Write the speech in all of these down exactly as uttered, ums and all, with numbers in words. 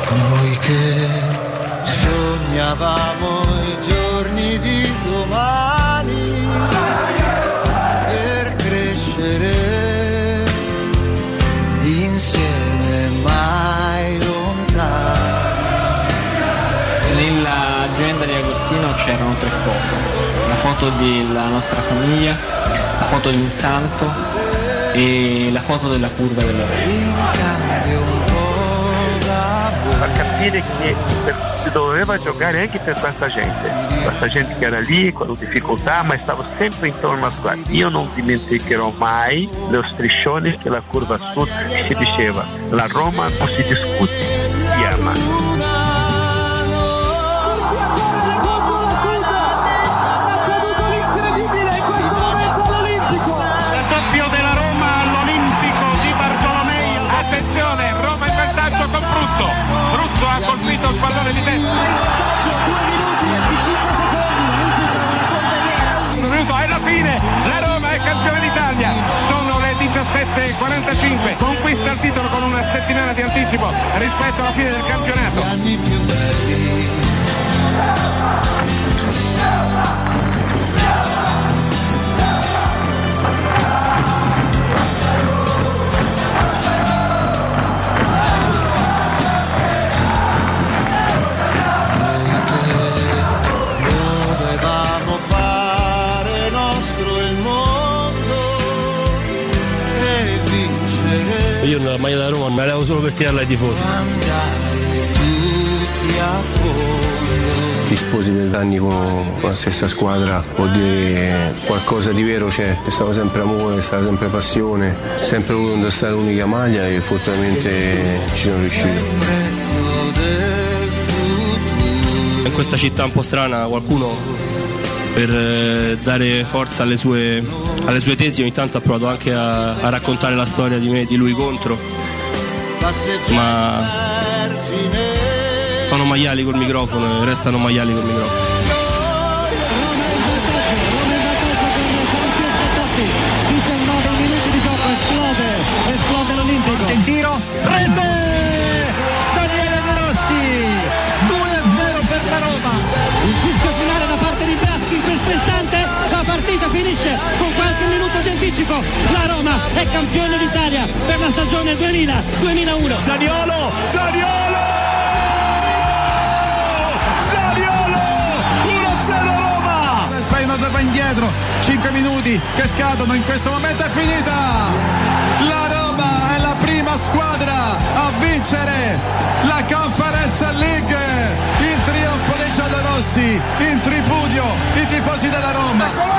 Noi che sognavamo i giorni di domani per crescere insieme mai lontani. Nell'agenda di Agostino c'erano tre foto: la foto della nostra famiglia, la foto di un santo e la foto della curva della Roma. A capire che si doveva giocare anche per questa gente, questa gente che era lì con difficoltà ma stava sempre intorno a qua. Io non dimenticherò mai lo striscione che la curva sud si diceva: la Roma non si discute, si ama. Con Brutto, Brutto ha colpito il pallone di testa. due minuti e cinque secondi. Un minuto, è la fine, la Roma è campione d'Italia. Sono le diciassette e quarantacinque, conquista il titolo con una settimana di anticipo rispetto alla fine del campionato. Anni più belli. Io nella maglia da Roma me la levo solo per tirarla ai tifosi. Ti sposi per anni con, con la stessa squadra, vuol dire qualcosa di vero c'è, c'è stato sempre amore, c'è stata sempre passione, sempre voluto indossare l'unica maglia e fortunatamente ci sono riuscito. In questa città un po' strana qualcuno, per eh, dare forza alle sue, alle sue tesi, ogni tanto ha provato anche a, a raccontare la storia di me e di lui contro, ma sono maiali col microfono e restano maiali col microfono. diciannove minuti di gioco, esplode, esplode l'Olimpico. Il tiro, rete! Daniele De Rossi, due a zero per la Roma. Il fischio finale da parte di Braschi in questo istante, la partita finisce con qualche minuto di anticipo. La Roma è campione d'Italia per la stagione duemila duemilauno. Zaniolo, Zaniolo! Zaniolo! uno a zero Roma! Il Feyenoord va indietro, cinque minuti che scadono, in questo momento è finita! La Roma è la prima squadra a vincere la Conference League, in trionfo dei giallorossi, in tripudio i tifosi della Roma.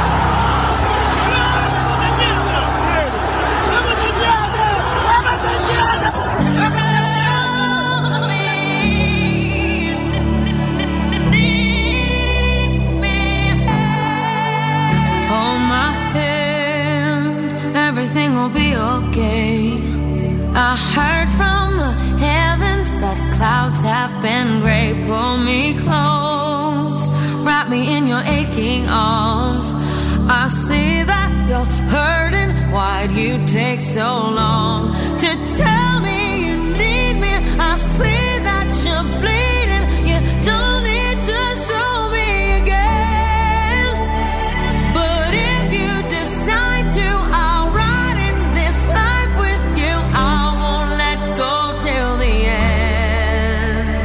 Hold my hand, everything will be okay. I heard from the heavens that clouds have been gray. Pull me close, wrap me in your aching arms. I see that you're hurting. Why'd you take so long to tell me you need me? I see that you're bleeding. You don't need to show me again. But if you decide to, I'll ride in this life with you. I won't let go till the end.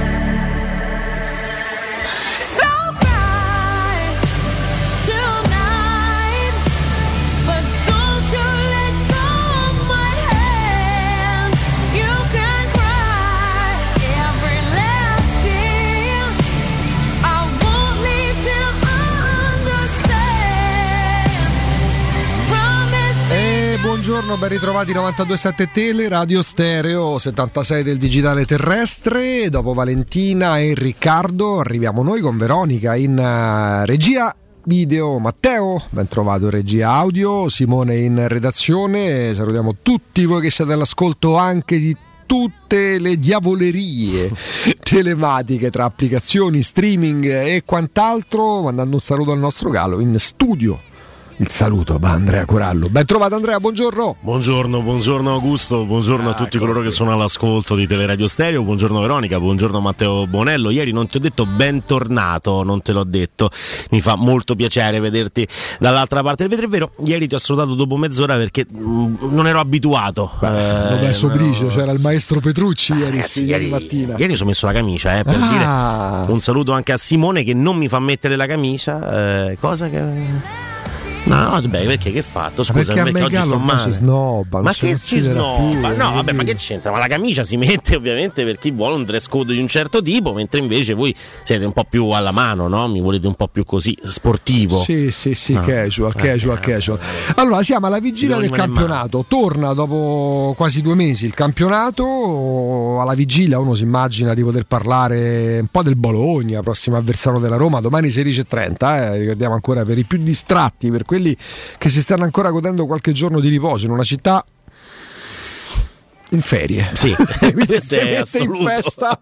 So cry tonight, but don't you let go of my hand. You can cry every last tear. I won't leave till I understand. Promise me. E buongiorno, ben ritrovati novantadue sette Tele, Radio Stereo, settantasei del digitale terrestre. Dopo Valentina e Riccardo arriviamo noi con Veronica in uh, regia video. Matteo, ben trovato in regia audio, Simone in redazione. Salutiamo tutti voi che siete all'ascolto anche di tutte le diavolerie telematiche tra applicazioni, streaming e quant'altro, mandando un saluto al nostro Galo in studio il saluto va Andrea Corallo. Ben trovato Andrea, buongiorno. Buongiorno, buongiorno Augusto, buongiorno ah, a tutti coloro che sono all'ascolto di Teleradio Stereo, buongiorno Veronica, buongiorno Matteo Bonello. Ieri non ti ho detto bentornato, non te l'ho detto, mi fa molto piacere vederti dall'altra parte del vetro. È vero, ieri ti ho salutato dopo mezz'ora perché mh, non ero abituato. Beh, eh, Sobricio, ero... c'era il maestro Petrucci ieri, ragazzi, ieri, ieri mattina. Ieri mi sono messo la camicia, eh, per ah. dire un saluto anche a Simone che non mi fa mettere la camicia, eh, cosa che... No, vabbè, perché che fatto? Scusa, perché, perché oggi sto male. Snobba, ma che si snobba? Più, no, vabbè, ma che c'entra? Ma la camicia si mette ovviamente per chi vuole un dress code di un certo tipo, mentre invece voi siete un po' più alla mano, no? Mi volete un po' più così sportivo. Sì, sì, sì, no. casual, casual, eh, casual. Allora, siamo alla vigilia del campionato. Torna dopo quasi due mesi il campionato. Alla vigilia uno si immagina di poter parlare un po' del Bologna, prossimo avversario della Roma, domani sedici e trenta, eh, ricordiamo ancora per i più distratti, per quelli che si stanno ancora godendo qualche giorno di riposo in una città in ferie, sì, evidentemente in festa,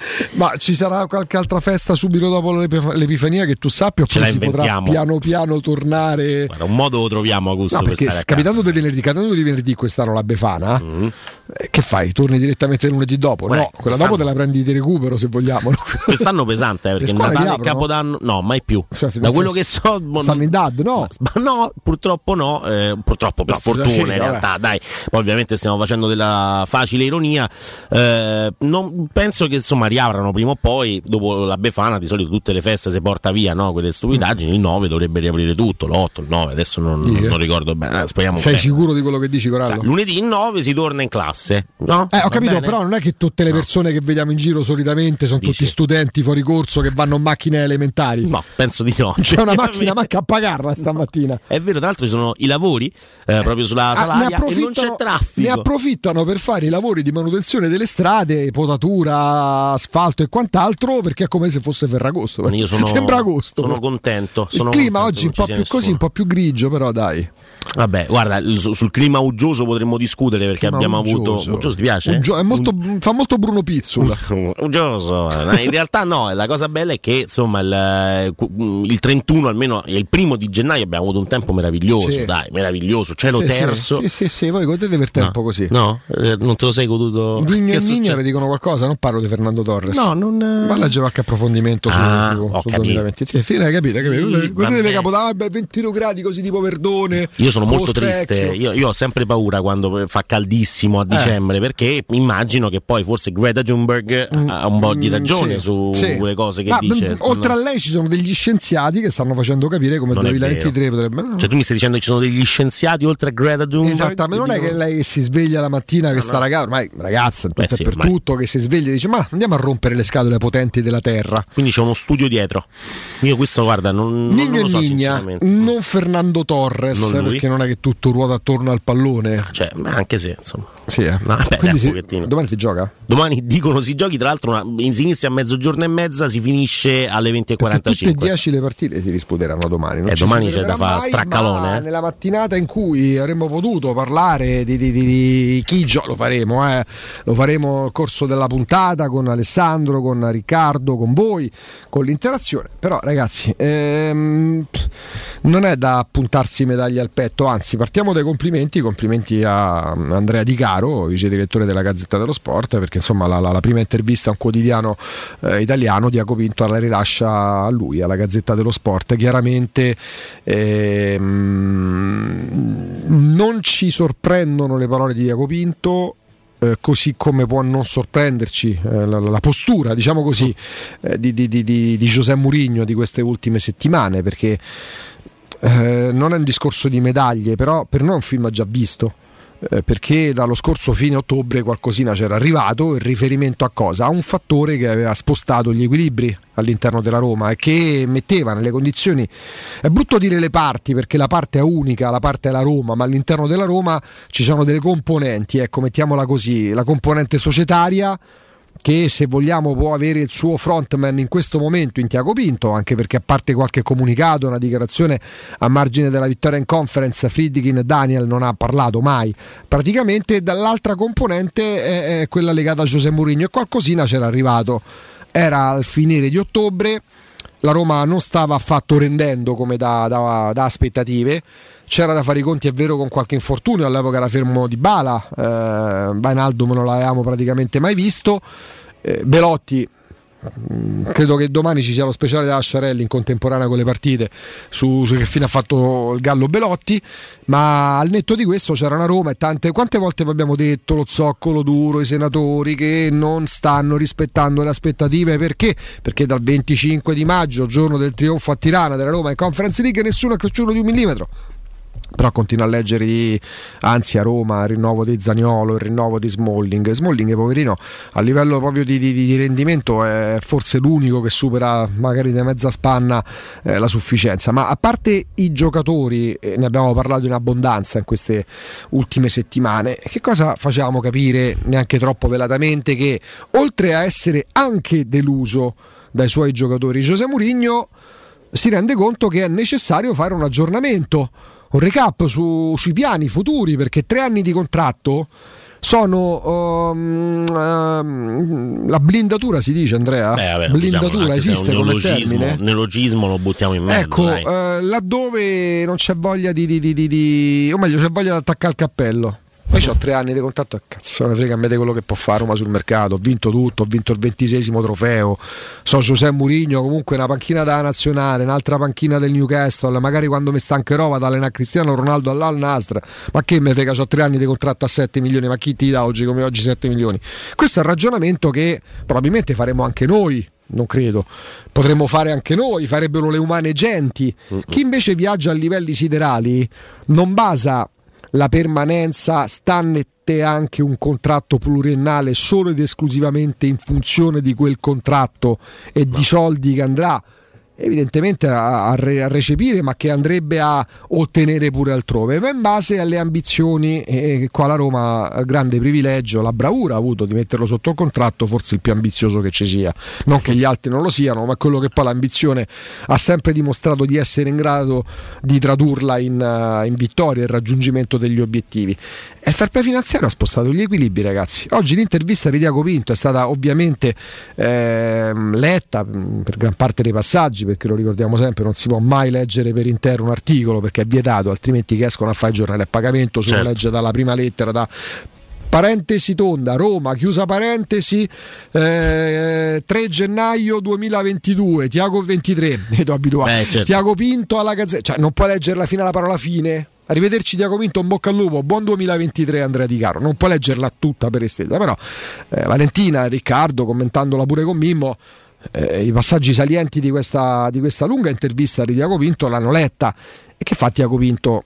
ma ci sarà qualche altra festa subito dopo l'Epifania che tu sappia, oppure si potrà piano piano tornare. Guarda, un modo lo troviamo, Augusto, no, perché per capitando di venerdì, capitando di venerdì quest'anno la Befana, mm. eh, che fai? Torni direttamente il lunedì dopo? Beh, no, quella dopo te la prendi di recupero se vogliamo. Quest'anno pesante, eh, perché Natale e Capodanno no, mai più. Cioè, da quello che so, stanno in D A D, no? No, purtroppo no, eh, purtroppo per no, fortuna sì, in realtà, vabbè. Dai. Poi ovviamente stiamo facendo della facile ironia, eh, non penso che insomma riaprano prima o poi. Dopo la Befana di solito tutte le feste si porta via, no? Quelle stupidaggini. Il nove dovrebbe riaprire tutto, l'otto, il nove, adesso non, non, non ricordo bene, eh, speriamo. Sei bene. Sicuro di quello che dici, Corallo? Eh, lunedì il nove si torna in classe, no? Eh, ho Va capito, bene? però non è che tutte le persone no. che vediamo in giro solitamente sono Dici. tutti studenti fuori corso che vanno in macchine elementari. No, penso di no. C'è una macchina, manca a pagarla stamattina. È vero, tra l'altro ci sono i lavori eh, proprio sulla Salaria ah, e non c'è traffico. Ne approfittano per fare i lavori di manutenzione delle strade, potatura, asfalto e quant'altro, perché è come se fosse Ferragosto. Io sono, sembra agosto. Sono contento. Il sono clima contento, oggi un po' più nessuno. così, un po' più grigio, però dai. Vabbè, guarda, sul clima uggioso potremmo discutere perché clima abbiamo uggioso. avuto. Uggioso ti piace? Uggio, è molto, fa molto Bruno Pizzula. Uggioso. In realtà no, la cosa bella è che insomma il, il trentuno, almeno il primo di gennaio, abbiamo avuto un tempo meraviglioso, sì. dai, meraviglioso. Cielo sì, terzo. Sì, sì, sì, voi godete per tempo no, così. No, eh, non te lo sei goduto. Vigno e Nignore dicono qualcosa, non parlo di Fernando Torres. No, non. Ma legge qualche approfondimento ah, su, su duemilaventitré. Sì, hai capito, hai capito? Sì, godete Capodanno, ventidue gradi così tipo Verdone. Io sono molto triste. Io, io ho sempre paura quando fa caldissimo a dicembre, eh. perché immagino che poi forse Greta Thunberg mm, ha un po' di ragione mm, sì, su sì. quelle cose che Ma, dice. Oltre a lei ci sono degli scienziati che stanno facendo capire come non duemilaventitré potrebbe. No. Cioè tu mi stai dicendo che ci sono degli scienziati oltre a Greta Thunberg? Esattamente, non è che lei si sveglia la mattina che no, sta no. ragazza, ormai ragazza in tutto e per tutto, che si sveglia e dice ma andiamo a rompere le scatole potenti della terra. Quindi c'è uno studio dietro. Io questo guarda non, non, non lo so Nigna, sinceramente. Non Fernando Torres, non perché non è che tutto ruota attorno al pallone. Cioè, anche se insomma. Sì, eh. No, beh, Quindi si, domani si gioca? Domani dicono si giochi, tra l'altro una, si inizia a mezzogiorno e mezza, si finisce alle venti e quarantacinque. Tutte e dieci le partite si disputeranno domani. Non eh, domani c'è da fare straccalone. Eh? Nella mattinata in cui avremmo potuto parlare di, di, di, di chi gioca, lo faremo, eh. lo faremo nel corso della puntata con Alessandro, con Riccardo, con voi, con l'interazione. Però ragazzi, ehm, non è da puntarsi medaglie al petto, anzi partiamo dai complimenti, complimenti a Andrea Di Caro, vice direttore della Gazzetta dello Sport, perché insomma la, la, la prima intervista a un quotidiano eh, italiano Diaco Pinto la rilascia a lui, alla Gazzetta dello Sport. Chiaramente ehm, non ci sorprendono le parole di Diaco Pinto, eh, così come può non sorprenderci eh, la, la postura, diciamo così, eh, di, di, di, di José Mourinho di queste ultime settimane, perché eh, non è un discorso di medaglie, però per noi è un film già visto. Perché dallo scorso fine ottobre qualcosina c'era arrivato. In riferimento a cosa? A un fattore che aveva spostato gli equilibri all'interno della Roma e che metteva nelle condizioni, è brutto dire le parti perché la parte è unica, la parte è la Roma, ma all'interno della Roma ci sono delle componenti, ecco, mettiamola così, la componente societaria, che se vogliamo può avere il suo frontman in questo momento in Tiago Pinto, anche perché a parte qualche comunicato, una dichiarazione a margine della vittoria in conference, Friedkin e Daniel non ha parlato mai praticamente. Dall'altra componente è, è quella legata a José Mourinho, e qualcosina c'era arrivato, era al finire di ottobre. la Roma non stava affatto rendendo come da, da, da aspettative. C'era da fare i conti, è vero, con qualche infortunio, all'epoca era fermo Dybala, eh, Wijnaldum non l'avevamo praticamente mai visto, eh, Belotti, credo che domani ci sia lo speciale da Asciarelli in contemporanea con le partite su, su che fine ha fatto il Gallo Belotti, ma al netto di questo c'era una Roma e tante, quante volte vi abbiamo detto lo zoccolo duro, i senatori che non stanno rispettando le aspettative, perché? Perché dal venticinque di maggio, giorno del trionfo a Tirana della Roma in Conference League, nessuno è cresciuto di un millimetro. Però continuo a leggere di anzi a Roma il rinnovo di Zaniolo, il rinnovo di Smalling. Smalling, poverino, a livello proprio di, di, di rendimento è forse l'unico che supera magari di mezza spanna eh, la sufficienza. Ma a parte i giocatori, eh, ne abbiamo parlato in abbondanza in queste ultime settimane, che cosa facciamo capire neanche troppo velatamente? Che oltre a essere anche deluso dai suoi giocatori, José Mourinho si rende conto che è necessario fare un aggiornamento, un recap su, sui piani futuri, perché tre anni di contratto sono um, um, la blindatura, si dice, Andrea? Beh, vabbè, blindatura esiste come termine? Neologismo lo buttiamo in mezzo. Ecco, eh, laddove non c'è voglia di, di, di, di, di o meglio c'è voglia di attaccare il cappello. Poi ho tre anni di contratto, cazzo, ce ne frega a me di quello che può fare Roma sul mercato. Ho vinto tutto, ho vinto il ventisesimo trofeo. So José Mourinho, comunque una panchina della nazionale, un'altra panchina del Newcastle. Magari quando mi stancherò vado ad allenare Cristiano Ronaldo all'Al Nassr. Ma che me frega, ho tre anni di contratto a sette milioni. Ma chi ti dà oggi come oggi sette milioni? Questo è il ragionamento che probabilmente faremo anche noi. Non credo, potremmo fare anche noi, farebbero le umane genti. Chi invece viaggia a livelli siderali non basa la permanenza, stannette anche un contratto pluriennale solo ed esclusivamente in funzione di quel contratto e di soldi che andrà evidentemente a, a, re, a recepire, ma che andrebbe a ottenere pure altrove, ma in base alle ambizioni. E qua la Roma ha il grande privilegio, la bravura ha avuto di metterlo sotto contratto, forse il più ambizioso che ci sia, non che gli altri non lo siano, ma quello che poi l'ambizione ha sempre dimostrato di essere in grado di tradurla in, uh, in vittoria e il raggiungimento degli obiettivi. E il fair play finanziario ha spostato gli equilibri, ragazzi. Oggi l'intervista di Tiago Pinto è stata ovviamente eh, letta per gran parte dei passaggi, perché lo ricordiamo sempre, non si può mai leggere per intero un articolo perché è vietato, altrimenti che escono a fare i giornali a pagamento solo certo. Legge dalla prima lettera, da parentesi tonda, Roma, chiusa parentesi, eh, tre gennaio duemilaventidue, Tiago ventitré, ne do abituato, Beh, certo. Tiago Pinto alla Gazzetta, cioè non puoi leggerla fino alla parola fine. Arrivederci Tiago Pinto, un bocca al lupo, buon duemilaventitré Andrea Di Caro. Non puoi leggerla tutta per estesa, però eh, Valentina, Riccardo, commentandola pure con Mimmo, eh, i passaggi salienti di questa, di questa lunga intervista di Tiago Pinto l'hanno letta. E che fa Tiago Pinto?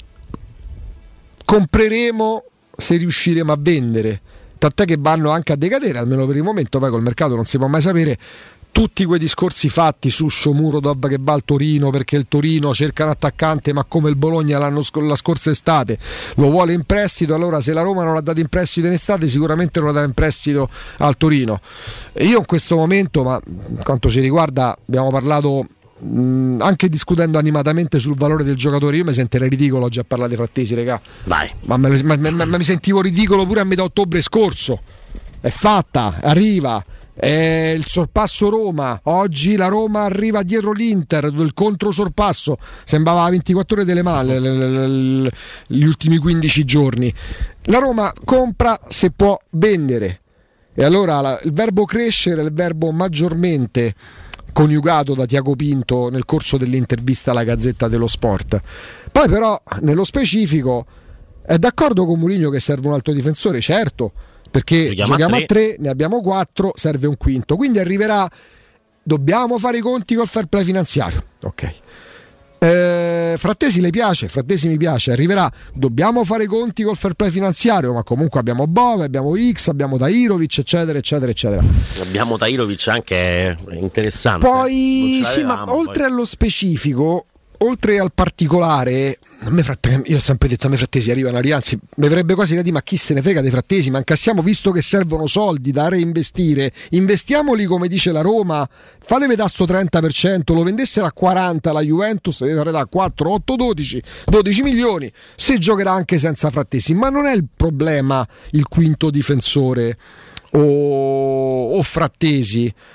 Compreremo se riusciremo a vendere, tant'è che vanno anche a decadere, almeno per il momento, poi col mercato non si può mai sapere. Tutti quei discorsi fatti su Shomurodov che va al Torino perché il Torino cerca un attaccante, ma come il Bologna l'anno sc- la scorsa estate lo vuole in prestito, allora se la Roma non l'ha dato in prestito in estate sicuramente non l'ha dato in prestito al Torino. E io in questo momento, ma quanto ci riguarda, abbiamo parlato mh, anche discutendo animatamente sul valore del giocatore. Io mi sentirei ridicolo oggi a parlare di Frattesi, regà. Vai. Ma, me, ma, ma, ma mi sentivo ridicolo pure a metà ottobre scorso. È fatta, arriva. È il sorpasso Roma. Oggi la Roma arriva dietro l'Inter del controsorpasso. Sembrava ventiquattro ore delle male gli ultimi quindici giorni. La Roma compra se può vendere. E allora la, il verbo crescere è il verbo maggiormente coniugato da Tiago Pinto nel corso dell'intervista alla Gazzetta dello Sport. Poi però nello specifico è d'accordo con Mourinho che serve un altro difensore, certo, perché giochiamo, giochiamo a, tre. a tre, ne abbiamo quattro, serve un quinto, quindi arriverà, dobbiamo fare i conti col fair play finanziario, ok. Eh, Frattesi le piace, Frattesi mi piace, arriverà, dobbiamo fare i conti col fair play finanziario, ma comunque abbiamo Bove, abbiamo X, abbiamo Tahirovic, eccetera eccetera eccetera. Abbiamo Tahirovic anche interessante. Poi sì, ma poi. Oltre allo specifico, oltre al particolare, a me Frattesi, io ho sempre detto a me Frattesi arrivano, anzi mi verrebbe quasi da dire ma chi se ne frega dei Frattesi, ma incassiamo, visto che servono soldi da reinvestire, investiamoli come dice la Roma, fate vedere sto trenta per cento, lo vendessero a quaranta la Juventus, deve fare da quattro, otto, dodici, dodici milioni, se giocherà anche senza Frattesi. Ma non è il problema il quinto difensore o, o Frattesi.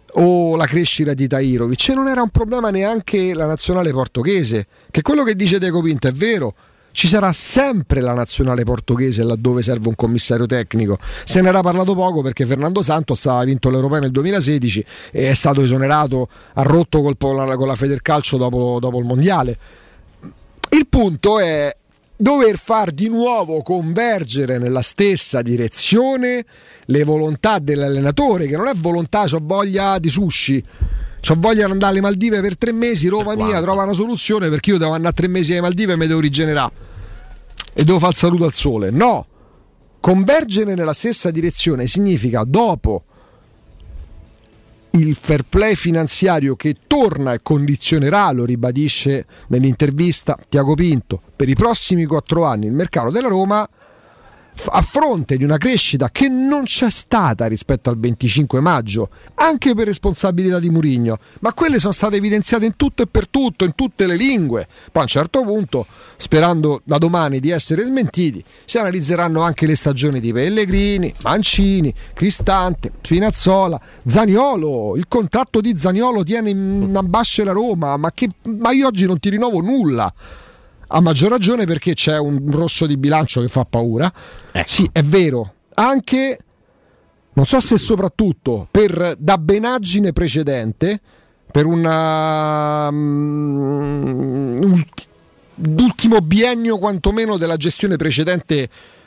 o la crescita di Tahirovic, e non era un problema neanche la nazionale portoghese, che quello che dice Diego Pinto è vero. Ci sarà sempre la nazionale portoghese laddove serve un commissario tecnico. Se ne era parlato poco perché Fernando Santos aveva vinto l'Europeo nel duemilasedici e è stato esonerato, ha rotto col, con la, la Federcalcio dopo, dopo il mondiale. Il punto è dover far di nuovo convergere nella stessa direzione le volontà dell'allenatore, che non è volontà, c'ho voglia di sushi, c'ho voglia di andare alle Maldive per tre mesi, Roma mia, trova una soluzione perché io devo andare tre mesi alle Maldive e mi devo rigenerare e devo fare il saluto al sole. No, convergere nella stessa direzione significa, dopo il fair play finanziario che torna e condizionerà, lo ribadisce nell'intervista Tiago Pinto, per i prossimi quattro anni il mercato della Roma, a fronte di una crescita che non c'è stata rispetto al venticinque maggio, anche per responsabilità di Mourinho, ma quelle sono state evidenziate in tutto e per tutto, in tutte le lingue. Poi a un certo punto, sperando da domani di essere smentiti, si analizzeranno anche le stagioni di Pellegrini, Mancini, Cristante, Spinazzola, Zaniolo. Il contratto di Zaniolo tiene in ambasce la Roma, ma, che, ma io oggi non ti rinnovo nulla. A maggior ragione perché c'è un rosso di bilancio che fa paura. Ecco. Sì, è vero, anche, non so se soprattutto per dabbenaggine precedente, per una um, l'ultimo biennio quantomeno della gestione precedente,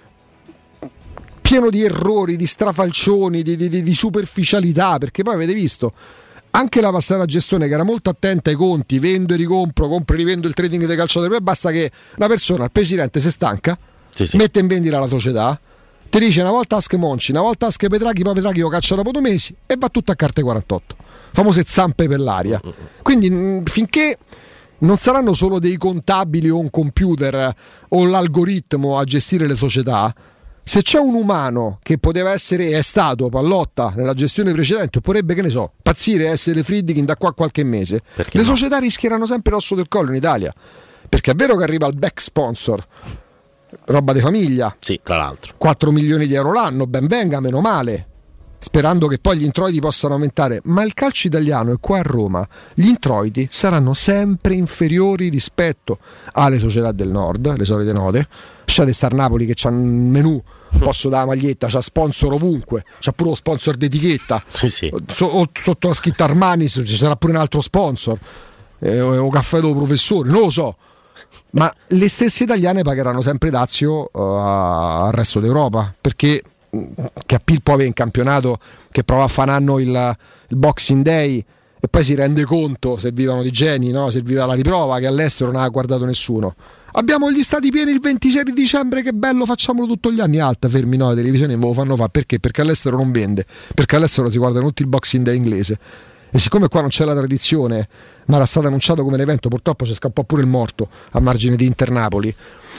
pieno di errori, di strafalcioni, di, di, di superficialità, perché poi avete visto anche la passata gestione che era molto attenta ai conti, vendo e ricompro, compro e rivendo il trading dei calciatori, basta che una persona, il presidente, si stanca, sì, sì. mette in vendita la società, ti dice una volta Ask Monci, una volta Ask Petraghi, poi Petraghi lo caccia dopo due mesi e va tutto a carte quarantotto, famose zampe per l'aria. Quindi mh, finché non saranno solo dei contabili o un computer o l'algoritmo a gestire le società, se c'è un umano che poteva essere, è stato Pallotta nella gestione precedente, potrebbe, che ne so, pazzire, essere Friedkin da qua a qualche mese, perché le no? società rischieranno sempre l'osso del collo in Italia, perché è vero che arriva il back sponsor, roba di famiglia, sì, tra l'altro quattro milioni di euro l'anno, ben venga, meno male, sperando che poi gli introiti possano aumentare, ma il calcio italiano, e qua a Roma gli introiti saranno sempre inferiori rispetto alle società del nord, le solite note. Lasciate star Napoli che c'ha un menù, posso dare la maglietta, c'ha sponsor ovunque, c'ha pure lo sponsor d'etichetta, sì, sì. So, sotto la scritta Armani ci sarà pure un altro sponsor, eh, o caffè del professore, non lo so, ma le stesse italiane pagheranno sempre dazio uh, al resto d'Europa, perché che appeal può avere in campionato che prova a fare un anno il, il Boxing Day e poi si rende conto, servivano di geni, no? Serviva la riprova, che all'estero non ha guardato nessuno. Abbiamo gli stati pieni il ventisei di dicembre, che bello, facciamolo tutti gli anni. Alta, fermi, no, le televisioni me lo fanno fare, perché? Perché all'estero non vende, perché all'estero si guardano tutti il Boxing Day inglese, e siccome qua non c'è la tradizione, ma era stato annunciato come l'evento, purtroppo ci scappò pure il morto a margine di Inter Napoli.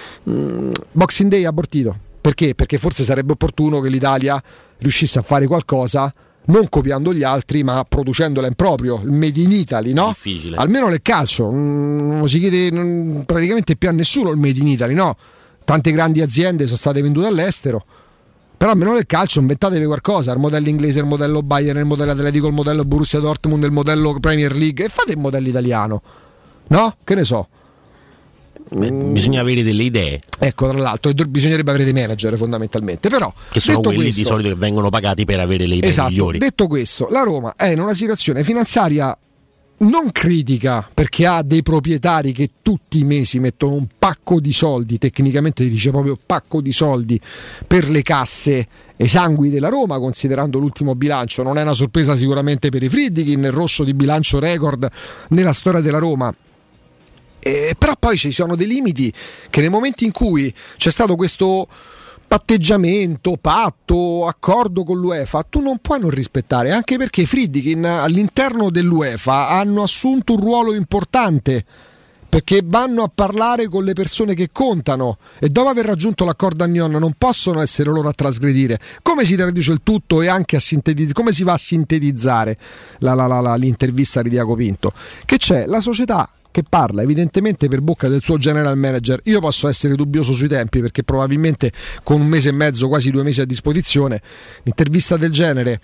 mm, Boxing Day abortito. Perché? Perché forse sarebbe opportuno che l'Italia riuscisse a fare qualcosa non copiando gli altri, ma producendola in proprio, il Made in Italy, no? Difficile. Almeno nel calcio, non si chiede non, praticamente più a nessuno il Made in Italy, no? Tante grandi aziende sono state vendute all'estero, però almeno nel calcio inventatevi qualcosa, il modello inglese, il modello Bayern, il modello Atletico, il modello Borussia Dortmund, il modello Premier League, e fate il modello italiano, no? Che ne so. Beh, bisogna avere delle idee. Ecco, tra l'altro bisognerebbe avere dei manager fondamentalmente, però che sono quelli questo, di solito che vengono pagati per avere le idee esatto, migliori. Detto questo, la Roma è in una situazione finanziaria non critica, perché ha dei proprietari che tutti i mesi mettono un pacco di soldi, tecnicamente si dice proprio pacco di soldi, per le casse esangui della Roma, considerando l'ultimo bilancio. Non è una sorpresa sicuramente per i Friedkin, nel rosso di bilancio record nella storia della Roma. Eh, però poi ci sono dei limiti che nel momento in cui c'è stato questo patteggiamento, patto, accordo con l'UEFA, tu non puoi non rispettare, anche perché i Friedkin all'interno dell'UEFA hanno assunto un ruolo importante, perché vanno a parlare con le persone che contano, e dopo aver raggiunto l'accordo a Nyon non possono essere loro a trasgredire. Come si traduce il tutto e anche a sintetizzare, come si va a sintetizzare la, la, la, la, l'intervista di Diaco Pinto? Che c'è la società che parla evidentemente per bocca del suo general manager. Io posso essere dubbioso sui tempi, perché probabilmente con un mese e mezzo, quasi due mesi a disposizione, un'intervista del genere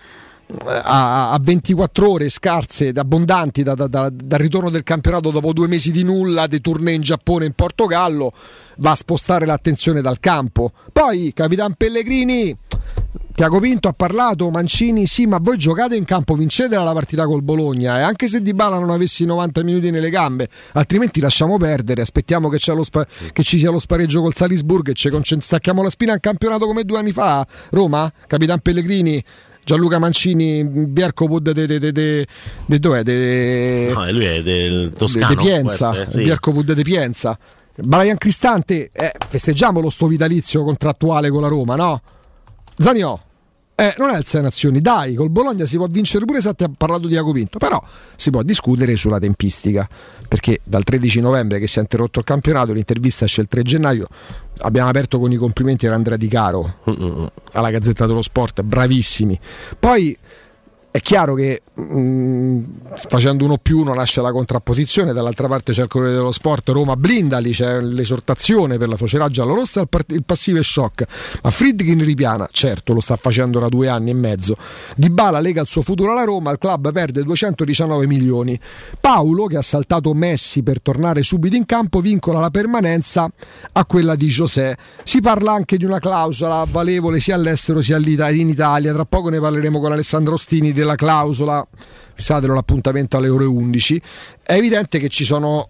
a, a ventiquattro ore scarse, abbondanti da, da, da, dal ritorno del campionato dopo due mesi di nulla, dei tournée in Giappone e in Portogallo, va a spostare l'attenzione dal campo. Poi Capitan Pellegrini, Tiago Pinto ha parlato, Mancini sì, ma voi giocate in campo, vincete la partita col Bologna, e anche se Dybala non avessi novanta minuti nelle gambe, altrimenti lasciamo perdere, aspettiamo che, c'è lo spa- che ci sia lo spareggio col Salisburgo e ci concent- stacchiamo la spina al campionato come due anni fa. Roma, Capitan Pellegrini, Gianluca Mancini, Bierkopud de, de, de, de, de dov'è? De, no, lui è del Toscano, de Pienza, essere, sì. Bierkopud de Pienza. Brian Cristante, eh, festeggiamolo sto vitalizio contrattuale con la Roma, no? Zaniò, eh, non è il Sei Nazioni, dai, col Bologna si può vincere pure se ti ha parlato di Tiago Pinto, però si può discutere sulla tempistica, perché dal tredici novembre che si è interrotto il campionato, l'intervista esce il tre gennaio, abbiamo aperto con i complimenti ad Andrea Di Caro alla Gazzetta dello Sport, bravissimi. Poi è chiaro che mh, facendo uno più uno nasce la contrapposizione, dall'altra parte c'è il Corriere dello Sport, Roma blindali, c'è l'esortazione per la società giallorossa, il, part- il passivo è shock, ma Friedkin ripiana, certo lo sta facendo da due anni e mezzo. Dybala lega il suo futuro alla Roma, il club perde duecentodiciannove milioni. Paolo, che ha saltato Messi per tornare subito in campo, vincola la permanenza a quella di José. Si parla anche di una clausola valevole sia all'estero sia in Italia, tra poco ne parleremo con Alessandro Ostini della clausola, fissatelo l'appuntamento alle ore undici. È evidente che ci sono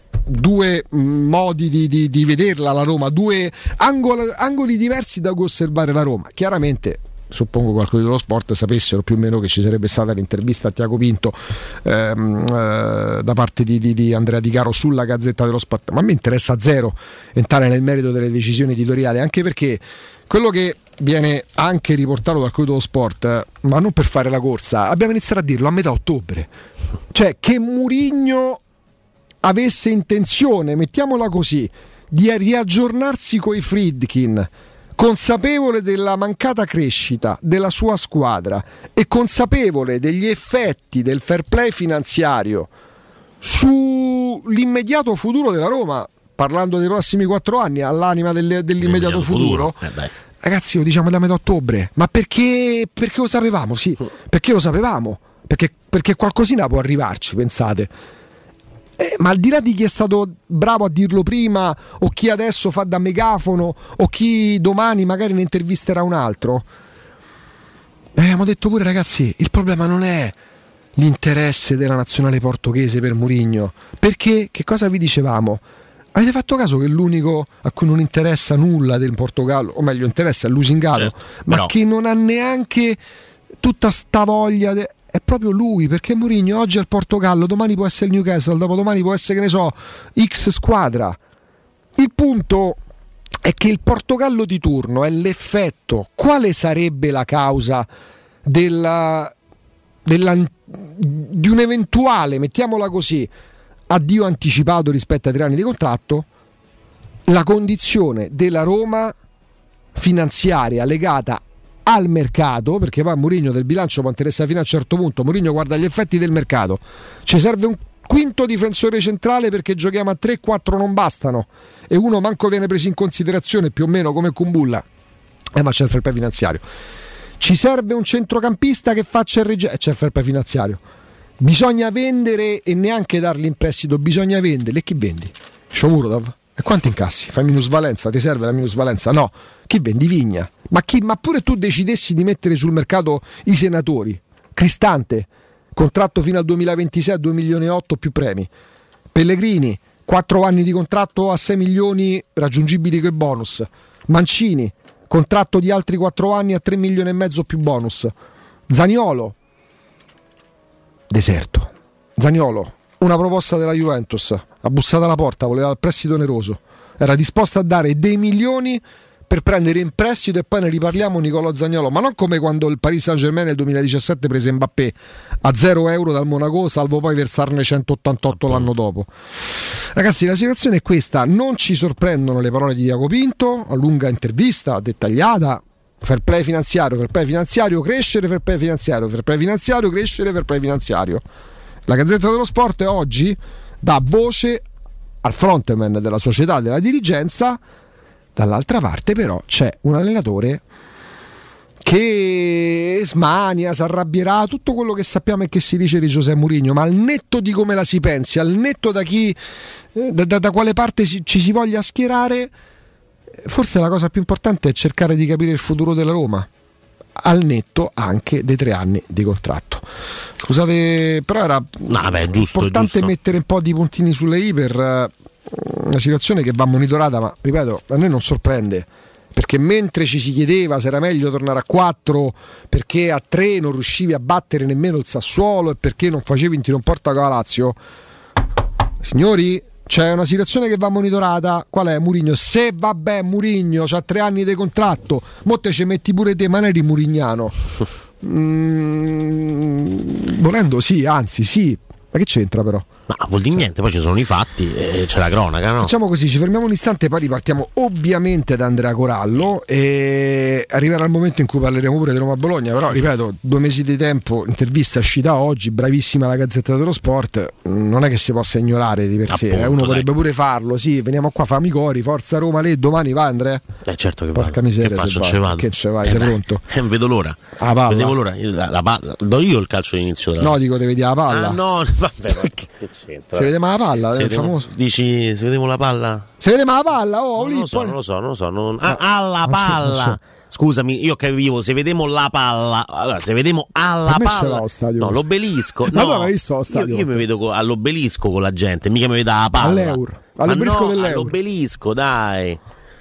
due modi di, di, di vederla la Roma, due angoli, angoli diversi da cui osservare la Roma. Chiaramente suppongo qualcuno dello sport sapessero più o meno che ci sarebbe stata l'intervista a Tiago Pinto ehm, eh, da parte di, di, di Andrea Di Caro sulla Gazzetta dello Sport, ma a me interessa zero entrare nel merito delle decisioni editoriali, anche perché quello che viene anche riportato dal Corriere dello Sport, ma non per fare la corsa, abbiamo iniziato a dirlo a metà ottobre, cioè che Mourinho avesse intenzione, mettiamola così, di riaggiornarsi coi Friedkin, consapevole della mancata crescita della sua squadra e consapevole degli effetti del fair play finanziario sull'immediato futuro della Roma, parlando dei prossimi quattro anni, all'anima del, dell'immediato futuro, futuro. Eh ragazzi, lo diciamo da metà ottobre, ma perché, perché lo sapevamo, sì, perché lo sapevamo, perché, perché qualcosina può arrivarci, pensate. Eh, ma al di là di chi è stato bravo a dirlo prima o chi adesso fa da megafono o chi domani magari ne intervisterà un altro, eh, abbiamo detto pure, ragazzi, il problema non è l'interesse della nazionale portoghese per Mourinho, perché che cosa vi dicevamo? Avete fatto caso che l'unico a cui non interessa nulla del Portogallo, o meglio interessa è Lusingato, certo, ma però... che non ha neanche tutta sta voglia de... è proprio lui, perché Mourinho oggi è il Portogallo, domani può essere il Newcastle, dopodomani può essere, che ne so, X squadra. Il punto è che il Portogallo di turno è l'effetto. Quale sarebbe la causa della, della, di un eventuale, mettiamola così, addio anticipato rispetto ai tre anni di contratto? La condizione della Roma finanziaria legata al mercato, perché poi Mourinho del bilancio può interessare fino a un certo punto. Mourinho guarda gli effetti del mercato, ci serve un quinto difensore centrale perché giochiamo a tre quattro non bastano e uno manco viene preso in considerazione, più o meno come Kumbulla, eh, ma c'è il fair play finanziario. Ci serve un centrocampista che faccia il regge, eh, c'è il fair play finanziario. Bisogna vendere e neanche darli in prestito, bisogna vendere. E chi vendi? Shomurodov? E quanto incassi? Fai minusvalenza? Ti serve la minusvalenza? No. Chi vendi? Vigna. Ma, chi, ma pure tu decidessi di mettere sul mercato i senatori. Cristante, contratto fino al duemilaventisei a due milioni e otto più premi. Pellegrini, quattro anni di contratto a sei milioni raggiungibili coi bonus. Mancini, contratto di altri quattro anni a tre milioni e mezzo più bonus. Zaniolo, deserto. Zaniolo, una proposta della Juventus, ha bussato alla porta, voleva il prestito oneroso, era disposto a dare dei milioni per prendere in prestito e poi ne riparliamo Nicolò Zaniolo, ma non come quando il Paris Saint-Germain nel duemiladiciassette prese Mbappé a zero euro dal Monaco, salvo poi versarne centottantotto l'anno dopo. Ragazzi, la situazione è questa, non ci sorprendono le parole di Tiago Pinto, a lunga intervista, dettagliata. Fair play finanziario, fair play finanziario, crescere, fair play finanziario, fair play finanziario, crescere, fair play finanziario. La Gazzetta dello Sport oggi dà voce al frontman della società, della dirigenza. Dall'altra parte però c'è un allenatore che smania, si arrabbierà, tutto quello che sappiamo e che si dice di José Mourinho, ma al netto di come la si pensi, al netto da chi da, da, da quale parte si, ci si voglia schierare, forse la cosa più importante è cercare di capire il futuro della Roma, al netto anche dei tre anni di contratto. Scusate, però era no, beh, giusto, importante giusto. mettere un po' di puntini sulle i per una situazione che va monitorata, ma ripeto, a noi non sorprende, perché mentre ci si chiedeva se era meglio tornare a quattro perché a tre non riuscivi a battere nemmeno il Sassuolo e perché non facevi in tiro in porta con la Lazio, signori, c'è una situazione che va monitorata. Qual è? Mourinho. Se vabbè, Mourinho c'ha tre anni di contratto, mo te ci metti pure te, ma non eri murignano. Mm, volendo sì, anzi sì, ma che c'entra però? Ma vuol dire niente, poi ci sono i fatti e c'è la cronaca, no? Facciamo così, ci fermiamo un istante e poi ripartiamo ovviamente da Andrea Corallo e arriverà il momento in cui parleremo pure di Roma-Bologna, però ripeto, due mesi di tempo, intervista uscita oggi, bravissima la Gazzetta dello Sport, non è che si possa ignorare di per sé, eh. Uno dai. Potrebbe pure farlo, sì, veniamo qua, fammi cori, forza Roma, lei domani va Andrea? Eh certo che porca vado. miseria, che faccio, se vai, che ce vai, eh sei beh, pronto? Eh, vedo l'ora. Ah, palla. Vedevo l'ora, la, la palla. Do io il calcio d'inizio della... No, dico te vedi la palla. Ah no, vabbè, che c'entra? Si vede mai la palla, se è famoso. Dici, se vediamo la palla? Se vede mai la palla, oh, non, lì, lo so, poi... non lo so, non lo so, non... Ah, alla palla. Scusami, io capivo, se vediamo la palla, allora, se vediamo alla palla, no, l'obelisco, ma no, tu hai visto lo stadio? Io, io mi vedo all'obelisco con la gente, mica mi vedo alla palla. All'Euro, all'obelisco no, dell'Euro. All'obelisco, dai.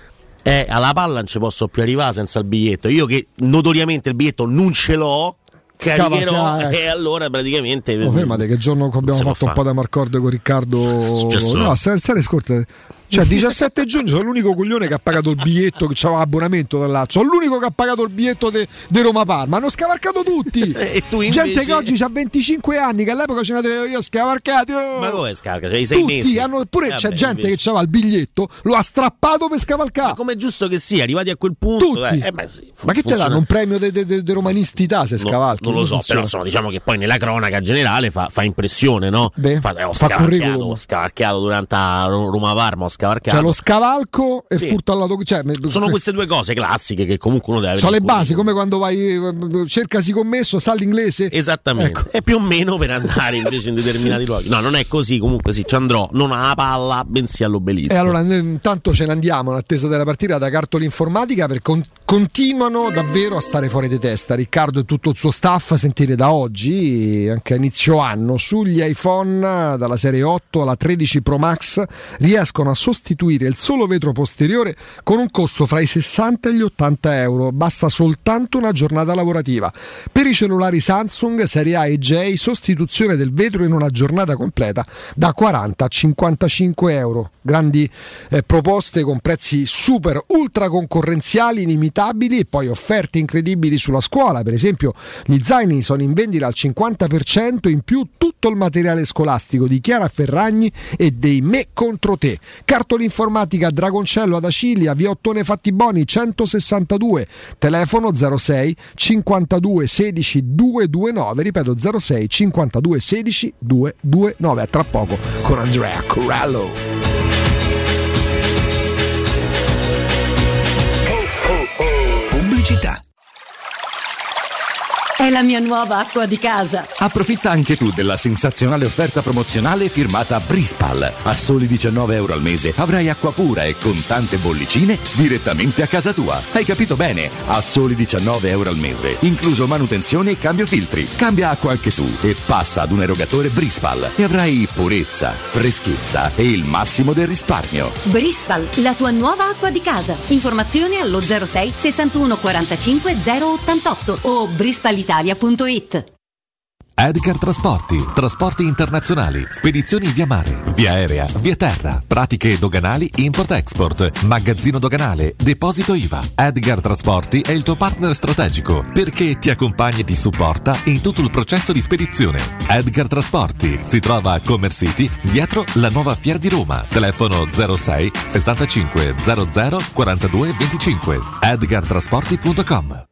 Eh, alla palla non ci posso più arrivare senza il biglietto. Io che notoriamente il biglietto non ce l'ho, caricherò Scava, e allora praticamente oh, fermate che giorno abbiamo fatto un po' da marcordo con Riccardo, no, serie scorte, cioè diciassette giugno sono l'unico coglione che ha pagato il biglietto, che c'aveva abbonamento dal Lazio, sono l'unico che ha pagato il biglietto di Roma Parma, hanno scavalcato tutti. E tu invece... gente che oggi ha venticinque anni, che all'epoca ce n'aveva io scavalcati, oh. Ma dove scavalca? C'hai sei tutti mesi hanno, pure eh c'è beh, gente invece. che aveva il biglietto, lo ha strappato per scavalcare. Ma come è giusto che sia, arrivati a quel punto tutti. Eh, eh, beh, sì, ma che funziona. te danno un premio di de, de, de romanistità se scavalchi? No, non lo so, funziona? però insomma, diciamo che poi nella cronaca generale fa, fa impressione, no? Beh, fa, eh, ho, fa scavalcato, ho scavalcato durante la Roma Parma, ho scavalcato. Cioè lo scavalco e sì. furto alla do- cioè, sono queste due cose classiche che comunque uno deve avere. Sono le basi, come quando vai, cercasi commesso, sa l'inglese. Esattamente. Ecco. E più o meno per andare invece in determinati luoghi. No, non è così, comunque sì, ci andrò non alla palla, bensì all'obelisco. E allora intanto ce ne andiamo in attesa della partita da Cartoli Informatica, perché con- continuano davvero a stare fuori di testa Riccardo e tutto il suo staff. Sentire da oggi, anche a inizio anno, sugli iPhone dalla serie otto alla tredici Pro Max riescono a sostituire il solo vetro posteriore con un costo fra i sessanta e gli ottanta euro. Basta soltanto una giornata lavorativa. Per i cellulari Samsung serie A e J, sostituzione del vetro in una giornata completa da quaranta a cinquantacinque euro. Grandi eh, proposte con prezzi super ultra concorrenziali, inimitabili, e poi offerte incredibili sulla scuola. Per esempio gli zaini sono in vendita al cinquanta per cento, in più tutto il materiale scolastico di Chiara Ferragni e dei Me contro te. Cartoli Informatica Dragoncello ad Acilia, via Ottone Fattiboni centosessantadue, telefono zero sei cinquantadue sedici duecentonventinove, ripeto zero sei cinquantadue sedici duecentonventinove. A tra poco con Andrea Corallo. Pubblicità. È la mia nuova acqua di casa. Approfitta anche tu della sensazionale offerta promozionale firmata Brispal. A soli diciannove euro al mese avrai acqua pura e con tante bollicine direttamente a casa tua. Hai capito bene? A soli diciannove euro al mese, incluso manutenzione e cambio filtri. Cambia acqua anche tu e passa ad un erogatore Brispal e avrai purezza, freschezza e il massimo del risparmio. Brispal, la tua nuova acqua di casa. Informazioni allo zero sei sessantuno quarantacinque zero ottantotto o brispalitalia punto it. Edgar Trasporti, trasporti internazionali, spedizioni via mare, via aerea, via terra, pratiche doganali, import-export, magazzino doganale, deposito I V A. Edgar Trasporti è il tuo partner strategico perché ti accompagna e ti supporta in tutto il processo di spedizione. Edgar Trasporti si trova a Commerce City, dietro la nuova Fiera di Roma. Telefono zero sei sessantacinque zero zero quarantadue venticinque. edgar trasporti punto com.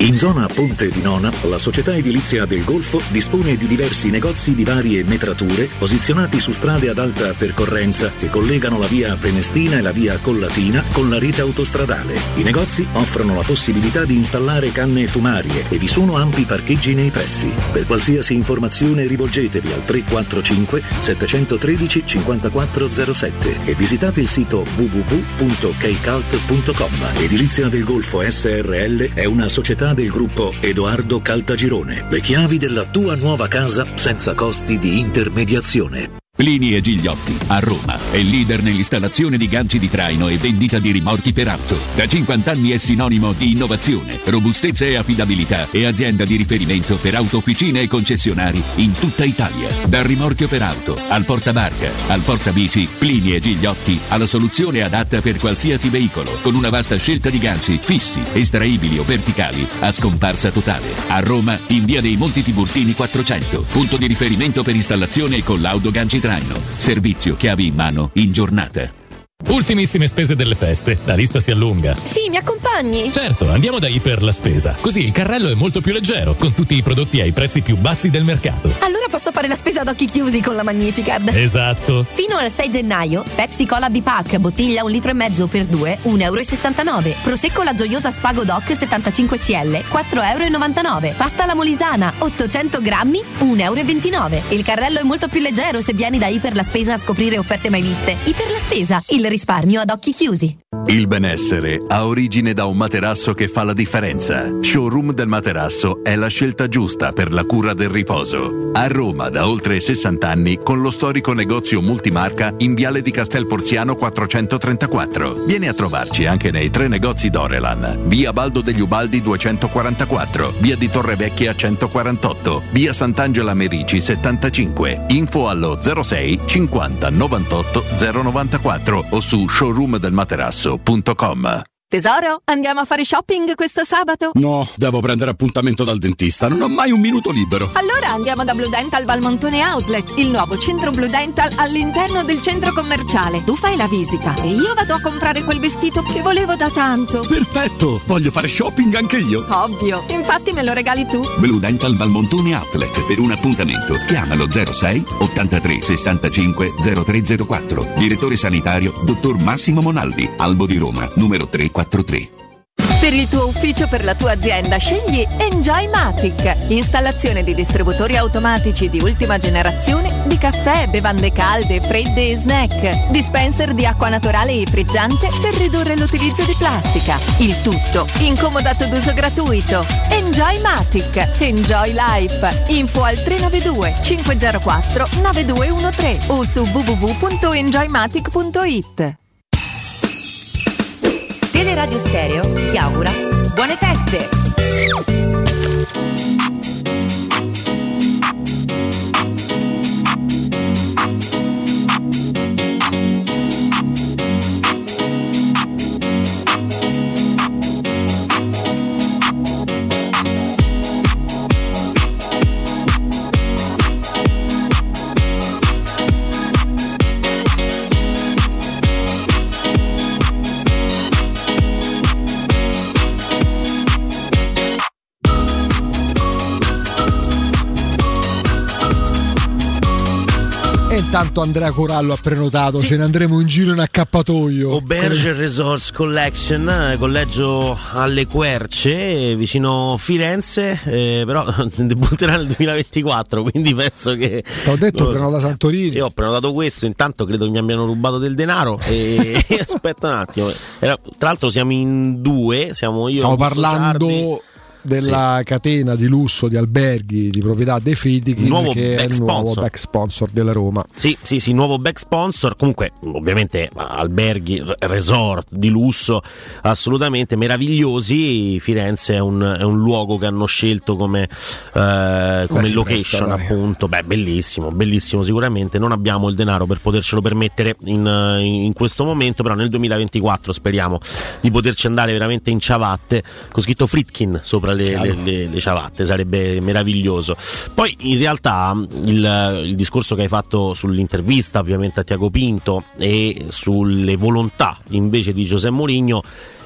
In zona Ponte di Nona, la società edilizia del Golfo dispone di diversi negozi di varie metrature posizionati su strade ad alta percorrenza che collegano la via Prenestina e la via Collatina con la rete autostradale. I negozi offrono la possibilità di installare canne fumarie e vi sono ampi parcheggi nei pressi. Per qualsiasi informazione rivolgetevi al tre quattro cinque sette uno tre cinque quattro zero sette e visitate il sito w w w punto keicalt punto com. Edilizia del Golfo S R L è una società del gruppo Edoardo Caltagirone. Le chiavi della tua nuova casa senza costi di intermediazione. Plini e Gigliotti, a Roma, è leader nell'installazione di ganci di traino e vendita di rimorchi per auto. Da cinquanta anni è sinonimo di innovazione, robustezza e affidabilità e azienda di riferimento per autofficine e concessionari in tutta Italia. Dal rimorchio per auto, al portabarca, al portabici, Plini e Gigliotti ha la soluzione adatta per qualsiasi veicolo, con una vasta scelta di ganci fissi, estraibili o verticali, a scomparsa totale. A Roma, in via dei Monti Tiburtini quattrocento, punto di riferimento per installazione e collaudo ganci traino. Servizio chiavi in mano in giornata. Ultimissime spese delle feste, la lista si allunga. Sì, mi accompagni? Certo, andiamo da Iper La Spesa, così il carrello è molto più leggero, con tutti i prodotti ai prezzi più bassi del mercato. Allora posso fare la spesa ad occhi chiusi con la Magnificard. Esatto. Fino al sei gennaio, Pepsi Cola B-Pack, bottiglia un litro e mezzo per due, un euro e sessantanove. Prosecco La Gioiosa Spago Doc settantacinque centilitri, quattro euro e novantanove. Pasta La Molisana, ottocento grammi, un euro e ventinove. Il carrello è molto più leggero se vieni da Iper La Spesa a scoprire offerte mai viste. Iper La Spesa, il risparmio ad occhi chiusi. Il benessere ha origine da un materasso che fa la differenza. Showroom del Materasso è la scelta giusta per la cura del riposo. A Roma da oltre sessanta anni con lo storico negozio multimarca in Viale di Castel Porziano quattrocentotrentaquattro. Vieni a trovarci anche nei tre negozi Dorelan. Via Baldo degli Ubaldi duecentoquarantaquattro, via di Torrevecchia centoquarantotto, via Sant'Angela Merici settantacinque. Info allo zero sei cinquanta novantotto zero novantaquattro o su showroom del materasso punto com. Tesoro, andiamo a fare shopping questo sabato? No, devo prendere appuntamento dal dentista, non ho mai un minuto libero. Allora andiamo da Blue Dental Valmontone Outlet, il nuovo centro Blue Dental all'interno del centro commerciale. Tu fai la visita e io vado a comprare quel vestito che volevo da tanto. Perfetto, voglio fare shopping anche io. Ovvio, infatti me lo regali tu. Blue Dental Valmontone Outlet, per un appuntamento chiamalo zero sei ottantatré sessantacinque zero tre zero quattro. Direttore sanitario dottor Massimo Monaldi, Albo di Roma, numero tre quattro tre. Per il tuo ufficio, per la tua azienda, scegli Enjoymatic. Installazione di distributori automatici di ultima generazione di caffè, bevande calde, fredde e snack. Dispenser di acqua naturale e frizzante per ridurre l'utilizzo di plastica. Il tutto in comodato d'uso gratuito. Enjoymatic. Enjoy Life. Info al tre nove due cinque zero quattro nove due uno tre o su w w w punto enjoymatic punto it. Teleradio Stereo ti augura buone feste! Intanto Andrea Corallo ha prenotato, sì. Ce ne andremo in giro in accappatoio. Auberge Resource Collection, collegio alle Querce, vicino Firenze, eh, però debutterà nel duemilaventiquattro, quindi penso che... Ti ho detto prenota Santorini. Io ho prenotato questo, intanto credo che mi abbiano rubato del denaro e aspetta un attimo. Era, tra l'altro siamo in due, siamo io Stiamo parlando... Ciardi, della sì. catena di lusso di alberghi di proprietà dei Friedkin, nuovo che è il sponsor. nuovo back sponsor della Roma. Sì, sì, sì, nuovo back sponsor. Comunque, ovviamente, alberghi, resort di lusso assolutamente meravigliosi. Firenze è un, è un luogo che hanno scelto come, eh, come Beh, location, presta, appunto. Beh, bellissimo, bellissimo. Sicuramente non abbiamo il denaro per potercelo permettere in, in questo momento, però nel duemilaventiquattro speriamo di poterci andare veramente in ciabatte con scritto Friedkin sopra Le, le, le, le ciabatte, sarebbe meraviglioso. Poi in realtà il, il discorso che hai fatto sull'intervista ovviamente a Tiago Pinto e sulle volontà invece di José Mourinho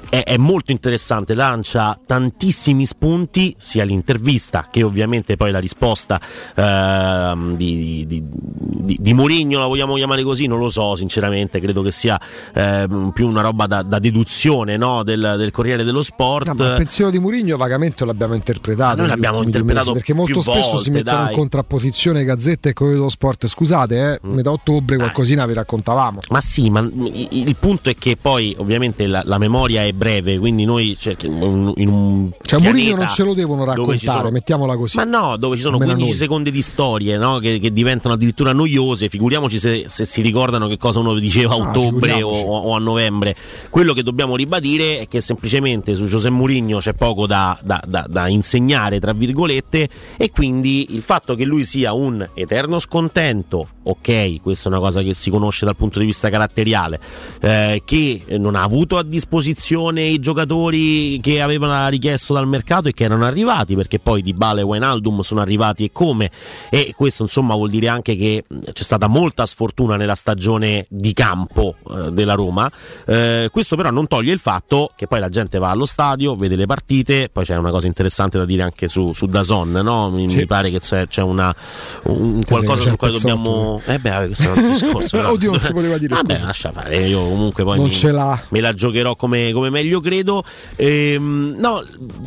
è, è molto interessante, lancia tantissimi spunti, sia l'intervista che ovviamente poi la risposta eh, di, di, di, di Mourinho, la vogliamo chiamare così, non lo so sinceramente, credo che sia eh, più una roba da, da deduzione, no? del, del Corriere dello Sport. No, ma il pensiero di Mourinho vagamente l'abbiamo interpretato, noi l'abbiamo interpretato mesi, perché molto più spesso volte, si mettono dai. in contrapposizione Gazzetta e Corriere dello Sport. Scusate, eh, Mm. metà ottobre qualcosina vi raccontavamo. Ma sì, ma il, il punto è che poi ovviamente la, la memoria è breve, quindi noi cioè, in, in un cioè Mourinho non ce lo devono raccontare, sono, mettiamola così. ma no, dove ci sono Almeno quindici noi. secondi di storie, no? che, che diventano addirittura noiose, figuriamoci se, se si ricordano che cosa uno diceva a Ah, ottobre o, o a novembre. Quello che dobbiamo ribadire è che semplicemente su José Mourinho c'è poco da, da, da, da insegnare, tra virgolette, e quindi il fatto che lui sia un eterno scontento, ok, questa è una cosa che si conosce dal punto di vista caratteriale, eh, che non ha avuto a disposizione i giocatori che avevano richiesto dal mercato e che erano arrivati, perché poi Dybala e Wijnaldum sono arrivati e come, e questo insomma vuol dire anche che c'è stata molta sfortuna nella stagione di campo eh, della Roma. Eh, questo però non toglie il fatto che poi la gente va allo stadio, vede le partite, poi c'è una cosa interessante da dire anche su, su DAZN, no? Mi, Sì. mi pare che c'è, c'è una un qualcosa sul quale dobbiamo eh beh, questo è un altro discorso. No? Oddio, non si poteva dire. Vabbè, scusa. lascia fare, io comunque poi Non mi, ce l'ha. me la giocherò come, come meglio credo. Ehm, no,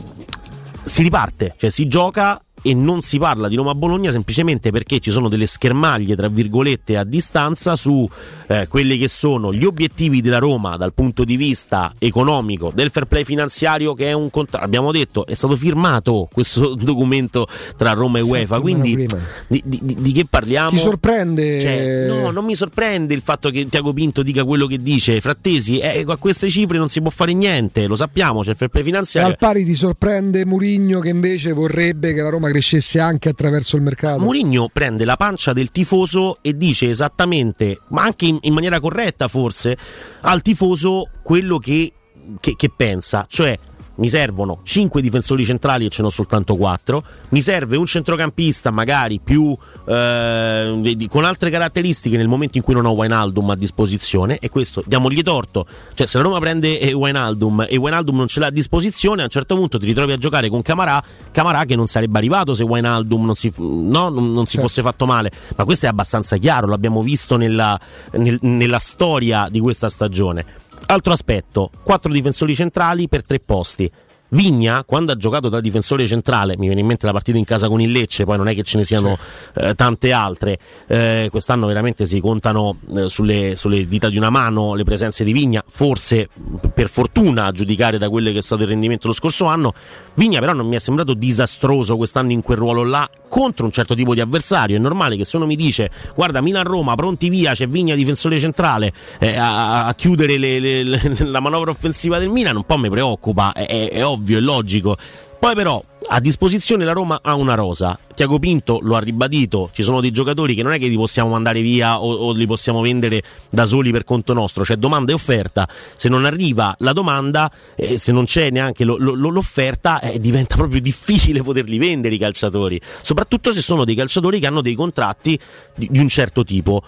si riparte, cioè si gioca e non si parla di Roma-Bologna semplicemente perché ci sono delle schermaglie tra virgolette a distanza su eh, quelli che sono gli obiettivi della Roma dal punto di vista economico, del fair play finanziario, che è un contratto, abbiamo detto, è stato firmato questo documento tra Roma e UEFA, quindi di, di, di che parliamo? Ti sorprende? Cioè, no, non mi sorprende il fatto che Tiago Pinto dica quello che dice. Frattesi, eh, a queste cifre non si può fare niente, lo sappiamo, c'è il fair play E finanziario. al pari ti sorprende Mourinho che invece vorrebbe che la Roma crescesse anche attraverso il mercato? Mourinho prende la pancia del tifoso e dice esattamente, ma anche in, in maniera corretta forse, al tifoso quello che, che, che pensa, cioè mi servono cinque difensori centrali e ce n'ho soltanto quattro, mi serve un centrocampista magari più eh, con altre caratteristiche nel momento in cui non ho Wijnaldum a disposizione, e questo diamogli torto, cioè se la Roma prende eh, Wijnaldum e Wijnaldum non ce l'ha a disposizione, a un certo punto ti ritrovi a giocare con Camarà, Camarà che non sarebbe arrivato se Wijnaldum non si, no, non, non si certo. fosse fatto male, ma questo è abbastanza chiaro, l'abbiamo visto nella, nel, nella storia di questa stagione. Altro aspetto, quattro difensori centrali per tre posti. Vigna, quando ha giocato da difensore centrale, mi viene in mente la partita in casa con il Lecce, poi non è che ce ne siano sì. eh, tante altre, eh, quest'anno veramente si contano eh, sulle, sulle dita di una mano le presenze di Vigna, forse per fortuna a giudicare da quello che è stato il rendimento lo scorso anno. Vigna però non mi è sembrato disastroso quest'anno in quel ruolo là contro un certo tipo di avversario. È normale che se uno mi dice guarda Milan-Roma, pronti via, c'è Vigna difensore centrale eh, a, a chiudere le, le, le, la manovra offensiva del Milan, un po' mi preoccupa, è, è, è ovvio, è logico. Poi però a disposizione la Roma ha una rosa, Tiago Pinto lo ha ribadito, ci sono dei giocatori che non è che li possiamo mandare via o, o li possiamo vendere da soli per conto nostro, c'è domanda e offerta, se non arriva la domanda, eh, se non c'è neanche lo, lo, l'offerta, eh, diventa proprio difficile poterli vendere i calciatori, soprattutto se sono dei calciatori che hanno dei contratti di, di un certo tipo.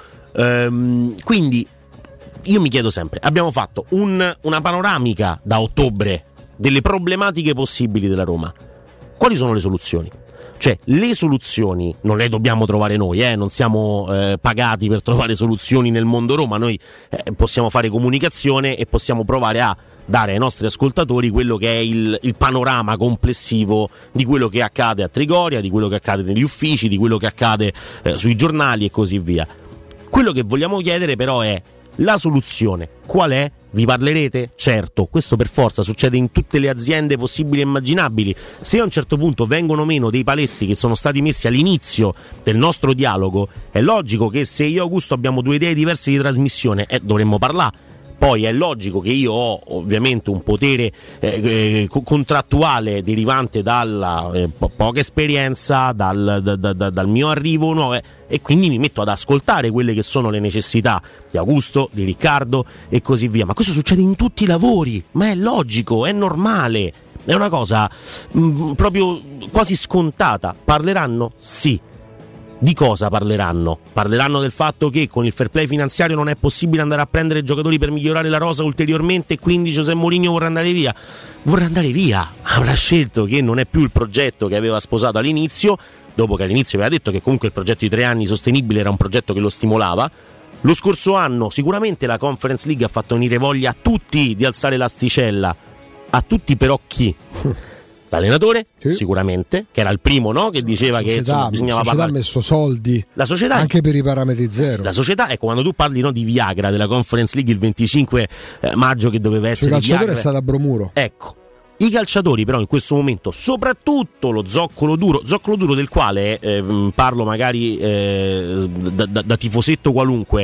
Ehm, quindi io mi chiedo sempre, abbiamo fatto un, una panoramica da ottobre delle problematiche possibili della Roma. Quali sono le soluzioni? Cioè, le soluzioni non le dobbiamo trovare noi, eh? non siamo eh, pagati per trovare soluzioni nel mondo Roma, noi eh, possiamo fare comunicazione e possiamo provare a dare ai nostri ascoltatori quello che è il, il panorama complessivo di quello che accade a Trigoria, di quello che accade negli uffici, di quello che accade eh, sui giornali e così via. Quello che vogliamo chiedere però è la soluzione. Qual è? Vi parlerete? Certo, questo per forza succede in tutte le aziende possibili e immaginabili. Se a un certo punto vengono meno dei paletti che sono stati messi all'inizio del nostro dialogo, è logico che se io e Augusto abbiamo due idee diverse di trasmissione, eh, dovremmo parlare. Poi è logico che io ho ovviamente un potere eh, contrattuale derivante dalla eh, po- poca esperienza, dal, da, da, dal mio arrivo nuovo, eh, e quindi mi metto ad ascoltare quelle che sono le necessità di Augusto, di Riccardo e così via. Ma questo succede in tutti i lavori, ma è logico, è normale, è una cosa mh, proprio quasi scontata. Parleranno? Sì. Di cosa parleranno? Parleranno del fatto che con il fair play finanziario non è possibile andare a prendere giocatori per migliorare la rosa ulteriormente e quindi José Mourinho vorrà andare via. Vorrà andare via, avrà scelto che non è più il progetto che aveva sposato all'inizio, dopo che all'inizio aveva detto che comunque il progetto di tre anni sostenibile era un progetto che lo stimolava. Lo scorso anno sicuramente la Conference League ha fatto venire voglia a tutti di alzare l'asticella, a tutti però chi? L'allenatore, sì. Sicuramente, che era il primo, no? Che diceva società, che insomma, bisognava la società parlare. ha messo soldi, la società anche per i parametri zero. La società, ecco, quando tu parli, no, di Viagra, della Conference League il venticinque maggio che doveva essere il calciatore Viagra, è stato a Bromuro. Ecco, i calciatori però in questo momento, soprattutto lo zoccolo duro, zoccolo duro del quale eh, parlo magari eh, da, da, da tifosetto qualunque.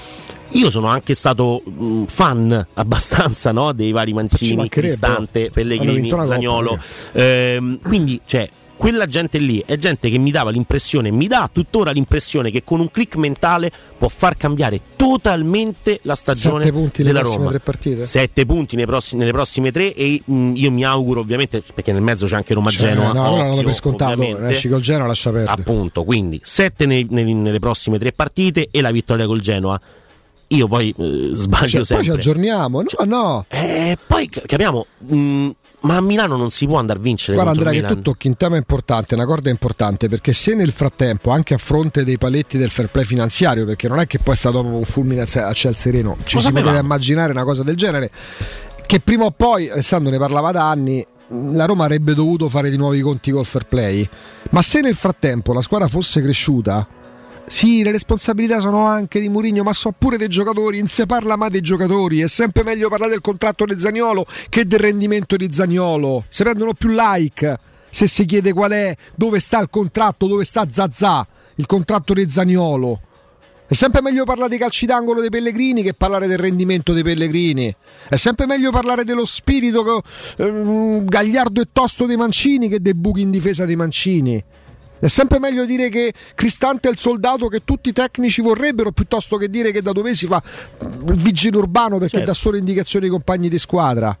Io sono anche stato mh, fan abbastanza, no, dei vari Mancini, Cristante, Pellegrini, Zaniolo. Ehm, quindi, cioè, quella gente lì è gente che mi dava l'impressione, mi dà tuttora l'impressione che con un click mentale può far cambiare totalmente la stagione Sette punti della nelle prossime Roma. tre partite. Sette punti nei prossimi, nelle prossime tre e mh, io mi auguro ovviamente, perché nel mezzo c'è anche Roma-Genoa. Cioè, no, occhio, non lo per scontato, esci col Genoa, lascia perdere. Appunto, quindi sette nei, nei, nelle prossime tre partite e la vittoria col Genoa. Io poi eh, sbaglio cioè, sempre. Poi ci aggiorniamo, no, no. Eh, poi capiamo, mh, ma a Milano non si può andare a vincere. Guarda Andrea, Milan. che tu tocchi un tema importante, una corda importante, perché se nel frattempo, anche a fronte dei paletti del fair play finanziario, perché non è che poi è stato un fulmine a ciel sereno, ci cosa si poteva immaginare una cosa del genere, che prima o poi, Alessandro ne parlava da anni, la Roma avrebbe dovuto fare di nuovo i conti col fair play, ma se nel frattempo la squadra fosse cresciuta, sì, le responsabilità sono anche di Mourinho, ma so pure dei giocatori, non si parla mai dei giocatori, è sempre meglio parlare del contratto di Zaniolo che del rendimento di Zaniolo, si prendono più like se si chiede qual è, dove sta il contratto, dove sta Zazà, il contratto di Zaniolo. È sempre meglio parlare dei calci d'angolo dei Pellegrini che parlare del rendimento dei Pellegrini. È sempre meglio parlare dello spirito eh, gagliardo e tosto dei Mancini che dei buchi in difesa dei Mancini. È sempre meglio dire che Cristante è il soldato che tutti i tecnici vorrebbero, piuttosto che dire che da dove si fa il vigile urbano perché certo. dà solo indicazioni ai compagni di squadra.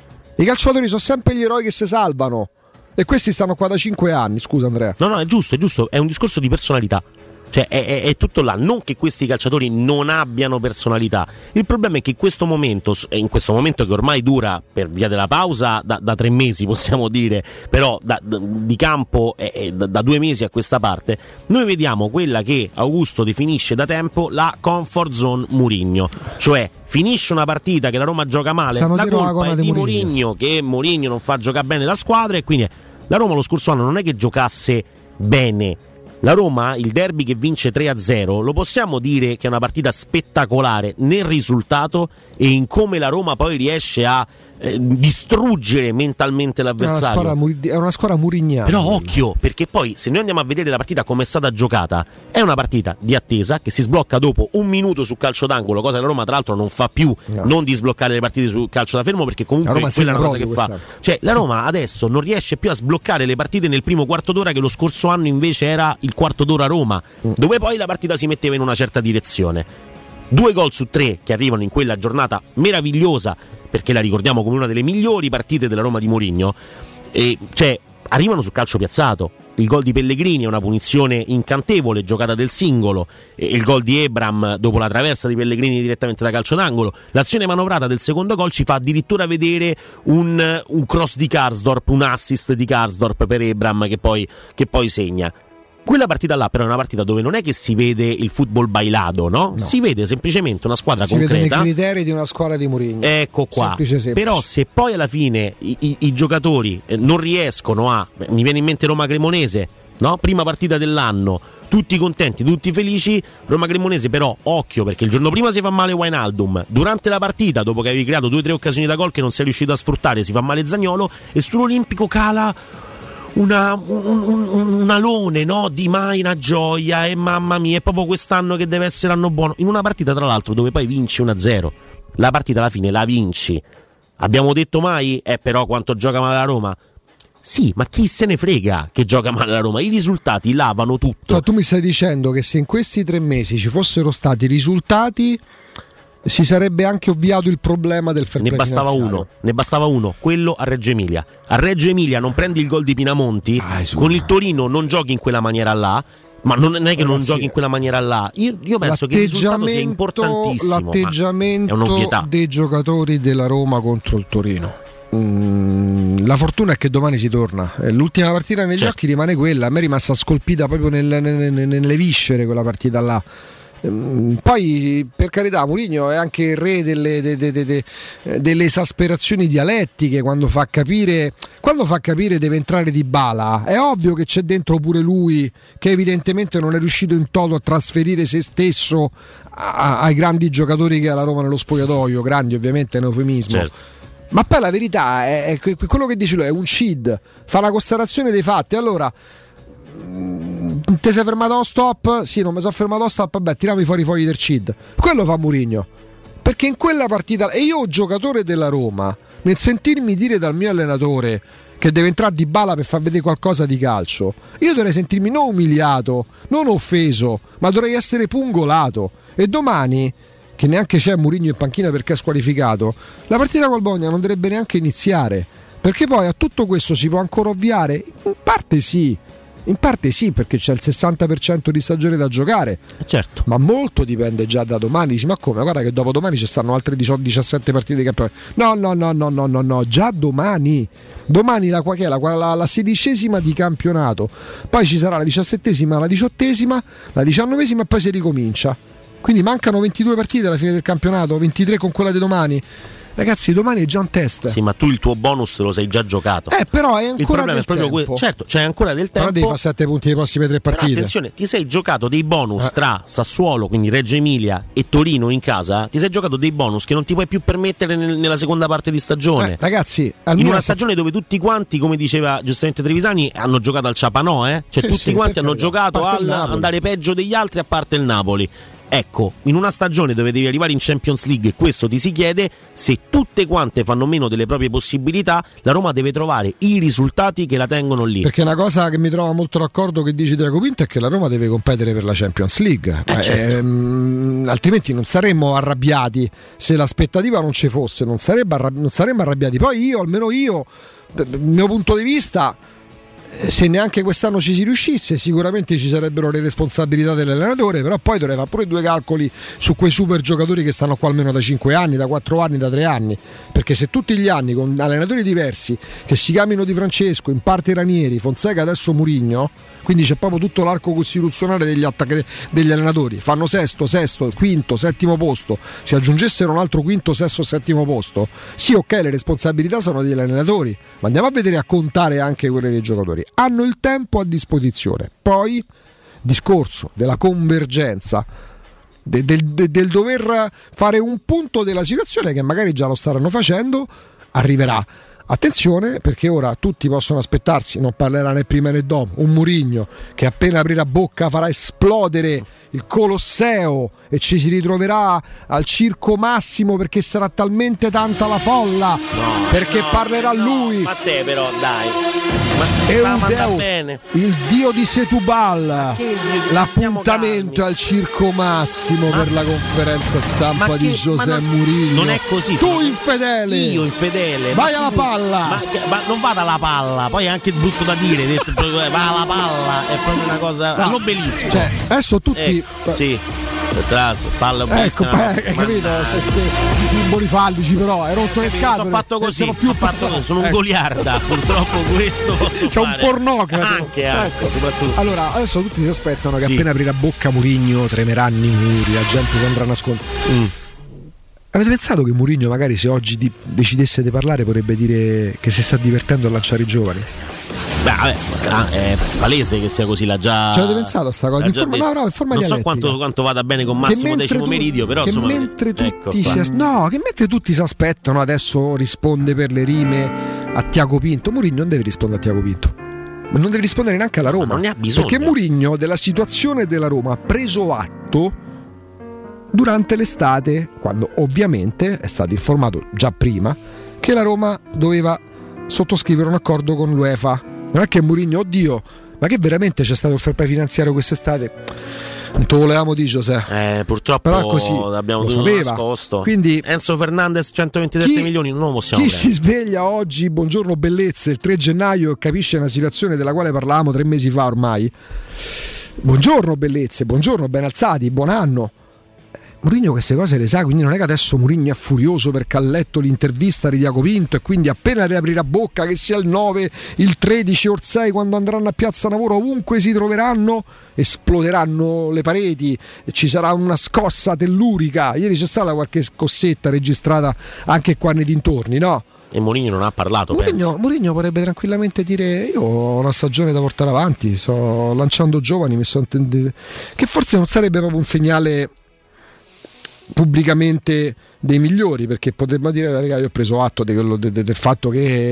I calciatori sono sempre gli eroi che si salvano e questi stanno qua da cinque anni. Scusa Andrea. No, no, è giusto, è giusto, è un discorso di personalità. Cioè è, è, è tutto là, non che questi calciatori non abbiano personalità. Il problema è che in questo momento, in questo momento che ormai dura per via della pausa da, da tre mesi possiamo dire, però da, da, di campo è, è da, da due mesi a questa parte, noi vediamo quella che Augusto definisce da tempo la comfort zone Mourinho, cioè finisce una partita che la Roma gioca male, Sanno la colpa è di Mourinho. Mourinho, che Mourinho non fa giocare bene la squadra, e quindi la Roma lo scorso anno non è che giocasse bene. La Roma, il derby che vince tre a zero, lo possiamo dire che è una partita spettacolare nel risultato e in come la Roma poi riesce a eh, distruggere mentalmente l'avversario. È una squadra, è una squadra murignana. Però occhio, perché poi se noi andiamo a vedere la partita come è stata giocata, è una partita di attesa che si sblocca dopo un minuto su calcio d'angolo, cosa che la Roma tra l'altro non fa più, no. non di sbloccare le partite su calcio da fermo, perché comunque quella è una cosa che fa. Cioè la Roma adesso non riesce più a sbloccare le partite nel primo quarto d'ora, che lo scorso anno invece era il quarto d'ora a Roma, mm. dove poi la partita si metteva in una certa direzione. Due gol su tre che arrivano in quella giornata meravigliosa, perché la ricordiamo come una delle migliori partite della Roma di Mourinho, e cioè arrivano su calcio piazzato. Il gol di Pellegrini è una punizione incantevole giocata del singolo, e il gol di Ebram dopo la traversa di Pellegrini direttamente da calcio d'angolo. L'azione manovrata del secondo gol ci fa addirittura vedere un, un cross di Karsdorp, un assist di Karsdorp per Ebram che poi, che poi segna. Quella partita là però è una partita dove non è che si vede il football bailado, no? no. Si vede semplicemente una squadra si concreta. Si vedono i criteri di una squadra di Mourinho. Ecco qua. Semplice, semplice. Però se poi alla fine i, i, i giocatori non riescono a... Mi viene in mente Roma Cremonese, no? Prima partita dell'anno, tutti contenti, tutti felici. Roma Cremonese però, occhio, perché il giorno prima si fa male Wijnaldum, durante la partita, dopo che avevi creato due o tre occasioni da gol che non sei riuscito a sfruttare, si fa male Zaniolo, e sull'Olimpico cala Una, un, un, un alone, no? Di mai una gioia, e mamma mia, è proprio quest'anno che deve essere anno buono, in una partita tra l'altro dove poi vinci uno a zero. La partita alla fine la vinci. Abbiamo detto mai eh però quanto gioca male la Roma? Sì, ma chi se ne frega che gioca male la Roma? I risultati lavano tutto. Cioè, tu mi stai dicendo che se in questi tre mesi ci fossero stati risultati, si sarebbe anche ovviato il problema del fair play ne bastava finanziario. uno ne bastava uno quello a Reggio Emilia. A Reggio Emilia non prendi il gol di Pinamonti, ah, con il Torino non giochi in quella maniera là, Ma non è che non giochi in quella maniera là. Io, io penso che il risultato sia importantissimo. L'atteggiamento dei giocatori della Roma contro il Torino. Mm, la fortuna è che domani si torna. L'ultima partita negli certo. occhi rimane quella. A me è rimasta scolpita proprio nel, nel, nelle viscere quella partita là. Poi per carità Mourinho è anche il re delle, de, de, de, de, delle esasperazioni dialettiche quando fa capire quando fa capire deve entrare Dybala. È ovvio che c'è dentro pure lui che evidentemente non è riuscito in toto a trasferire se stesso a, ai grandi giocatori che ha la Roma nello spogliatoio. Grandi ovviamente è un eufemismo, certo. Ma poi la verità è, è quello che dice lui, è un C I D, fa una constatazione dei fatti. Allora ti sei fermato allo stop? Sì, non mi sono fermato allo stop, vabbè, tiriamo fuori i fogli del C I D. Quello fa Mourinho. Perché in quella partita, e io giocatore della Roma, nel sentirmi dire dal mio allenatore che deve entrare Dybala per far vedere qualcosa di calcio, io dovrei sentirmi non umiliato, non offeso, ma dovrei essere pungolato. E domani, che neanche c'è Mourinho in panchina perché è squalificato, la partita col Bologna non dovrebbe neanche iniziare, perché poi a tutto questo si può ancora ovviare? In parte sì. In parte sì, perché c'è il sessanta per cento di stagione da giocare, certo. Ma molto dipende già da domani. Dici, ma come? Guarda che dopo domani ci stanno altre diciotto diciassette partite di campionato. No, no, no, no, no, no, no, già domani. Domani la, che è, la, la, la sedicesima di campionato, poi ci sarà la diciassettesima, la diciottesima, la diciannovesima e poi si ricomincia. Quindi mancano ventidue partite alla fine del campionato, ventitré con quella di domani. Ragazzi, domani è già un test. Sì, ma tu il tuo bonus te lo sei già giocato. Eh, però è ancora del è proprio tempo. Que- certo, c'è ancora del tempo. Però devi fare sette punti le prossime tre partite. Però attenzione, ti sei giocato dei bonus eh. tra Sassuolo, quindi Reggio Emilia, e Torino in casa. Ti sei giocato dei bonus che non ti puoi più permettere nel, nella seconda parte di stagione. Eh, ragazzi, in una stagione dove tutti quanti, come diceva giustamente Trevisani, hanno giocato al Ciapanò, eh? Cioè sì, tutti sì, quanti hanno carità. giocato al andare peggio degli altri, a parte il Napoli. Ecco, in una stagione dove devi arrivare in Champions League e questo ti si chiede, se tutte quante fanno meno delle proprie possibilità, la Roma deve trovare i risultati che la tengono lì. Perché una cosa che mi trova molto d'accordo che dice Diaco Pinto è che la Roma deve competere per la Champions League, eh, certo. ehm, altrimenti non saremmo arrabbiati se l'aspettativa non ci fosse, non, arrabbi- non saremmo arrabbiati. Poi io, almeno io, dal mio punto di vista, se neanche quest'anno ci si riuscisse sicuramente ci sarebbero le responsabilità dell'allenatore, però poi dovrei fare pure due calcoli su quei super giocatori che stanno qua almeno da cinque anni, da quattro anni, da tre anni, perché se tutti gli anni con allenatori diversi che si chiamino Di Francesco, in parte Ranieri, Fonseca, adesso Mourinho, quindi c'è proprio tutto l'arco costituzionale degli, attac- degli allenatori, fanno sesto, sesto, quinto, settimo posto, si aggiungessero un altro quinto, sesto, settimo posto, sì, ok, le responsabilità sono degli allenatori, ma andiamo a vedere, a contare anche quelle dei giocatori. Hanno il tempo a disposizione. Poi discorso della convergenza, de, del, de, del dover fare un punto della situazione, che magari già lo staranno facendo, arriverà. Attenzione, perché ora tutti possono aspettarsi, non parlerà né prima né dopo, un Mourinho che appena aprirà bocca farà esplodere il Colosseo e ci si ritroverà al Circo Massimo, perché sarà talmente tanta la folla, no, perché no, parlerà no, lui. Ma te però dai, ma è un deo, bene. Il dio di Setúbal, l'appuntamento è al Circo Massimo ma, per la conferenza stampa che, di José non, Mourinho. Non è così. Tu infedele, io infedele, vai alla palla. Ma, ma non vada alla palla, poi è anche brutto da dire, detto, va alla palla, è proprio una cosa, no, all'obelisco. Cioè, adesso tutti eh, sì, tra l'altro palla ecco, no, hai capito, questi simboli fallici, però hai rotto le scatole. Sono fatto così, più ho fatto così, sono un ecco. goliarda, purtroppo questo posso c'è fare. Un pornocrate anche, anche, ecco. soprattutto. Allora, adesso tutti si aspettano che sì. appena aprirà bocca Mourinho tremeranno i muri, la gente si andrà a nascondere. Mm. Avete pensato che Mourinho magari se oggi di, decidesse di parlare potrebbe dire che si sta divertendo a lanciare i giovani? Beh, vabbè, è palese che sia così, l'ha già. Ci avete pensato a sta cosa? In forma, no, no, in forma non so quanto, quanto vada bene con Massimo Decimo tu, Meridio, però che insomma. Mentre tutti ecco, si as- no, che mentre tutti si aspettano, adesso risponde per le rime a Tiago Pinto. Mourinho non deve rispondere a Tiago Pinto. Ma non deve rispondere neanche alla Roma. Ma non ne ha bisogno. Perché Mourinho della situazione della Roma ha preso atto durante l'estate, quando ovviamente è stato informato già prima che la Roma doveva sottoscrivere un accordo con l'UEFA. Non è che Mourinho, oddio, ma che veramente c'è stato il fair play finanziario quest'estate? Non te lo volevamo dire, José. Eh, purtroppo però così, abbiamo lo dovuto sapeva. nascosto. Quindi, Enzo Fernandez centoventidue milioni non lo possiamo chi prendere. si sveglia oggi, buongiorno bellezze, il tre gennaio, e capisce una situazione della quale parlavamo tre mesi fa ormai, buongiorno bellezze, buongiorno ben alzati, buon anno. Mourinho queste cose le sa, quindi non è che adesso Mourinho è furioso perché ha letto l'intervista di Diaco Pinto e quindi appena riaprirà bocca, che sia il nove, il tredici o il sei, quando andranno a Piazza Navoro, ovunque si troveranno esploderanno le pareti e ci sarà una scossa tellurica. Ieri c'è stata qualche scossetta registrata anche qua nei dintorni, no? E Mourinho non ha parlato, Mourinho, penso. Mourinho potrebbe tranquillamente dire: io ho una stagione da portare avanti, sto lanciando giovani, mi sto intendendo, che forse non sarebbe proprio un segnale pubblicamente dei migliori, perché potremmo dire: raga, io ho preso atto di quello, de, de, del fatto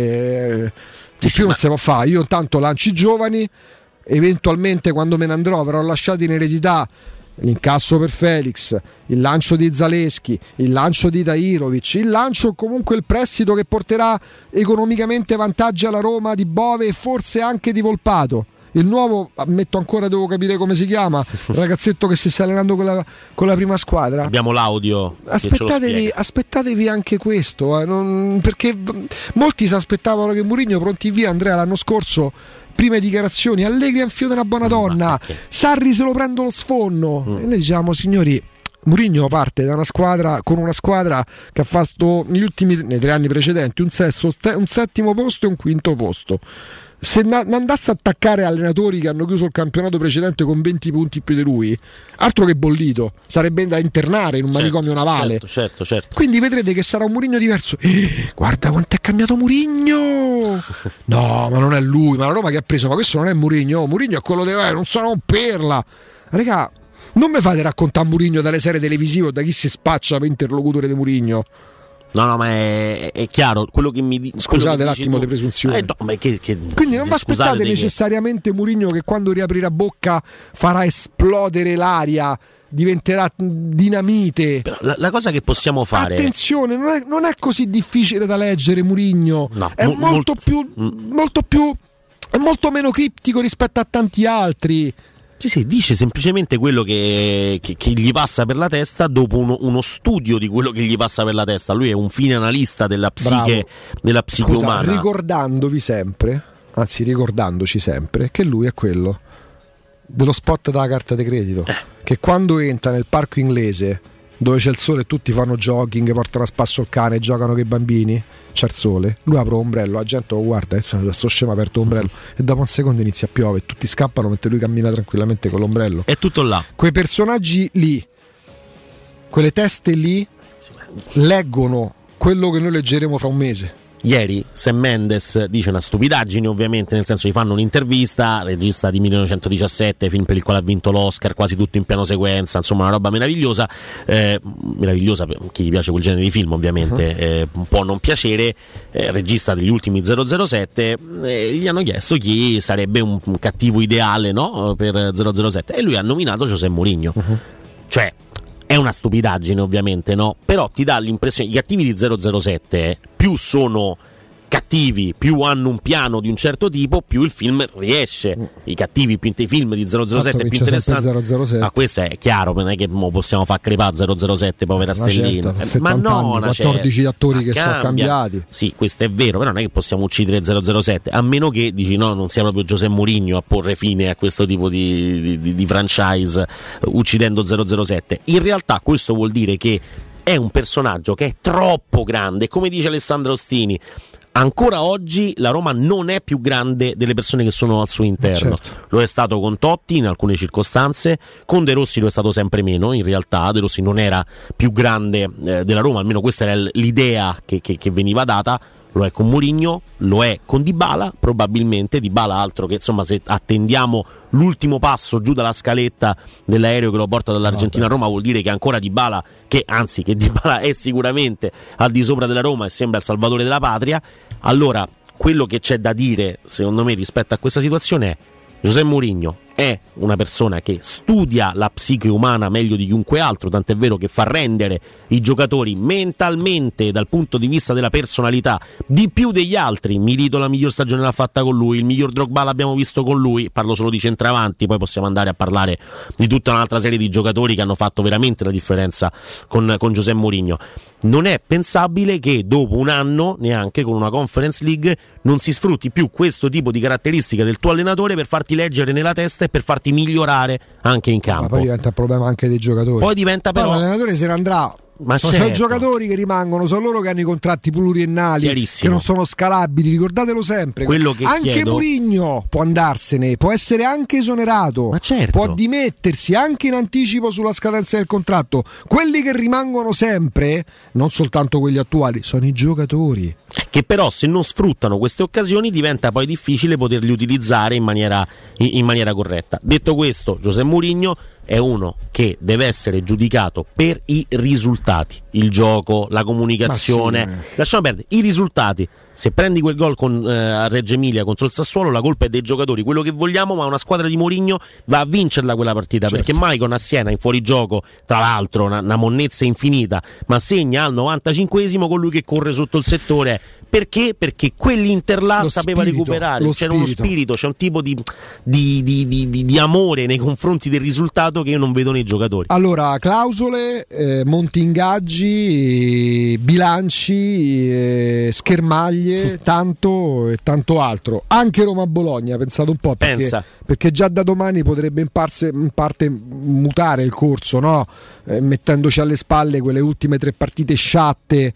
che di più non si può fare, io intanto lanci i giovani, eventualmente quando me ne andrò verrò lasciato in eredità l'incasso per Felix, il lancio di Zaleschi, il lancio di Tahirovic, il lancio o comunque il prestito che porterà economicamente vantaggi alla Roma di Bove e forse anche di Volpato. Il nuovo, ammetto ancora, devo capire come si chiama, il ragazzetto che si sta allenando con la, con la prima squadra. Abbiamo l'audio. Aspettatevi, aspettatevi anche questo, eh, non, perché molti si aspettavano che Mourinho, pronti via, Andrea, l'anno scorso, prime dichiarazioni, Allegri è un figlio della buona donna, Sarri se lo prendo lo sfonno. Mm. E noi diciamo: signori, Mourinho parte da una squadra con una squadra che ha fatto negli ultimi, nei tre anni precedenti, un sesto, un settimo posto e un quinto posto. Se andasse a attaccare allenatori che hanno chiuso il campionato precedente con venti punti più di lui, altro che bollito, sarebbe da internare in un certo, manicomio navale. Certo, certo, certo. Quindi vedrete che sarà un Mourinho diverso. Eh, guarda quanto è cambiato Mourinho! No, ma non è lui, ma la Roma che ha preso, ma questo non è Mourinho. Mourinho è quello deve, non sono un perla. Raga, non mi fate raccontare Mourinho dalle serie televisive o da chi si spaccia per interlocutore di Mourinho. No, no, ma è, è chiaro quello che mi dici. Scusate l'attimo di presunzione. Eh, no, ma che, che, Quindi non vi aspettate necessariamente che... Mourinho che quando riaprirà bocca farà esplodere l'aria, diventerà dinamite. Però la, la cosa che possiamo fare. Attenzione, non è, non è così difficile da leggere Mourinho. No, è mo- molto, molto più. Molto più. È molto meno criptico rispetto a tanti altri. Sì, sì, dice semplicemente quello che, che, che gli passa per la testa dopo uno, uno studio di quello che gli passa per la testa. Lui è un fine analista della psiche, della psiche Scusa, umana. Ricordandovi sempre, anzi ricordandoci sempre, che lui è quello dello spot della carta di credito, eh. che quando entra nel parco inglese dove c'è il sole e tutti fanno jogging, portano a spasso il cane, giocano con i bambini, c'è il sole, lui apre l'ombrello, la gente lo guarda, sto scemo ha aperto l'ombrello e dopo un secondo inizia a piovere, tutti scappano mentre lui cammina tranquillamente con l'ombrello. È tutto là. Quei personaggi lì, quelle teste lì, leggono quello che noi leggeremo fra un mese. Ieri Sam Mendes dice una stupidaggine, ovviamente, nel senso gli fanno un'intervista, regista di millenovecentodiciassette, film per il quale ha vinto l'Oscar, quasi tutto in piano sequenza, insomma una roba meravigliosa, eh, meravigliosa per chi gli piace quel genere di film, ovviamente, eh, può non piacere, eh, regista degli ultimi zero zero sette, eh, gli hanno chiesto chi sarebbe un, un cattivo ideale, no, per zero zero sette, e lui ha nominato José Mourinho. Uh-huh. Cioè, è una stupidaggine, ovviamente, no? Però ti dà l'impressione, i cattivi di zero zero sette più sono cattivi, più hanno un piano di un certo tipo, più il film riesce. I cattivi più i film di zero zero sette più interessanti. zero zero sette. Ma questo è chiaro, non è che mo possiamo far crepare zero zero sette, povera stellina. Certa, eh, ma no, anni, quattordici certa. attori ma che cambia. sono cambiati. Sì, questo è vero, però non è che possiamo uccidere zero zero sette, a meno che dici no, non sia proprio José Mourinho a porre fine a questo tipo di, di, di franchise uccidendo zero zero sette. In realtà questo vuol dire che è un personaggio che è troppo grande, come dice Alessandro Ostini. Ancora oggi la Roma non è più grande delle persone che sono al suo interno. Certo. Lo è stato con Totti in alcune circostanze, con De Rossi lo è stato sempre meno. In realtà De Rossi non era più grande eh, della Roma, almeno questa era l'idea che, che, che veniva data. Lo è con Mourinho, lo è con Dybala, probabilmente Dybala altro che, insomma, se attendiamo l'ultimo passo giù dalla scaletta dell'aereo che lo porta dall'Argentina a Roma, vuol dire che ancora Dybala, che anzi che Dybala è sicuramente al di sopra della Roma e sembra il salvatore della patria. Allora, quello che c'è da dire, secondo me, rispetto a questa situazione è: José Mourinho è una persona che studia la psiche umana meglio di chiunque altro, tant'è vero che fa rendere i giocatori mentalmente, dal punto di vista della personalità, di più degli altri. Milito la miglior stagione l'ha fatta con lui, il miglior Drogba l'abbiamo visto con lui, parlo solo di centravanti, poi possiamo andare a parlare di tutta un'altra serie di giocatori che hanno fatto veramente la differenza con, con José Mourinho. Non è pensabile che dopo un anno, neanche con una Conference League, non si sfrutti più questo tipo di caratteristica del tuo allenatore per farti leggere nella testa e per farti migliorare anche in campo. Ma poi diventa il problema anche dei giocatori. Poi diventa però poi l'allenatore se ne andrà. Ma sono certo. i giocatori che rimangono, sono loro che hanno i contratti pluriennali che non sono scalabili, ricordatelo sempre. Quello che anche chiedo... Mourinho può andarsene, può essere anche esonerato, ma certo. può dimettersi anche in anticipo sulla scadenza del contratto. Quelli che rimangono sempre, non soltanto quelli attuali, sono i giocatori. Che però se non sfruttano queste occasioni diventa poi difficile poterli utilizzare in maniera, in, in maniera corretta. Detto questo, José Mourinho è uno che deve essere giudicato per i risultati, il gioco, la comunicazione, sì. Lasciamo perdere i risultati. Se prendi quel gol con, eh, a Reggio Emilia contro il Sassuolo, la colpa è dei giocatori, quello che vogliamo, ma una squadra di Mourinho va a vincerla quella partita, certo. Perché Maicon a Siena in fuorigioco, tra l'altro una, una monnezza infinita, ma segna al novantacinquesimo con lui che corre sotto il settore. Perché? Perché quell'Inter là sapeva spirito, recuperare, c'era spirito. uno spirito, c'è un tipo di, di, di, di, di, di amore nei confronti del risultato che io non vedo nei giocatori. Allora, clausole, eh, monti ingaggi, bilanci, eh, schermaglie, tanto e tanto altro. Anche Roma-Bologna, pensate un po', perché, Pensa. perché già da domani potrebbe in, parse, in parte mutare il corso, no? Eh, mettendoci alle spalle quelle ultime tre partite sciatte,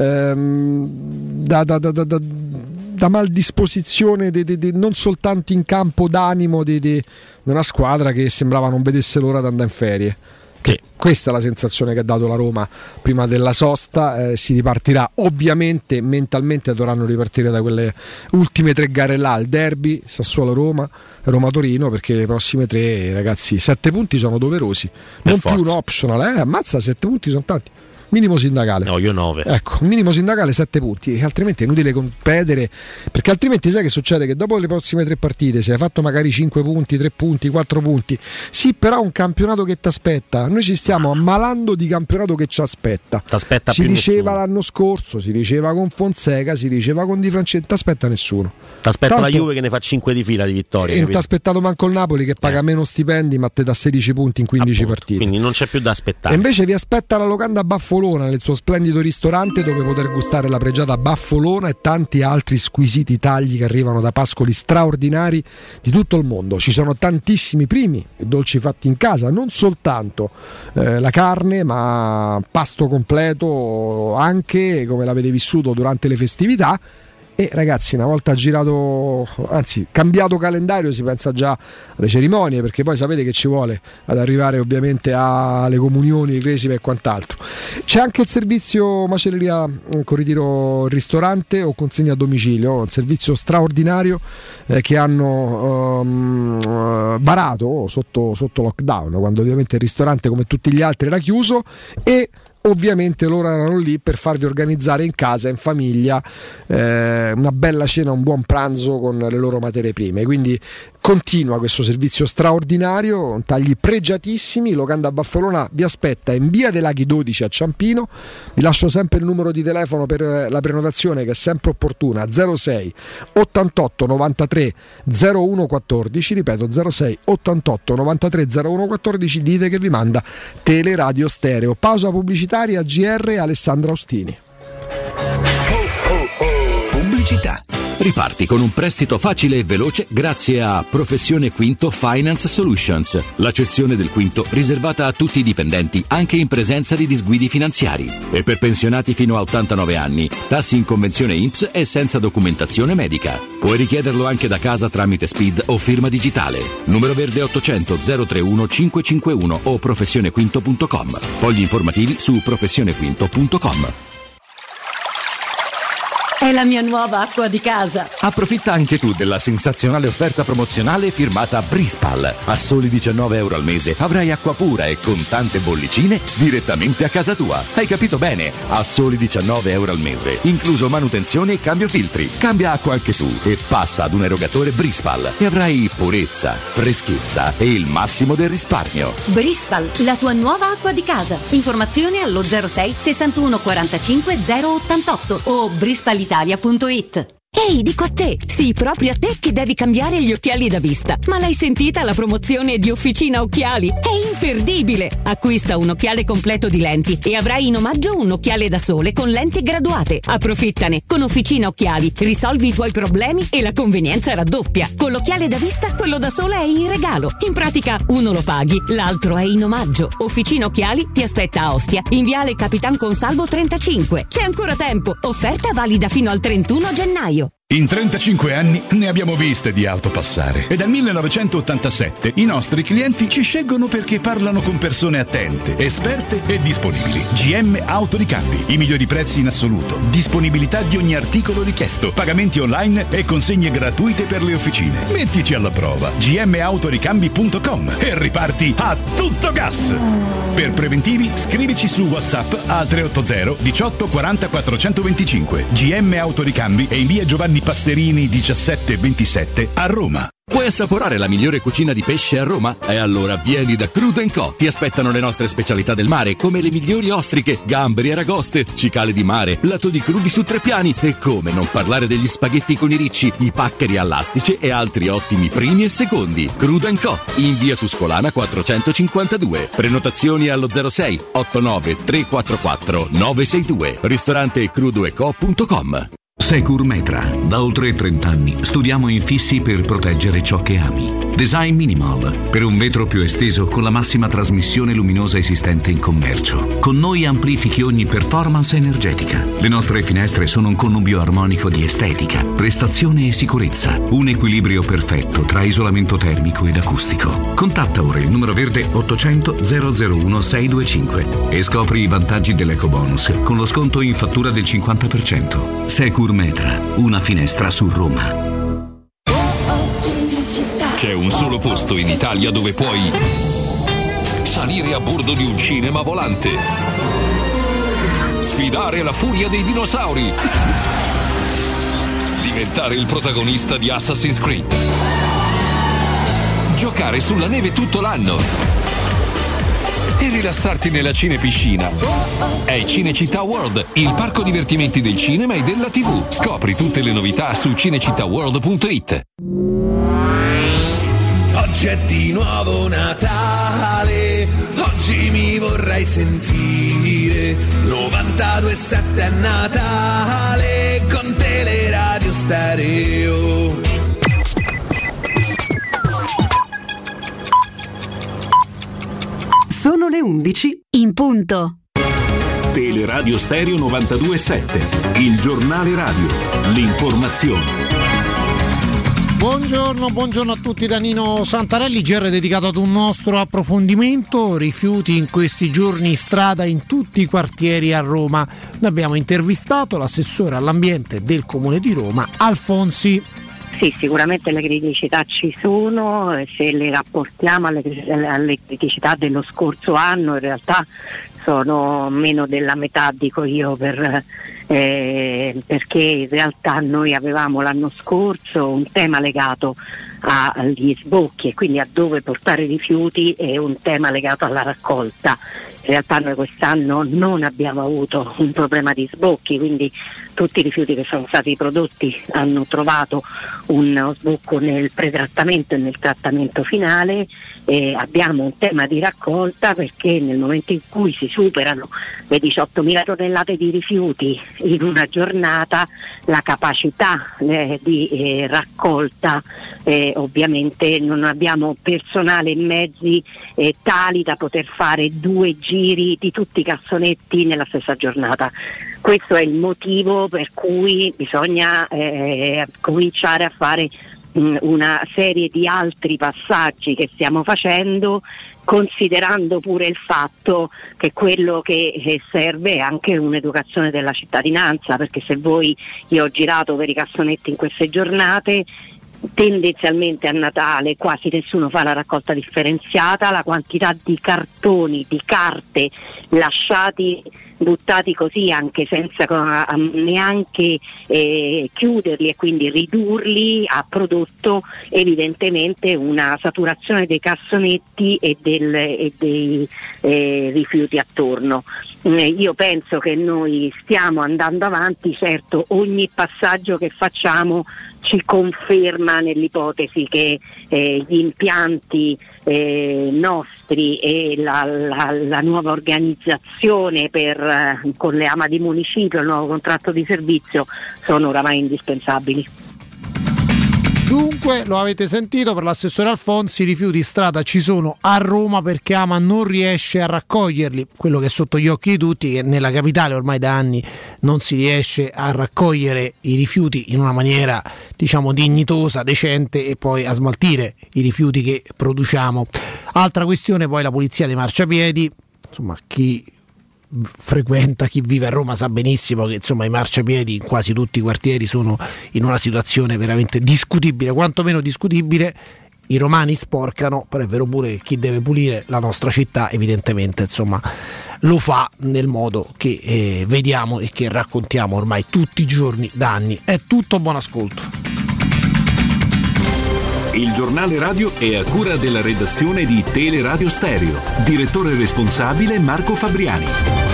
ehm, da Da, da, da, da, da maldisposizione de, de, de, non soltanto in campo d'animo di de, de una squadra che sembrava non vedesse l'ora di andare in ferie. Che questa è la sensazione che ha dato la Roma prima della sosta. Eh, si ripartirà, ovviamente mentalmente dovranno ripartire da quelle ultime tre gare là, il derby Sassuolo-Roma, Roma-Torino, perché le prossime tre, ragazzi, sette punti sono doverosi, non più un optional, eh, ammazza, sette punti sono tanti. Minimo sindacale. No, io nove. Ecco, minimo sindacale sette punti, altrimenti è inutile competere, perché altrimenti sai che succede? Che dopo le prossime tre partite, se hai fatto magari cinque punti, tre punti, quattro punti, sì, però un campionato che ti aspetta. Noi ci stiamo ammalando di campionato che ci aspetta. T'aspetta si più diceva nessuno. L'anno scorso, si diceva con Fonseca, si diceva con Di Francesco, ti aspetta nessuno. T'aspetta Tanto, la Juve che ne fa cinque di fila di vittorie. E non ti ha aspettato manco il Napoli che paga eh. meno stipendi, ma te dà sedici punti in quindici Appunto, partite. Quindi non c'è più da aspettare. E invece vi aspetta la locanda Baffolona nel suo splendido ristorante, dove poter gustare la pregiata baffolona e tanti altri squisiti tagli che arrivano da pascoli straordinari di tutto il mondo. Ci sono tantissimi primi e dolci fatti in casa, non soltanto eh, la carne, ma pasto completo anche come l'avete vissuto durante le festività. E ragazzi, una volta girato, anzi cambiato calendario, si pensa già alle cerimonie, perché poi sapete che ci vuole ad arrivare ovviamente alle comunioni, cresime e quant'altro. C'è anche il servizio macelleria con ritiro ristorante o consegna a domicilio, un servizio straordinario eh, che hanno um, barato sotto, sotto lockdown, quando ovviamente il ristorante come tutti gli altri era chiuso, e ovviamente loro erano lì per farvi organizzare in casa, in famiglia, eh, una bella cena, un buon pranzo con le loro materie prime. Quindi continua questo servizio straordinario, tagli pregiatissimi. Locanda Baffolona vi aspetta in via dei Laghi dodici a Ciampino. Vi lascio sempre il numero di telefono per la prenotazione, che è sempre opportuna: zero sei ottantotto novantatré zero uno quattordici. Ripeto, zero sei ottantotto novantatré zero uno quattordici. Dite che vi manda Teleradio Stereo. Pausa pubblicitaria. G R Alessandra Ostini. Pubblicità. Riparti con un prestito facile e veloce grazie a Professione Quinto Finance Solutions, la cessione del quinto riservata a tutti i dipendenti anche in presenza di disguidi finanziari, e per pensionati fino a ottantanove anni, tassi in convenzione I N P S e senza documentazione medica. Puoi richiederlo anche da casa tramite S P I D o firma digitale. Numero verde ottocento zero trentuno cinquecentocinquantuno o professionequinto punto com. Fogli informativi su professionequinto punto com. È la mia nuova acqua di casa. Approfitta anche tu della sensazionale offerta promozionale firmata Brispal. A soli diciannove euro al mese avrai acqua pura e con tante bollicine direttamente a casa tua. Hai capito bene? A soli diciannove euro al mese, incluso manutenzione e cambio filtri. Cambia acqua anche tu e passa ad un erogatore Brispal e avrai purezza, freschezza e il massimo del risparmio. Brispal, la tua nuova acqua di casa. Informazioni allo zero sei sessantuno quarantacinque zero ottantotto o brispalitalia punto it. E Ehi, dico a te, sì, proprio a te che devi cambiare gli occhiali da vista. Ma l'hai sentita la promozione di Officina Occhiali? È imperdibile! Acquista un occhiale completo di lenti e avrai in omaggio un occhiale da sole con lenti graduate. Approfittane! Con Officina Occhiali risolvi i tuoi problemi e la convenienza raddoppia. Con l'occhiale da vista, quello da sole è in regalo. In pratica, uno lo paghi, l'altro è in omaggio. Officina Occhiali ti aspetta a Ostia, in viale Capitan Consalvo trentacinque. C'è ancora tempo, offerta valida fino al trentuno gennaio. In trentacinque anni ne abbiamo viste di auto passare e dal millenovecentottantasette i nostri clienti ci scelgono perché parlano con persone attente, esperte e disponibili. G M Autoricambi, i migliori prezzi in assoluto, disponibilità di ogni articolo richiesto, pagamenti online e consegne gratuite per le officine. Mettici alla prova g m autoricambi punto com e riparti a tutto gas. Per preventivi scrivici su WhatsApp al tre otto zero diciotto quaranta quattrocentoventicinque. G M Autoricambi e in via Giovanni Passerini diciassette ventisette a Roma. Vuoi assaporare la migliore cucina di pesce a Roma? E allora vieni da Crudo and Co. Ti aspettano le nostre specialità del mare, come le migliori ostriche, gamberi e aragoste, cicale di mare, latoni crudi su tre piani e come non parlare degli spaghetti con i ricci, i paccheri all'astice e altri ottimi primi e secondi. Crudo and Co. in via Tuscolana quattrocentocinquantadue. Prenotazioni allo zero sei otto nove tre quattro quattro nove sei due. Ristorante crudo e co punto com. Securmetra. Da oltre trenta anni studiamo infissi per proteggere ciò che ami. Design Minimal, per un vetro più esteso con la massima trasmissione luminosa esistente in commercio. Con noi amplifichi ogni performance energetica. Le nostre finestre sono un connubio armonico di estetica, prestazione e sicurezza. Un equilibrio perfetto tra isolamento termico ed acustico. Contatta ora il numero verde ottocento zero zero uno sei due cinque e scopri i vantaggi dell'ecobonus con lo sconto in fattura del cinquanta per cento. Securmetra, una finestra su Roma. C'è un solo posto in Italia dove puoi salire a bordo di un cinema volante, sfidare la furia dei dinosauri, diventare il protagonista di Assassin's Creed, giocare sulla neve tutto l'anno e rilassarti nella cinepiscina. È Cinecittà World, il parco divertimenti del cinema e della tivù. Scopri tutte le novità su cinecittà world punto it. Oggi è di nuovo Natale, oggi mi vorrei sentire novantadue virgola sette a Natale con Teleradio Stereo. Sono le undici in punto. Teleradio Stereo novantadue virgola sette, il giornale radio, l'informazione. Buongiorno, buongiorno a tutti da Nino Santarelli, G R dedicato ad un nostro approfondimento, rifiuti in questi giorni in strada in tutti i quartieri a Roma. Noi abbiamo intervistato l'assessore all'ambiente del Comune di Roma, Alfonsi. Sì, sicuramente le criticità ci sono, se le rapportiamo alle, alle criticità dello scorso anno in realtà sono meno della metà, dico io, per, eh, perché in realtà noi avevamo l'anno scorso un tema legato agli sbocchi e quindi a dove portare i rifiuti e un tema legato alla raccolta. In realtà noi quest'anno non abbiamo avuto un problema di sbocchi, quindi tutti i rifiuti che sono stati prodotti hanno trovato uno sbocco nel pretrattamento e nel trattamento finale. E abbiamo un tema di raccolta perché nel momento in cui si superano le diciottomila tonnellate di rifiuti in una giornata, la capacità eh, di eh, raccolta eh, ovviamente non abbiamo personale e mezzi eh, tali da poter fare due giri di tutti i cassonetti nella stessa giornata. Questo è il motivo per cui bisogna eh, cominciare a fare mh, una serie di altri passaggi che stiamo facendo, considerando pure il fatto che quello che serve è anche un'educazione della cittadinanza, perché se voi, io ho girato per i cassonetti in queste giornate, tendenzialmente a Natale quasi nessuno fa la raccolta differenziata, la quantità di cartoni, di carte lasciati buttati così anche senza neanche eh, chiuderli e quindi ridurli ha prodotto evidentemente una saturazione dei cassonetti e, del, e dei eh, rifiuti attorno. Eh, io penso che noi stiamo andando avanti, certo ogni passaggio che facciamo ci conferma nell'ipotesi che eh, gli impianti eh, nostri e la, la, la nuova organizzazione per, eh, con le AMA di municipio, il nuovo contratto di servizio sono oramai indispensabili. Dunque, lo avete sentito, per l'assessore Alfonsi i rifiuti in strada ci sono a Roma perché Ama non riesce a raccoglierli. Quello che è sotto gli occhi di tutti è che nella capitale ormai da anni non si riesce a raccogliere i rifiuti in una maniera, diciamo, dignitosa, decente, e poi a smaltire i rifiuti che produciamo. Altra questione poi la pulizia dei marciapiedi. Insomma, chi frequenta, chi vive a Roma sa benissimo che insomma i marciapiedi in quasi tutti i quartieri sono in una situazione veramente discutibile, quantomeno discutibile. I romani sporcano, però è vero pure che chi deve pulire la nostra città evidentemente insomma lo fa nel modo che eh, vediamo e che raccontiamo ormai tutti i giorni da anni. È tutto, buon ascolto. Il giornale radio è a cura della redazione di Teleradio Stereo. Direttore responsabile Marco Fabriani.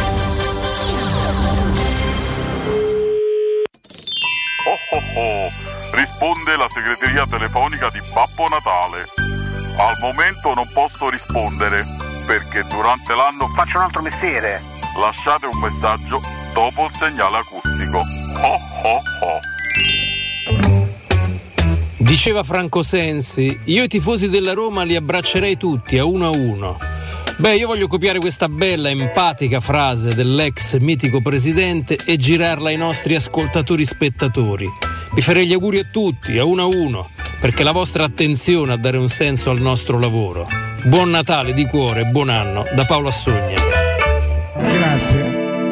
Oh oh oh, risponde la segreteria telefonica di Babbo Natale. Al momento non posso rispondere perché durante l'anno faccio un altro mestiere. Lasciate un messaggio dopo il segnale acustico. Oh oh oh. Diceva Franco Sensi, io i tifosi della Roma li abbraccerei tutti a uno a uno. Beh, io voglio copiare questa bella, empatica frase dell'ex mitico presidente e girarla ai nostri ascoltatori spettatori. Vi farei gli auguri a tutti, a uno a uno, perché la vostra attenzione a dare un senso al nostro lavoro. Buon Natale di cuore, buon anno, da Paolo Assogna. Grazie.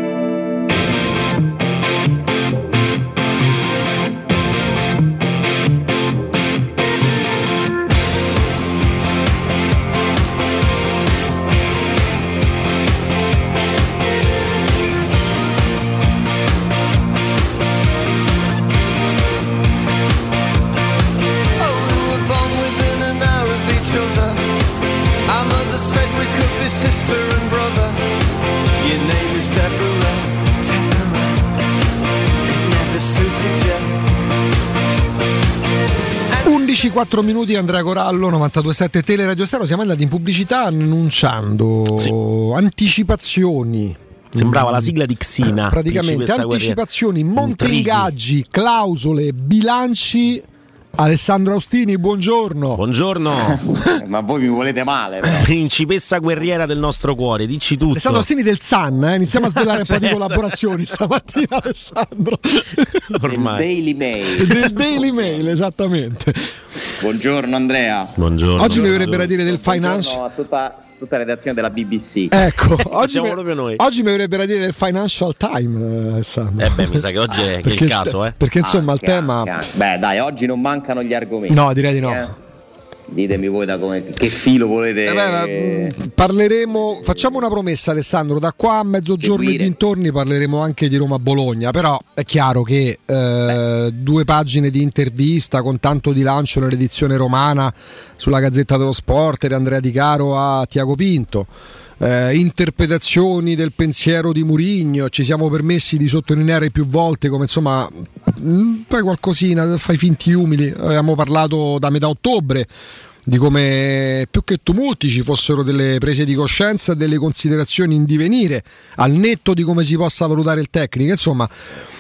quattro minuti, Andrea Corallo, novantadue sette Teleradio Stereo. Siamo andati in pubblicità annunciando sì. anticipazioni. Sembrava la sigla di Xina. Praticamente anticipazioni, monte ingaggi, clausole, bilanci. Alessandro Austini, buongiorno. Buongiorno. Ma voi mi volete male, però. Principessa guerriera del nostro cuore, dici tutto. Alessandro Austini del Sun, eh? Iniziamo a svelare un po' di collaborazioni stamattina, Alessandro. Ormai. Del Daily Mail. Del Daily Mail, esattamente. Buongiorno Andrea. Buongiorno. Oggi mi verrebbe da dire del Financial. A tutta, tutta la redazione della B B C. Ecco, oggi, siamo me, proprio noi. Oggi mi verrebbe da dire del Financial Times, Alessandro. Eh beh, mi sa che oggi è, che è il caso, eh. Perché insomma anche, il tema. Anche, anche. Beh, dai, oggi non mancano gli argomenti. No, direi di no. Eh? Ditemi voi da come, che filo volete. Eh beh, parleremo, facciamo una promessa, Alessandro, da qua a mezzogiorno e dintorni parleremo anche di Roma-Bologna, però è chiaro che eh, due pagine di intervista con tanto di lancio nell'edizione romana sulla Gazzetta dello Sport di Andrea Di Caro a Tiago Pinto. Eh, interpretazioni del pensiero di Mourinho, ci siamo permessi di sottolineare più volte come insomma mh, poi qualcosina, fai finti umili, abbiamo parlato da metà ottobre di come più che tumulti ci fossero delle prese di coscienza e delle considerazioni in divenire al netto di come si possa valutare il tecnico, insomma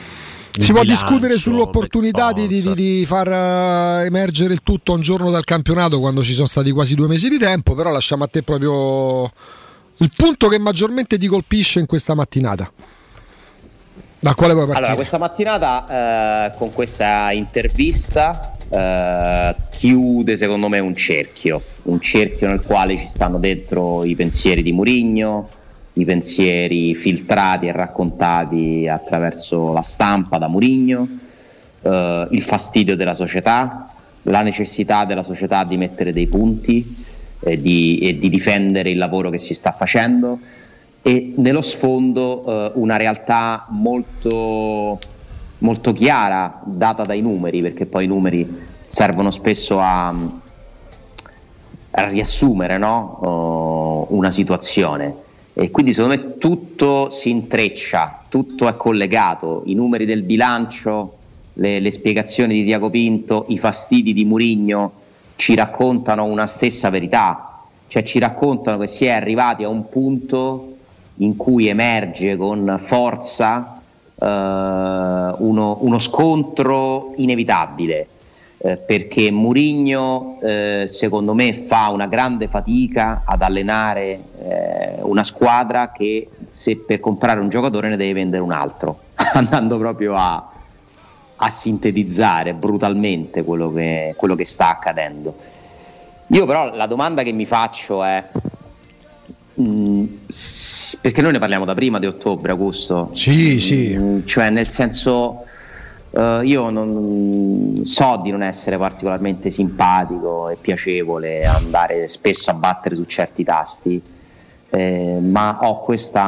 il si bilancio, può discutere sull'opportunità di, di, di far uh, emergere il tutto un giorno dal campionato quando ci sono stati quasi due mesi di tempo, però lasciamo a te proprio il punto che maggiormente ti colpisce in questa mattinata. Dal quale puoi partire? Allora, questa mattinata eh, con questa intervista eh, chiude secondo me un cerchio, un cerchio nel quale ci stanno dentro i pensieri di Mourinho, i pensieri filtrati e raccontati attraverso la stampa da Mourinho, eh, il fastidio della società, la necessità della società di mettere dei punti E di, e di difendere il lavoro che si sta facendo e nello sfondo eh, una realtà molto, molto chiara data dai numeri, perché poi i numeri servono spesso a, a riassumere, no? uh, una situazione, e quindi secondo me tutto si intreccia, tutto è collegato, i numeri del bilancio, le, le spiegazioni di Tiago Pinto, i fastidi di Mourinho ci raccontano una stessa verità, cioè ci raccontano che si è arrivati a un punto in cui emerge con forza eh, uno, uno scontro inevitabile, eh, perché Mourinho eh, secondo me fa una grande fatica ad allenare eh, una squadra che, se per comprare un giocatore ne deve vendere un altro, andando proprio a, a sintetizzare brutalmente quello che, quello che sta accadendo. Io però la domanda che mi faccio è mh, perché noi ne parliamo da prima di ottobre, Augusto? Sì, sì. Mh, cioè nel senso uh, io non so di non essere particolarmente simpatico e piacevole, andare spesso a battere su certi tasti, eh, ma ho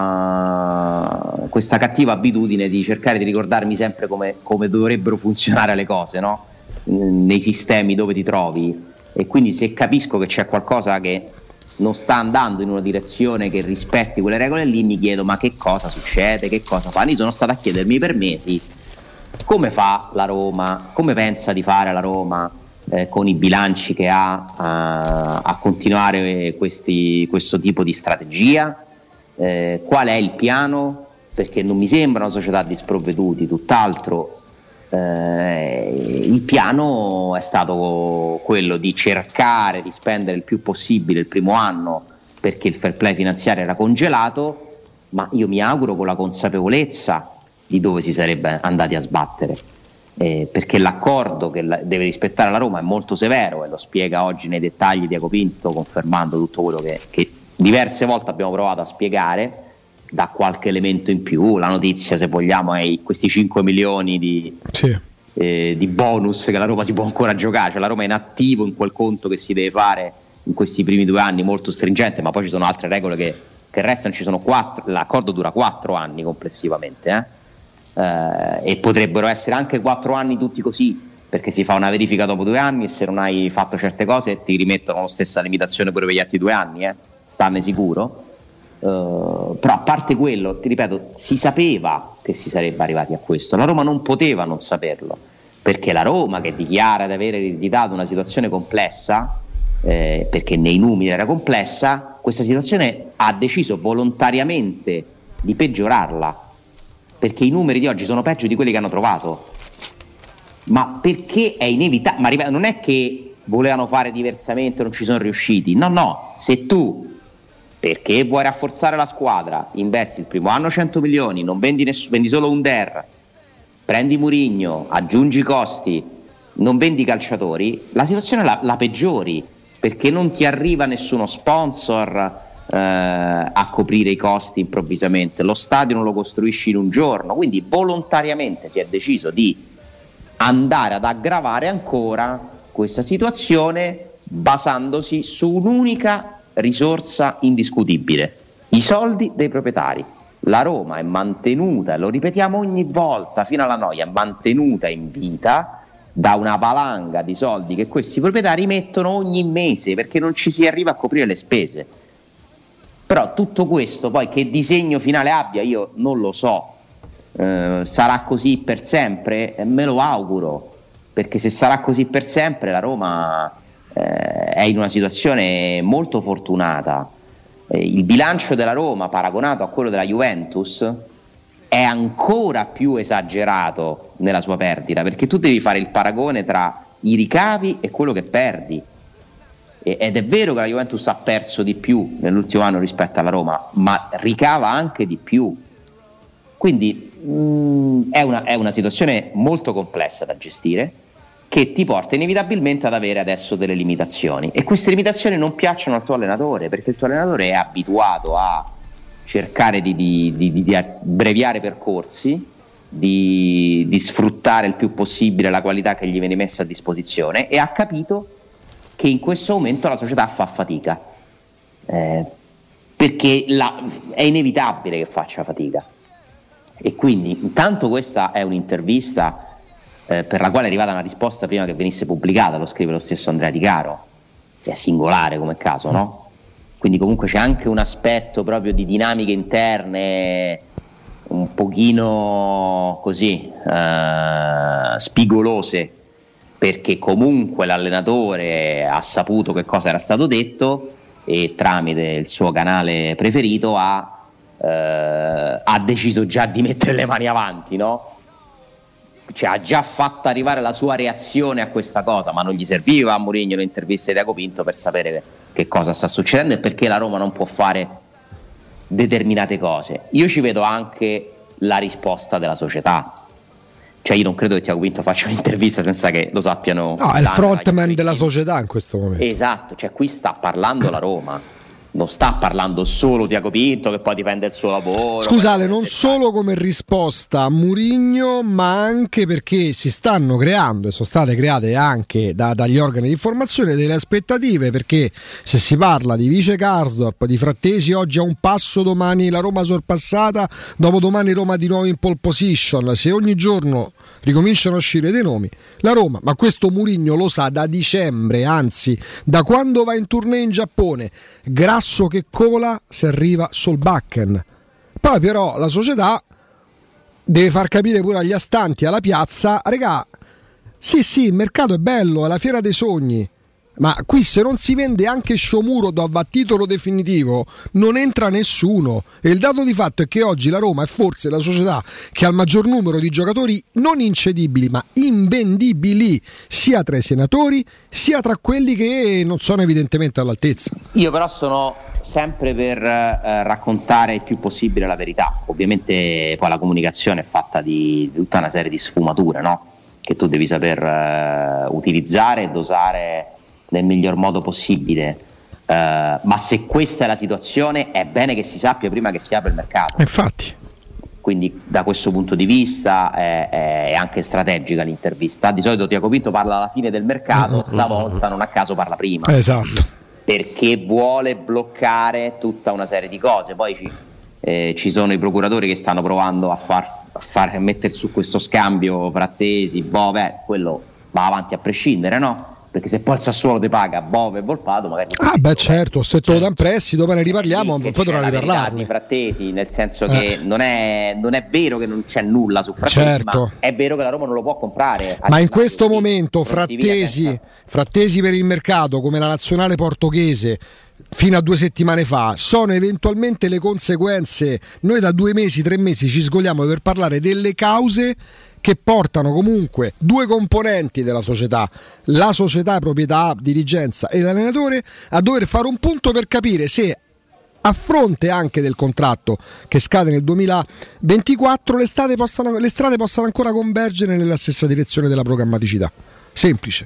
questa, questa cattiva abitudine di cercare di ricordarmi sempre come, come dovrebbero funzionare le cose, no? Nei sistemi dove ti trovi, e quindi se capisco che c'è qualcosa che non sta andando in una direzione che rispetti quelle regole lì, mi chiedo ma che cosa succede, che cosa fa. Io sono stato a chiedermi per mesi come fa la Roma, come pensa di fare la Roma eh, con i bilanci che ha a, a continuare questi, questo tipo di strategia, eh, qual è il piano, perché non mi sembra una società di sprovveduti, tutt'altro. Eh, il piano è stato quello di cercare di spendere il più possibile il primo anno, perché il fair play finanziario era congelato, ma io mi auguro con la consapevolezza di dove si sarebbe andati a sbattere, eh, perché l'accordo che la, deve rispettare la Roma è molto severo, e lo spiega oggi nei dettagli Tiago Pinto, confermando tutto quello che, che diverse volte abbiamo provato a spiegare. Da qualche elemento in più, la notizia, se vogliamo, è questi cinque milioni di, sì. eh, di bonus che la Roma si può ancora giocare, cioè la Roma è in attivo in quel conto che si deve fare in questi primi due anni, molto stringente, ma poi ci sono altre regole che, che restano, ci sono quattro, l'accordo dura quattro anni complessivamente, eh? Eh, e potrebbero essere anche quattro anni tutti così, perché si fa una verifica dopo due anni e se non hai fatto certe cose ti rimettono la stessa limitazione pure per gli altri due anni, eh? Stanne sicuro. Uh, però a parte quello, ti ripeto, si sapeva che si sarebbe arrivati a questo, la Roma non poteva non saperlo, perché la Roma, che dichiara di aver ereditato una situazione complessa, eh, perché nei numeri era complessa, questa situazione ha deciso volontariamente di peggiorarla, perché i numeri di oggi sono peggio di quelli che hanno trovato, ma perché è inevitabile, ma ripeto, non è che volevano fare diversamente, non ci sono riusciti, no no, se tu perché vuoi rafforzare la squadra, investi il primo anno cento milioni, non vendi, ness- vendi solo un D E R, prendi Mourinho, aggiungi i costi, non vendi calciatori, la situazione la, la peggiori, perché non ti arriva nessuno sponsor eh, a coprire i costi improvvisamente, lo stadio non lo costruisci in un giorno, quindi volontariamente si è deciso di andare ad aggravare ancora questa situazione basandosi su un'unica risorsa indiscutibile, i soldi dei proprietari. La Roma è mantenuta, lo ripetiamo ogni volta fino alla noia, è mantenuta in vita da una valanga di soldi che questi proprietari mettono ogni mese, perché non ci si arriva a coprire le spese. Però tutto questo poi che disegno finale abbia io non lo so, eh, sarà così per sempre? Eh, me lo auguro, perché se sarà così per sempre la Roma Eh, è in una situazione molto fortunata. Eh, il bilancio della Roma paragonato a quello della Juventus è ancora più esagerato nella sua perdita, perché tu devi fare il paragone tra i ricavi e quello che perdi, e, ed è vero che la Juventus ha perso di più nell'ultimo anno rispetto alla Roma, ma ricava anche di più, quindi mh, è, una, è una situazione molto complessa da gestire, che ti porta inevitabilmente ad avere adesso delle limitazioni, e queste limitazioni non piacciono al tuo allenatore, perché il tuo allenatore è abituato a cercare di, di, di, di abbreviare percorsi, di, di sfruttare il più possibile la qualità che gli viene messa a disposizione, e ha capito che in questo momento la società fa fatica, eh, perché la, è inevitabile che faccia fatica. E quindi intanto questa è un'intervista eh, per la quale è arrivata una risposta prima che venisse pubblicata, lo scrive lo stesso Andrea Di Caro, che è singolare come caso, no? Quindi comunque c'è anche un aspetto proprio di dinamiche interne un pochino così eh, spigolose, perché comunque l'allenatore ha saputo che cosa era stato detto e tramite il suo canale preferito ha, eh, ha deciso già di mettere le mani avanti, no? Cioè ha già fatto arrivare la sua reazione a questa cosa, ma non gli serviva a Mourinho l'intervista di Tiago Pinto per sapere che cosa sta succedendo e perché la Roma non può fare determinate cose. Io ci vedo anche la risposta della società. Cioè io non credo che Tiago Pinto faccia un'intervista senza che lo sappiano. No, è il frontman della società in questo momento. Esatto, cioè qui sta parlando la Roma, non sta parlando solo Tiago Pinto che poi difende il suo lavoro. Scusate, non solo come risposta a Mourinho, ma anche perché si stanno creando e sono state create anche da, dagli organi di informazione delle aspettative, perché se si parla di Vice Karsdorp, di Frattesi oggi a un passo, domani la Roma sorpassata, dopodomani Roma di nuovo in pole position, se ogni giorno ricominciano a uscire dei nomi, la Roma, ma questo Mourinho lo sa da dicembre, anzi da quando va in tournée in Giappone, grazie che cola se arriva Solbakken. Poi però la società deve far capire pure agli astanti, alla piazza, regà, sì sì, il mercato è bello, è la fiera dei sogni, ma qui se non si vende anche Shomurodov a titolo definitivo non entra nessuno, e il dato di fatto è che oggi la Roma è forse la società che ha il maggior numero di giocatori non incedibili ma invendibili, sia tra i senatori sia tra quelli che non sono evidentemente all'altezza. Io però sono sempre per eh, raccontare il più possibile la verità. Ovviamente poi la comunicazione è fatta di, di tutta una serie di sfumature, no? Che tu devi saper eh, utilizzare e dosare nel miglior modo possibile, uh, ma se questa è la situazione è bene che si sappia prima che si apra il mercato. Infatti. Quindi da questo punto di vista è, è anche strategica l'intervista. Di solito Tiago Pinto parla alla fine del mercato, stavolta non a caso parla prima. Esatto. Perché vuole bloccare tutta una serie di cose. Poi ci, eh, ci sono i procuratori che stanno provando a far, a far mettere su questo scambio Frattesi, Bove, quello va avanti a prescindere, no? Perché se poi il Sassuolo ti paga Bove e Volpato magari. Ah beh certo, se te lo dan prestito dopo ne riparliamo, sì, poi dovrà riparlarne. Frattesi, nel senso che eh. non, è, non è vero che non c'è nulla su Frattesi, certo. Ma è vero che la Roma non lo può comprare. Ma in questo momento Frattesi, Frattesi per il mercato come la nazionale portoghese fino a due settimane fa sono eventualmente le conseguenze. Noi da due mesi, tre mesi ci sgoliamo per parlare delle cause che portano comunque due componenti della società, la società, proprietà, dirigenza e l'allenatore, a dover fare un punto per capire se a fronte anche del contratto che scade nel duemilaventiquattro le strade possano, le strade possano ancora convergere nella stessa direzione della programmaticità. Semplice.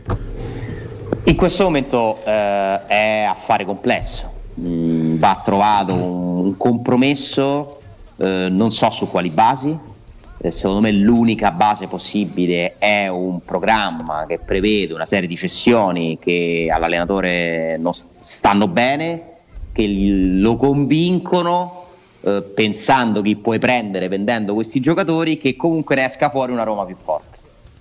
In questo momento eh, è affare complesso, mm, va trovato un, un compromesso, eh, non so su quali basi. Secondo me l'unica base possibile è un programma che prevede una serie di cessioni che all'allenatore non stanno bene, che lo convincono eh, pensando chi puoi prendere vendendo questi giocatori, che comunque ne esca fuori una Roma più forte.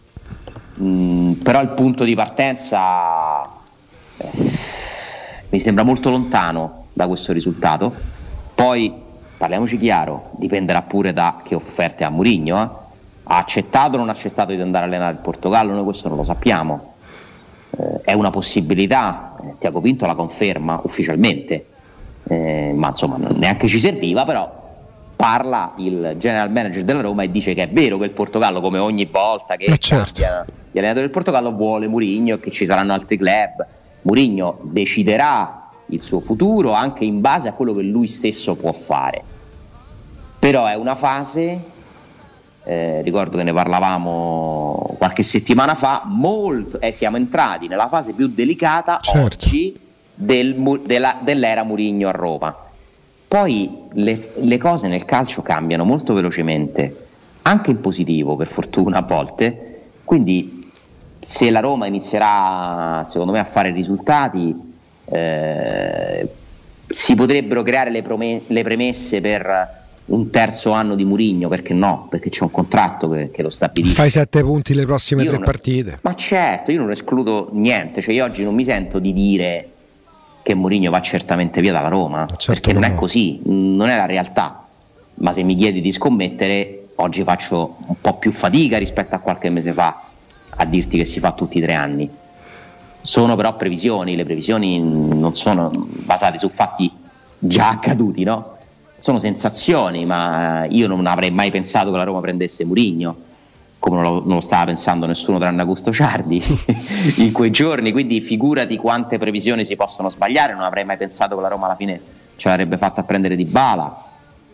Mm, però il punto di partenza eh, mi sembra molto lontano da questo risultato. Poi parliamoci chiaro, dipenderà pure da che offerte ha Mourinho. Eh? Ha accettato o non ha accettato di andare a allenare il Portogallo? Noi questo non lo sappiamo. Eh, è una possibilità, eh, Tiago Pinto la conferma ufficialmente, eh, ma insomma neanche ci serviva, però parla il general manager della Roma e dice che è vero che il Portogallo, come ogni volta che eh certo. cambia gli allenatori del Portogallo, vuole Mourinho e che ci saranno altri club. Mourinho deciderà il suo futuro anche in base a quello che lui stesso può fare. Però è una fase, eh, ricordo che ne parlavamo qualche settimana fa, molto, eh, siamo entrati nella fase più delicata certo. oggi del, della, dell'era Mourinho a Roma. Poi le, le cose nel calcio cambiano molto velocemente, anche in positivo per fortuna a volte, quindi se la Roma inizierà secondo me a fare risultati, eh, si potrebbero creare le, prome- le premesse per un terzo anno di Mourinho, perché no? Perché c'è un contratto che, che lo stabilisce. Fai sette punti le prossime io tre non, partite. Ma certo, io non escludo niente, cioè io oggi non mi sento di dire che Mourinho va certamente via dalla Roma, certo, perché non no. è così, non è la realtà. Ma se mi chiedi di scommettere, oggi faccio un po' più fatica rispetto a qualche mese fa a dirti che si fa tutti i tre anni. Sono però previsioni, le previsioni non sono basate su fatti già accaduti, no? Sono sensazioni, ma io non avrei mai pensato che la Roma prendesse Mourinho, come non lo, non lo stava pensando nessuno tranne Augusto Ciardi in quei giorni, quindi figurati quante previsioni si possono sbagliare. Non avrei mai pensato che la Roma alla fine ce l'avrebbe fatta a prendere Dybala.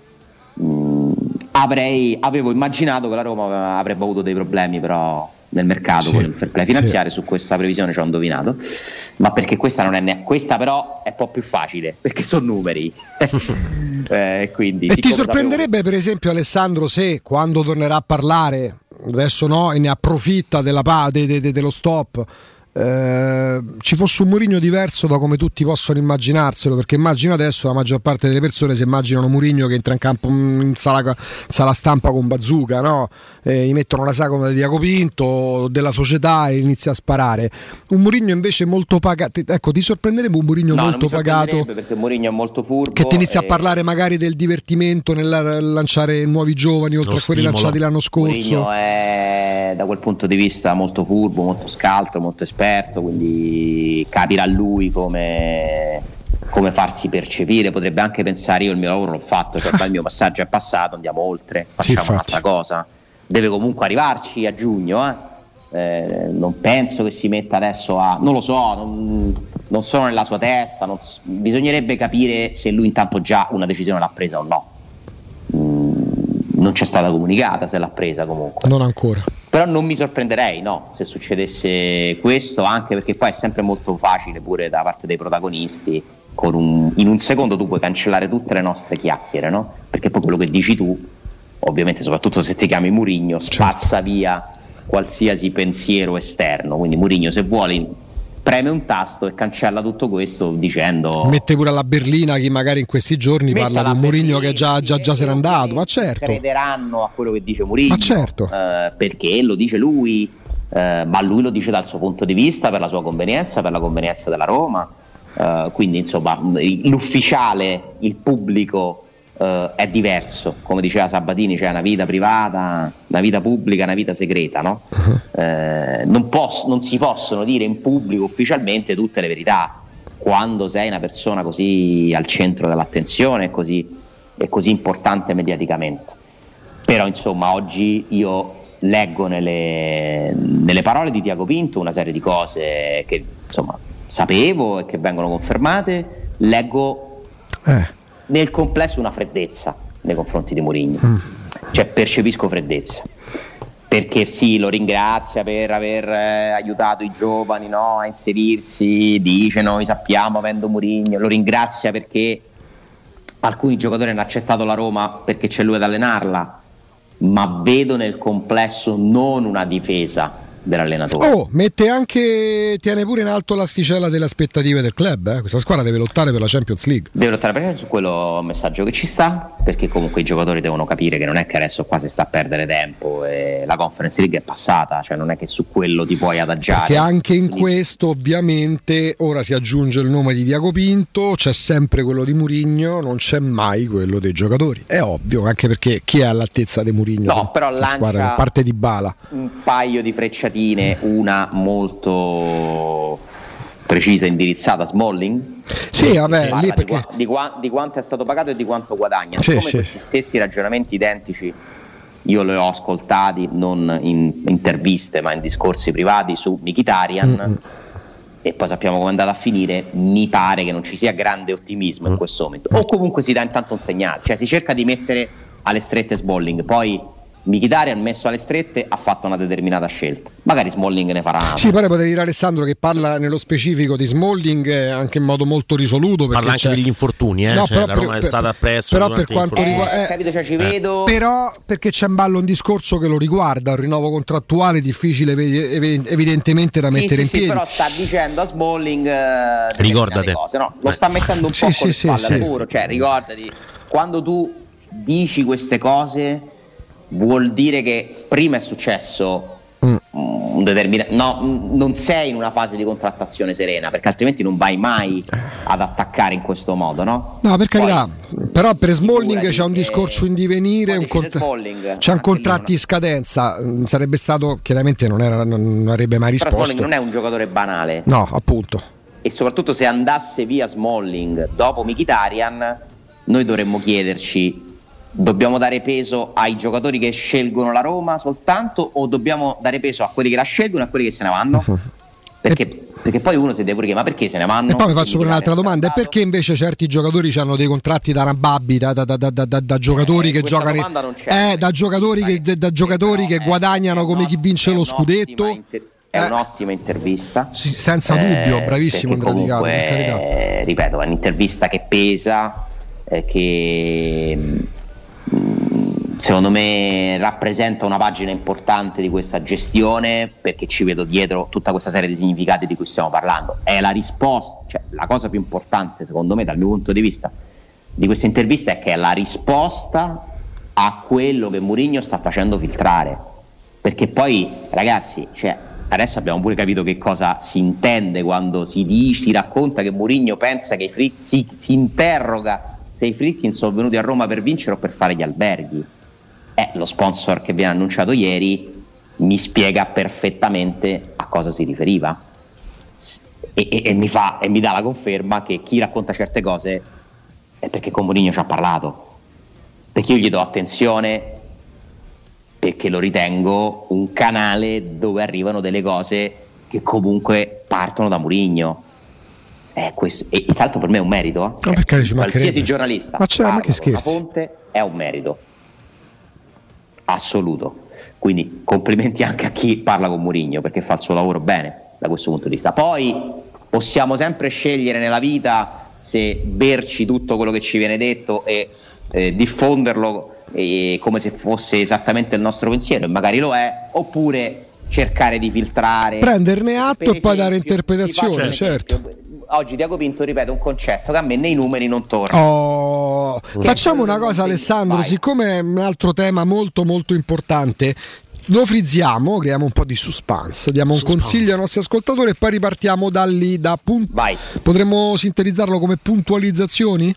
Mm, avrei, avevo immaginato che la Roma avrebbe avuto dei problemi però nel mercato, sì, con il fair play finanziario, sì. Su questa previsione ci ho indovinato, ma perché questa non è ne- questa però è un po' più facile perché sono numeri. eh, quindi, e ti sorprenderebbe sapevo... per esempio Alessandro se quando tornerà a parlare, adesso no, e ne approfitta della pa- de- de- de- dello stop, eh, ci fosse un Mourinho diverso da come tutti possono immaginarselo, perché immagino adesso la maggior parte delle persone si immaginano Mourinho che entra in campo in sala, sala stampa con bazooka, no? Eh, gli mettono la sagoma di Diaco Pinto della società e inizia a sparare. Un Mourinho invece molto pagato, ecco, ti sorprenderebbe un Mourinho no, molto pagato, perché Mourinho è molto furbo, che ti inizia e... a parlare magari del divertimento nel lanciare nuovi giovani oltre a quelli lanciati l'anno scorso. Mourinho è da quel punto di vista molto furbo, molto scaltro, molto esperto, quindi capirà lui come, come farsi percepire. Potrebbe anche pensare io il mio lavoro l'ho fatto, cioè il mio passaggio è passato, andiamo oltre, facciamo sì, un'altra cosa. Deve comunque arrivarci a giugno, eh? Eh, non penso che si metta adesso a, non lo so, non, non sono nella sua testa, non, bisognerebbe capire se lui intanto già una decisione l'ha presa o no. Mm, non c'è stata comunicata se l'ha presa comunque. Non ancora. Però non mi sorprenderei, no, se succedesse questo, anche perché poi è sempre molto facile pure da parte dei protagonisti, con un, in un secondo tu puoi cancellare tutte le nostre chiacchiere, no? Perché poi quello che dici tu, ovviamente soprattutto se ti chiami Mourinho, spazza certo. via qualsiasi pensiero esterno. Quindi Mourinho, se vuole, preme un tasto e cancella tutto questo dicendo, mette pure alla berlina chi magari in questi giorni parla di un Mourinho che già, già, già se n'è andato, ma certo crederanno a quello che dice Mourinho, ma certo. eh, perché lo dice lui, eh, ma lui lo dice dal suo punto di vista, per la sua convenienza, per la convenienza della Roma, eh, quindi insomma l'ufficiale, il pubblico Uh, è diverso, come diceva Sabatini, c'è una vita privata, una vita pubblica, una vita segreta, no? Uh-huh. Uh, non, posso, non si possono dire in pubblico ufficialmente tutte le verità quando sei una persona così al centro dell'attenzione e così, e così importante mediaticamente. Però insomma oggi io leggo nelle, nelle parole di Diaco Pinto una serie di cose che insomma sapevo e che vengono confermate, leggo eh. nel complesso una freddezza nei confronti di Mourinho, mm. cioè percepisco freddezza, perché sì, lo ringrazia per aver eh, aiutato i giovani, no, a inserirsi, dice noi sappiamo avendo Mourinho, lo ringrazia perché alcuni giocatori hanno accettato la Roma perché c'è lui ad allenarla, ma vedo nel complesso non una difesa dell'allenatore. Oh, mette anche, tiene pure in alto l'asticella delle aspettative del club, eh? Questa squadra deve lottare per la Champions League. Deve lottare per su quello messaggio che ci sta, perché comunque i giocatori devono capire che non è che adesso qua si sta a perdere tempo e la Conference League è passata, cioè non è che su quello ti puoi adagiare. Perché anche in questo ovviamente ora si aggiunge il nome di Diaco Pinto, c'è sempre quello di Mourinho, non c'è mai quello dei giocatori. È ovvio, anche perché chi è all'altezza di Mourinho? No, però lancia squadra, parte di Bala. Un paio di frecciatine, una molto precisa indirizzata a Smalling. Sì, vabbè, lì perché... di, qua, di, qua, di quanto è stato pagato e di quanto guadagna. Sì, Come sì. questi stessi ragionamenti identici io li ho ascoltati non in interviste ma in discorsi privati su Mkhitaryan, mm-hmm. e poi sappiamo come è andata a finire. Mi pare che non ci sia grande ottimismo in questo momento, o comunque si dà intanto un segnale, cioè si cerca di mettere alle strette Smalling, poi Mkhitaryan messo alle strette ha fatto una determinata scelta, magari Smalling ne farà una. Sì, poi potrei dire Alessandro che parla nello specifico di Smalling eh, anche in modo molto risoluto, parla anche c'è... degli infortuni, eh? no, cioè, però la Roma per, è stata appresso però per quanto eh, riguarda eh, capito, cioè ci vedo però perché c'è in ballo un discorso che lo riguarda, un rinnovo contrattuale difficile ev- evidentemente da sì, mettere sì, in sì, piedi. però sta dicendo a Smalling eh, ricordate cose, no? Lo sta mettendo un sì, po' sì, con le sì, spalle sì, al muro, cioè ricordati, quando tu dici queste cose vuol dire che prima è successo mm. un determinato no, non sei in una fase di contrattazione serena, perché altrimenti non vai mai ad attaccare in questo modo, no? No, per carità, però per Smalling c'è un che... discorso in divenire, un cont- Smalling, c'è un contratto in scadenza, sarebbe stato, chiaramente non, era, non avrebbe mai risposto. Però Smalling non è un giocatore banale. No, appunto. E soprattutto se andasse via Smalling dopo Mkhitaryan, noi dovremmo chiederci: dobbiamo dare peso ai giocatori che scelgono la Roma soltanto, o dobbiamo dare peso a quelli che la scelgono e a quelli che se ne vanno? Uh-huh. Perché, e... perché poi uno si deve pure chiedere: ma perché se ne vanno? E poi mi faccio pure un'altra domanda: e perché invece certi giocatori hanno dei contratti da Rababbi, da, da, da, da, da, da giocatori eh, che giocano eh, da giocatori che, da giocatori che guadagnano come chi vince lo scudetto? Inter- è eh, un'ottima intervista, sì, senza dubbio, bravissimo Andrea Di Gato, per carità. Eh, ripeto, è un'intervista che pesa, eh, che secondo me rappresenta una pagina importante di questa gestione, perché ci vedo dietro tutta questa serie di significati di cui stiamo parlando. È la risposta, cioè la cosa più importante secondo me dal mio punto di vista di questa intervista è che è la risposta a quello che Mourinho sta facendo filtrare, perché poi ragazzi, cioè, adesso abbiamo pure capito che cosa si intende quando si dice, si racconta che Mourinho pensa che i Fritz, si, si interroga se i Friedkin sono venuti a Roma per vincere o per fare gli alberghi. Eh, lo sponsor che viene annunciato ieri mi spiega perfettamente a cosa si riferiva e, e, e, mi fa, e mi dà la conferma che chi racconta certe cose è perché con Mourinho ci ha parlato, perché io gli do attenzione, perché lo ritengo un canale dove arrivano delle cose che comunque partono da Mourinho. Eh, questo, e tra l'altro per me è un merito, eh? No, Cioè, qualsiasi giornalista ma c'è, ma che una fonte è un merito assoluto, quindi complimenti anche a chi parla con Mourinho, perché fa il suo lavoro bene da questo punto di vista. Poi possiamo sempre scegliere nella vita se berci tutto quello che ci viene detto e eh, diffonderlo eh, come se fosse esattamente il nostro pensiero, e magari lo è, oppure cercare di filtrare, prenderne atto per e esempio, poi dare interpretazione, certo. Oggi Diaco Pinto ripete un concetto che a me nei numeri non torna. Oh, facciamo una cosa, Alessandro, vai. Siccome è un altro tema molto molto importante, lo frizziamo, creiamo un po' di suspense, diamo un suspense. consiglio ai nostri ascoltatori e poi ripartiamo da lì, da punt- vai. Potremmo sintetizzarlo come puntualizzazioni?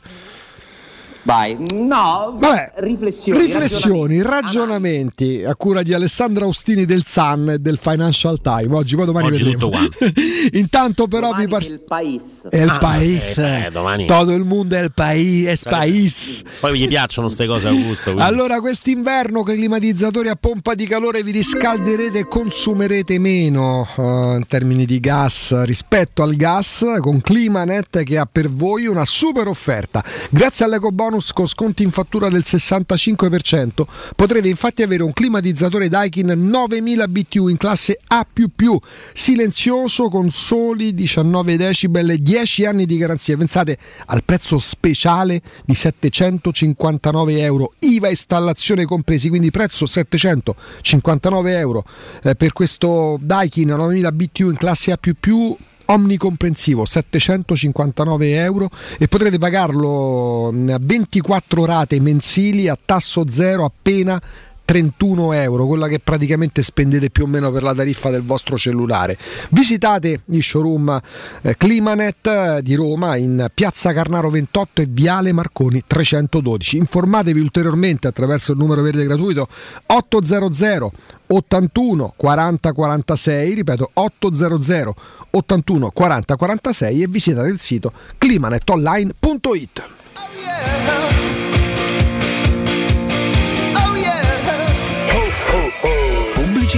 Vai, no, Vabbè, riflessioni, riflessioni ragionamenti, ragionamenti a cura di Alessandro Austini del Sun e del Financial Times. Oggi, poi domani Oggi vedremo. Intanto però domani vi par- il país. È il ah, país, eh, eh, domani. Todo il mondo è il país, es país. Poi gli piacciono queste cose, Augusto. Quindi. Allora, quest'inverno con i climatizzatori a pompa di calore vi riscalderete e consumerete meno uh, in termini di gas rispetto al gas con Climanet, che ha per voi una super offerta. Grazie all'ecobonus con sconti in fattura del sessantacinque per cento potrete infatti avere un climatizzatore Daikin novemila B T U in classe A più più, silenzioso con soli diciannove decibel e dieci anni di garanzia. Pensate al prezzo speciale di settecentocinquantanove euro, I V A installazione compresi, quindi prezzo settecentocinquantanove euro eh, per questo Daikin novemila B T U in classe A più più omnicomprensivo, settecentocinquantanove euro, e potrete pagarlo ventiquattro rate mensili a tasso zero appena trentuno euro, quella che praticamente spendete più o meno per la tariffa del vostro cellulare. Visitate gli showroom eh, Climanet di Roma in Piazza Carnaro ventotto e Viale Marconi trecentododici. Informatevi ulteriormente attraverso il numero verde gratuito ottocento ottantuno quaranta quarantasei, ripeto ottocento ottantuno quaranta quarantasei, e visitate il sito climanetonline punto it. Pubblicità.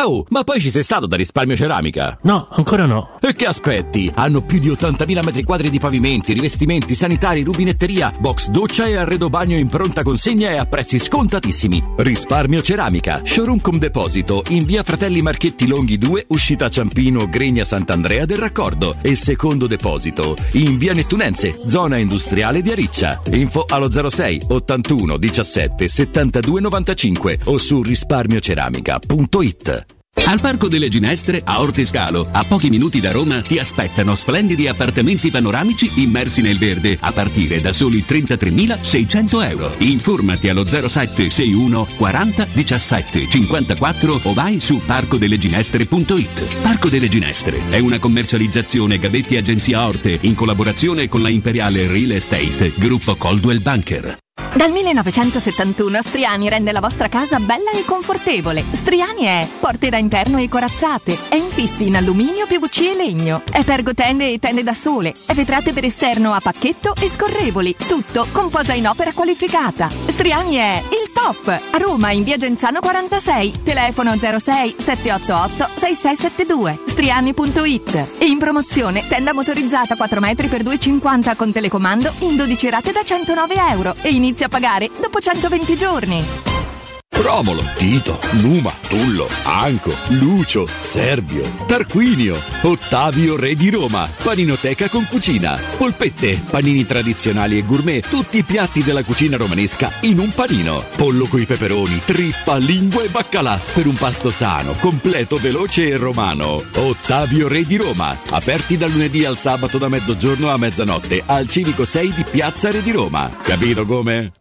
Oh, ma poi ci sei stato da Risparmio Ceramica? No, ancora no. E che aspetti? Hanno più di ottantamila metri quadri di pavimenti, rivestimenti, sanitari, rubinetteria, box doccia e arredo bagno in pronta consegna e a prezzi scontatissimi. Risparmio Ceramica, showroom con deposito in via Fratelli Marchetti Longhi due, uscita Ciampino, Gregna Sant'Andrea del Raccordo, e secondo deposito in via Nettunense, zona industriale di Ariccia. Info allo zero sei ottantuno diciassette settantadue novantacinque o su risparmioceramica punto it. Al Parco delle Ginestre, a Ortiscalo, a pochi minuti da Roma, ti aspettano splendidi appartamenti panoramici immersi nel verde a partire da soli trentatremilaseicento euro. Informati allo zero sette sei uno quaranta diciassette cinquantaquattro o vai su parco delle ginestre punto it. Parco delle Ginestre è una commercializzazione Gavetti Agenzia Orte in collaborazione con la Imperiale Real Estate, gruppo Coldwell Banker. Dal millenovecentosettantuno Striani rende la vostra casa bella e confortevole. Striani è porte da interno e corazzate, è infissi in alluminio, P V C e legno, è pergotende e tende da sole, è vetrate per esterno a pacchetto e scorrevoli, tutto con posa in opera qualificata. Striani è il top! A Roma in via Genzano quarantasei, telefono zero sei sette otto otto sei sei sette due, striani punto it. E in promozione tenda motorizzata quattro metri per due e cinquanta con telecomando in dodici rate da centonove euro e inizia a pagare dopo centoventi giorni. Romolo, Tito, Numa, Tullo, Anco, Lucio, Servio, Tarquinio, Ottavio Re di Roma, paninoteca con cucina, polpette, panini tradizionali e gourmet, tutti i piatti della cucina romanesca in un panino, pollo coi peperoni, trippa, lingua e baccalà, per un pasto sano, completo, veloce e romano. Ottavio Re di Roma, aperti dal lunedì al sabato da mezzogiorno a mezzanotte, al Civico sei di Piazza Re di Roma. Capito come?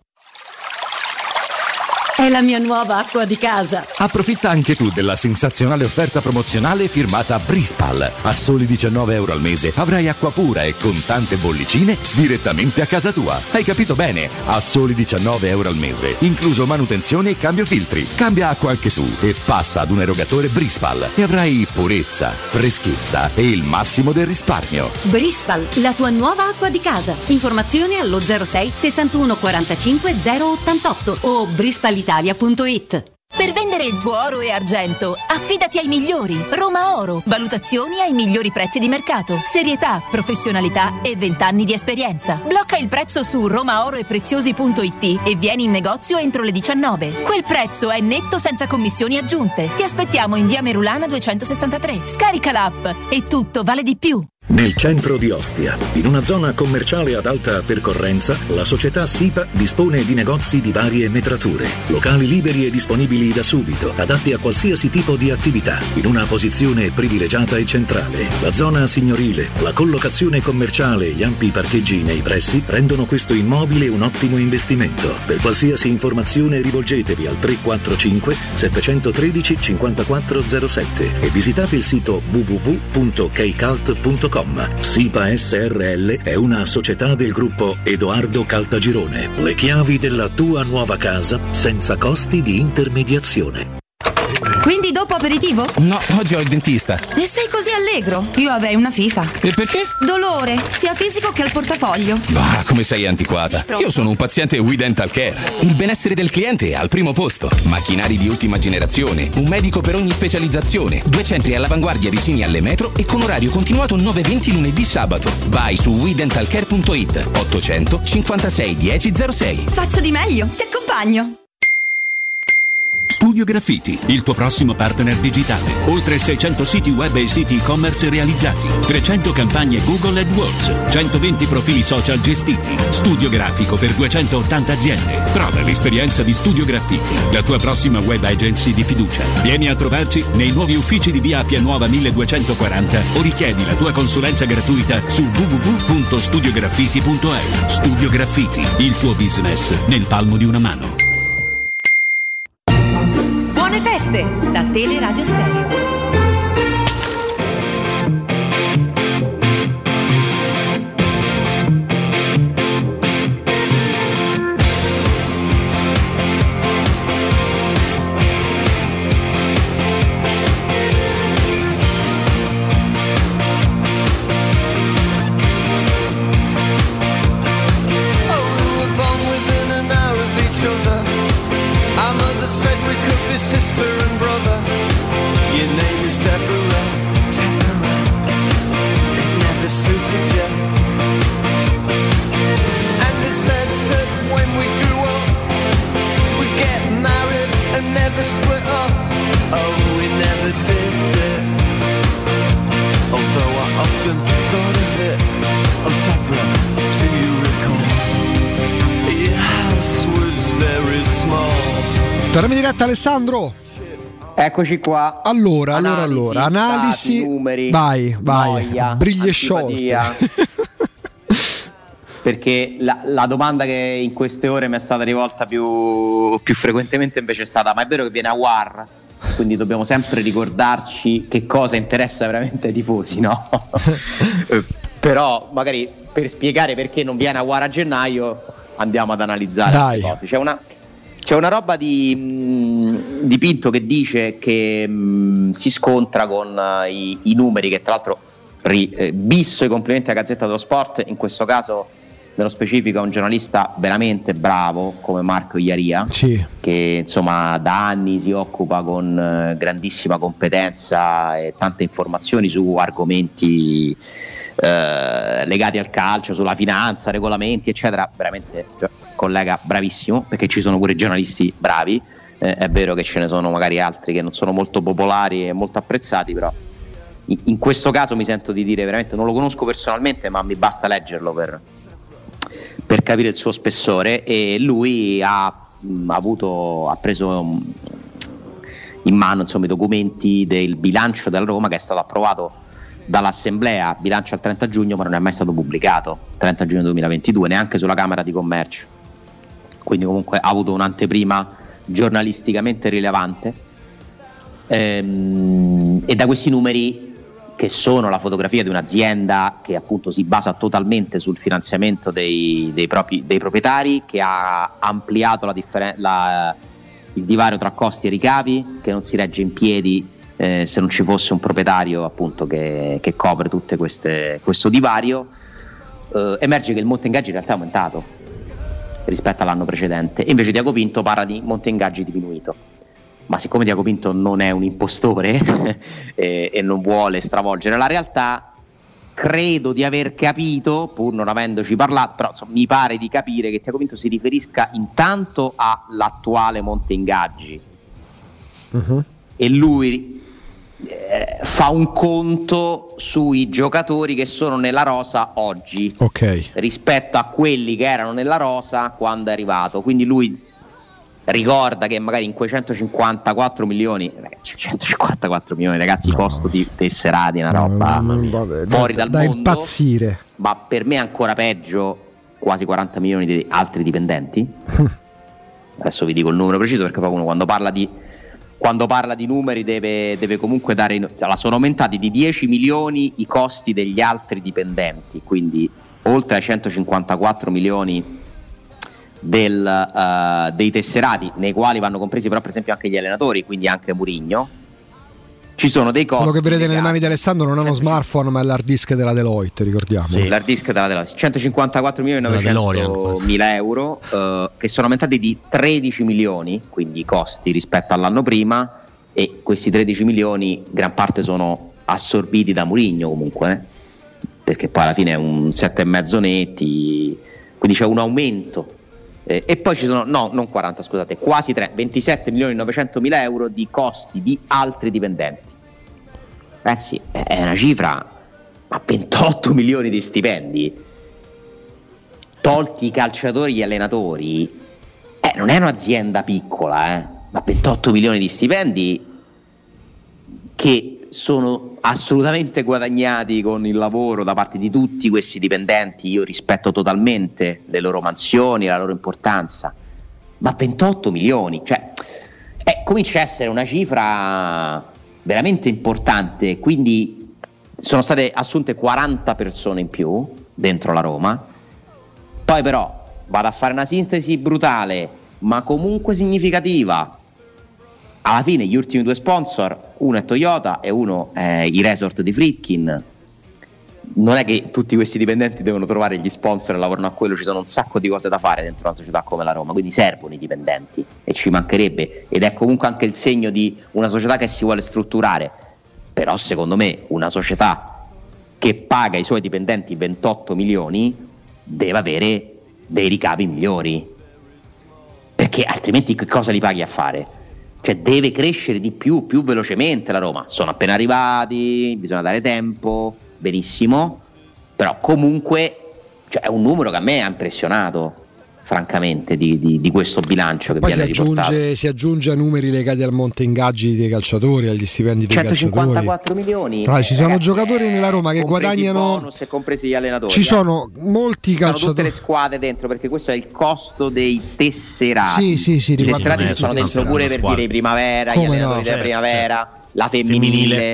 È la mia nuova acqua di casa. Approfitta anche tu della sensazionale offerta promozionale firmata Brispal. A soli diciannove euro al mese avrai acqua pura e con tante bollicine direttamente a casa tua. Hai capito bene? A soli diciannove euro al mese, incluso manutenzione e cambio filtri. Cambia acqua anche tu e passa ad un erogatore Brispal e avrai purezza, freschezza e il massimo del risparmio. Brispal, la tua nuova acqua di casa. Informazioni allo zero sei sessantuno quarantacinque zero ottantotto o brispal italia punto it. Per vendere il tuo oro e argento, affidati ai migliori. Roma Oro. Valutazioni ai migliori prezzi di mercato. Serietà, professionalità e vent'anni di esperienza. Blocca il prezzo su romaoroepreziosi punto it e vieni in negozio entro le diciannove. Quel prezzo è netto senza commissioni aggiunte. Ti aspettiamo in via Merulana duecentosessantatré. Scarica l'app e tutto vale di più. Nel centro di Ostia, in una zona commerciale ad alta percorrenza, la società SIPA dispone di negozi di varie metrature, locali liberi e disponibili da subito, adatti a qualsiasi tipo di attività, in una posizione privilegiata e centrale. La zona signorile, la collocazione commerciale e gli ampi parcheggi nei pressi rendono questo immobile un ottimo investimento. Per qualsiasi informazione rivolgetevi al tre quattro cinque sette uno tre cinque zero sette e visitate il sito w w w punto keicalt punto com. SIPA S R L è una società del gruppo Edoardo Caltagirone. Le chiavi della tua nuova casa senza costi di intermediazione. Quindi dopo aperitivo? No, oggi ho il dentista. E sei così allegro? Io avrei una FIFA. E perché? Dolore, sia fisico che al portafoglio. Bah, come sei antiquata. Io sono un paziente We Dental Care. Il benessere del cliente è al primo posto. Macchinari di ultima generazione, un medico per ogni specializzazione, due centri all'avanguardia vicini alle metro e con orario continuato nove venti lunedì sabato. Vai su we dental care punto it ottocento cinquantasei dieci zero sei. Faccio di meglio, ti accompagno. Studio Graffiti, il tuo prossimo partner digitale. Oltre seicento siti web e siti e-commerce realizzati, trecento campagne Google AdWords, centoventi profili social gestiti. Studio grafico per duecentottanta aziende. Prova l'esperienza di Studio Graffiti, la tua prossima web agency di fiducia. Vieni a trovarci nei nuovi uffici di via Appia Nuova milleduecentoquaranta o richiedi la tua consulenza gratuita su w w w punto studio graffiti punto e u. Studio Graffiti, il tuo business nel palmo di una mano. Buone feste da Teleradio Stereo. Sister and brother, Torniamo in diretta, Alessandro. Eccoci qua. Allora, analisi, allora, allora, analisi. Dati, numeri, vai, vai. Noia, briglie sciolte. Perché la, la domanda che in queste ore mi è stata rivolta più, più frequentemente invece è stata: ma è vero che viene Aouar? Quindi dobbiamo sempre ricordarci che cosa interessa veramente ai tifosi, no? Però magari per spiegare perché non viene Aouar a gennaio andiamo ad analizzare le cose. C'è una, c'è una roba di, mh, di Pinto che dice che mh, si scontra con uh, i, i numeri, che tra l'altro ri, eh, bisso i complimenti alla Gazzetta dello Sport, in questo caso nello specifico è un giornalista veramente bravo come Marco Iaria, sì, che insomma da anni si occupa con eh, grandissima competenza e tante informazioni su argomenti eh, legati al calcio, sulla finanza, regolamenti eccetera. Veramente cioè, collega bravissimo, perché ci sono pure giornalisti bravi, eh, è vero che ce ne sono magari altri che non sono molto popolari e molto apprezzati, però in, in questo caso mi sento di dire veramente, non lo conosco personalmente ma mi basta leggerlo per per capire il suo spessore, e lui ha, ha avuto ha preso in mano insomma i documenti del bilancio della Roma, che è stato approvato dall'Assemblea, bilancio al trenta giugno, ma non è mai stato pubblicato, trenta giugno duemilaventidue, neanche sulla Camera di Commercio, quindi comunque ha avuto un'anteprima giornalisticamente rilevante, ehm, e da questi numeri, che sono la fotografia di un'azienda che appunto si basa totalmente sul finanziamento dei, dei, propri, dei proprietari, che ha ampliato la differen- la, il divario tra costi e ricavi, che non si regge in piedi eh, se non ci fosse un proprietario appunto che, che copre tutto questo divario. Eh, emerge che il monte ingaggi in realtà è aumentato rispetto all'anno precedente, e invece Tiago Pinto parla di monte ingaggi diminuito. Ma siccome Tiago Pinto non è un impostore e, e non vuole stravolgere la realtà, credo di aver capito, pur non avendoci parlato, però insomma, mi pare di capire che Tiago Pinto si riferisca intanto all'attuale monte ingaggi, uh-huh. e lui eh, fa un conto sui giocatori che sono nella rosa oggi, okay, rispetto a quelli che erano nella rosa quando è arrivato. Quindi lui ricorda che magari in quei centocinquantaquattro milioni, centocinquantaquattro milioni ragazzi, no, costo di tesserati, una roba no, vabbè, fuori da, dal da mondo, impazzire. Ma per me è ancora peggio quasi quaranta milioni di altri dipendenti. Adesso vi dico il numero preciso, perché poi uno quando parla di quando parla di numeri deve, deve comunque dare in, cioè, sono aumentati di dieci milioni i costi degli altri dipendenti, quindi oltre ai centocinquantaquattro milioni Del, uh, dei tesserati, nei quali vanno compresi però per esempio anche gli allenatori, quindi anche Mourinho. Ci sono dei costi. Quello che vedete nelle mani di Alessandro non è uno smartphone, ma è l'hard disk della Deloitte, ricordiamo. Sì, l'hard disk della Deloitte, centocinquantaquattro milioni novecentomila euro, uh, che sono aumentati di tredici milioni, quindi i costi rispetto all'anno prima, e questi tredici milioni gran parte sono assorbiti da Mourinho comunque, eh? Perché poi alla fine è un sette e mezzo netti, quindi c'è un aumento. Eh, e poi ci sono, no, non quaranta, scusate, quasi tre, ventisette milioni novecentomila euro di costi di altri dipendenti. Eh sì, è una cifra, ma ventotto milioni di stipendi, tolti i calciatori e gli allenatori, eh, non è un'azienda piccola, eh, ma ventotto milioni di stipendi che sono assolutamente guadagnati con il lavoro da parte di tutti questi dipendenti. Io rispetto totalmente le loro mansioni, la loro importanza, ma ventotto milioni, cioè eh, comincia a essere una cifra veramente importante. Quindi sono state assunte quaranta persone in più dentro la Roma. Poi però vado a fare una sintesi brutale ma comunque significativa. Alla fine gli ultimi due sponsor, uno è Toyota e uno è i resort di Friedkin. Non è che tutti questi dipendenti devono trovare gli sponsor e lavorano a quello, ci sono un sacco di cose da fare dentro una società come la Roma, quindi servono i dipendenti e ci mancherebbe, ed è comunque anche il segno di una società che si vuole strutturare. Però secondo me una società che paga i suoi dipendenti ventotto milioni deve avere dei ricavi migliori, perché altrimenti che cosa li paghi a fare? Cioè deve crescere di più, più velocemente la Roma. Sono appena arrivati, bisogna dare tempo, benissimo, però comunque cioè, è un numero che a me ha impressionato. francamente, di, di, di questo bilancio che poi viene si aggiunge, riportato. si aggiunge a numeri legati al monte ingaggi dei calciatori, agli stipendi dei centocinquantaquattro calciatori. milioni. Ah, ci sono ragazzi, giocatori nella Roma che guadagnano bonus e compresi gli allenatori. Ci eh. sono molti ci calciatori. sono tutte le squadre dentro, perché questo è il costo dei tesserati. Sì, sì, sì, I tesserati ci sono dentro pure per squadra. dire i primavera, Come gli allenatori no? della Certo, primavera, la femminile. Femminile.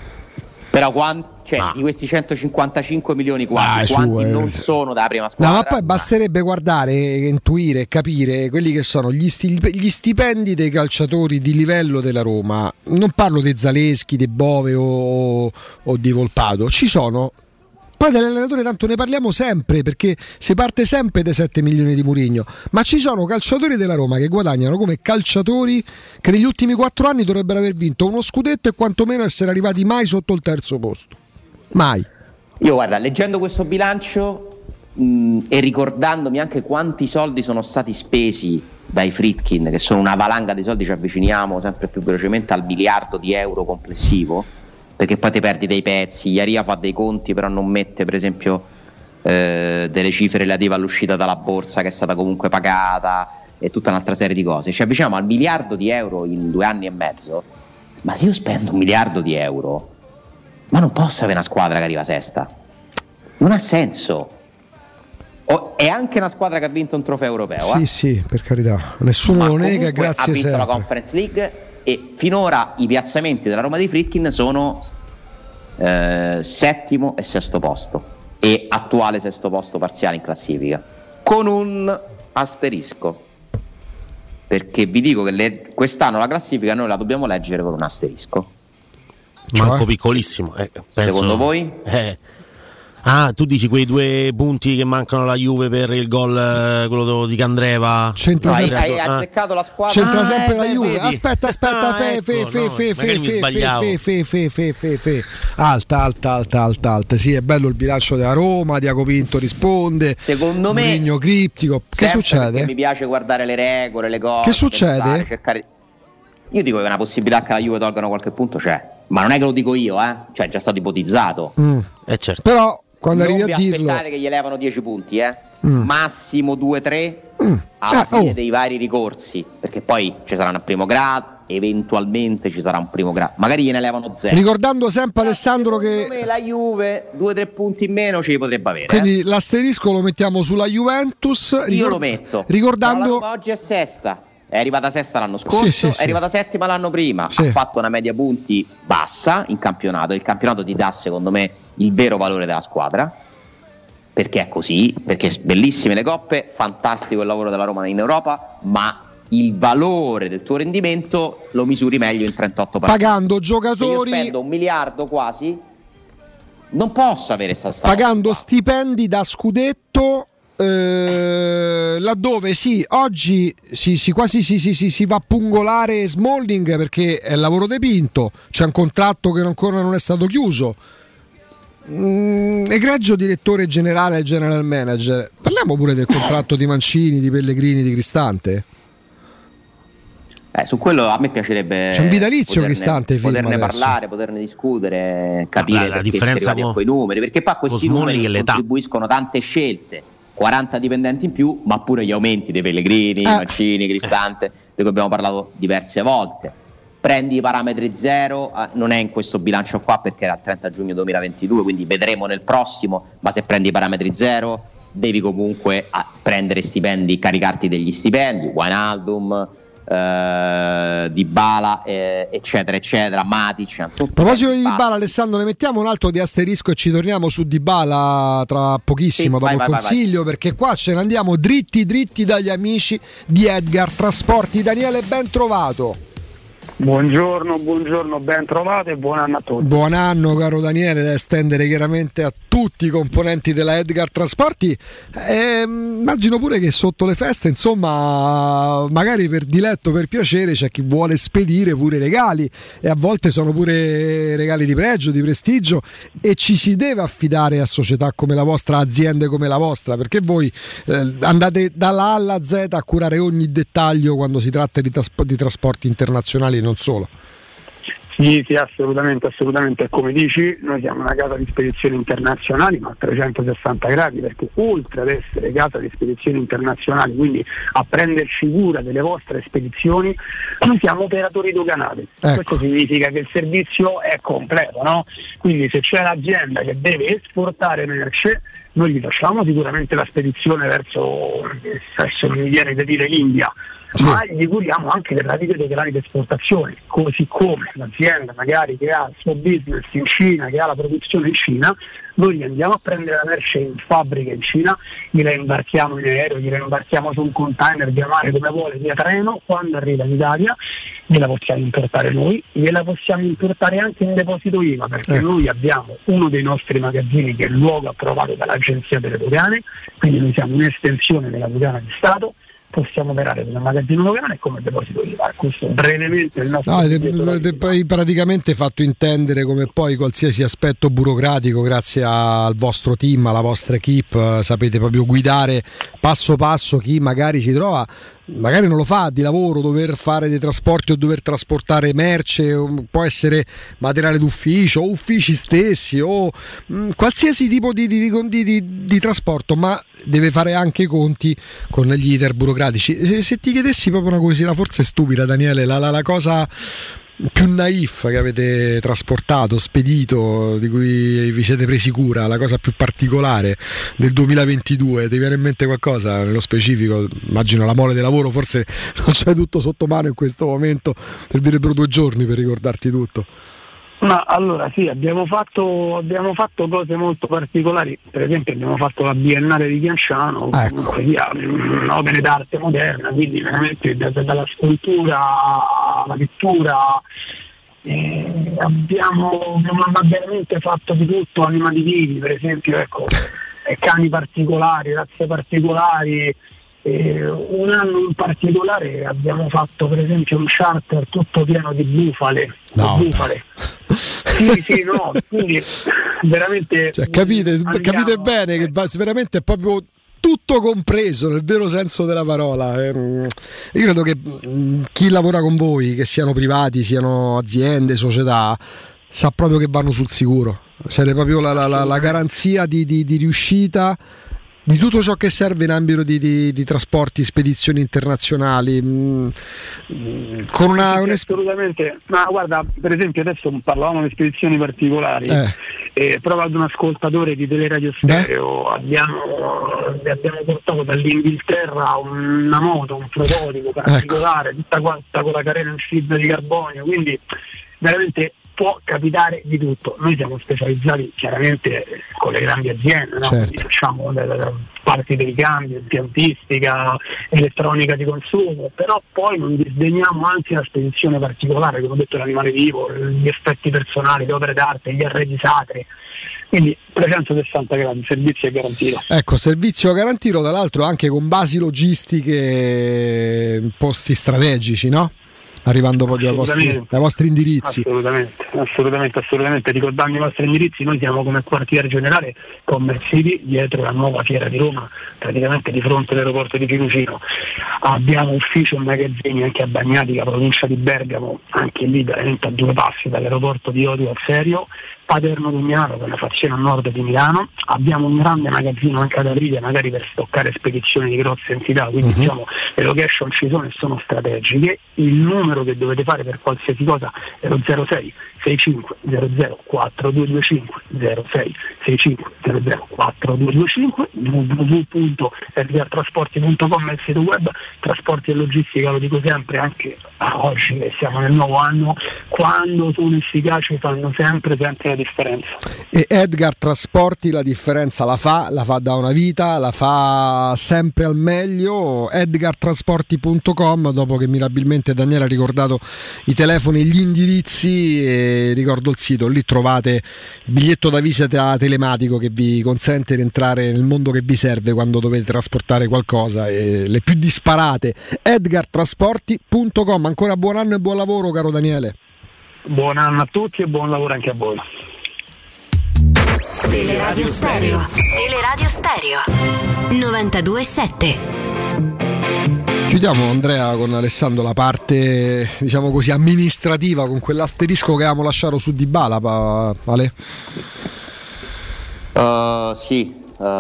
Però quanti, cioè, Ah. di questi centocinquantacinque milioni quasi, Ah, su, quanti eh. non sono dalla prima No, squadra? ma poi basterebbe guardare, intuire, capire quelli che sono gli, sti- gli stipendi dei calciatori di livello della Roma. Non parlo di Zaleschi, di Bove o, o di Volpato. Ci sono. Poi dell'allenatore tanto ne parliamo sempre, perché si parte sempre dai sette milioni di Mourinho, ma ci sono calciatori della Roma che guadagnano come calciatori che negli ultimi quattro anni dovrebbero aver vinto uno scudetto e quantomeno essere arrivati mai sotto il terzo posto. Mai. Io guarda, leggendo questo bilancio mh, e ricordandomi anche quanti soldi sono stati spesi dai Friedkin, che sono una valanga di soldi, ci avviciniamo sempre più velocemente al miliardo di euro complessivo, perché poi ti perdi dei pezzi. Iaria fa dei conti, però non mette per esempio eh, delle cifre relative all'uscita dalla borsa che è stata comunque pagata e tutta un'altra serie di cose. Ci avviciniamo al miliardo di euro in due anni e mezzo. Ma se io spendo un miliardo di euro, ma non posso avere una squadra che arriva sesta, non ha senso. O, è anche una squadra che ha vinto un trofeo europeo, Sì, eh? sì, per carità, nessuno Ma lo nega, comunque grazie ha vinto sempre. la Conference League e finora i piazzamenti della Roma di Friedkin sono eh, settimo e sesto posto e attuale sesto posto parziale in classifica, con un asterisco, perché vi dico che le, quest'anno la classifica noi la dobbiamo leggere con un asterisco. Manco Cioè? piccolissimo. Eh, penso- Secondo voi? Eh. Ah, tu dici quei due punti che mancano alla Juve per il gol, eh, quello di Candreva? C'entra No, hai, sempre- hai Ah. azzeccato la squadra. C'entra Ah, sempre eh, la beh, Juve. vedi. Aspetta, aspetta, Ah, fe, ecco, fe, fe, no, fe, magari mi fe, sbagliavo. fe, fe, fe, fe, fe, fe, alta, alta, alta, alta, alta. Sì, è bello il bilancio della Roma. Diaco Pinto risponde. Secondo me, Mourinho criptico. Che sempre perché succede? mi piace guardare le regole, le cose. Che succede? pensare, cercare- Io dico che una possibilità che la Juve tolgano qualche punto c'è, ma non è che lo dico io, eh? Cioè è già stato ipotizzato. Mm. Eh, certo. Però quando Non arrivi vi a dirlo, aspettate che gli elevano dieci punti, eh? Mm. Massimo due tre alla Ah, fine oh. dei vari ricorsi, perché poi ci sarà un primo grado, eventualmente ci sarà un primo grado, magari gliene elevano zero. ricordando sempre Alessandro Secondo che me la Juve due tre punti in meno ce li potrebbe avere. quindi eh? l'asterisco lo mettiamo sulla Juventus. Io Ricor- lo metto. Ricordando Però la Roma oggi è sesta. È arrivata sesta l'anno scorso, Sì, sì, è sì. arrivata settima l'anno prima, Sì. ha fatto una media punti bassa in campionato. Il campionato ti dà, secondo me, il vero valore della squadra, perché è così, perché bellissime le coppe, fantastico il lavoro della Roma in Europa, ma il valore del tuo rendimento lo misuri meglio in trentotto partite. pagando Se io giocatori, spendo un miliardo quasi, non posso avere sta sta pagando stipendi da scudetto. Eh, laddove sì, oggi si, si quasi si, si, si, si va a pungolare Smalling perché è il lavoro di Pinto, c'è un contratto che ancora non è stato chiuso. Mm, egregio direttore generale e general manager, parliamo pure del contratto di Mancini, di Pellegrini, di Cristante. Eh, su quello a me piacerebbe C'è un vitalizio poterne, Cristante film poterne adesso. parlare, poterne discutere, capire La- la perché differenza si è arrivati mo- a quei numeri, perché poi questi con Smalling numeri è l'età. contribuiscono tante scelte, quaranta dipendenti in più, ma pure gli aumenti dei Pellegrini, Eh. Mancini, Cristante, di cui abbiamo parlato diverse volte. Prendi i parametri zero, eh, non è in questo bilancio qua perché era il trenta giugno duemilaventidue, quindi vedremo nel prossimo, ma se prendi i parametri zero devi comunque ah, prendere stipendi, caricarti degli stipendi, Wijnaldum, eh, Dybala, eh, eccetera, eccetera, Matic. A proposito di Dybala, Alessandro, ne mettiamo un altro di asterisco e ci torniamo su Dybala tra pochissimo, Sì, dopo vai, il vai, vai, consiglio, perché qua ce ne andiamo dritti dritti dagli amici di Edgar Trasporti. Daniele, ben trovato. Buongiorno, buongiorno, ben trovato e buon anno a tutti. Buon anno caro Daniele, da estendere chiaramente a tutti i componenti della Edgar Trasporti. Eh, immagino pure che sotto le feste, insomma, magari per diletto, per piacere, c'è chi vuole spedire pure regali, e a volte sono pure regali di pregio, di prestigio, e ci si deve affidare a società come la vostra, a aziende come la vostra, perché voi eh, andate dalla A alla Z a curare ogni dettaglio quando si tratta di, tras- di trasporti internazionali e non solo. Sì, sì, assolutamente, assolutamente. Come dici, noi siamo una casa di spedizioni internazionali, ma a trecentosessanta gradi, perché oltre ad essere casa di spedizioni internazionali, quindi a prenderci cura delle vostre spedizioni, noi siamo operatori doganali. Ecco. Questo significa che il servizio è completo, no? Quindi se c'è l'azienda che deve esportare merce, noi gli facciamo sicuramente la spedizione verso, adesso mi viene da dire l'India, sì. Ma gli curiamo anche le pratiche dei canali di esportazione, così come l'azienda magari che ha il suo business in Cina, che ha la produzione in Cina, noi gli andiamo a prendere la merce in fabbrica in Cina, gliela imbarchiamo in aereo, gliela imbarchiamo su un container via mare come vuole, via treno, quando arriva in Italia gliela possiamo importare noi, gliela possiamo importare anche in deposito I V A, perché eh. noi abbiamo uno dei nostri magazzini che è il luogo approvato dall'Agenzia delle Dogane, quindi noi siamo un'estensione della dogana di Stato, possiamo operare come magazzino doganale e come deposito I V A. Questo brevemente il nostro. No, de, de, de, praticamente fatto intendere come poi qualsiasi aspetto burocratico, grazie al vostro team, alla vostra equipe, sapete proprio guidare passo passo chi magari si trova, magari non lo fa di lavoro, dover fare dei trasporti o dover trasportare merce, può essere materiale d'ufficio o uffici stessi o mh, qualsiasi tipo di, di, di, di, di trasporto, ma deve fare anche i conti con gli iter burocratici. Se, se ti chiedessi proprio una curiosità, forse stupida, Daniele, la, la, la cosa più naif che avete trasportato, spedito, di cui vi siete presi cura, la cosa più particolare del duemilaventidue, ti viene in mente qualcosa nello specifico? Immagino la mole del lavoro, forse non c'è tutto sotto mano in questo momento, servirebbero due giorni per ricordarti tutto. Ma allora sì, abbiamo fatto abbiamo fatto cose molto particolari, per esempio abbiamo fatto la Biennale di Chianciano, ecco. Comunque sia opere d'arte moderna, quindi veramente da, dalla scultura alla pittura, eh, abbiamo, abbiamo veramente fatto di tutto, animali vivi, per esempio, ecco, cani particolari, razze particolari. Eh, un anno in particolare abbiamo fatto per esempio un charter tutto pieno di bufale, no, di bufale. Sì, sì, no, quindi veramente cioè, capite, andiamo, capite bene che veramente è proprio tutto compreso nel vero senso della parola. Io credo che chi lavora con voi, che siano privati, siano aziende, società, sa proprio che vanno sul sicuro, c'è proprio la, la, la, la garanzia di, di, di riuscita di tutto ciò che serve in ambito di, di, di trasporti, spedizioni internazionali, mh, con una sì, assolutamente. Ma guarda, per esempio adesso parlavamo di spedizioni particolari, eh. eh, proprio ad un ascoltatore di Teleradio Stereo abbiamo, abbiamo portato dall'Inghilterra una moto, un prototipo particolare, ecco. tutta quanta con la carena in fibra di carbonio, quindi veramente può capitare di tutto. Noi siamo specializzati chiaramente con le grandi aziende, no? Certo. Quindi facciamo le, le parti dei ricambi, impiantistica, elettronica di consumo, però poi non disdegniamo anche la spedizione particolare, come ho detto, l'animale vivo, gli effetti personali, le opere d'arte, gli arredi sacri. Quindi trecentosessanta gradi, servizio è garantito. Ecco, servizio garantito, tra l'altro anche con basi logistiche in posti strategici, no? Arrivando poi ai vostri, ai vostri indirizzi. Assolutamente, assolutamente, assolutamente. Ricordando i vostri indirizzi, noi siamo come quartiere generale Commercity, dietro la nuova fiera di Roma, praticamente di fronte all'aeroporto di Fiumicino. Abbiamo ufficio e magazzini anche a Bagnatica, provincia di Bergamo, anche lì veramente a due passi dall'aeroporto di Odio al Serio. Paderno Dugnano, che è una fazione a nord di Milano. Abbiamo un grande magazzino anche ad Aprilia, magari per stoccare spedizioni di grosse entità, quindi uh-huh. diciamo le location ci sono e sono strategiche. Il numero che dovete fare per qualsiasi cosa è lo zero sei sei cinque zero zero quattro due due cinque, zero sei sei cinque zero zero quattro due due cinque, w w w punto edgar trasporti punto com è il sito web. Trasporti e logistica, lo dico sempre, anche a oggi che siamo nel nuovo anno, quando sono efficaci fanno sempre sempre la differenza. E Edgar Trasporti la differenza la fa, la fa da una vita, la fa sempre al meglio. edgar trasporti punto com, dopo che mirabilmente Daniele ha ricordato i telefoni e gli indirizzi, e ricordo il sito, lì trovate il biglietto da visita telematico che vi consente di entrare nel mondo che vi serve quando dovete trasportare qualcosa, e le più disparate. edgar trasporti punto com. Ancora buon anno e buon lavoro, caro Daniele. Buon anno a tutti e buon lavoro anche a voi. Teleradio Stereo. Teleradio Stereo novantadue sette. Chiudiamo, Andrea, con Alessandro la parte, diciamo così, amministrativa, con quell'asterisco che avevamo lasciato su Dybala, vale? Uh, sì.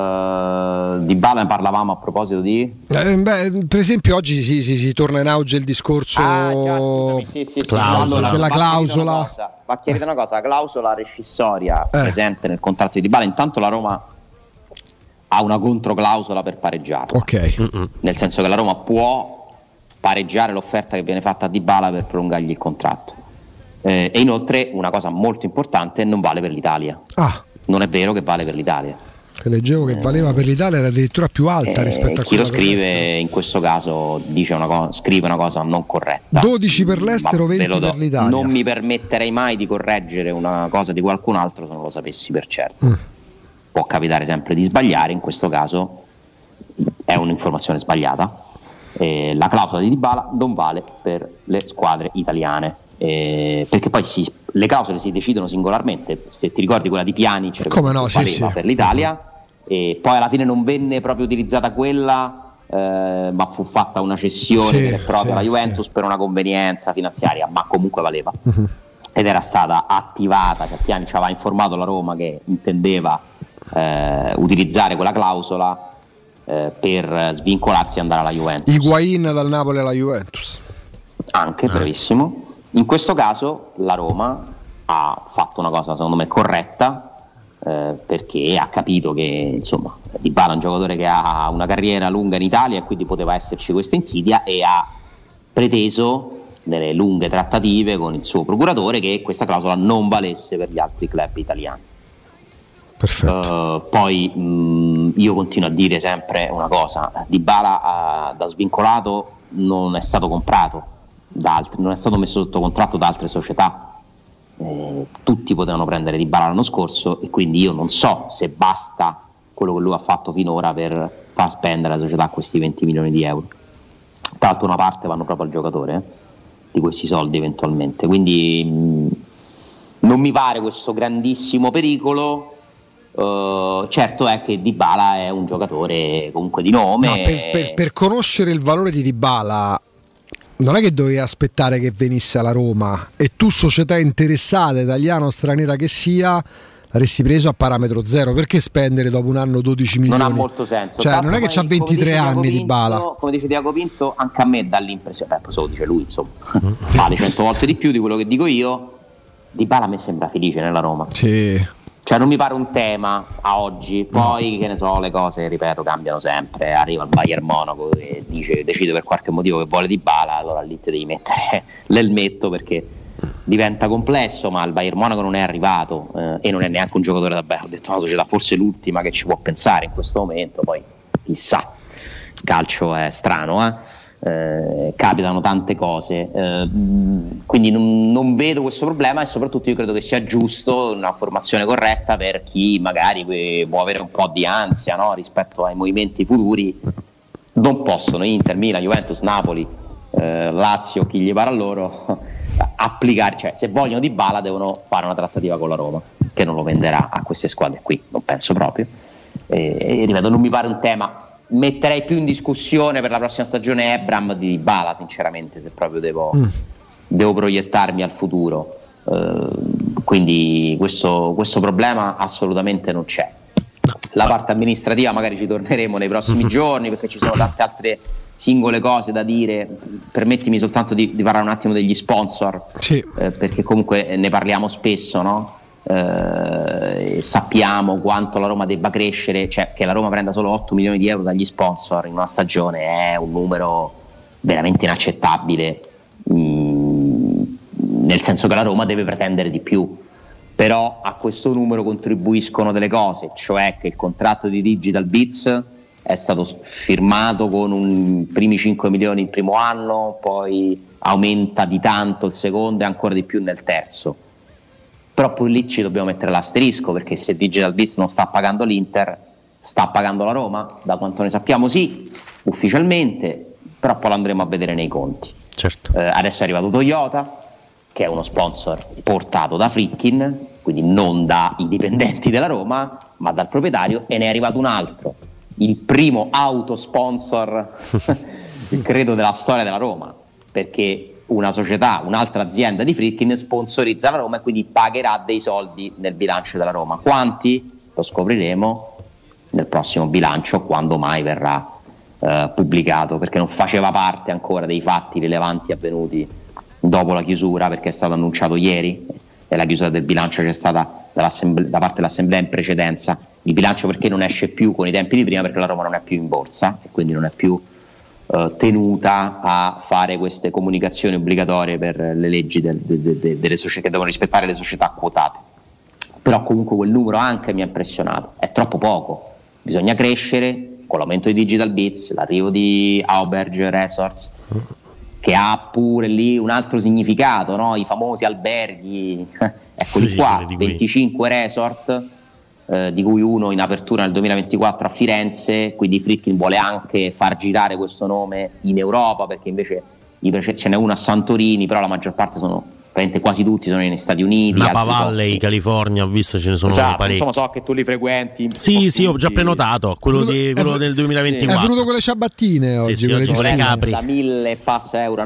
Uh, di Bala ne parlavamo a proposito di eh, beh, per esempio oggi si, si, si torna in auge il discorso ah, già, scusami, sì, sì, clausola. Allora, della clausola. Va chiarita una cosa, la clausola rescissoria eh. presente nel contratto di Dybala, intanto la Roma ha una controclausola per pareggiarla, ok, nel senso che la Roma può pareggiare l'offerta che viene fatta a Dybala per prolungargli il contratto, eh, e inoltre una cosa molto importante, non vale per l'Italia. Ah. Non è vero che vale per l'Italia. Che leggevo che valeva per l'Italia, era addirittura più alta eh, rispetto a chi quella lo scrive in questo caso dice una cosa, scrive una cosa non corretta. dodici per l'estero, venti per l'Italia. Non mi permetterei mai di correggere una cosa di qualcun altro se non lo sapessi per certo. Mm. Può capitare sempre di sbagliare, in questo caso è un'informazione sbagliata. Eh, la clausola di Dybala non vale per le squadre italiane, eh, perché poi si, le clausole si decidono singolarmente. Se ti ricordi quella di Pjanic, come no, valeva sì, sì. per l'Italia, e poi alla fine non venne proprio utilizzata quella, eh, ma fu fatta una cessione sì, vera e propria sì, alla Juventus sì. per una convenienza finanziaria, ma comunque valeva. Uh-huh. Ed era stata attivata, cioè Pjanic aveva informato la Roma che intendeva eh, utilizzare quella clausola eh, per svincolarsi e andare alla Juventus. Higuain dal Napoli alla Juventus. Anche, ah. bravissimo. In questo caso la Roma ha fatto una cosa secondo me corretta, Eh, perché ha capito che insomma Dybala è un giocatore che ha una carriera lunga in Italia e quindi poteva esserci questa insidia, e ha preteso nelle lunghe trattative con il suo procuratore che questa clausola non valesse per gli altri club italiani. Perfetto. Uh, poi mh, io continuo a dire sempre una cosa: Dybala uh, da svincolato non è stato comprato da altri, non è stato messo sotto contratto da altre società. Eh, tutti potevano prendere Dybala l'anno scorso, e quindi io non so se basta quello che lui ha fatto finora per far spendere la società questi venti milioni di euro. Tra l'altro una parte vanno proprio al giocatore eh, di questi soldi eventualmente, quindi mh, non mi pare questo grandissimo pericolo. Uh, certo è che Dybala è un giocatore comunque di nome. No, per, per, per conoscere il valore di Dybala non è che dovevi aspettare che venisse alla Roma, e tu, società interessata, italiana o straniera che sia, l'avresti preso a parametro zero. Perché spendere dopo un anno dodici milioni? Non ha molto senso. Cioè, Tanto non è che c'ha ventitré anni di Dybala. Come dice Diaco Pinto, anche a me dà l'impressione, beh, lo dice lui, insomma, vale cento volte di più di quello che dico io. Dybala a me sembra felice nella Roma. Sì. Cioè non mi pare un tema a oggi, poi che ne so, le cose, ripeto, cambiano sempre. Arriva il Bayern Monaco e dice, decide per qualche motivo che vuole Dybala, allora lì te devi mettere l'elmetto, perché diventa complesso. Ma il Bayern Monaco non è arrivato eh, e non è neanche un giocatore da bene. Ho detto una società forse l'ultima che ci può pensare in questo momento, poi chissà, il calcio è strano, eh? Eh, capitano tante cose, eh, quindi non, non vedo questo problema, e soprattutto io credo che sia giusto una formazione corretta per chi magari può avere un po' di ansia, no? Rispetto ai movimenti futuri. Non possono Inter, Milan, Juventus, Napoli, eh, Lazio, chi gli pare a loro applicare, cioè se vogliono Dybala devono fare una trattativa con la Roma, che non lo venderà a queste squadre qui, non penso proprio, e, e ripeto, non mi pare un tema. Metterei più in discussione per la prossima stagione Ebram di Dybala, sinceramente, se proprio devo, mm. devo proiettarmi al futuro. Uh, quindi questo, questo problema assolutamente non c'è. La parte amministrativa magari ci torneremo nei prossimi giorni, perché ci sono tante altre singole cose da dire. Permettimi soltanto di, di parlare un attimo degli sponsor, sì. eh, perché comunque ne parliamo spesso, no? Eh, sappiamo quanto la Roma debba crescere, cioè che la Roma prenda solo otto milioni di euro dagli sponsor in una stagione è un numero veramente inaccettabile, mm, nel senso che la Roma deve pretendere di più. Però a questo numero contribuiscono delle cose, cioè che il contratto di Digital Beats è stato firmato con un primi cinque milioni il primo anno, poi aumenta di tanto il secondo e ancora di più nel terzo. Però poi lì ci dobbiamo mettere l'asterisco, perché se Digital Beats non sta pagando l'Inter, sta pagando la Roma, da quanto ne sappiamo sì, ufficialmente, però poi lo andremo a vedere nei conti. Certo. Eh, adesso è arrivato Toyota, che è uno sponsor portato da Friedkin, quindi non dai dipendenti della Roma, ma dal proprietario, e ne è arrivato un altro, il primo autosponsor il credo della storia della Roma, perché una società, un'altra azienda di Friedkin sponsorizza la Roma e quindi pagherà dei soldi nel bilancio della Roma. Quanti? Lo scopriremo nel prossimo bilancio, quando mai verrà eh, pubblicato, perché non faceva parte ancora dei fatti rilevanti avvenuti dopo la chiusura, perché è stato annunciato ieri e la chiusura del bilancio c'è stata da parte dell'assemblea in precedenza. Il bilancio perché non esce più con i tempi di prima? Perché la Roma non è più in borsa e quindi non è più eh, tenuta a fare queste comunicazioni obbligatorie per le leggi del, de, de, delle società che devono rispettare le società quotate. Però comunque quel numero anche mi ha impressionato, è troppo poco, bisogna crescere con l'aumento di Digital Bits, l'arrivo di Auberge Resorts, che ha pure lì un altro significato, no? I famosi alberghi, eccoli sì, qua, sì, venticinque resort, eh, di cui uno in apertura nel duemilaventiquattro a Firenze, quindi Friedkin vuole anche far girare questo nome in Europa, perché invece ce n'è uno a Santorini, però la maggior parte sono, quasi tutti sono negli Stati Uniti. Napa Valley, California, ho visto ce ne sono esatto, parecchi. Insomma, so che tu li frequenti. Sì, sì, ho già prenotato quello, di, quello del duemilaventiquattro. È venuto con le ciabattine oggi, sì, sì, oggi con le capri. Da mille e passa euro a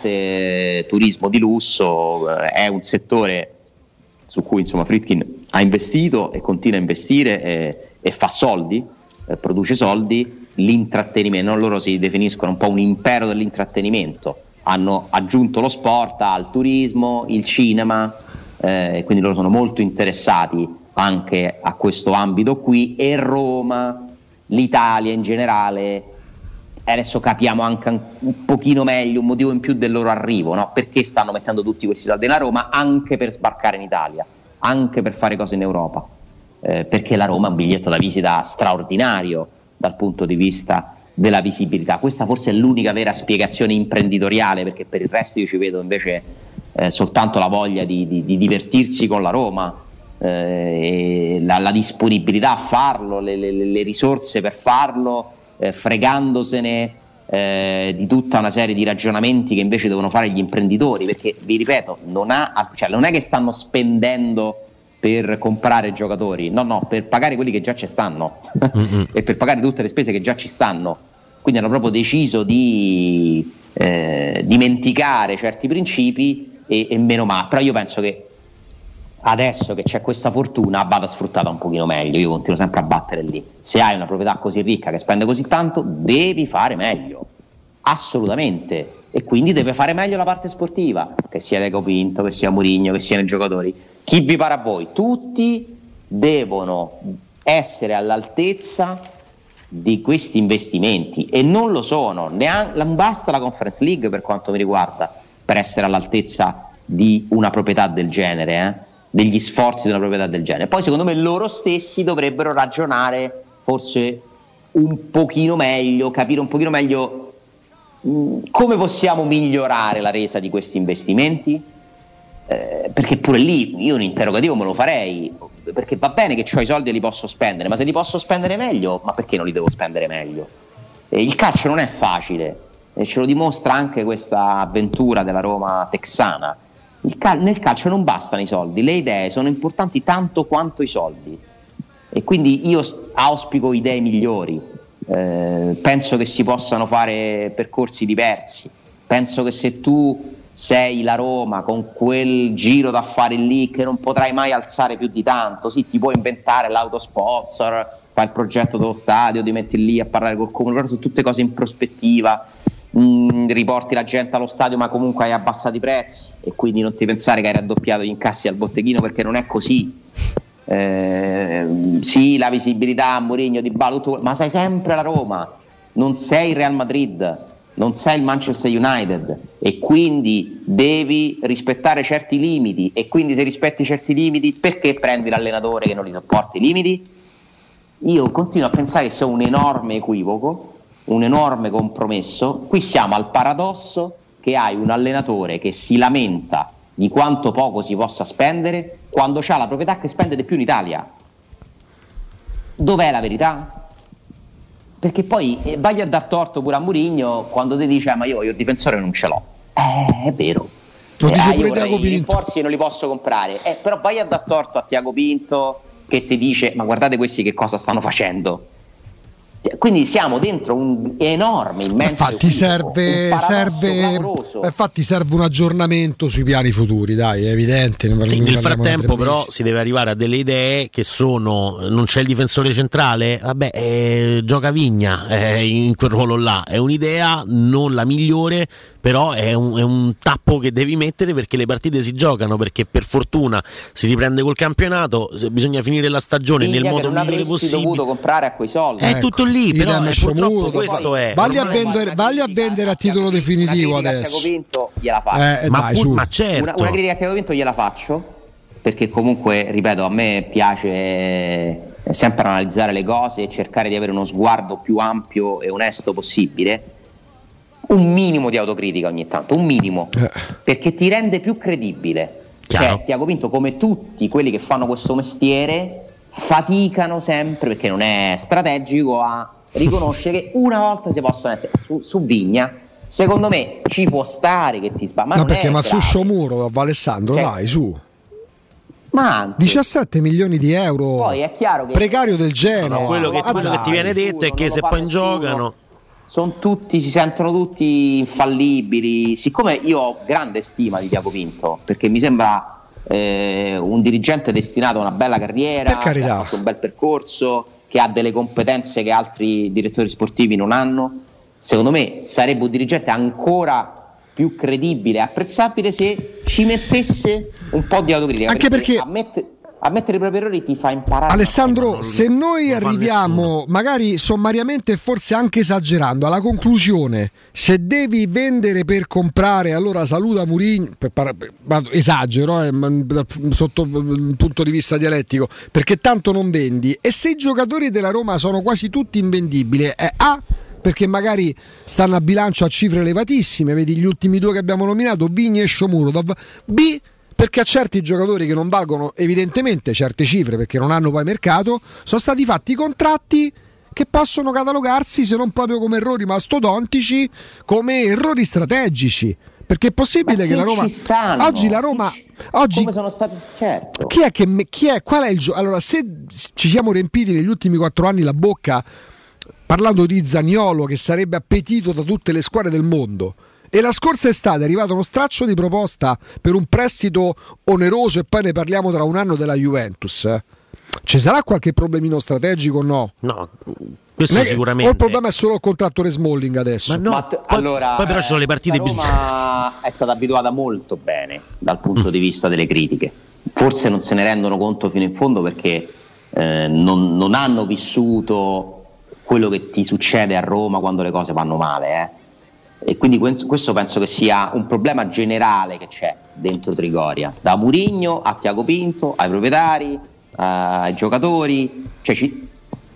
notte, turismo di lusso, è un settore su cui insomma Friedkin ha investito e continua a investire e, e fa soldi, eh, produce soldi. L'intrattenimento, no? Loro si definiscono un po' un impero dell'intrattenimento. Hanno aggiunto lo sport al turismo, il cinema, eh, quindi loro sono molto interessati anche a questo ambito qui, e Roma, l'Italia in generale, adesso capiamo anche un pochino meglio un motivo in più del loro arrivo, no? Perché stanno mettendo tutti questi soldi nella Roma, anche per sbarcare in Italia, anche per fare cose in Europa, eh, perché la Roma è un biglietto da visita straordinario dal punto di vista della visibilità. Questa forse è l'unica vera spiegazione imprenditoriale, perché per il resto io ci vedo invece eh, soltanto la voglia di, di, di divertirsi con la Roma, eh, e la, la disponibilità a farlo, le, le, le risorse per farlo, eh, fregandosene eh, di tutta una serie di ragionamenti che invece devono fare gli imprenditori, perché vi ripeto, non, ha, cioè, non è che stanno spendendo per comprare giocatori, no no, per pagare quelli che già ci stanno e per pagare tutte le spese che già ci stanno. Quindi hanno proprio deciso di eh, dimenticare certi principi e, e meno male. Però io penso che adesso che c'è questa fortuna vada sfruttata un pochino meglio. Io continuo sempre a battere lì. Se hai una proprietà così ricca che spende così tanto, devi fare meglio, assolutamente. E quindi deve fare meglio la parte sportiva, che sia Diego Pinto, che sia Mourinho, che siano i giocatori. Chi vi pare a voi? Tutti devono essere all'altezza di questi investimenti e non lo sono, neanche, non basta la Conference League per quanto mi riguarda per essere all'altezza di una proprietà del genere, eh? degli sforzi di una proprietà del genere. Poi secondo me loro stessi dovrebbero ragionare forse un pochino meglio, capire un pochino meglio come possiamo migliorare la resa di questi investimenti, eh, perché pure lì io un interrogativo me lo farei, perché va bene che ho i soldi e li posso spendere, ma se li posso spendere meglio, ma perché non li devo spendere meglio? Eh, il calcio non è facile e ce lo dimostra anche questa avventura della Roma texana. Il cal- nel calcio non bastano i soldi, le idee sono importanti tanto quanto i soldi, e quindi io auspico idee migliori. Eh, penso che si possano fare percorsi diversi. Penso che se tu sei la Roma con quel giro d'affari lì che non potrai mai alzare più di tanto, sì, ti puoi inventare l'autosponsor, fai il progetto dello stadio, ti metti lì a parlare col comune, però sono tutte cose in prospettiva. Mm, riporti la gente allo stadio ma comunque hai abbassato i prezzi e quindi non ti pensare che hai raddoppiato gli incassi al botteghino, perché non è così. Eh, sì, la visibilità, Mourinho, Dybala, tutto, ma sei sempre la Roma, non sei il Real Madrid, non sei il Manchester United, e quindi devi rispettare certi limiti, e quindi se rispetti certi limiti perché prendi l'allenatore che non li sopporta i limiti? Io continuo a pensare che sia un enorme equivoco, un enorme compromesso. Qui siamo al paradosso che hai un allenatore che si lamenta di quanto poco si possa spendere quando c'ha la proprietà che spende di più in Italia. Dov'è la verità? Perché poi eh, vai a dar torto pure a Mourinho quando ti dice ah, ma io il difensore non ce l'ho. Eh, è vero. Lo dice eh, pure io Tiago Pinto. I rinforzi non li posso comprare. Eh, però vai a dar torto a Tiago Pinto che ti dice ma guardate questi che cosa stanno facendo. quindi siamo dentro un enorme, immenso. Infatti serve, serve, infatti serve un aggiornamento sui piani futuri, dai, è evidente. Sì, nel frattempo però si deve arrivare a delle idee che sono: non c'è il difensore centrale, vabbè, eh, gioca Vigna eh, in quel ruolo là, è un'idea non la migliore, però è un, è un tappo che devi mettere, perché le partite si giocano, perché per fortuna si riprende col campionato, bisogna finire la stagione Figlia nel modo migliore possibile. Non avresti dovuto comprare a quei soldi. È ecco, tutto lì, però è, purtroppo questo poi, è. Valli a vendere, valli a vendere a titolo definitivo adesso. Vinto, gliela faccio. Eh, ma, dai, pur, su. ma certo. Una, una critica a Tiago Pinto gliela faccio, perché comunque, ripeto, a me piace sempre analizzare le cose e cercare di avere uno sguardo più ampio e onesto possibile. Un minimo di autocritica ogni tanto, un minimo, eh. perché ti rende più credibile. Chiaro. Cioè, Tiago Pinto, come tutti quelli che fanno questo mestiere, faticano sempre, perché non è strategico, a riconoscere che una volta si possono essere su, su Vigna. Secondo me ci può stare che ti sbagli, ma no, non perché è ma grave. su Sciomuro, Alessandro, Cioè, dai, su. Ma anche, diciassette milioni di euro, poi è chiaro che precario del Genoa. No, quello che, ah, quello che ti viene detto è che se poi giocano, sono tutti, si sentono tutti infallibili. Siccome io ho grande stima di Tiago Pinto, perché mi sembra eh, un dirigente destinato a una bella carriera, per carità, che ha fatto un bel percorso, che ha delle competenze che altri direttori sportivi non hanno, secondo me sarebbe un dirigente ancora più credibile e apprezzabile se ci mettesse un po' di autocritica, anche perché, perché ammette, ammettere i propri errori ti fa imparare. Alessandro, se noi arriviamo magari sommariamente e forse anche esagerando alla conclusione, se devi vendere per comprare, allora saluta Mourinho, per par- per, esagero eh, sotto il punto di vista dialettico, perché tanto non vendi, e se i giocatori della Roma sono quasi tutti invendibili, è A, perché magari stanno a bilancio a cifre elevatissime, vedi gli ultimi due che abbiamo nominato, Vigna e Shomurodov, B, perché a certi giocatori che non valgono evidentemente certe cifre, perché non hanno poi mercato, sono stati fatti contratti che possono catalogarsi, se non proprio come errori mastodontici, come errori strategici. Perché è possibile ma che la Roma oggi la Roma oggi come sono stati, certo. Chi è che chi è qual è il gioco? Allora, se ci siamo riempiti negli ultimi quattro anni la bocca parlando di Zaniolo che sarebbe appetito da tutte le squadre del mondo, e la scorsa estate è arrivato uno straccio di proposta per un prestito oneroso, e poi ne parliamo tra un anno della Juventus, eh? Ci sarà qualche problemino strategico o no? No, questo sicuramente. O il problema è solo il contrattore Smalling adesso? Ma no, Ma t- poi, allora, poi però ci sono le partite. La Roma è stata abituata molto bene dal punto di vista delle critiche. Forse non se ne rendono conto fino in fondo, perché eh, non, non hanno vissuto quello che ti succede a Roma quando le cose vanno male, eh? E quindi questo penso che sia un problema generale che c'è dentro Trigoria, da Mourinho a Tiago Pinto, ai proprietari, ai giocatori, cioè ci,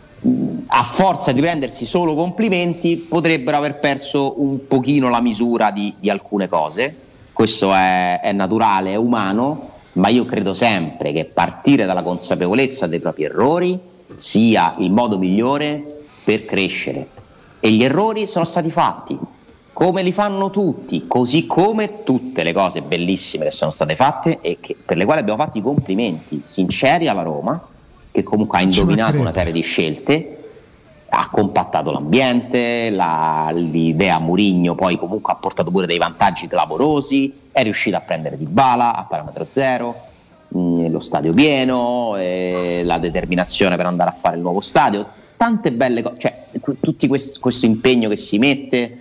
a forza di prendersi solo complimenti potrebbero aver perso un pochino la misura di, di alcune cose. Questo è, è naturale, è umano, ma io credo sempre che partire dalla consapevolezza dei propri errori sia il modo migliore per crescere, e gli errori sono stati fatti come li fanno tutti, così come tutte le cose bellissime che sono state fatte e che, per le quali abbiamo fatto i complimenti sinceri alla Roma, che comunque ha indovinato una serie di scelte, ha compattato l'ambiente, la, l'idea Mourinho poi comunque ha portato pure dei vantaggi clamorosi, è riuscito a prendere Dybala a parametro zero, mh, lo stadio pieno, eh, la determinazione per andare a fare il nuovo stadio, tante belle cose, cioè tutti questo, questo impegno che si mette,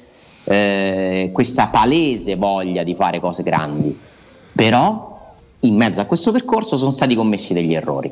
eh, questa palese voglia di fare cose grandi, però in mezzo a questo percorso sono stati commessi degli errori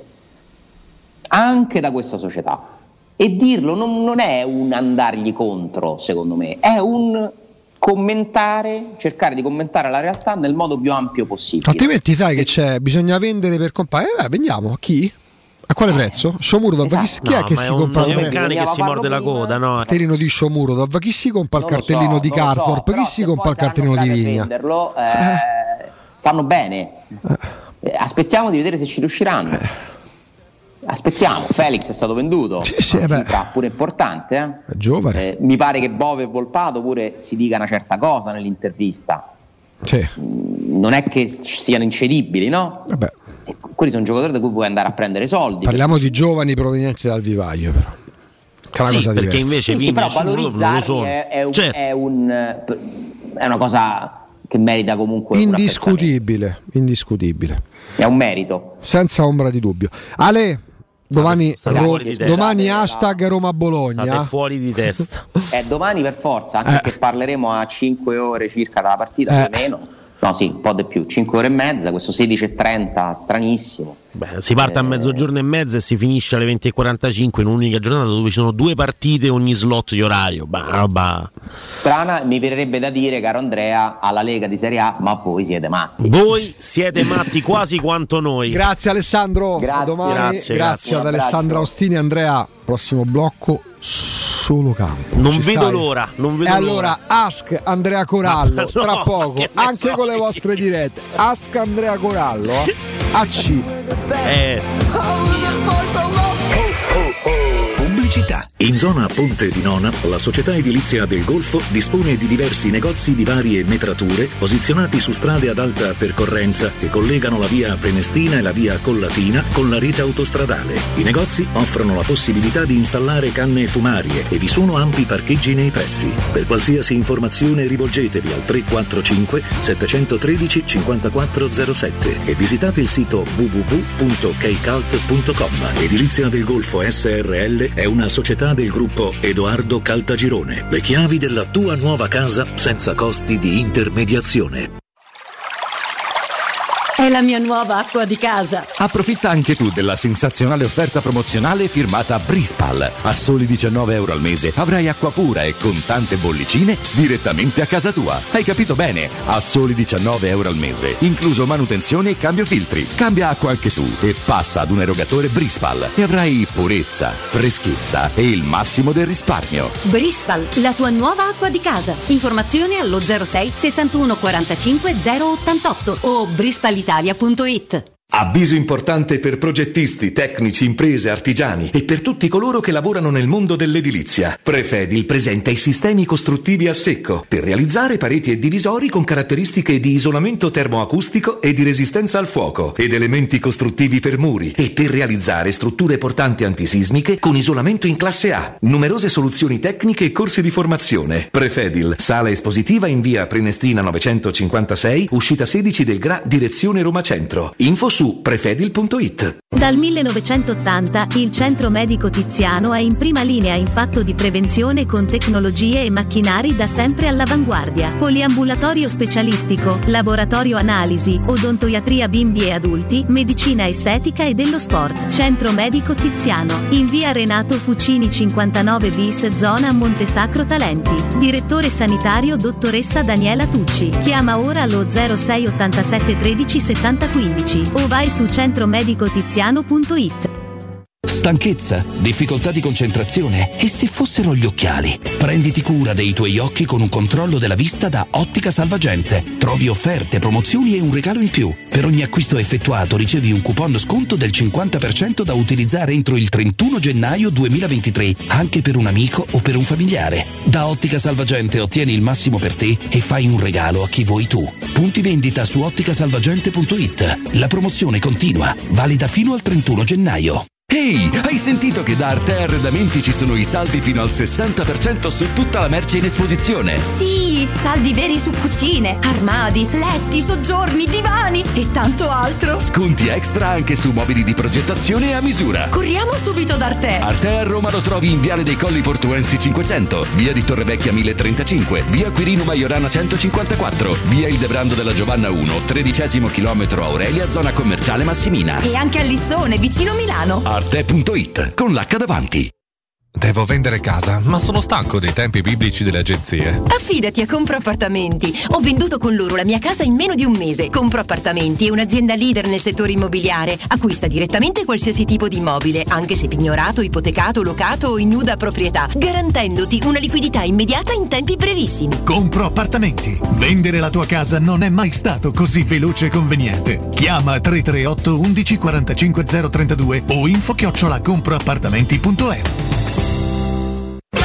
anche da questa società, e dirlo non, non è un andargli contro, secondo me è un commentare, cercare di commentare la realtà nel modo più ampio possibile, altrimenti sai che c'è, bisogna vendere per comprare, eh, vendiamo a chi? A quale prezzo? Shomurodov, esatto. chi, chi no, è che si è compra un, il è un cane che si morde la coda, no? Il cartellino di Shomurodov, chi si compra il non cartellino so, di Carthorpe, so, chi si compra il cartellino di Vigna? Venderlo, eh, fanno bene, eh, aspettiamo di vedere se ci riusciranno, aspettiamo. Felix è stato venduto, sì, sì, una cifra pure importante, eh? È giovane, eh, mi pare che Bove e Volpato pure si dica una certa cosa nell'intervista, sì. Non è che siano incedibili, no? Vabbè. Quelli sono giocatori da cui puoi andare a prendere soldi. Parliamo di giovani provenienti dal vivaio, però. che è una sì, cosa perché diversa. invece Sì, sì, però non lo valorizzarli sono. è, è, un, Certo. è, un, è una cosa che merita comunque Indiscutibile, indiscutibile. È un merito. Senza ombra di dubbio. Ale, domani, state Ro- fuori di testa. domani hashtag Roma-Bologna. State fuori di testa. Eh, domani per forza, anche Eh. perché parleremo a cinque ore circa dalla partita, Eh. più o meno. No, sì, un po' di più, cinque ore e mezza, questo sedici e trenta, stranissimo. Beh, si parte a mezzogiorno e mezza e si finisce alle venti e quarantacinque in un'unica giornata dove ci sono due partite ogni slot di orario. Bah, roba. Strana, mi verrebbe da dire, caro Andrea, alla Lega di Serie A, ma voi siete matti. Voi siete matti quasi quanto noi. Grazie Alessandro, Grazie. a domani. Grazie, grazie. ad Un Alessandra abbraccio. Ostini. Andrea, prossimo blocco solo campo. Non Ci vedo stai? l'ora, non vedo E l'ora. allora Ask Andrea Corallo Ma no, tra poco, che ne anche so con le io. vostre dirette. Ask Andrea Corallo eh. A C. Eh. Pubblicità. In zona Ponte di Nona, la società edilizia del Golfo dispone di diversi negozi di varie metrature posizionati su strade ad alta percorrenza che collegano la via Prenestina e la via Collatina con la rete autostradale. I negozi offrono la possibilità di installare canne fumarie e vi sono ampi parcheggi nei pressi. Per qualsiasi informazione rivolgetevi al tre quattro cinque sette uno tre cinque quattro zero sette e visitate il sito w w w punto keicalt punto com. Edilizia del Golfo S R L è una società del gruppo Edoardo Caltagirone. Le chiavi della tua nuova casa senza costi di intermediazione. È la mia nuova acqua di casa. Approfitta anche tu della sensazionale offerta promozionale firmata Brispal. A soli diciannove euro al mese avrai acqua pura e con tante bollicine direttamente a casa tua. Hai capito bene? A soli diciannove euro al mese, incluso manutenzione e cambio filtri. Cambia acqua anche tu e passa ad un erogatore Brispal e avrai purezza, freschezza e il massimo del risparmio. Brispal, la tua nuova acqua di casa. Informazioni allo zero sei sessantuno quarantacinque zero ottantotto o brispalitalia punto it. Avviso importante per progettisti, tecnici, imprese, artigiani e per tutti coloro che lavorano nel mondo dell'edilizia. Prefedil presenta i sistemi costruttivi a secco per realizzare pareti e divisori con caratteristiche di isolamento termoacustico e di resistenza al fuoco ed elementi costruttivi per muri e per realizzare strutture portanti antisismiche con isolamento in classe A. Numerose soluzioni tecniche e corsi di formazione. Prefedil, sala espositiva in via Prenestina novecentocinquantasei, uscita sedici del Gra, direzione Roma Centro. Info su prefedil punto it. Dal millenovecentottanta il Centro Medico Tiziano è in prima linea in fatto di prevenzione con tecnologie e macchinari da sempre all'avanguardia. Poliambulatorio specialistico, laboratorio analisi, odontoiatria bimbi e adulti, medicina estetica e dello sport. Centro Medico Tiziano, in via Renato Fucini cinquantanove bis, zona Montesacro Talenti. Direttore sanitario dottoressa Daniela Tucci. Chiama ora allo zero sei ottantasette tredici settanta quindici o vai su centromedicotiziano punto it. Stanchezza, difficoltà di concentrazione e se fossero gli occhiali? Prenditi cura dei tuoi occhi con un controllo della vista da Ottica Salvagente. Trovi offerte, promozioni e un regalo in più. Per ogni acquisto effettuato ricevi un coupon sconto del cinquanta per cento da utilizzare entro il trentuno gennaio duemilaventitré, anche per un amico o per un familiare. Da Ottica Salvagente ottieni il massimo per te e fai un regalo a chi vuoi tu. Punti vendita su otticasalvagente punto it. La promozione continua, valida fino al trentuno gennaio. Ehi, hai sentito che da Arte Arredamenti ci sono i saldi fino al sessanta per cento su tutta la merce in esposizione? Sì, saldi veri su cucine, armadi, letti, soggiorni, divani e tanto altro. Sconti extra anche su mobili di progettazione a misura. Corriamo subito da Arte. Arte a Roma lo trovi in Viale dei Colli Portuensi cinquecento, via di Torrevecchia mille trentacinque, via Quirino Maiorana centocinquantaquattro, via Il Debrando della Giovanna uno, tredicesimo chilometro Aurelia, zona commerciale Massimina. E anche a Lissone, vicino Milano. Arte punto it, con l'H davanti. Devo vendere casa, ma sono stanco dei tempi biblici delle agenzie. Affidati a Compro Appartamenti. Ho venduto con loro la mia casa in meno di un mese. Compro Appartamenti è un'azienda leader nel settore immobiliare. Acquista direttamente qualsiasi tipo di immobile, anche se pignorato, ipotecato, locato o in nuda proprietà, garantendoti una liquidità immediata in tempi brevissimi. Compro Appartamenti. Vendere la tua casa non è mai stato così veloce e conveniente. Chiama tre tre otto undici quarantacinque zero trentadue o info chiocciola comproappartamenti punto e u.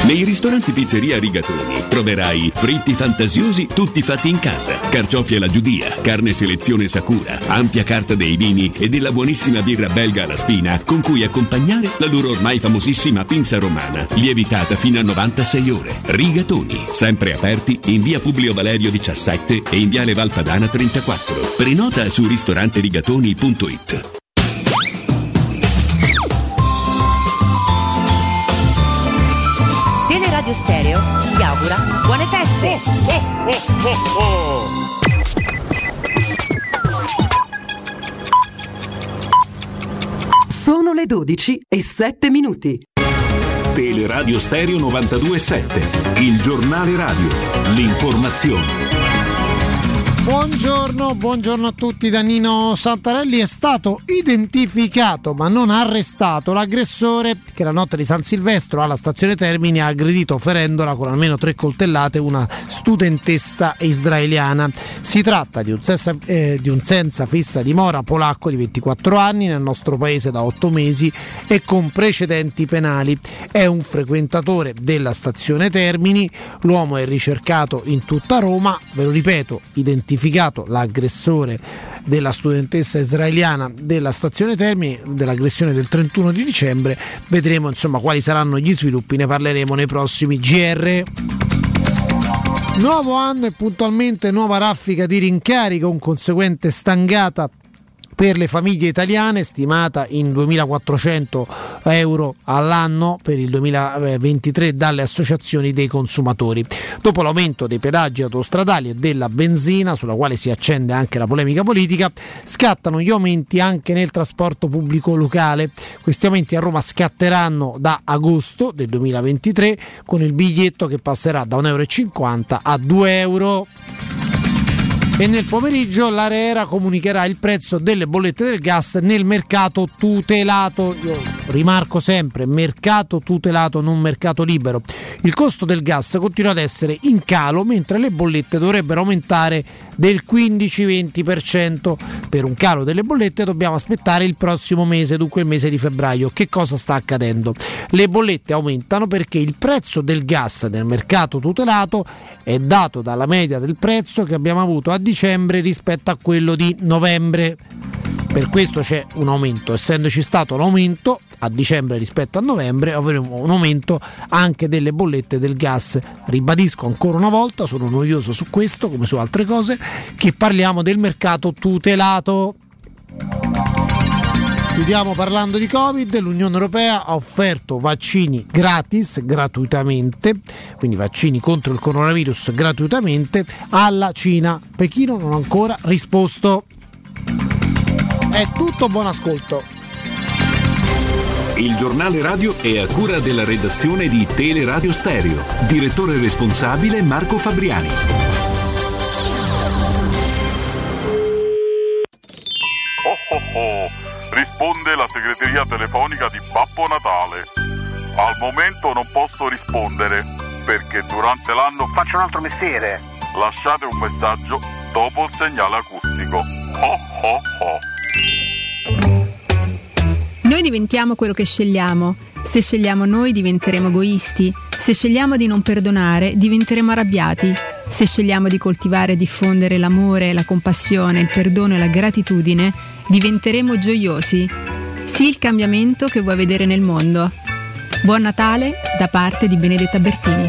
Nei ristoranti Pizzeria Rigatoni troverai fritti fantasiosi tutti fatti in casa, carciofi alla giudia, carne selezione Sakura, ampia carta dei vini e della buonissima birra belga alla spina con cui accompagnare la loro ormai famosissima pinza romana, lievitata fino a novantasei ore. Rigatoni, sempre aperti in via Publio Valerio diciassette e in viale Valpadana trentaquattro. Prenota su ristoranterigatoni punto it. Teleradio Stereo vi augura buone feste. Oh, oh, oh, oh. Sono le dodici e sette minuti. Teleradio Stereo novantadue e sette, il giornale radio, l'informazione. Buongiorno, buongiorno a tutti da Nino Santarelli. È stato identificato ma non arrestato l'aggressore che la notte di San Silvestro alla stazione Termini ha aggredito ferendola con almeno tre coltellate una studentessa israeliana. Si tratta di un, senza, eh, di un senza fissa dimora polacco di ventiquattro anni, nel nostro paese da otto mesi e con precedenti penali. È un frequentatore della stazione Termini, l'uomo è ricercato in tutta Roma, ve lo ripeto, identificato l'aggressore della studentessa israeliana della stazione Termini, dell'aggressione del trentuno di dicembre. Vedremo insomma quali saranno gli sviluppi, ne parleremo nei prossimi G R. Nuovo anno e puntualmente nuova raffica di rincari con conseguente stangata per le famiglie italiane, stimata in duemilaquattrocento euro all'anno per il duemilaventitré dalle associazioni dei consumatori. Dopo l'aumento dei pedaggi autostradali e della benzina, sulla quale si accende anche la polemica politica, scattano gli aumenti anche nel trasporto pubblico locale. Questi aumenti a Roma scatteranno da agosto del duemilaventitré, con il biglietto che passerà da un euro e cinquanta a due euro. E nel pomeriggio l'ARERA comunicherà il prezzo delle bollette del gas nel mercato tutelato. Io rimarco sempre mercato tutelato, non mercato libero. Il costo del gas continua ad essere in calo, mentre le bollette dovrebbero aumentare del quindici venti per cento. Per un calo delle bollette dobbiamo aspettare il prossimo mese, dunque il mese di febbraio. Che cosa sta accadendo? Le bollette aumentano perché il prezzo del gas nel mercato tutelato è dato dalla media del prezzo che abbiamo avuto a dicembre rispetto a quello di novembre. Per questo c'è un aumento, essendoci stato un aumento a dicembre rispetto a novembre, avremo un aumento anche delle bollette del gas. Ribadisco ancora una volta, sono noioso su questo come su altre cose, che parliamo del mercato tutelato. Chiudiamo parlando di Covid. L'Unione Europea ha offerto vaccini gratis, gratuitamente, quindi vaccini contro il coronavirus gratuitamente alla Cina. Pechino non ha ancora risposto. È tutto, buon ascolto. Il giornale radio è a cura della redazione di Teleradio Stereo. Direttore responsabile Marco Fabriani. Oh oh oh, risponde la segreteria telefonica di Babbo Natale. Al momento non posso rispondere perché durante l'anno faccio un altro mestiere. Lasciate un messaggio dopo il segnale acustico. Oh oh oh. Noi diventiamo quello che scegliamo. Se scegliamo noi diventeremo egoisti. Se scegliamo di non perdonare diventeremo arrabbiati. Se scegliamo di coltivare e diffondere l'amore, la compassione, il perdono e la gratitudine, diventeremo gioiosi. Sii il cambiamento che vuoi vedere nel mondo. Buon Natale da parte di Benedetta Bertini.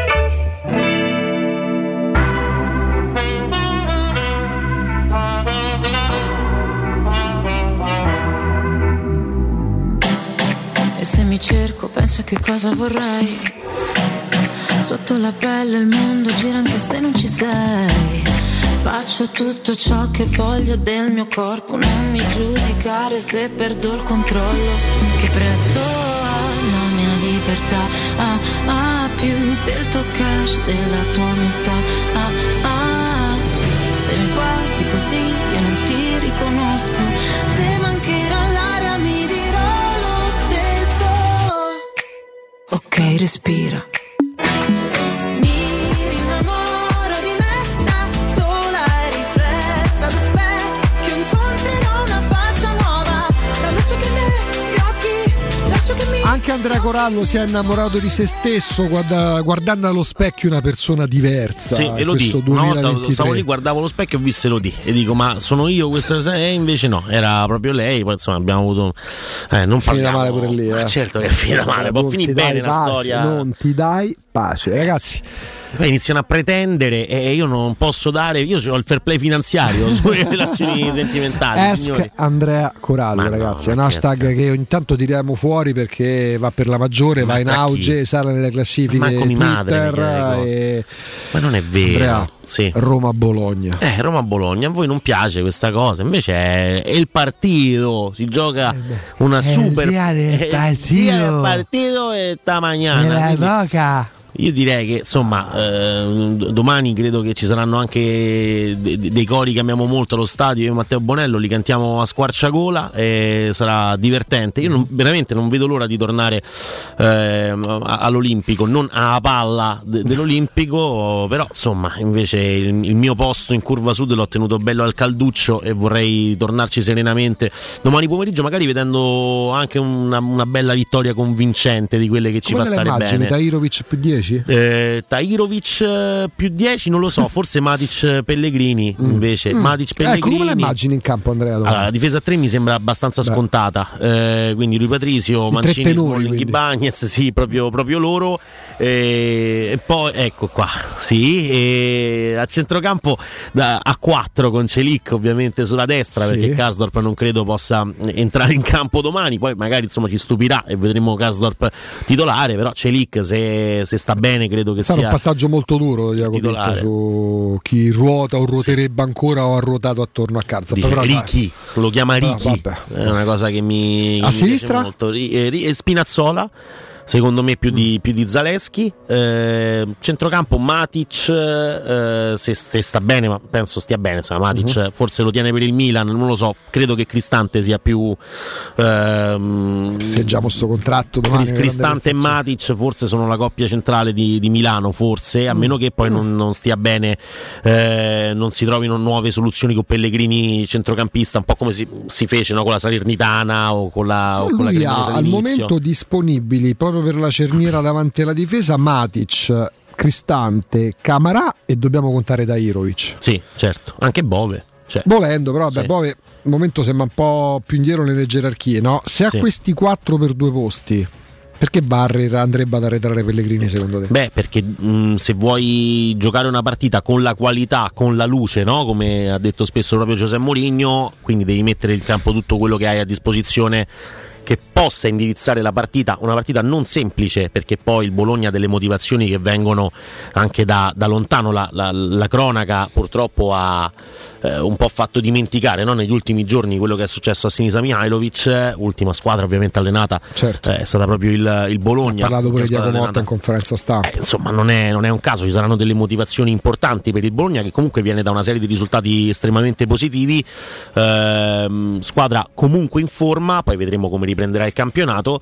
Mi cerco, penso a che cosa vorrei. Sotto la pelle il mondo gira anche se non ci sei. Faccio tutto ciò che voglio del mio corpo. Non mi giudicare se perdo il controllo. Che prezzo ha la mia libertà? Ah, ah, più del tuo cash, della tua umiltà. Ah, ah, se mi guardi così io non ti riconosco. Se mancherà l'aria mi dirò lo stesso. Ok, respira. Anche Andrea Corallo si è innamorato di se stesso guarda, guardando allo specchio una persona diversa. Sì, Elodie. Una volta stavo lì, guardavo allo specchio e ho visto Elodie e dico ma sono io questa sera? E invece no, era proprio lei. Poi insomma abbiamo avuto eh, non finita male pure lì, eh. Certo che è finita male, può finire bene la storia. Non ti dai pace, ragazzi. Poi iniziano a pretendere e io non posso dare, io ho il fair play finanziario sulle relazioni sentimentali. Esc signori. Andrea Corallo, ma ragazzi, no, è un hashtag che, che ogni tanto tiriamo fuori perché va per la maggiore, ma va in auge, chi? Sale nelle classifiche ma Twitter madre, e... ma non è vero. Andrea, sì. Roma-Bologna. Eh, Roma-Bologna, a voi non piace questa cosa, invece è, è il partito, si gioca eh una è super il dia del partito, il partito e sta mañana. E la roca. Io direi che insomma eh, domani credo che ci saranno anche de- de- dei cori che amiamo molto allo stadio, io e Matteo Bonello li cantiamo a squarciagola e sarà divertente. Io non, veramente non vedo l'ora di tornare eh, all'Olimpico, non a palla de- dell'Olimpico, però insomma invece il, il mio posto in curva sud l'ho tenuto bello al calduccio e vorrei tornarci serenamente domani pomeriggio, magari vedendo anche una, una bella vittoria convincente di quelle che ci come fa stare bene. Tahirovic più dieci? Eh, Tahirovic eh, più dieci non lo so, forse Matic Pellegrini invece mm. Matic Pellegrini. Eh, come la immagini in campo, Andrea? Allora, la difesa a tre mi sembra abbastanza Beh. scontata, eh, quindi Rui Patrizio, Mancini, Smalling, Ibañez, sì, proprio, proprio loro e, e poi ecco qua, sì, e a centrocampo da, a quattro con Celic ovviamente sulla destra, sì, perché Karsdorp non credo possa entrare in campo domani, poi magari insomma ci stupirà e vedremo Karsdorp titolare, però Celic se, se sta bene credo che sarà sia un passaggio molto duro, Jacopo, su chi ruota o ruoterebbe sì. ancora o ha ruotato attorno a Karsdorp. Ricky, lo chiama Ricky, ah, è una cosa che mi, a mi sinistra piace molto. E Spinazzola secondo me più di, più di Zaleschi, eh, centrocampo Matic eh, se, se sta bene, ma penso stia bene, insomma, Matic uh-huh. forse lo tiene per il Milan, non lo so, credo che Cristante sia più ehm, se già mosso contratto domani, Cristante e Matic forse sono la coppia centrale di, di Milano, forse, a mm. meno che poi mm. non, non stia bene, eh, non si trovino nuove soluzioni con Pellegrini centrocampista, un po' come si, si fece, no, con la Salernitana o con la, o con la Cremonese al momento disponibili proprio per la cerniera davanti alla difesa Matic, Cristante, Camarà e dobbiamo contare Tahirovic. Sì, certo, anche Bove. Cioè. Volendo, però vabbè, sì. Bove al momento sembra un po' più indietro nelle gerarchie, no? Se sì. a questi quattro per due posti, perché Barri andrebbe ad arretrare Pellegrini secondo te? Beh, perché mh, se vuoi giocare una partita con la qualità, con la luce, no? Come ha detto spesso proprio José Mourinho, quindi devi mettere in campo tutto quello che hai a disposizione che possa indirizzare la partita, una partita non semplice, perché poi il Bologna ha delle motivazioni che vengono anche da, da lontano, la, la, la cronaca purtroppo ha eh, un po' fatto dimenticare, no? Negli ultimi giorni quello che è successo a Sinisa Mihajlovic, ultima squadra ovviamente allenata, certo. eh, è stata proprio il, il Bologna. Ha parlato pure di Motta in conferenza stampa. Eh, insomma non è, non è un caso, ci saranno delle motivazioni importanti per il Bologna che comunque viene da una serie di risultati estremamente positivi, eh, squadra comunque in forma, poi vedremo come riprenderà il campionato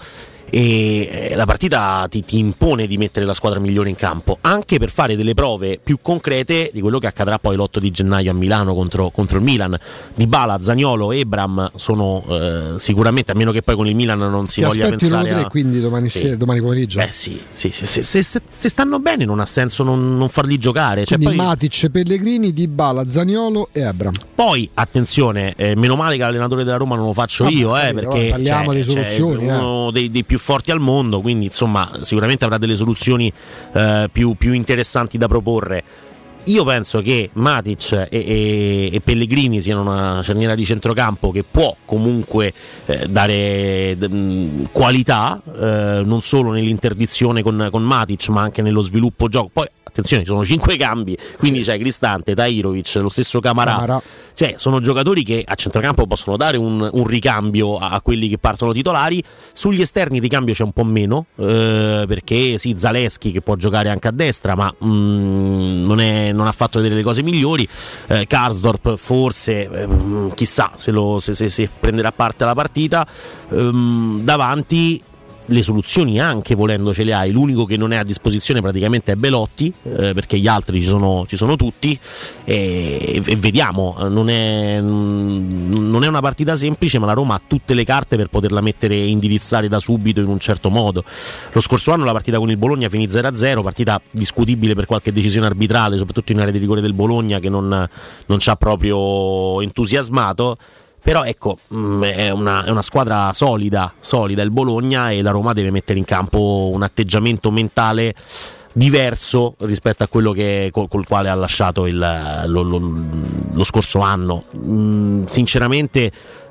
e la partita ti, ti impone di mettere la squadra migliore in campo anche per fare delle prove più concrete di quello che accadrà poi l'otto di gennaio a Milano contro, contro il Milan. Dybala, Zaniolo, Ebram sono eh, sicuramente, a meno che poi con il Milan non si ti voglia pensare tre, a... quindi domani, sì. sera, domani pomeriggio beh sì, sì, sì, sì. Se, se, se stanno bene non ha senso non, non farli giocare, quindi cioè, poi... Matic, Pellegrini, Dybala, Zaniolo e Ebram. Poi attenzione, eh, meno male che l'allenatore della Roma non lo faccio ah, io eh, perché parliamo cioè, di soluzioni, cioè, uno dei, dei più forti al mondo, quindi insomma sicuramente avrà delle soluzioni eh, più, più interessanti da proporre. Io penso che Matic e, e, e Pellegrini siano una cerniera di centrocampo che può comunque eh, dare mh, qualità, eh, non solo nell'interdizione con, con Matic ma anche nello sviluppo gioco. Poi attenzione, ci sono cinque cambi, quindi c'è Cristante, Tahirovic, lo stesso Camarà, Camarà. Cioè sono giocatori che a centrocampo possono dare un, un ricambio a, a quelli che partono titolari. Sugli esterni il ricambio c'è un po' meno, eh, perché sì, Zaleschi che può giocare anche a destra ma mh, non, è, non ha fatto vedere le cose migliori, eh, Karsdorp forse eh, chissà se, lo, se, se, se prenderà parte alla partita, ehm, davanti le soluzioni anche volendo ce le hai, l'unico che non è a disposizione praticamente è Belotti, eh, perché gli altri ci sono, ci sono tutti e, e vediamo, non è, non è una partita semplice, ma la Roma ha tutte le carte per poterla mettere e indirizzare da subito in un certo modo. Lo scorso anno la partita con il Bologna finì zero a zero, partita discutibile per qualche decisione arbitrale, soprattutto in area di rigore del Bologna che non, non ci ha proprio entusiasmato. Però ecco, mh, è, una, è una squadra solida, solida il Bologna, e la Roma deve mettere in campo un atteggiamento mentale diverso rispetto a quello che, col, col quale ha lasciato il, lo, lo, lo scorso anno. Mh, sinceramente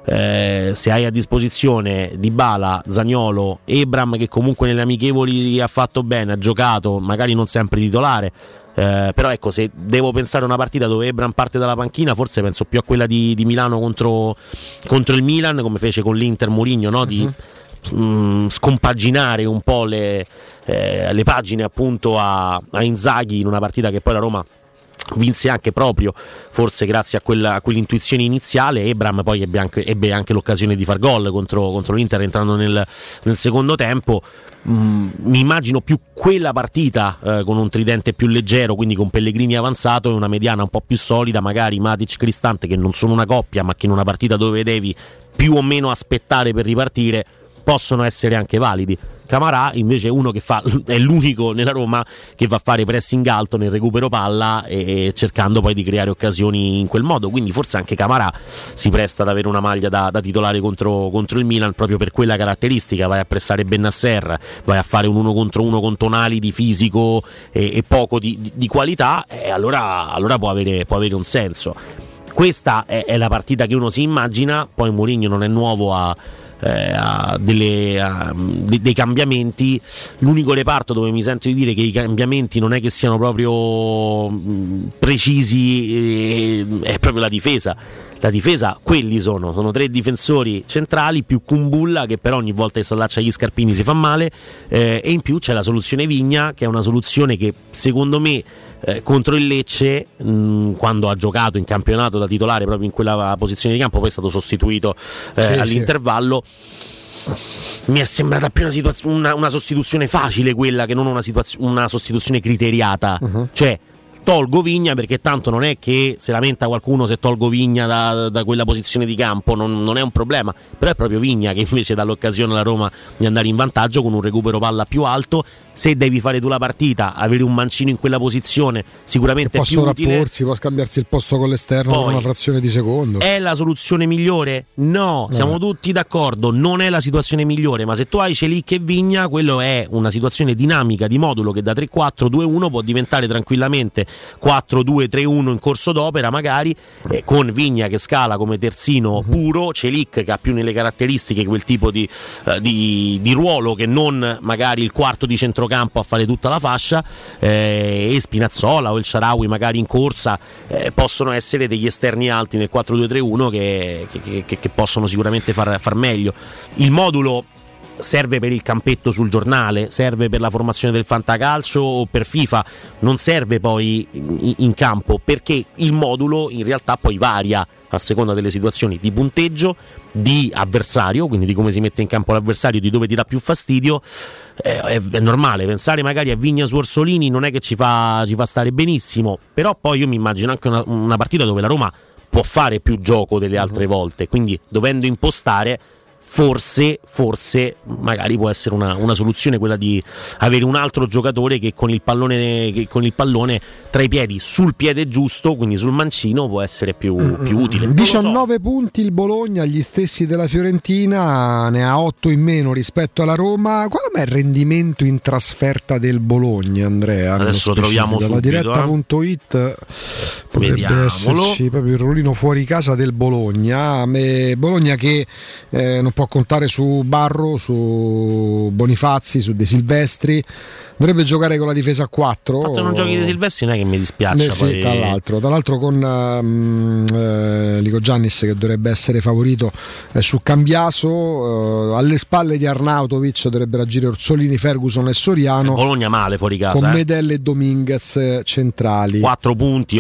eh, se hai a disposizione Dybala, Zaniolo, Ebram, che comunque nelle amichevoli ha fatto bene, ha giocato, magari non sempre titolare, Eh, però ecco, se devo pensare a una partita dove Ebram parte dalla panchina, forse penso più a quella di, di Milano contro, contro il Milan, come fece con l'Inter Mourinho, no? Di uh-huh. mh, scompaginare un po' le, eh, le pagine appunto a, a Inzaghi, in una partita che poi la Roma vinse anche proprio forse grazie a, quella, a quell'intuizione iniziale. Ebram poi ebbe anche, ebbe anche l'occasione di far gol contro, contro l'Inter entrando nel, nel secondo tempo. Mm, mi immagino più quella partita eh, con un tridente più leggero, quindi con Pellegrini avanzato e una mediana un po' più solida, magari Matic Cristante, che non sono una coppia ma che in una partita dove devi più o meno aspettare per ripartire possono essere anche validi. Camarà invece è uno che fa, è l'unico nella Roma che va a fare pressing alto nel recupero palla e, e cercando poi di creare occasioni in quel modo, quindi forse anche Camarà si presta ad avere una maglia da, da titolare contro, contro il Milan, proprio per quella caratteristica. Vai a pressare Bennasser, vai a fare un uno contro uno con Tonali di fisico e, e poco di, di, di qualità, e allora, allora può avere, può avere un senso. Questa è, è la partita che uno si immagina. Poi Mourinho non è nuovo a Eh, a delle, a, de, dei cambiamenti. L'unico reparto dove mi sento di dire che i cambiamenti non è che siano proprio mh, precisi eh, è proprio la difesa. La difesa, quelli sono, sono tre difensori centrali più Kumbulla, che però ogni volta che si allaccia agli scarpini si fa male, eh, e in più c'è la soluzione Vigna, che è una soluzione che secondo me eh, contro il Lecce, mh, quando ha giocato in campionato da titolare proprio in quella posizione di campo, poi è stato sostituito eh, sì, all'intervallo, sì. Mi è sembrata più una, situaz- una, una sostituzione facile quella, che non una, situaz- una sostituzione criteriata. Uh-huh. Cioè tolgo Vigna perché tanto non è che se lamenta qualcuno se tolgo Vigna da, da quella posizione di campo, non, non è un problema, però è proprio Vigna che invece dà l'occasione alla Roma di andare in vantaggio con un recupero palla più alto. Se devi fare tu la partita, avere un mancino in quella posizione sicuramente è più utile. Può rapporsi, può scambiarsi il posto con l'esterno per una frazione di secondo. È la soluzione migliore? No, eh. Siamo tutti d'accordo, non è la situazione migliore, ma se tu hai Celic e Vigna, quello è una situazione dinamica di modulo che da tre quattro due uno può diventare tranquillamente quattro due tre uno in corso d'opera, magari eh, con Vigna che scala come terzino uh-huh. puro, Celic che ha più nelle caratteristiche quel tipo di, uh, di, di ruolo che non magari il quarto di centrocampo a fare tutta la fascia, eh, e Spinazzola o il Shaarawy magari in corsa eh, possono essere degli esterni alti nel quattro due tre uno che, che, che, che possono sicuramente far, far meglio. Il modulo serve per il campetto sul giornale, serve per la formazione del fantacalcio o per FIFA, non serve poi in, in campo, perché il modulo in realtà poi varia a seconda delle situazioni di punteggio, di avversario, quindi di come si mette in campo l'avversario, di dove ti dà più fastidio. Eh, è, è normale pensare magari a Vigna su Orsolini, non è che ci fa, ci fa stare benissimo, però poi io mi immagino anche una, una partita dove la Roma può fare più gioco delle altre volte, quindi dovendo impostare forse, forse magari può essere una, una soluzione quella di avere un altro giocatore che con il pallone che con il pallone tra i piedi, sul piede giusto, quindi sul mancino, può essere più, mm-hmm. più utile. diciannove so. punti il Bologna, gli stessi della Fiorentina, ne ha otto in meno rispetto alla Roma. Qual è il rendimento in trasferta del Bologna, Andrea? Adesso lo troviamo dalla subito, diretta punto it eh. potrebbe Vediamolo. esserci proprio il rollino fuori casa del Bologna. Me, Bologna che eh, non può contare su Barro, su Bonifazzi, su De Silvestri. Dovrebbe giocare con la difesa a quattro. Quando non giochi De Silvestri non è che mi dispiace. Eh sì, poi... tra l'altro, tra l'altro con um, eh, Lico Giannis che dovrebbe essere favorito eh, su Cambiaso, eh, alle spalle di Arnautovic dovrebbero agire Orsolini, Ferguson e Soriano. Eh, Bologna male fuori casa. Con eh. Medel e Dominguez centrali. quattro punti, otto gol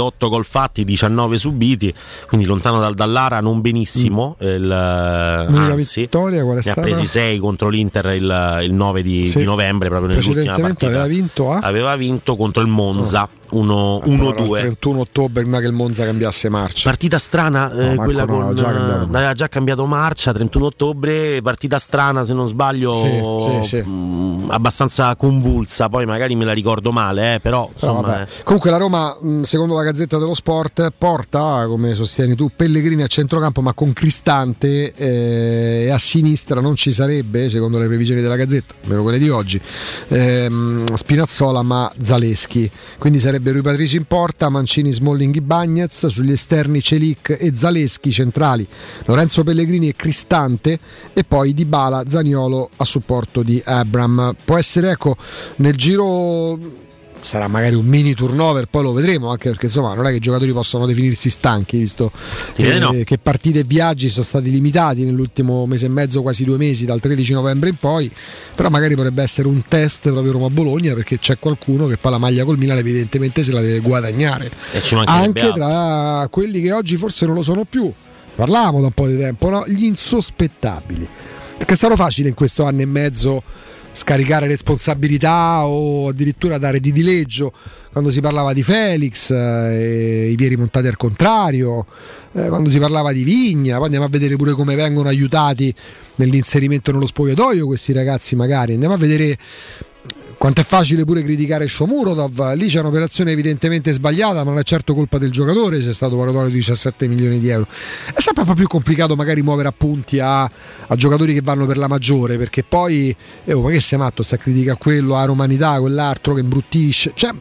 gol fatti, diciannove subiti, quindi lontano dal, dall'Ara non benissimo. Mm. Il, anzi, vittoria, qual è ne stata? Ha presi sei contro l'Inter il, il nove di, sì. di novembre, proprio nell'ultima partita. Aveva vinto, eh? aveva vinto contro il Monza. Oh. uno due. Il trentuno ottobre prima che il Monza cambiasse marcia. Partita strana, no, eh, quella no, con, già aveva già cambiato marcia. trentuno ottobre, partita strana se non sbaglio, sì, sì, sì. Mh, abbastanza convulsa. Poi magari me la ricordo male, eh, però, però insomma, eh. Comunque la Roma, secondo la Gazzetta dello Sport, porta, come sostieni tu, Pellegrini a centrocampo ma con Cristante, eh, e a sinistra non ci sarebbe, secondo le previsioni della Gazzetta, almeno quelle di oggi, ehm, Spinazzola ma Zaleschi, quindi sarebbe Rui Patricio in porta, Mancini, Smalling, Ibañez, sugli esterni Celic e Zaleschi, centrali Lorenzo Pellegrini e Cristante, e poi Dybala, Zaniolo a supporto di Abraham. Può essere, ecco, nel giro sarà magari un mini turnover, poi lo vedremo, anche perché insomma non è che i giocatori possono definirsi stanchi, visto eh, no. che partite e viaggi sono stati limitati nell'ultimo mese e mezzo, quasi due mesi, dal tredici novembre in poi, però magari potrebbe essere un test proprio Roma-Bologna, perché c'è qualcuno che poi la maglia col Milan evidentemente se la deve guadagnare, anche altro. Tra quelli che oggi forse non lo sono più, parlavamo da un po' di tempo, no? Gli insospettabili, perché è stato facile in questo anno e mezzo scaricare responsabilità o addirittura dare di dileggio quando si parlava di Felix, eh, i piedi montati al contrario, eh, quando si parlava di Vigna. Poi andiamo a vedere pure come vengono aiutati nell'inserimento nello spogliatoio questi ragazzi, magari andiamo a vedere quanto è facile pure criticare Shomurodov. Lì c'è un'operazione evidentemente sbagliata, ma non è certo colpa del giocatore se è stato valutato di diciassette milioni di euro. È sempre un po' più complicato magari muovere appunti a, a giocatori che vanno per la maggiore, perché poi eh, ma che sei matto, sta critica a quello, a romanità, quell'altro che imbruttisce, cioè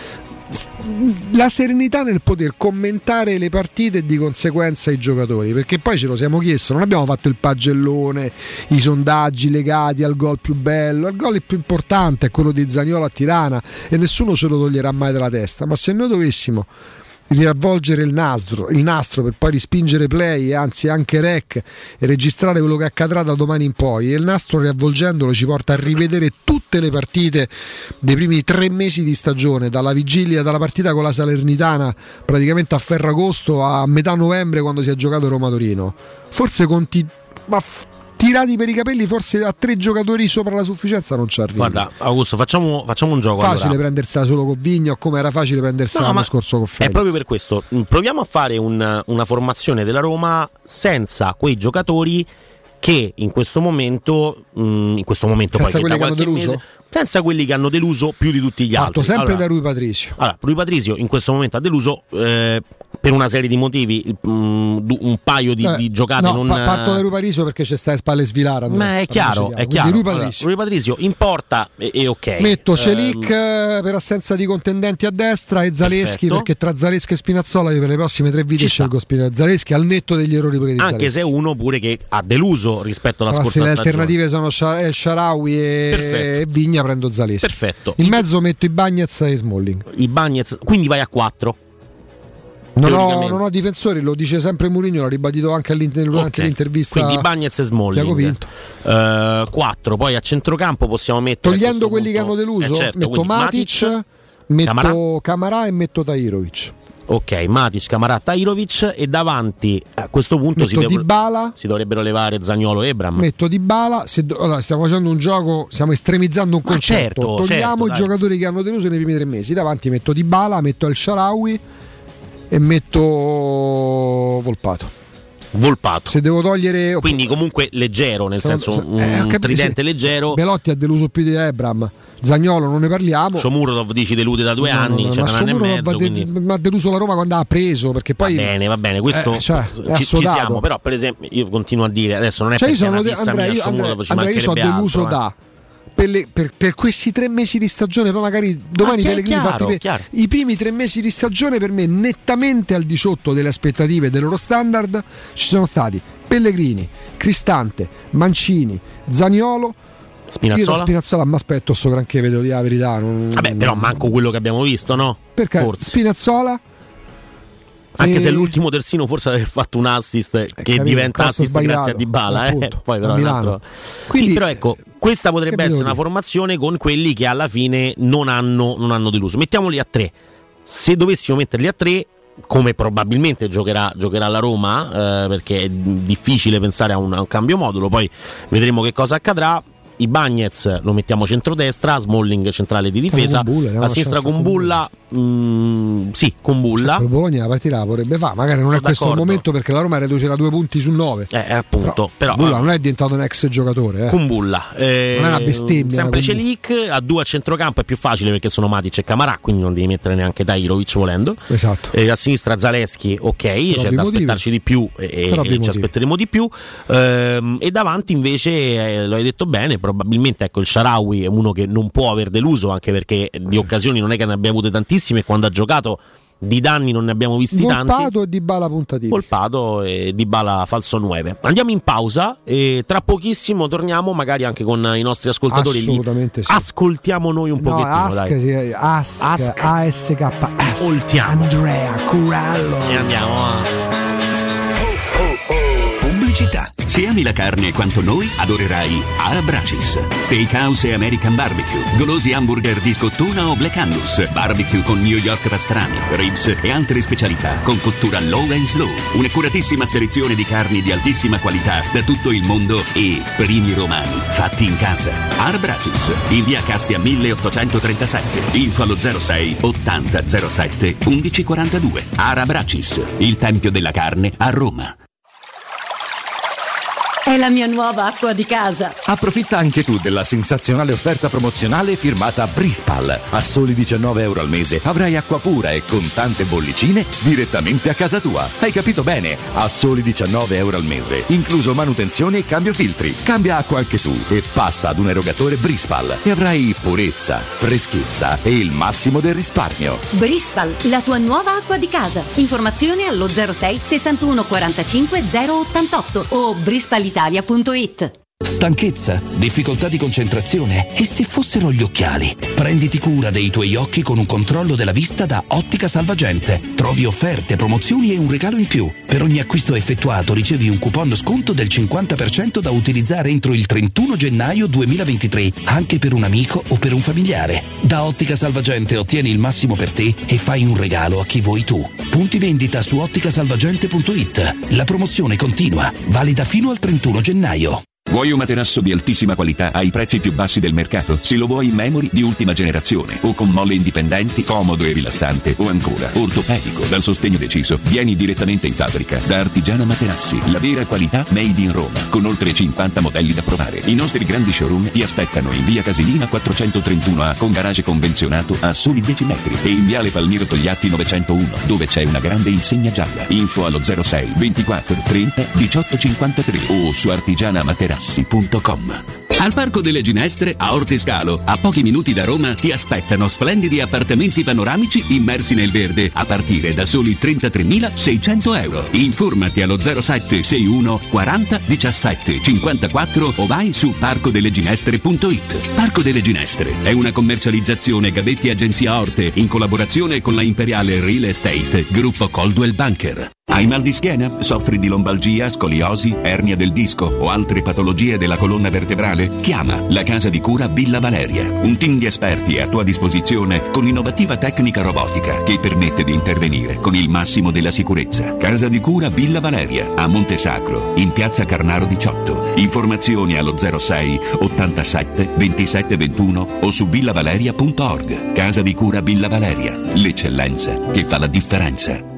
la serenità nel poter commentare le partite e di conseguenza i giocatori, perché poi ce lo siamo chiesto, non abbiamo fatto il pagellone, i sondaggi legati al gol più bello, il gol più importante è quello di Zaniolo a Tirana e nessuno ce lo toglierà mai dalla testa, ma se noi dovessimo riavvolgere il nastro, il nastro per poi rispingere play, anzi anche rec, e registrare quello che accadrà da domani in poi, e il nastro riavvolgendolo ci porta a rivedere tutte le partite dei primi tre mesi di stagione, dalla vigilia, dalla partita con la Salernitana praticamente a Ferragosto a metà novembre quando si è giocato Roma-Torino, forse conti ma tirati per i capelli, forse a tre giocatori sopra la sufficienza non ci arriva. Guarda Augusto, facciamo, facciamo un gioco. Facile allora. Prendersela solo con Vigna, come era facile prendersela no, l'anno scorso con Felix. È proprio per questo, proviamo a fare un, una formazione della Roma senza quei giocatori che in questo momento in questo momento senza poi quelli che, che hanno deluso mese, senza quelli che hanno deluso più di tutti gli Parto altri. sempre allora, da Rui Patricio. Allora, Rui Patricio in questo momento ha deluso eh, per una serie di motivi, um, un paio di, eh, di giocate. No, non... pa- parto da Rui Patricio perché c'è sta a spalle Svilara. Ma è chiaro, è chiaro. Rui Patricio. Allora, Rui Patricio in porta e, e ok. Metto Celic um, per assenza di contendenti a destra e Zaleschi, perfetto. Perché tra Zaleschi e Spinazzola io per le prossime tre vite scelgo Spinazzola. Zaleschi al netto degli errori pure di anche Zaleschi. se è uno pure che ha deluso rispetto alla allora, scorsa se stagione. Le alternative sono El Shaarawy e, e Vigna, prendo Zaleschi. Perfetto. In mezzo metto Ibañez e Smalling. Ibañez, quindi vai a quattro. Non ho, non ho difensori, lo dice sempre Mourinho, l'ha ribadito anche durante okay. l'intervista. Quindi Ibañez e Smalling. Uh, quattro, poi a centrocampo possiamo mettere. Togliendo quelli punto, che hanno deluso, eh certo, metto Matic, Matic metto Camarà. Camarà e metto Tahirovic. Ok, Matic, Camarà, Tahirovic e davanti a questo punto metto si, dev- Dybala, si dovrebbero levare Zaniolo e Ebram. Metto Dybala, se do- allora, stiamo facendo un gioco, stiamo estremizzando un Ma concetto. Certo, Togliamo certo, i dai. giocatori che hanno deluso nei primi tre mesi. Davanti metto Dybala, metto El Shaarawy e metto Volpato. Volpato. Se devo togliere, quindi comunque leggero, nel Sono, senso un eh, tridente leggero. Belotti ha deluso più di Ebram. Zagnolo non ne parliamo. Shomurodov dici delude da due no, anni, no, no, cioè ma un anno e mezzo. Ha quindi... de- ha deluso la Roma quando ha preso, perché poi va bene, va bene, questo eh, cioè, ci, ci siamo, però per esempio io continuo a dire adesso non è cioè, perché io sono è una fissa Andrea, mia, io, Shomurodov ci Andrea, io sono deluso altro, da per, le, per, per questi tre mesi di stagione, poi magari domani ah, Pellegrini chiaro, fatti per, chiaro. I primi tre mesi di stagione per me nettamente al di sotto delle aspettative del loro standard ci sono stati Pellegrini, Cristante, Mancini, Zaniolo. Spinazzola? Io da Spinazzola mi aspetto sto granché, vedo di la verità. Non... Vabbè, però manco quello che abbiamo visto, no? Perché forse. Spinazzola. Anche e... se l'ultimo terzino forse aver fatto un assist che capito, diventa assist sbagliato, grazie a Dybala, eh? Poi però, un altro... Quindi, sì, però ecco, questa potrebbe essere una dire? formazione con quelli che alla fine non hanno, non hanno deluso. Mettiamoli a tre. Se dovessimo metterli a tre, come probabilmente giocherà, giocherà la Roma, eh, perché è difficile pensare a un, a un cambio modulo, poi vedremo che cosa accadrà. Ibañez lo mettiamo centrodestra, Smalling centrale di difesa, Bulla, a sinistra con Bulla, mh, sì, con Bulla. Cioè, Bologna la partita la vorrebbe fare, magari non Sono è questo d'accordo. il momento perché la Roma riducerà due punti su nove. Eh, appunto, però, Bulla però non è diventato un ex giocatore, eh. con Bulla. Eh, non è una bestemmia. Sempre Celic, a due a centrocampo è più facile perché sono Matic e Camarà, quindi non devi mettere neanche Tahirovic volendo. Esatto. Eh, a sinistra Zaleschi, ok, c'è da aspettarci di più e, e ci aspetteremo di più. Ehm, e davanti invece, eh, lo hai detto bene, probabilmente ecco il Shaarawy è uno che non può aver deluso, anche perché di occasioni non è che ne abbia avute tantissime, e quando ha giocato di danni non ne abbiamo visti Volpato tanti. Volpato e Dybala puntatini. Volpato e Dybala falso nove. Andiamo in pausa e tra pochissimo torniamo magari anche con i nostri ascoltatori. Assolutamente sì. Ascoltiamo noi un no, pochettino, Ask, dai. sì, Ask, Ask. A S K Ask. Voltiamo. Andrea Curallo. E andiamo a pubblicità. Se ami la carne quanto noi, adorerai Arabracis. Steakhouse e American Barbecue, golosi hamburger di scottuna o Black Angus, barbecue con New York pastrami, ribs e altre specialità con cottura low and slow. Un'accuratissima selezione di carni di altissima qualità da tutto il mondo e primi romani fatti in casa. Arabracis, in via Cassia milleottocentotrentasette, info allo zero sei ottanta zero sette undici quarantadue. Arabracis, il tempio della carne a Roma. È la mia nuova acqua di casa. Approfitta anche tu della sensazionale offerta promozionale firmata Brispal. A soli diciannove euro al mese avrai acqua pura e con tante bollicine direttamente a casa tua. Hai capito bene? A soli diciannove euro al mese, incluso manutenzione e cambio filtri. Cambia acqua anche tu e passa ad un erogatore Brispal e avrai purezza, freschezza e il massimo del risparmio. Brispal, la tua nuova acqua di casa. Informazioni allo zero sei sessantuno quarantacinque zero ottantotto o brispal italia punto it. Stanchezza, difficoltà di concentrazione e se fossero gli occhiali? Prenditi cura dei tuoi occhi con un controllo della vista da Ottica Salvagente. Trovi offerte, promozioni e un regalo in più. Per ogni acquisto effettuato ricevi un coupon sconto del cinquanta per cento da utilizzare entro il trentuno gennaio duemilaventitré, anche per un amico o per un familiare. Da Ottica Salvagente ottieni il massimo per te e fai un regalo a chi vuoi tu. Punti vendita su ottica salvagente punto it. La promozione continua, valida fino al trentuno gennaio. Vuoi un materasso di altissima qualità ai prezzi più bassi del mercato? Se lo vuoi in memory di ultima generazione o con molle indipendenti, comodo e rilassante o ancora ortopedico dal sostegno deciso, vieni direttamente in fabbrica da Artigiana Materassi, la vera qualità made in Roma, con oltre cinquanta modelli da provare. I nostri grandi showroom ti aspettano in via Casilina quattrocentotrentuno A con garage convenzionato a soli dieci metri e in viale Palmiro Togliatti novecentouno dove c'è una grande insegna gialla. Info allo zero sei ventiquattro trenta diciotto cinquantatré o su artigiana materassi punto com. Al Parco delle Ginestre, a Ortescalo, a pochi minuti da Roma, ti aspettano splendidi appartamenti panoramici immersi nel verde a partire da soli trentatremilaseicento euro. Informati allo zero sette sei uno quaranta diciassette cinquantaquattro o vai su parco delle ginestre punto it. Parco delle Ginestre è una commercializzazione Gabetti Agenzia Orte in collaborazione con la Imperiale Real Estate, gruppo Coldwell Banker. Hai mal di schiena? Soffri di lombalgia, scoliosi, ernia del disco o altre patologie della colonna vertebrale? Chiama la Casa di Cura Villa Valeria. Un team di esperti è a tua disposizione con l'innovativa tecnica robotica che permette di intervenire con il massimo della sicurezza. Casa di Cura Villa Valeria a Montesacro, in piazza Carnaro diciotto. Informazioni allo zero sei ottantasette ventisette ventuno o su villavaleria punto org. Casa di Cura Villa Valeria, l'eccellenza che fa la differenza.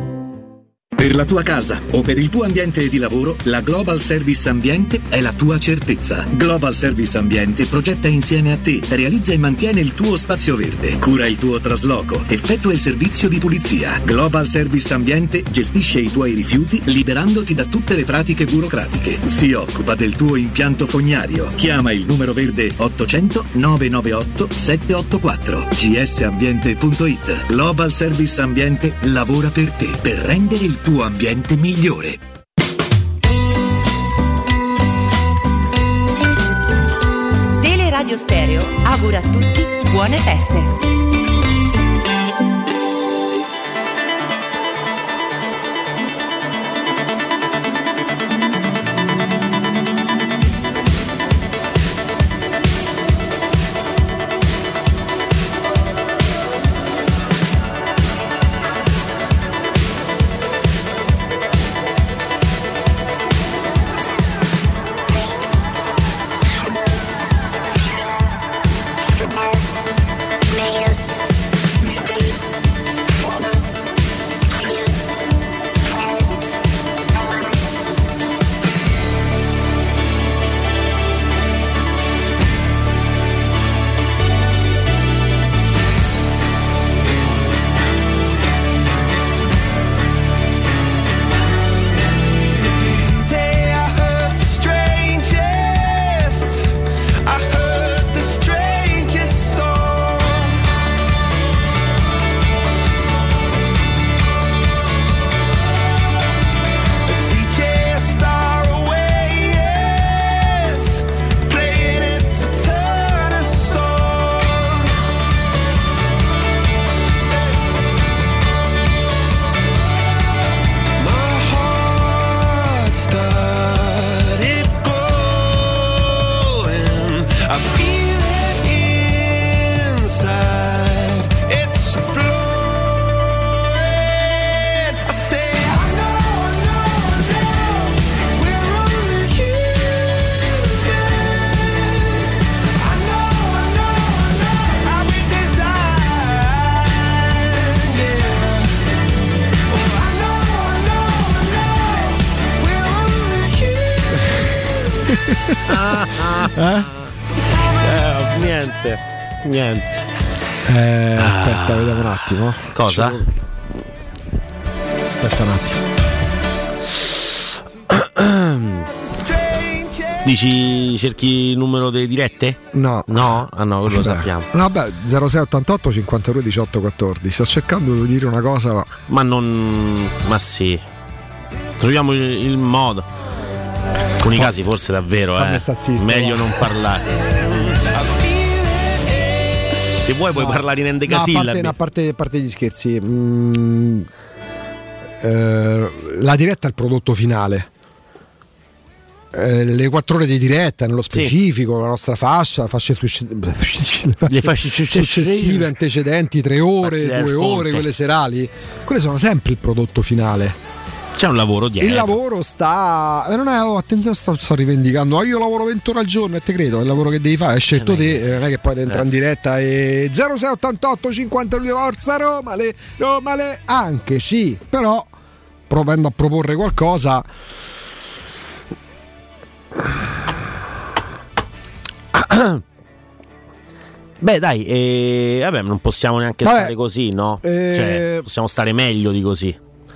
Per la tua casa o per il tuo ambiente di lavoro, la Global Service Ambiente è la tua certezza. Global Service Ambiente progetta insieme a te, realizza e mantiene il tuo spazio verde, cura il tuo trasloco, effettua il servizio di pulizia. Global Service Ambiente gestisce i tuoi rifiuti liberandoti da tutte le pratiche burocratiche. Si occupa del tuo impianto fognario. Chiama il numero verde ottocento novecentonovantaotto settecentoottantaquattro g s ambiente punto it. Global Service Ambiente lavora per te, per rendere il tuo ambiente migliore. Teleradio Stereo augura a tutti buone feste. eh? eh? Niente, niente. Eh, aspetta, vediamo un attimo. Cosa? Aspetta un attimo. Dici cerchi il numero delle dirette? No. No? Ah no, quello lo sappiamo. No, beh, zero sei ottantotto cinquantadue diciotto quattordici. Sto cercando di dire una cosa, ma. Ma non. Ma sì. Troviamo il, il modo. In alcuni oh. casi forse davvero, eh. Zitto, meglio va. non parlare. Se vuoi puoi no. parlare in endecasillabi. No, a parte, a parte gli scherzi. Mm, eh, la diretta è il prodotto finale. Eh, le quattro ore di diretta nello specifico, sì. la nostra fascia, fasce le fasce successive, antecedenti, tre ore, due ore, quelle serali, quelle sono sempre il prodotto finale. C'è un lavoro dietro. Il lavoro sta. Non è, oh, attenzione, sto, sto rivendicando. Oh, io lavoro venti ore al giorno e te credo, è il lavoro che devi fare, hai scelto te, che... non è che poi entra eh. in diretta e zero sei ottantotto cinquantadue Forza Roma, le Roma le anche sì, però provando a proporre qualcosa. Beh dai, eh, vabbè, non possiamo neanche vabbè, stare così, no? Eh... Cioè, possiamo stare meglio di così.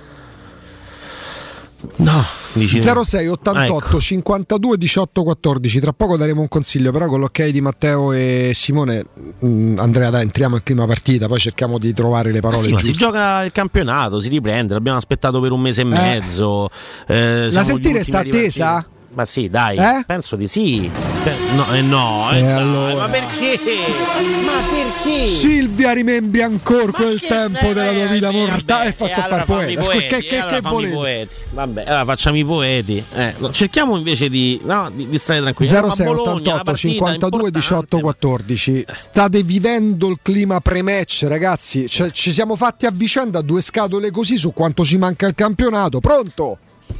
No, dici zero sei ottantotto ah, ecco. cinquantadue diciotto quattordici. Tra poco daremo un consiglio, però con l'ok di Matteo e Simone, mh, Andrea, dai, entriamo in clima partita, poi cerchiamo di trovare le parole eh sì, giuste. Ma si gioca il campionato, si riprende, l'abbiamo aspettato per un mese e mezzo. Eh, La sentire sta attesa? Ma sì, dai, eh? penso di sì. No, eh no, eh, eh, dai, allora. ma perché? Ma perché? Silvia, rimembri ancora ma quel tempo della tua vita mortale e fa soffare allora poeta. Poeti, che che, allora che volete? Poeti. Vabbè, allora facciamo i poeti. Eh, cerchiamo invece di, no, di, di stare tranquilli. zero sei ottantotto cinquantadue diciotto quattordici. State vivendo il clima pre-match, ragazzi. Cioè, ci siamo fatti a vicenda due scatole così su quanto ci manca il campionato. Pronto?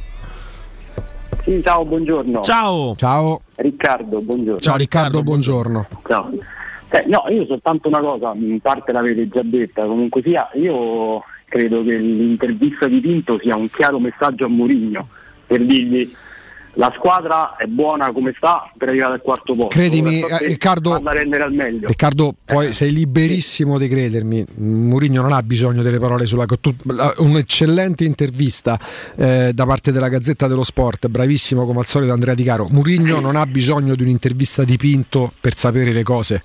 Sì, ciao, buongiorno. Ciao. Ciao. Riccardo, buongiorno. Ciao Riccardo, buongiorno. Ciao. Eh, no, io soltanto una cosa, in parte l'avete già detta, comunque sia, io credo che l'intervista di Pinto sia un chiaro messaggio a Mourinho per dirgli la squadra è buona come sta per arrivare al quarto posto. Credimi, eh, Riccardo, rendere al meglio. Riccardo, poi eh. sei liberissimo di credermi. Mourinho non ha bisogno delle parole sulla un'eccellente intervista eh, da parte della Gazzetta dello Sport, bravissimo come al solito Andrea Di Caro. Mourinho non ha bisogno di un'intervista di Pinto per sapere le cose.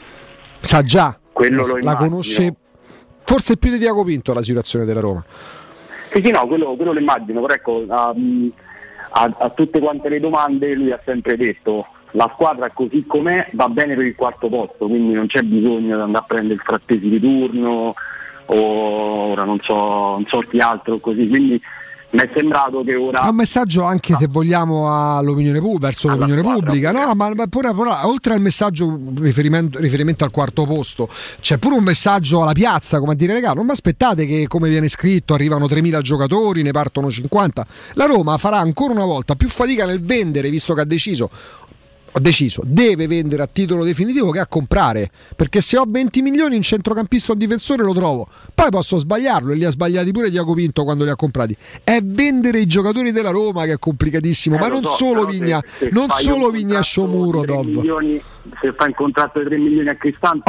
Sa già, quello lo la conosce forse più di Diaco Pinto la situazione della Roma. Sì, sì, no, quello, quello lo immagino, però ecco, um, A, a tutte quante le domande lui ha sempre detto la squadra così com'è va bene per il quarto posto, quindi non c'è bisogno di andare a prendere il Frattesi di turno o ora non so, non so chi altro così, quindi mi è sembrato che ora ha un messaggio anche, se vogliamo, all'opinione pubblica, verso alla l'opinione squadra, pubblica, no, ma, ma pure, pure oltre al messaggio riferimento, riferimento al quarto posto c'è pure un messaggio alla piazza, come a dire ragazzi, non vi aspettate che come viene scritto arrivano tremila giocatori, ne partono cinquanta. La Roma farà ancora una volta più fatica nel vendere, visto che ha deciso ho deciso, deve vendere a titolo definitivo che a comprare, perché se ho venti milioni in centrocampista o un difensore lo trovo, poi posso sbagliarlo e li ha sbagliati pure Diaco Pinto quando li ha comprati. È vendere i giocatori della Roma che è complicatissimo, eh, ma non so, solo Vigna, se, se non solo Vigna Shomurodov. Se fa il contratto di tre milioni a Cristante,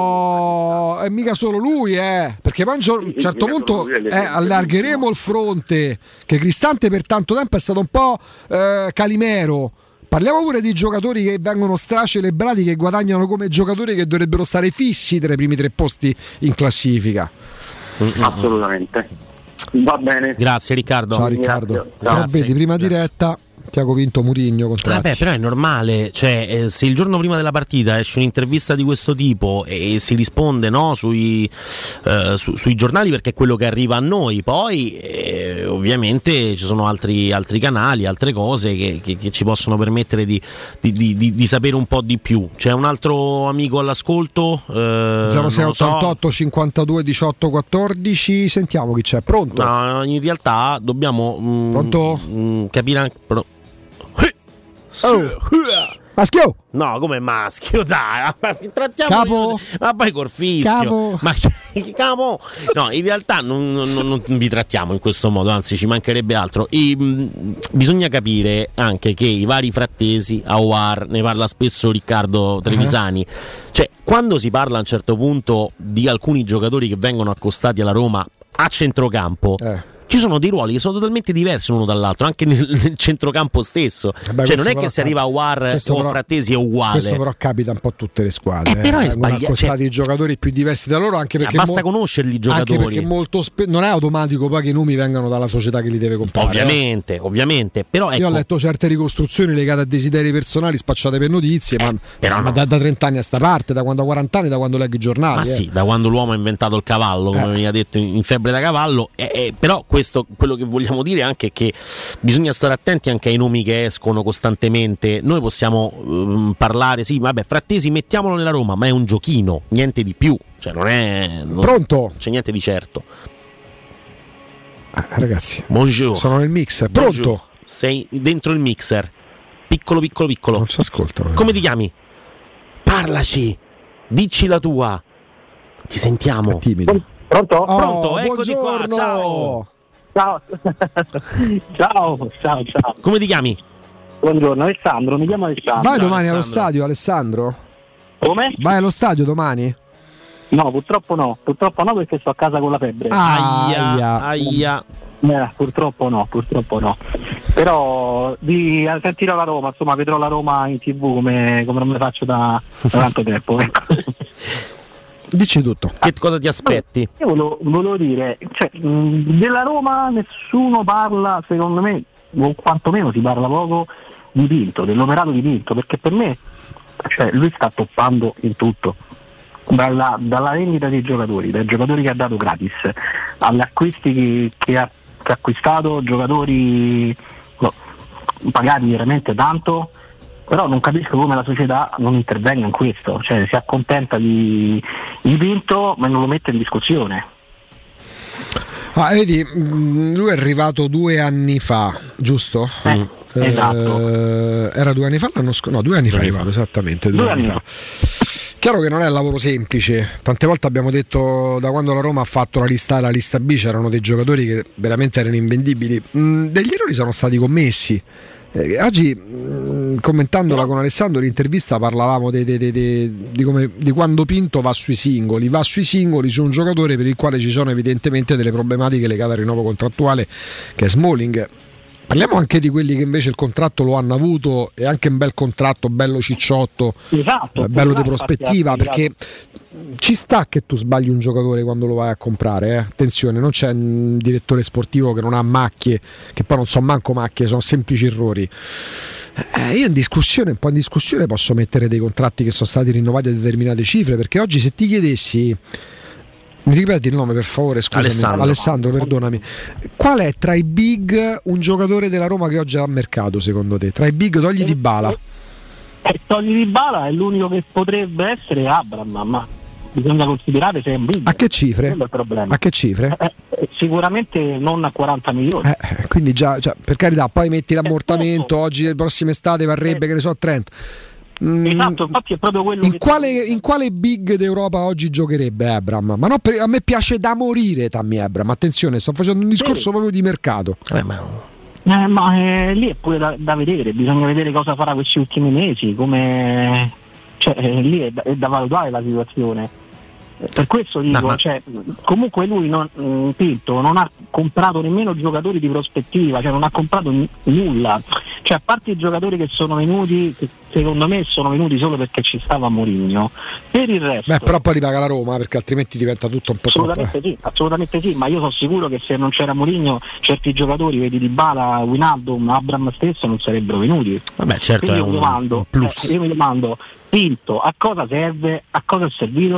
oh, è mica solo lui, eh, perché poi a un giorno, sì, certo punto lui, eh, allargheremo il fronte, che Cristante per tanto tempo è stato un po' eh, Calimero. Parliamo pure di giocatori che vengono stracelebrati, che guadagnano come giocatori che dovrebbero stare fissi tra i primi tre posti in classifica. Assolutamente. Va bene. Grazie Riccardo. Ciao Riccardo. Però vedi, prima Grazie. diretta Tiago Pinto, Mourinho contratti. Vabbè, però è normale, cioè eh, se il giorno prima della partita esce un'intervista di questo tipo e, e si risponde, no, sui, eh, su, sui giornali, perché è quello che arriva a noi, poi eh, ovviamente ci sono altri, altri canali, altre cose che, che, che ci possono permettere di, di, di, di sapere un po' di più. C'è un altro amico all'ascolto, eh, zero sei ottantotto cinquantadue diciotto quattordici, sentiamo chi c'è. Pronto? No, in realtà dobbiamo mh, Pronto? Mh, capire anche. Pro- Oh. Maschio! No, come maschio, dai, ma trattiamo Capo? Ma poi col fischio. Capo? Ma capo? No, in realtà non, non, non vi trattiamo in questo modo, anzi ci mancherebbe altro. E, mh, bisogna capire anche che i vari Frattesi, Aouar, ne parla spesso Riccardo Trevisani. Uh-huh. Cioè, quando si parla a un certo punto di alcuni giocatori che vengono accostati alla Roma a centrocampo, eh. ci sono dei ruoli che sono totalmente diversi l'uno dall'altro, anche nel, nel centrocampo stesso. Vabbè, cioè non è che se arriva Aouar o però, Frattesi è uguale. Questo però capita un po' a tutte le squadre. Eh, però eh. è sbagliato. Accostati i giocatori più diversi da loro, anche perché eh, basta mo- conoscerli i giocatori. Anche perché molto spe- non è automatico poi che i nomi vengano dalla società che li deve comprare. Ovviamente, eh. ovviamente. Però ecco, io ho letto certe ricostruzioni legate a desideri personali spacciate per notizie, eh, ma, però ma no. da, da trenta anni a sta parte, da quando a quaranta anni, da quando leggo i giornali. Ma eh. sì, da quando l'uomo ha inventato il cavallo, come eh. veniva detto in, in Febbre da cavallo. Eh, eh, però questo, quello che vogliamo dire anche che bisogna stare attenti anche ai nomi che escono costantemente. Noi possiamo um, parlare, sì, vabbè, Frattesi mettiamolo nella Roma, ma è un giochino, niente di più, cioè non è non, pronto, c'è niente di certo. Ah, ragazzi, Bonjour. Sono nel mixer. Pronto? Bonjour. Sei dentro il mixer, piccolo piccolo piccolo, non ci ascoltano. Come ti chiami? Parlaci, dici la tua, ti sentiamo. È timido. Pronto? Oh, Pronto, eccoti qua, ciao. Ciao. ciao, ciao, ciao. Come ti chiami? Buongiorno, Alessandro, mi chiamo Alessandro. Vai domani Alessandro. allo stadio, Alessandro? Come? Vai allo stadio domani? No, purtroppo no, purtroppo no perché sto a casa con la febbre. Ah, aia, aia. aia. Eh, purtroppo no, purtroppo no. Però di sentirò la Roma, insomma, vedrò la Roma in tivù come, come non me faccio da, da tanto tempo. Ecco. Dici tutto. Che cosa ti aspetti? Io volevo, volevo dire, cioè, mh, della Roma nessuno parla, secondo me, o quantomeno si parla poco di Pinto, dell'operato di Pinto, perché per me, cioè, lui sta toppando in tutto. Dalla, dalla vendita dei giocatori, dai giocatori che ha dato gratis, agli acquisti che, che, ha, che ha acquistato, giocatori no, pagati veramente tanto. Però non capisco come la società non intervenga in questo, cioè si accontenta di, di Pinto ma non lo mette in discussione. Ah, vedi, lui è arrivato due anni fa, giusto? Eh, eh, esatto. Era due anni fa l'anno scorso? No, due anni fa è arrivato, esattamente, due, due anni, anni fa. fa. Chiaro che non è un lavoro semplice, tante volte abbiamo detto da quando la Roma ha fatto la lista A e la lista B c'erano dei giocatori che veramente erano invendibili, mm, degli errori sono stati commessi. Eh, oggi mh, commentandola con Alessandro l'intervista parlavamo de, de, de, de, di, come, di quando Pinto va sui singoli va sui singoli su un giocatore per il quale ci sono evidentemente delle problematiche legate al rinnovo contrattuale che è Smalling. Parliamo anche di quelli che invece il contratto lo hanno avuto e anche un bel contratto, bello cicciotto, esatto, eh, bello esatto, di prospettiva, perché ci sta che tu sbagli un giocatore quando lo vai a comprare, eh? Attenzione, non c'è un direttore sportivo che non ha macchie, che poi non sono manco macchie, sono semplici errori. Eh, io in discussione, un po' in discussione posso mettere dei contratti che sono stati rinnovati a determinate cifre, perché oggi se ti chiedessi, mi ripeti il nome per favore, scusami, Alessandro. Alessandro, perdonami, qual è tra i big un giocatore della Roma che oggi ha mercato secondo te? Tra i big togli Dybala. Eh, togli Dybala è l'unico che potrebbe essere Abraham, ma bisogna considerare se è un big. A che cifre? Quello è il problema. A che cifre? Eh, eh, sicuramente non a quaranta milioni. Eh, quindi già, cioè, per carità, poi metti l'ammortamento, eh, oggi le prossime estate varrebbe eh. che ne so trenta. Mm, esatto, infatti è proprio quello in che quale, in quale big d'Europa oggi giocherebbe Abraham? Ma no, per, a me piace da morire Tammy Abraham, attenzione, sto facendo un discorso sì. proprio di mercato. Eh, ma eh, ma eh, lì è pure da, da vedere, bisogna vedere cosa farà questi ultimi mesi, come, cioè, eh, lì è da, è da valutare la situazione. Per questo dico, no, ma... cioè, comunque lui non, mh, Pinto non ha comprato nemmeno giocatori di prospettiva, cioè non ha comprato n- nulla, cioè a parte i giocatori che sono venuti, che secondo me sono venuti solo perché ci stava Mourinho, per il resto. Beh, però poi li paga la Roma, perché altrimenti diventa tutto un po' assolutamente troppo, eh. sì, assolutamente sì, ma io sono sicuro che se non c'era Mourinho certi giocatori, vedi Dybala, Wijnaldum, Abraham stesso, non sarebbero venuti. Vabbè, certo. Quindi è io, un mi domando, plus. Eh, io mi domando Pinto a cosa serve, a cosa è servito?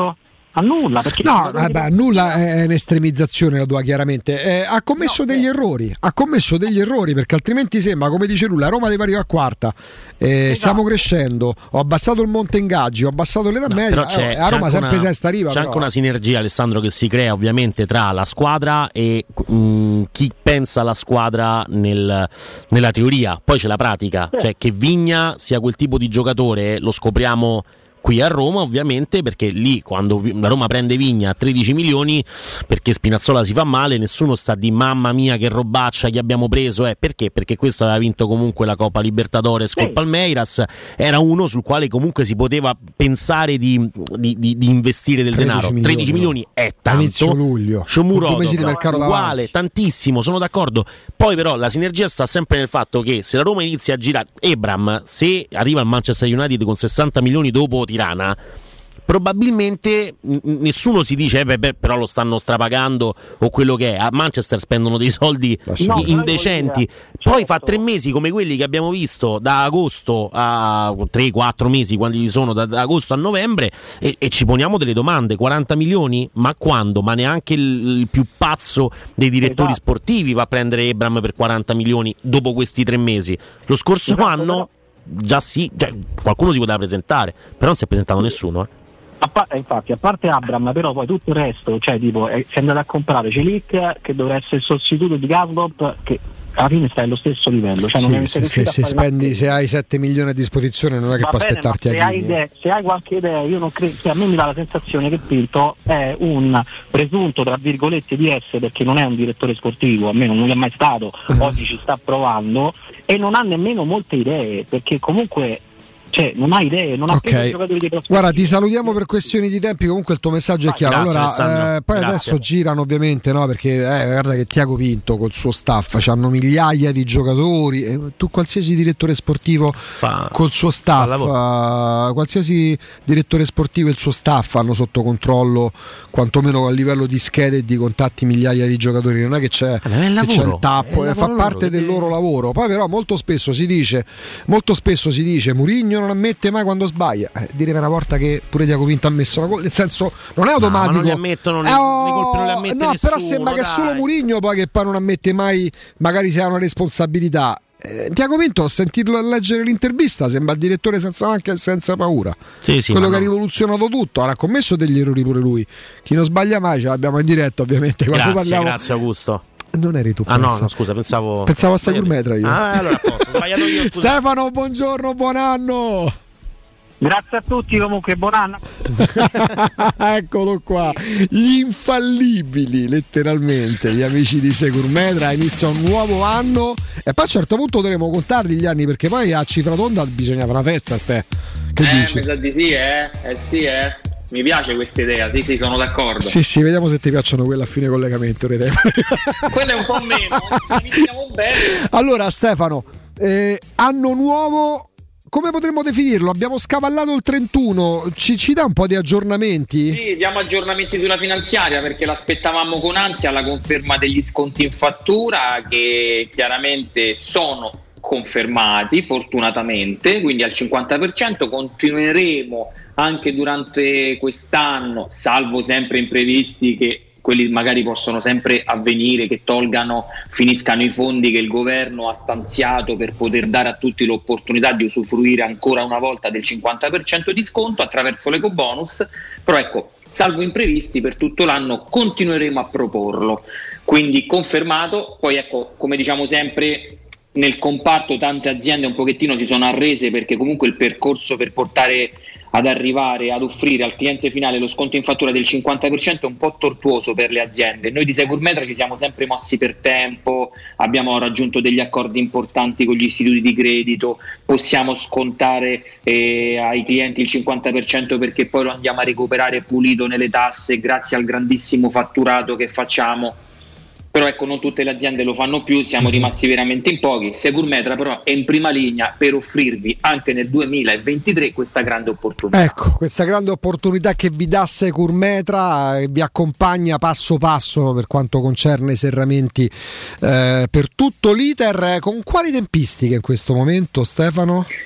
a nulla. Perché no, vabbè, nulla è un'estremizzazione la tua, chiaramente. Eh, ha commesso no, degli eh. errori, ha commesso degli errori perché altrimenti sembra, come dice lui, la Roma deve arrivare a quarta. Eh, esatto. Stiamo crescendo, ho abbassato il monte ingaggi, ho abbassato l'età no, media. C'è, eh, a Roma sempre una, sesta arriva. C'è però. anche una sinergia, Alessandro, che si crea ovviamente tra la squadra e mh, chi pensa alla squadra nel, nella teoria. Poi c'è la pratica, eh. cioè che Vigna sia quel tipo di giocatore lo scopriamo qui a Roma, ovviamente, perché lì quando la Roma prende Vigna a tredici milioni perché Spinazzola si fa male, nessuno sta di mamma mia che robaccia che abbiamo preso, eh. perché? Perché questo aveva vinto comunque la Coppa Libertadores col Palmeiras, era uno sul quale comunque si poteva pensare di, di, di, di investire del denaro. milioni, tredici milioni è tanto. Inizio luglio, Shomurodov uguale, tantissimo, sono d'accordo. Poi però la sinergia sta sempre nel fatto che se la Roma inizia a girare, Ebram se arriva al Manchester United con sessanta milioni dopo Tirana, probabilmente n- nessuno si dice eh, beh, beh, però lo stanno strapagando o quello che è. A Manchester spendono dei soldi no, indecenti, poi certo. fa tre mesi come quelli che abbiamo visto da agosto a tre quattro mesi, quanti sono da, da agosto a novembre, e, e ci poniamo delle domande. Quaranta milioni? Ma quando? Ma neanche il, il più pazzo dei direttori esatto. sportivi va a prendere Ebram per quaranta milioni dopo questi tre mesi. Lo scorso esatto, anno però... già sì, cioè, qualcuno si poteva presentare, però non si è presentato nessuno. Eh. A pa- infatti, a parte Abram, però poi tutto il resto, cioè tipo, eh, si è andato a comprare Celic, che dovrà essere il sostituto di Gaslop, che alla fine sta allo stesso livello. Cioè non sì, se, se, se, spendi, se hai sette milioni a disposizione non è che Va puoi bene, aspettarti a se hai, idee, se hai qualche idea, io non credo, cioè, a me mi dà la sensazione che Pinto è un presunto tra virgolette di essere, perché non è un direttore sportivo, almeno non è mai stato, oggi ci sta provando e non ha nemmeno molte idee, perché comunque cioè non ha idee, non ha okay. preso giocatori di prospettiva. Guarda, ti salutiamo per questioni di tempi, comunque il tuo messaggio è chiaro. Grazie, allora, eh, poi grazie. adesso girano ovviamente, no? Perché eh, guarda che Tiago Pinto col suo staff c'hanno migliaia di giocatori, eh, tu qualsiasi direttore sportivo fa, col suo staff, uh, qualsiasi direttore sportivo e il suo staff hanno sotto controllo, quantomeno a livello di schede e di contatti, migliaia di giocatori. Non è che c'è, eh, è che c'è il tappo, eh, fa parte loro, del loro lavoro. Poi però molto spesso si dice, molto spesso si dice Mourinho non ammette mai quando sbaglia, eh, dire per una volta che pure Tiago Pinto ha messo la colpa, nel senso non è automatico, no, non li ammettono, eh, oh, le colpe non le ammette no, nessuno, però sembra dai. Che solo Mourinho poi che poi non ammette mai, magari se ha una responsabilità. eh, Tiago Pinto, a sentirlo a leggere l'intervista sembra il direttore senza manca e senza paura, sì, sì, quello che no. ha rivoluzionato tutto. Ha commesso degli errori pure lui, chi non sbaglia mai ce l'abbiamo in diretta ovviamente. Grazie, parliamo... grazie Augusto. Non eri tu? Ah no, no, scusa, pensavo Pensavo a Sagurmetra io. Ah, allora posso, ho sbagliato io, scusa. Stefano, buongiorno, buon anno. Grazie a tutti, comunque buon anno. Eccolo qua, gli infallibili, letteralmente, gli amici di Securmetra. Inizia un nuovo anno e poi a un certo punto dovremo contarli gli anni, perché poi a cifra tonda bisogna fare una festa, Ste. Che eh, dici? mi sa di sì, eh? Eh sì, eh? Mi piace questa idea, sì sì, sono d'accordo. Sì sì, vediamo se ti piacciono quelle a fine collegamento. Quello è un po' meno, iniziamo bene. Allora Stefano, eh, anno nuovo, come potremmo definirlo? Abbiamo scavallato il trentuno, ci, ci dà un po' di aggiornamenti? Sì, diamo aggiornamenti sulla finanziaria, perché l'aspettavamo con ansia, la conferma degli sconti in fattura, che chiaramente sono confermati fortunatamente, quindi al cinquanta per cento. Continueremo anche durante quest'anno, salvo sempre imprevisti che quelli magari possono sempre avvenire, che tolgano, finiscano i fondi che il governo ha stanziato per poter dare a tutti l'opportunità di usufruire ancora una volta del cinquanta per cento di sconto attraverso l'ecobonus. Però ecco, salvo imprevisti, per tutto l'anno continueremo a proporlo, quindi confermato. Poi ecco, come diciamo sempre, nel comparto tante aziende un pochettino si sono arrese, perché comunque il percorso per portare ad arrivare ad offrire al cliente finale lo sconto in fattura del cinquanta per cento è un po' tortuoso per le aziende. Noi di Securmetra ci siamo sempre mossi per tempo, abbiamo raggiunto degli accordi importanti con gli istituti di credito, possiamo scontare eh, ai clienti il cinquanta per cento perché poi lo andiamo a recuperare pulito nelle tasse grazie al grandissimo fatturato che facciamo. Però ecco, non tutte le aziende lo fanno più, siamo rimasti veramente in pochi. Securmetra però è in prima linea per offrirvi anche nel duemilaventitré questa grande opportunità. Ecco, questa grande opportunità che vi dà Securmetra e vi accompagna passo passo per quanto concerne i serramenti eh, per tutto l'iter. Con quali tempistiche in questo momento, Stefano?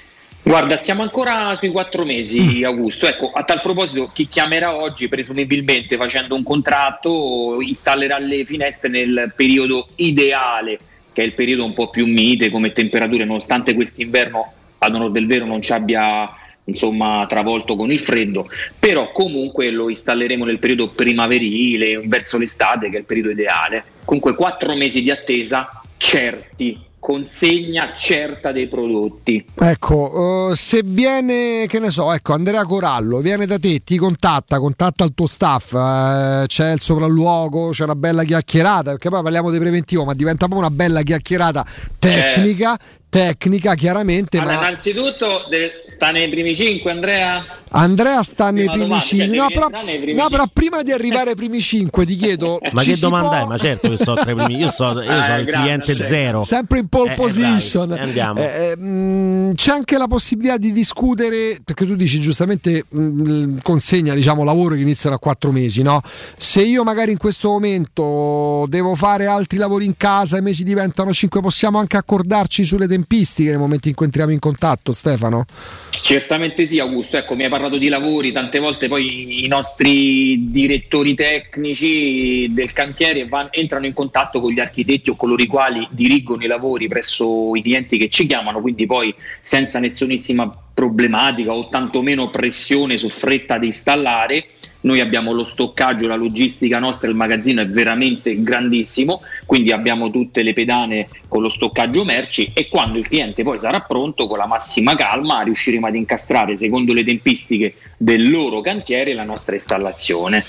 Guarda, stiamo ancora sui quattro mesi, mm. Augusto. Ecco, a tal proposito, chi chiamerà oggi, presumibilmente facendo un contratto, installerà le finestre nel periodo ideale, che è il periodo un po' più mite come temperature, nonostante quest'inverno ad onor del vero non ci abbia insomma travolto con il freddo, però comunque lo installeremo nel periodo primaverile, verso l'estate, che è il periodo ideale. Comunque quattro mesi di attesa certi, consegna certa dei prodotti. Ecco, uh, se viene, che ne so, ecco, Andrea Corallo viene da te, ti contatta, contatta il tuo staff, uh, c'è il sopralluogo, c'è una bella chiacchierata, perché poi parliamo di preventivo, ma diventa proprio una bella chiacchierata tecnica. C'è. Tecnica chiaramente. Allora, ma innanzitutto de- sta nei primi cinque, Andrea? Andrea sta nei primi domanda, cinque. cioè, No, però, nei primi no però prima di arrivare ai primi cinque ti chiedo. Ma che domanda può... è? Ma certo che so tra i primi. Io so, io ah, so il grazie, cliente zero. Sempre in pole eh, position. Eh, andiamo. Eh, mh, c'è anche la possibilità di discutere, perché tu dici giustamente mh, consegna, diciamo, lavori che iniziano a quattro mesi, no? Se io magari in questo momento devo fare altri lavori in casa, i mesi diventano cinque, possiamo anche accordarci sulle tempistiche nel momento in cui entriamo in contatto, Stefano? Certamente sì, Augusto. Ecco, mi hai parlato di lavori, tante volte poi i nostri direttori tecnici del cantiere van, entrano in contatto con gli architetti o coloro i quali dirigono i lavori presso i clienti che ci chiamano, quindi poi senza nessunissima problematica o tantomeno pressione su fretta di installare. Noi abbiamo lo stoccaggio, la logistica nostra, il magazzino è veramente grandissimo, quindi abbiamo tutte le pedane con lo stoccaggio merci e quando il cliente poi sarà pronto, con la massima calma riusciremo ad incastrare secondo le tempistiche del loro cantiere la nostra installazione.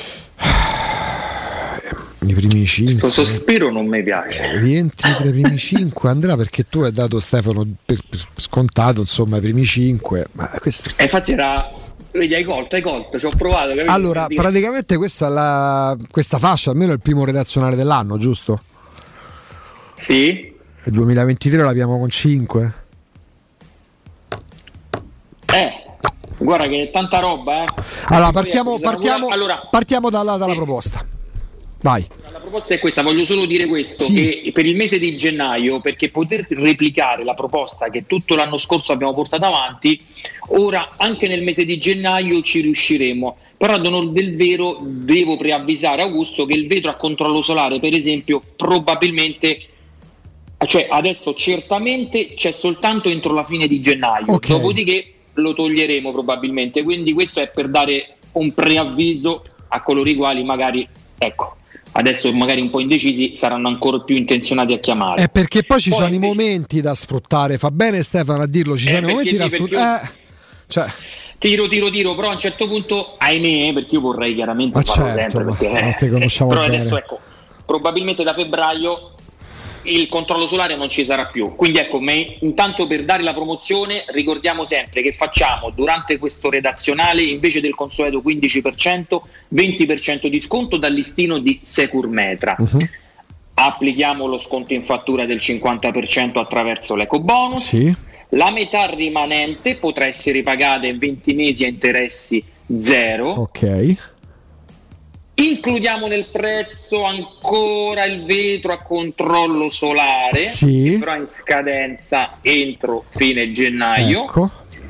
I primi cinque. Questo sospiro non mi piace. Rientri tra i primi cinque, Andrea, perché tu hai dato, Stefano, per scontato insomma i primi cinque. Ma questo... E infatti era... Vedi, hai colto, hai colto, ci ho provato. Capito? Allora, praticamente questa, la, questa fascia almeno è il primo redazionale dell'anno, giusto? Sì. Il duemilaventitré l'abbiamo con cinque. Eh, guarda che è tanta roba, eh. Allora, partiamo, partiamo, allora, partiamo dalla, dalla sì. proposta. Vai. La proposta è questa, voglio solo dire questo, sì. Che per il mese di gennaio, perché poter replicare la proposta che tutto l'anno scorso abbiamo portato avanti, ora anche nel mese di gennaio ci riusciremo, però ad onor del vero devo preavvisare Augusto che il vetro a controllo solare, per esempio, probabilmente, cioè adesso certamente c'è soltanto entro la fine di gennaio, okay. Dopodiché lo toglieremo probabilmente, quindi questo è per dare un preavviso a coloro i quali magari, ecco, adesso magari un po' indecisi saranno ancora più intenzionati a chiamare. È perché poi ci poi sono invece... i momenti da sfruttare, fa bene Stefano a dirlo, ci eh, sono i momenti sì, da sfruttare. Eh, cioè... Tiro, tiro, tiro, però a un certo punto, ahimè, perché io vorrei chiaramente ma farlo certo, sempre, perché, ma eh, conosciamo però bene. adesso ecco, probabilmente da febbraio il controllo solare non ci sarà più, quindi ecco, ma intanto per dare la promozione ricordiamo sempre che facciamo durante questo redazionale invece del consueto quindici per cento venti per cento di sconto dal listino di Securmetra. Uh-huh. Applichiamo lo sconto in fattura del cinquanta per cento attraverso l'ecobonus. Sì. La metà rimanente potrà essere pagata in venti mesi a interessi zero. Ok. Includiamo nel prezzo ancora il vetro a controllo solare, sì. Che però è in scadenza entro fine gennaio. Ecco.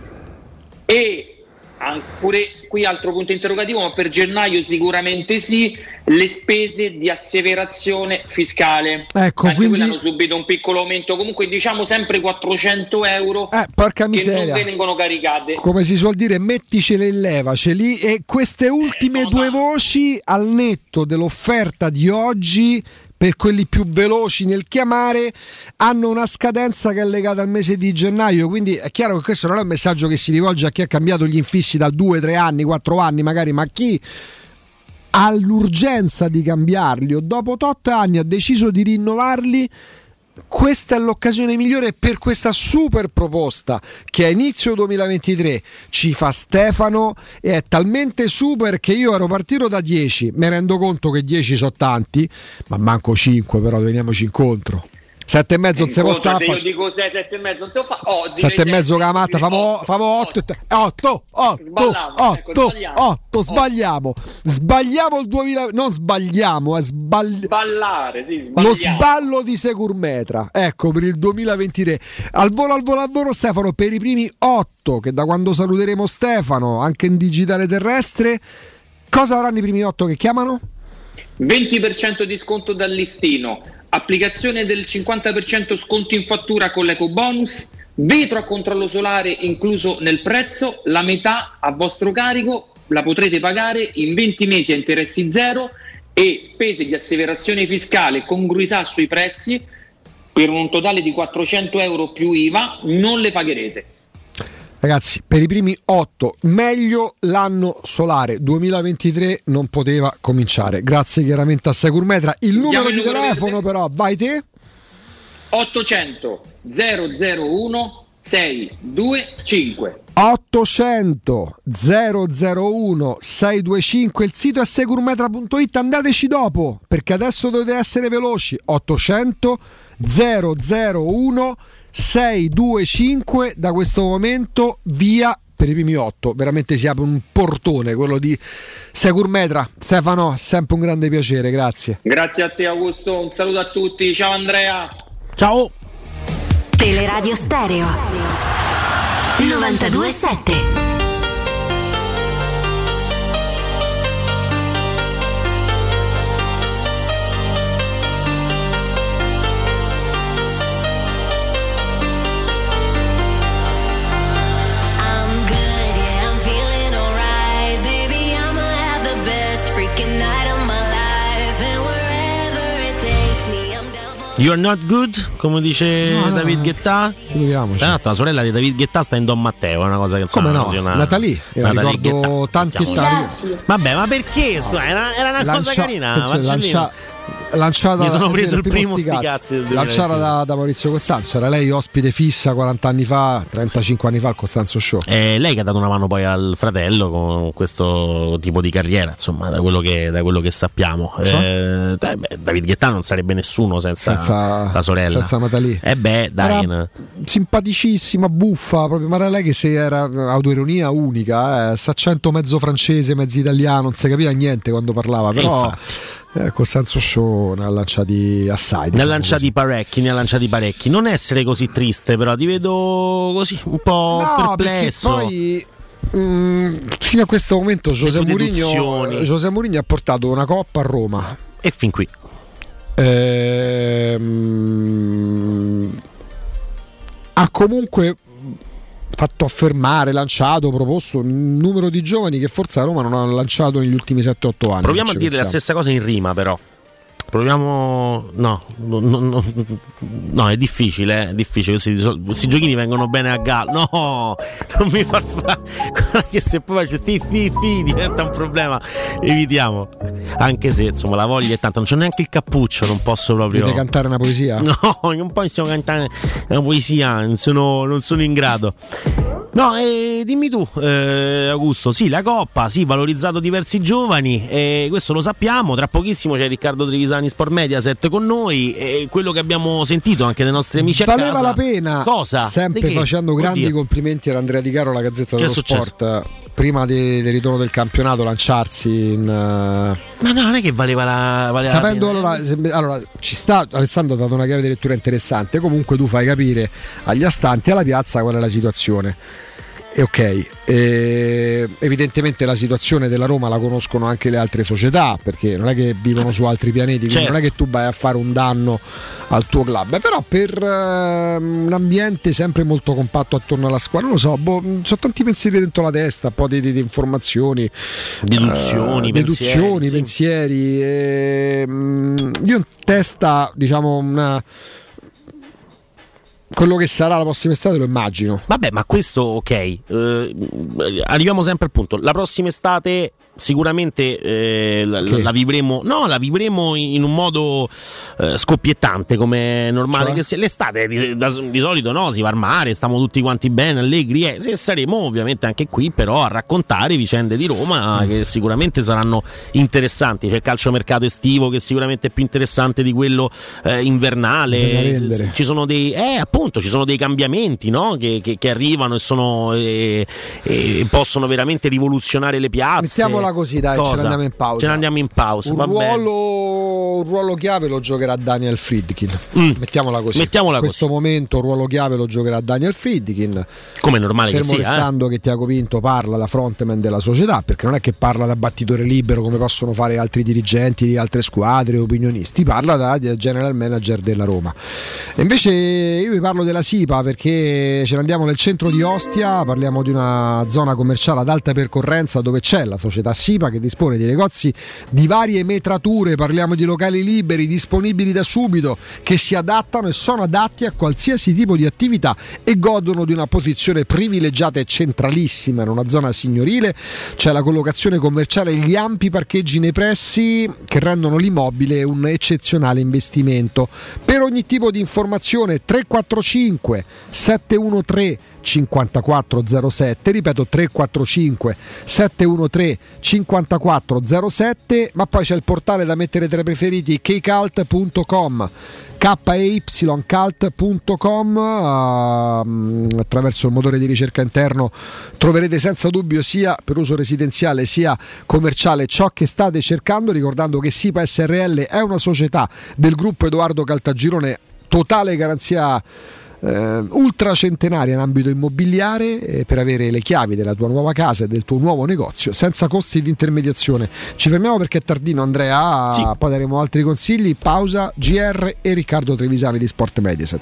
E pure qui altro punto interrogativo, ma per gennaio sicuramente sì, le spese di asseverazione fiscale. Ecco, anche quindi quelle hanno subito un piccolo aumento, comunque diciamo sempre quattrocento euro eh, porca miseria. che non vengono caricate. Come si suol dire, metticele in levaceli. E queste ultime eh, due da... voci al netto dell'offerta di oggi, per quelli più veloci nel chiamare, hanno una scadenza che è legata al mese di gennaio, quindi è chiaro che questo non è un messaggio che si rivolge a chi ha cambiato gli infissi da due, tre anni, quattro anni magari, ma a chi ha l'urgenza di cambiarli o dopo tot anni ha deciso di rinnovarli. Questa è l'occasione migliore per questa super proposta che a inizio duemilaventitré ci fa Stefano, e è talmente super che io ero partito da dieci, mi rendo conto che dieci sono tanti, ma manco cinque, però veniamoci incontro. sette e mezzo non si può Incontra, fare. se io dico sei, sette e mezzo non si può fare. Oh, sette e mezzo con la matta, famo otto, otto, otto, otto, sbagliamo. Sbagliamo il duemila, non sbagliamo, è sbagli... Sballare, sì, sbagliamo. Lo sballo di Securmetra, ecco, per il duemilaventitré. Al volo, al volo, al volo, Stefano, per i primi otto, che da quando saluteremo Stefano, anche in digitale terrestre, cosa avranno i primi otto che chiamano? venti per cento di sconto dal listino, applicazione del cinquanta per cento sconto in fattura con l'eco bonus, vetro a controllo solare incluso nel prezzo, la metà a vostro carico la potrete pagare in venti mesi a interessi zero e spese di asseverazione fiscale, congruità sui prezzi per un totale di quattrocento euro più I V A non le pagherete. Ragazzi, per i primi otto, meglio l'anno solare duemilaventitré non poteva cominciare. Grazie chiaramente a Securmetra. Il numero di telefono però, vai te? ottocento zero zero uno sei due cinque. ottocento zero zero uno sei due cinque. Il sito è securmetra punto it. Andateci dopo, perché adesso dovete essere veloci. ottocento zero zero uno sei due cinque. Da questo momento via per i primi otto. Veramente si apre un portone, quello di Securmetra. Stefano, sempre un grande piacere, grazie. Grazie a te Augusto, un saluto a tutti, ciao Andrea. Ciao. Teleradio Stereo novantadue sette. You're not good, come dice no, David Guetta. Tra l'altro la sorella di David Guetta sta in Don Matteo, è una cosa che insomma, come no? Una... Natalie, io Natalie ricordo tanti e tanti. Vabbè, ma perché? Scusa, era, era una Lancia... cosa carina. Lancia... Lanciata, mi sono preso il primo, primo sti cazzi, cazzi lanciata da, da Maurizio Costanzo. Era lei ospite fissa quaranta anni fa, trentacinque anni fa al Costanzo Show. È lei che ha dato una mano poi al fratello con questo tipo di carriera, insomma, da quello che, da quello che sappiamo. Eh, beh, David Guetta non sarebbe nessuno senza, senza la sorella, senza Natalie. E eh beh, dai, era simpaticissima, buffa, proprio, ma era lei che se era autoironia unica, eh, s'accento mezzo francese, mezzo italiano, non si capiva niente quando parlava, però Eh, Costanzo Show ne ha lanciati assai. Ne ha lanciati parecchi, ne ha lanciati parecchi. Non essere così triste, però ti vedo così un po' no, perplesso. Poi mh, fino a questo momento José Mourinho, José Mourinho ha portato una coppa a Roma. E fin qui. Ehm, ha comunque fatto affermare, lanciato, proposto un numero di giovani che forse a Roma non hanno lanciato negli ultimi sette otto anni. Proviamo a dire pensiamo. la stessa cosa in rima, però. Proviamo. No, no, no, no, è difficile, è difficile. Questi, questi giochini vengono bene a gallo. No, non mi far fare. Che se poi faccio fi, fi, fi, diventa un problema. Evitiamo. Anche se insomma la voglia è tanta. Non c'è neanche il cappuccio, non posso proprio. Dovete cantare una poesia? No, non posso cantare una poesia, non sono, non sono in grado. No, eh, dimmi tu, eh, Augusto, sì, la Coppa, sì, valorizzato diversi giovani, eh, questo lo sappiamo, tra pochissimo c'è Riccardo Trevisani Sport Mediaset con noi, e eh, quello che abbiamo sentito anche dai nostri amici a valeva casa. la pena, cosa? Sempre facendo grandi Oddio. complimenti ad Andrea Di Caro, la Gazzetta dello Sport, prima de, del ritorno del campionato lanciarsi in... Uh... Ma no, non è che valeva la, valeva Sapendo la pena. Allora, se, allora, ci sta, Alessandro ha dato una chiave di lettura interessante, comunque tu fai capire agli astanti, alla piazza, qual è la situazione. E ok, e evidentemente la situazione della Roma la conoscono anche le altre società, perché non è che vivono su altri pianeti, quindi certo. non è che tu vai a fare un danno al tuo club, però per uh, un ambiente sempre molto compatto attorno alla squadra, non lo so, boh, c'ho tanti pensieri dentro la testa, un po' di, di, di informazioni, deduzioni, uh, deduzioni, pensieri, pensieri e, um, io in testa, diciamo, una quello che sarà la prossima estate lo immagino. Vabbè, ma questo ok, eh, arriviamo sempre al punto. La prossima estate sicuramente eh, la, la vivremo, no, la vivremo in un modo eh, scoppiettante, come è normale, cioè? Che sia. L'estate di, da, di solito no, si va al mare, stiamo tutti quanti bene, allegri, eh. Se saremo ovviamente anche qui però a raccontare vicende di Roma mm. che sicuramente saranno interessanti. C'è il calciomercato estivo che sicuramente è più interessante di quello eh, invernale, s- ci sono dei eh, appunto ci sono dei cambiamenti, no? che, che, che arrivano e sono eh, e possono veramente rivoluzionare le piazze. Mettiamola così, dai, Cosa? ce ne andiamo in pausa. Ce ne andiamo in pausa. Un, va ruolo, un ruolo chiave lo giocherà Daniel Friedkin. Mm. Mettiamola così. Mettiamola in questo così. momento, un ruolo chiave lo giocherà Daniel Friedkin. Come è normale Fermo che sia. restando eh? che Tiago Pinto parla da frontman della società, perché non è che parla da battitore libero come possono fare altri dirigenti di altre squadre, opinionisti. Parla da general manager della Roma. E invece io vi parlo della SIPA perché ce ne andiamo nel centro di Ostia. Parliamo di una zona commerciale ad alta percorrenza dove c'è la società SIPA che dispone di negozi di varie metrature. Parliamo di locali liberi disponibili da subito, che si adattano e sono adatti a qualsiasi tipo di attività e godono di una posizione privilegiata e centralissima in una zona signorile. C'è la collocazione commerciale e gli ampi parcheggi nei pressi che rendono l'immobile un eccezionale investimento. Per ogni tipo di informazione tre quattro cinque sette uno tre cinquantaquattro zero sette, ripeto tre quattro cinque sette uno tre cinquantaquattro zero sette, ma poi c'è il portale da mettere tra i preferiti k cult punto com k e y cult punto com. uh, attraverso il motore di ricerca interno troverete senza dubbio sia per uso residenziale sia commerciale ciò che state cercando, ricordando che SIPA S R L è una società del gruppo Edoardo Caltagirone, totale garanzia Uh, ultracentenaria in ambito immobiliare eh, per avere le chiavi della tua nuova casa e del tuo nuovo negozio senza costi di intermediazione. Ci fermiamo perché è tardino, Andrea, sì. Poi daremo altri consigli. Pausa, G R e Riccardo Trevisani di Sport Mediaset.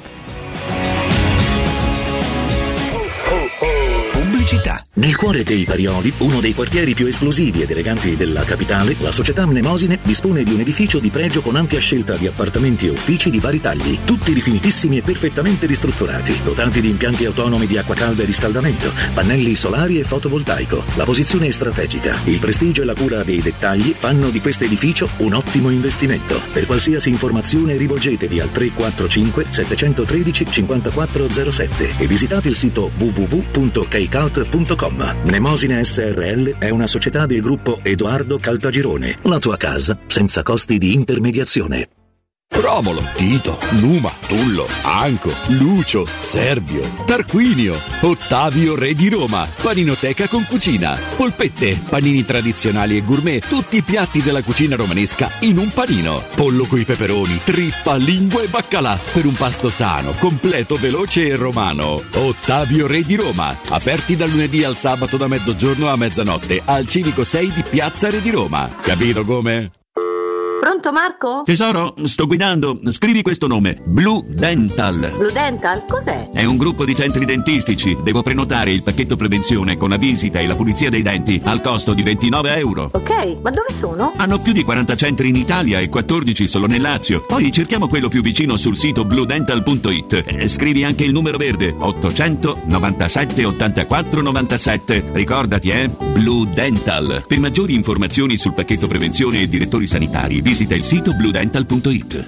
Pubblicità. Nel cuore dei Parioli, uno dei quartieri più esclusivi ed eleganti della capitale, la società Mnemosine dispone di un edificio di pregio con ampia scelta di appartamenti e uffici di vari tagli, tutti rifinitissimi e perfettamente ristrutturati, dotati di impianti autonomi di acqua calda e riscaldamento, pannelli solari e fotovoltaico. La posizione è strategica, il prestigio e la cura dei dettagli fanno di questo edificio un ottimo investimento. Per qualsiasi informazione rivolgetevi al tre quattro cinque sette uno tre cinque zero sette e visitate il sito w w w punto k cult punto com. Mnemosine S R L è una società del gruppo Edoardo Caltagirone. La tua casa senza costi di intermediazione. Romolo, Tito, Numa, Tullo, Anco, Lucio, Servio, Tarquinio, Ottavio Re di Roma, Paninoteca con cucina, polpette, panini tradizionali e gourmet, tutti i piatti della cucina romanesca in un panino, pollo coi peperoni, trippa, lingua e baccalà, per un pasto sano, completo, veloce e romano. Ottavio Re di Roma, aperti dal lunedì al sabato da mezzogiorno a mezzanotte al Civico sei di Piazza Re di Roma. Capito come? Pronto Marco? Tesoro, sto guidando. Scrivi questo nome. Blue Dental. Blue Dental? Cos'è? È un gruppo di centri dentistici. Devo prenotare il pacchetto prevenzione con la visita e la pulizia dei denti al costo di ventinove euro. Ok, ma dove sono? Hanno più di quaranta centri in Italia e quattordici solo nel Lazio. Poi cerchiamo quello più vicino sul sito blue dental punto it. Eh, scrivi anche il numero verde ottocento novantasette ottantaquattro novantasette. Ricordati, eh? Blue Dental. Per maggiori informazioni sul pacchetto prevenzione e direttori sanitari, visita il sito blue dental punto it.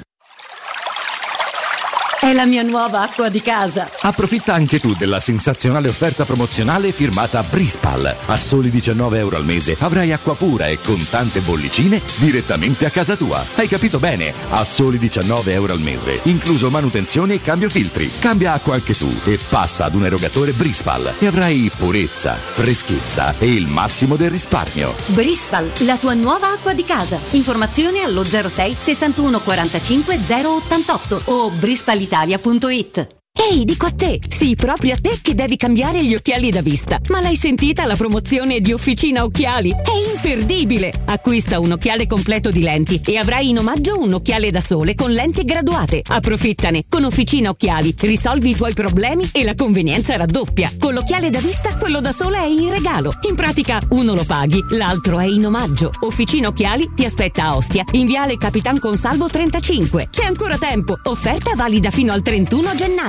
È la mia nuova acqua di casa. Approfitta anche tu della sensazionale offerta promozionale firmata Brispal. A soli diciannove euro al mese avrai acqua pura e con tante bollicine direttamente a casa tua. Hai capito bene? A soli diciannove euro al mese, incluso manutenzione e cambio filtri. Cambia acqua anche tu e passa ad un erogatore Brispal e avrai purezza, freschezza e il massimo del risparmio. Brispal, la tua nuova acqua di casa. Informazioni allo zero sei sessantuno quarantacinque zero ottantotto o brispalitalia punto it. Ehi, dico a te, sì, proprio a te che devi cambiare gli occhiali da vista. Ma l'hai sentita la promozione di Officina Occhiali? È imperdibile! Acquista un occhiale completo di lenti e avrai in omaggio un occhiale da sole con lenti graduate. Approfittane! Con Officina Occhiali risolvi i tuoi problemi e la convenienza raddoppia. Con l'occhiale da vista, quello da sole è in regalo. In pratica, uno lo paghi, l'altro è in omaggio. Officina Occhiali ti aspetta a Ostia, in viale Capitan Consalvo trentacinque. C'è ancora tempo! Offerta valida fino al trentuno gennaio.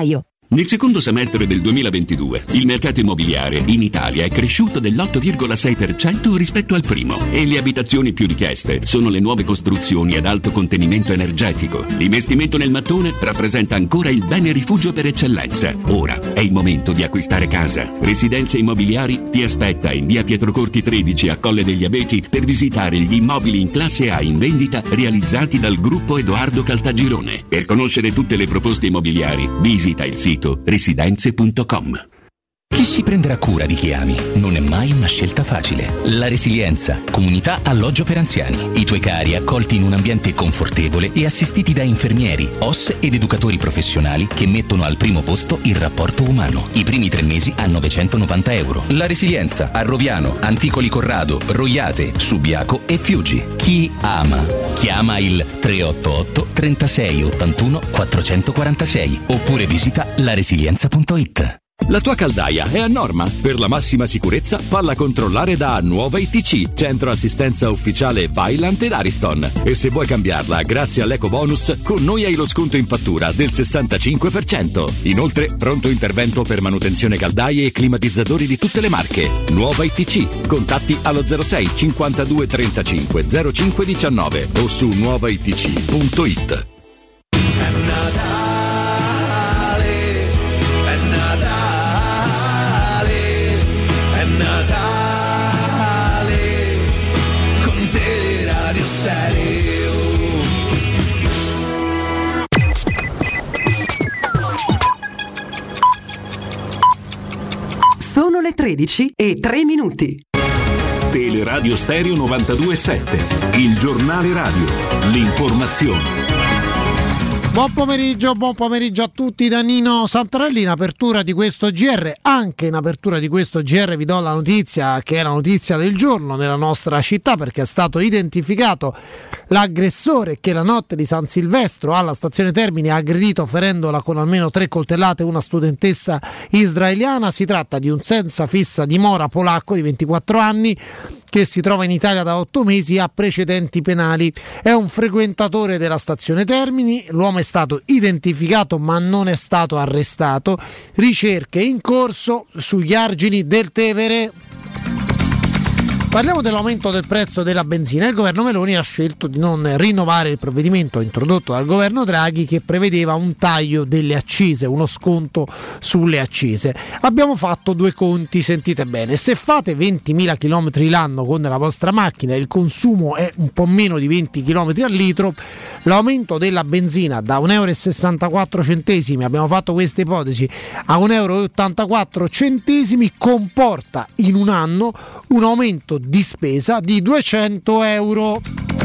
Nel secondo semestre del duemilaventidue il mercato immobiliare in Italia è cresciuto dell'otto virgola sei per cento rispetto al primo e le abitazioni più richieste sono le nuove costruzioni ad alto contenimento energetico. L'investimento nel mattone rappresenta ancora il bene rifugio per eccellenza. Ora è il momento di acquistare casa. Residenze Immobiliari ti aspetta in via Pietrocorti tredici a Colle degli Abeti per visitare gli immobili in classe A in vendita realizzati dal gruppo Edoardo Caltagirone. Per conoscere tutte le proposte immobiliari visita il sito residenze punto com. Chi si prenderà cura di chi ami non è mai una scelta facile. La Resilienza, comunità alloggio per anziani. I tuoi cari accolti in un ambiente confortevole e assistiti da infermieri, O S ed educatori professionali che mettono al primo posto il rapporto umano. I primi tre mesi a novecentonovanta euro. La Resilienza a Roviano, Anticoli Corrado, Roiate, Subiaco e Fiuggi. Chi ama? Chiama il tre otto otto trentasei ottantuno quattrocentoquarantasei oppure visita la resilienza punto it. La tua caldaia è a norma? Per la massima sicurezza falla controllare da Nuova I T C, centro assistenza ufficiale Vaillant ed Ariston. E se vuoi cambiarla grazie all'eco bonus, con noi hai lo sconto in fattura del sessantacinque per cento. Inoltre, pronto intervento per manutenzione caldaie e climatizzatori di tutte le marche. Nuova I T C. Contatti allo zero sei cinquantadue trentacinque zero cinque diciannove o su nuova i t c punto it. Sono le tredici e tre minuti. Teleradio Stereo novantadue virgola sette, il giornale radio, l'informazione. Buon pomeriggio, buon pomeriggio a tutti da Nino Santarelli. In apertura di questo G R, anche in apertura di questo G R vi do la notizia che è la notizia del giorno nella nostra città, perché è stato identificato l'aggressore che la notte di San Silvestro alla stazione Termini ha aggredito ferendola con almeno tre coltellate una studentessa israeliana. Si tratta di un senza fissa dimora polacco di ventiquattro anni che si trova in Italia da otto mesi e ha precedenti penali. È un frequentatore della stazione Termini, l'uomo è stato identificato ma non è stato arrestato. Ricerche in corso sugli argini del Tevere. Parliamo dell'aumento del prezzo della benzina. Il governo Meloni ha scelto di non rinnovare il provvedimento introdotto dal governo Draghi che prevedeva un taglio delle accise, uno sconto sulle accise. Abbiamo fatto due conti, sentite bene: se fate ventimila chilometri l'anno con la vostra macchina e il consumo è un po' meno di venti chilometri al litro, l'aumento della benzina da un euro e sessantaquattro centesimi, abbiamo fatto questa ipotesi, a un euro e ottantaquattro centesimi comporta in un anno un aumento di spesa di duecento euro.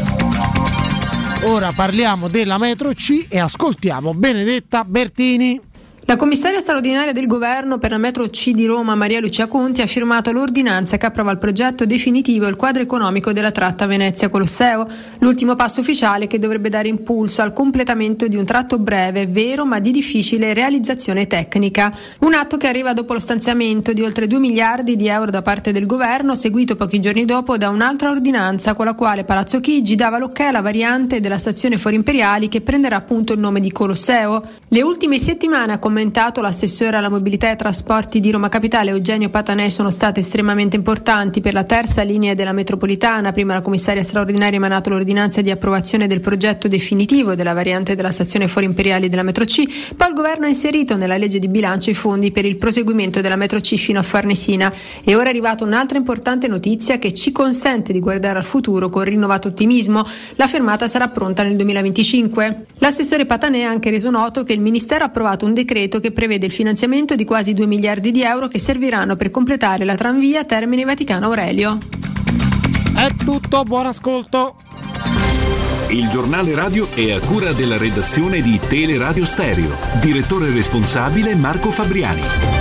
Ora parliamo della metro C e ascoltiamo Benedetta Bertini. La commissaria straordinaria del governo per la metro C di Roma, Maria Lucia Conti, ha firmato l'ordinanza che approva il progetto definitivo e il quadro economico della tratta Venezia-Colosseo, l'ultimo passo ufficiale che dovrebbe dare impulso al completamento di un tratto breve, vero ma di difficile realizzazione tecnica. Un atto che arriva dopo lo stanziamento di oltre due miliardi di euro da parte del governo, seguito pochi giorni dopo da un'altra ordinanza con la quale Palazzo Chigi dava l'ok alla variante della stazione Fori Imperiali che prenderà appunto il nome di Colosseo. Le ultime settimane ha commentato l'assessore alla mobilità e trasporti di Roma Capitale Eugenio Patanè sono state estremamente importanti per la terza linea della metropolitana. Prima la commissaria straordinaria ha emanato l'ordinanza di approvazione del progetto definitivo della variante della stazione Fori Imperiali della metro C, poi il governo ha inserito nella legge di bilancio i fondi per il proseguimento della metro C fino a Farnesina e ora è arrivata un'altra importante notizia che ci consente di guardare al futuro con rinnovato ottimismo. La fermata sarà pronta nel duemilaventicinque. L'assessore Patanè ha anche reso noto che il Ministero ha approvato un decreto che prevede il finanziamento di quasi due miliardi di euro che serviranno per completare la tranvia Termini Vaticano Aurelio. È tutto, buon ascolto. Il giornale radio è a cura della redazione di Teleradio Stereo. Direttore responsabile Marco Fabriani.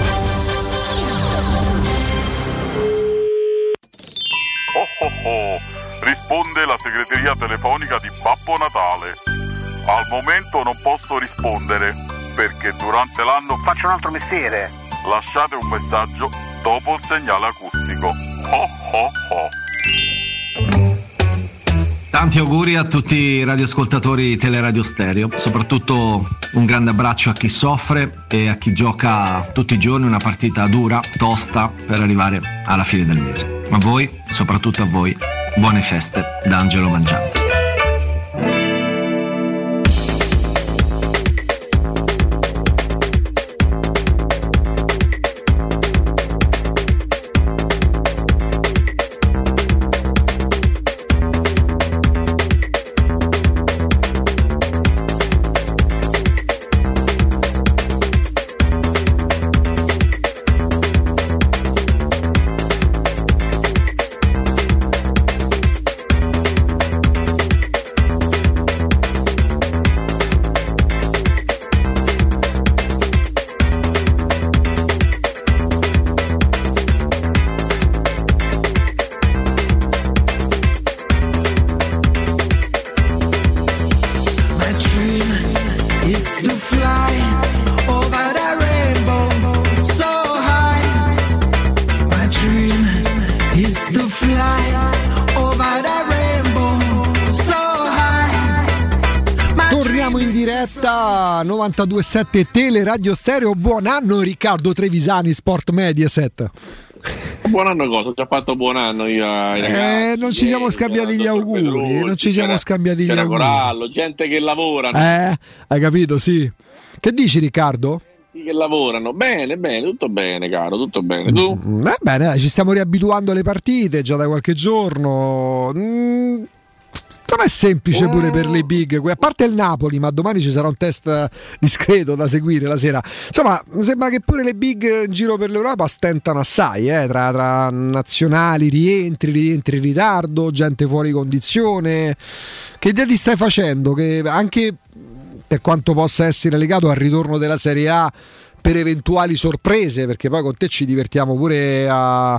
Oh oh oh, risponde la segreteria telefonica di Babbo Natale. Al momento non posso rispondere perché durante l'anno faccio un altro mestiere. Lasciate un messaggio dopo il segnale acustico. Oh oh oh. Tanti auguri a tutti i radioascoltatori di Teleradio Stereo, soprattutto un grande abbraccio a chi soffre e a chi gioca tutti i giorni una partita dura, tosta, per arrivare alla fine del mese. A voi, soprattutto a voi, buone feste da Angelo Mangiante. novantadue sette Teleradio Stereo. Buon anno Riccardo Trevisani, Sport Mediaset. Buon anno cosa? Ho già fatto buon anno io ai ragazzi. Eh, non ci siamo scambiati gli auguri, Perucci, non ci siamo scambiati gli c'era auguri. Corallo, gente che lavorano. Eh, hai capito, sì. Che dici Riccardo? Che lavorano bene, bene, tutto bene, caro, tutto bene. Tu? Mm, eh, bene, dai, ci stiamo riabituando alle partite già da qualche giorno. Mm. Non è semplice pure per le big, a parte il Napoli, ma domani ci sarà un test discreto da seguire la sera. Insomma, mi sembra che pure le big in giro per l'Europa stentano assai, eh, tra, tra nazionali, rientri, rientri in ritardo, gente fuori condizione. Che idea ti stai facendo? Che anche per quanto possa essere legato al ritorno della Serie A, per eventuali sorprese, perché poi con te ci divertiamo pure a, a,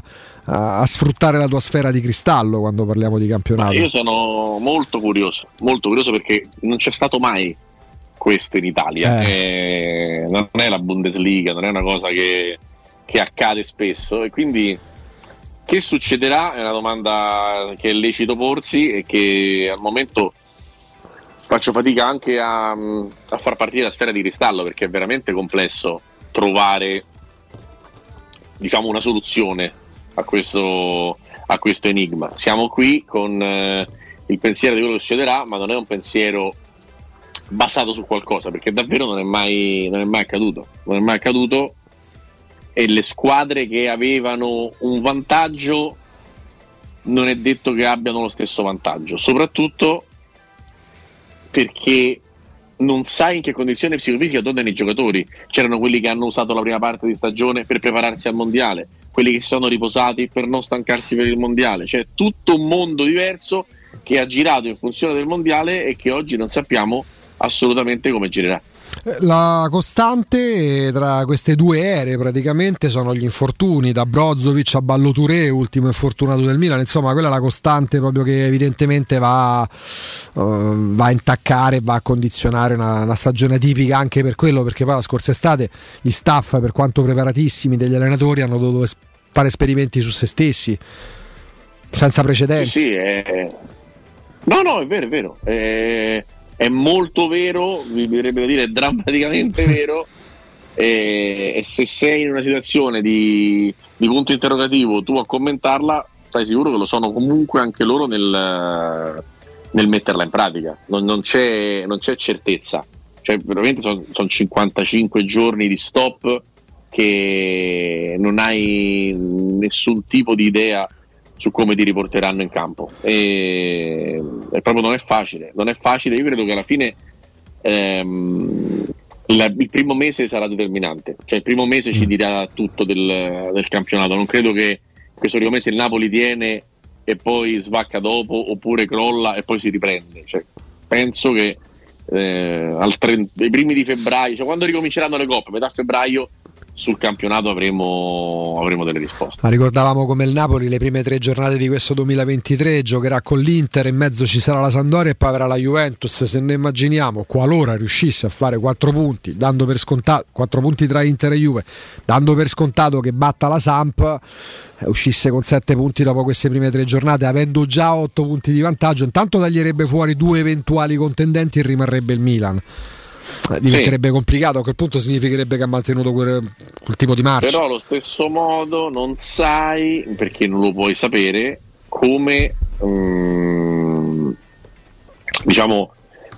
a sfruttare la tua sfera di cristallo quando parliamo di campionato. Io sono molto curioso, molto curioso perché non c'è stato mai questo in Italia. Eh. Eh, non è la Bundesliga, non è una cosa che, che accade spesso, e quindi che succederà è una domanda che è lecito porsi e che al momento faccio fatica anche a, a far partire la sfera di cristallo, perché è veramente complesso trovare, diciamo, una soluzione a questo, a questo enigma. Siamo qui con eh, il pensiero di quello che succederà, ma non è un pensiero basato su qualcosa, perché davvero non è mai, non è mai accaduto. Non è mai accaduto, e le squadre che avevano un vantaggio non è detto che abbiano lo stesso vantaggio, soprattutto perché non sai in che condizione psicofisica tornano i giocatori. C'erano quelli che hanno usato la prima parte di stagione per prepararsi al mondiale, quelli che si sono riposati per non stancarsi per il mondiale. C'è tutto un mondo diverso che ha girato in funzione del mondiale e che oggi non sappiamo assolutamente come girerà. La costante tra queste due ere praticamente sono gli infortuni, da Brozovic a Ballo-Touré, ultimo infortunato del Milan. Insomma, quella è la costante proprio che evidentemente va, uh, va a intaccare, va a condizionare una, una stagione tipica anche per quello, perché poi la scorsa estate gli staff, per quanto preparatissimi, degli allenatori hanno dovuto fare esperimenti su se stessi senza precedenti. Sì, sì, è... no no è vero, è vero, è... è molto vero, mi verrebbe da dire drammaticamente vero, e, e se sei in una situazione di, di punto interrogativo tu a commentarla, stai sicuro che lo sono comunque anche loro nel, nel metterla in pratica. Non, non, c'è, non c'è certezza, cioè veramente sono son cinquantacinque giorni di stop che non hai nessun tipo di idea su come ti riporteranno in campo, e, e proprio non è facile, non è facile. Io credo che alla fine ehm, la, il primo mese sarà determinante, cioè il primo mese ci dirà tutto del, del campionato. Non credo che questo primo mese il Napoli tiene e poi svacca dopo, oppure crolla e poi si riprende. Cioè, penso che eh, al trenta, ai primi di febbraio, cioè quando ricominceranno le coppe, metà febbraio, sul campionato avremo, avremo delle risposte. Ma ricordavamo come il Napoli le prime tre giornate di questo duemilaventitré giocherà con l'Inter, in mezzo ci sarà la Sampdoria e poi avrà la Juventus. Se noi immaginiamo, qualora riuscisse a fare quattro punti, dando per scontato quattro punti tra Inter e Juve, dando per scontato che batta la Samp, eh, uscisse con sette punti dopo queste prime tre giornate, avendo già otto punti di vantaggio, intanto taglierebbe fuori due eventuali contendenti e rimarrebbe il Milan. Diventerebbe sì. complicato, a quel punto significherebbe che ha mantenuto quel, quel tipo di marcia. Però allo stesso modo non sai, perché non lo puoi sapere, come um, diciamo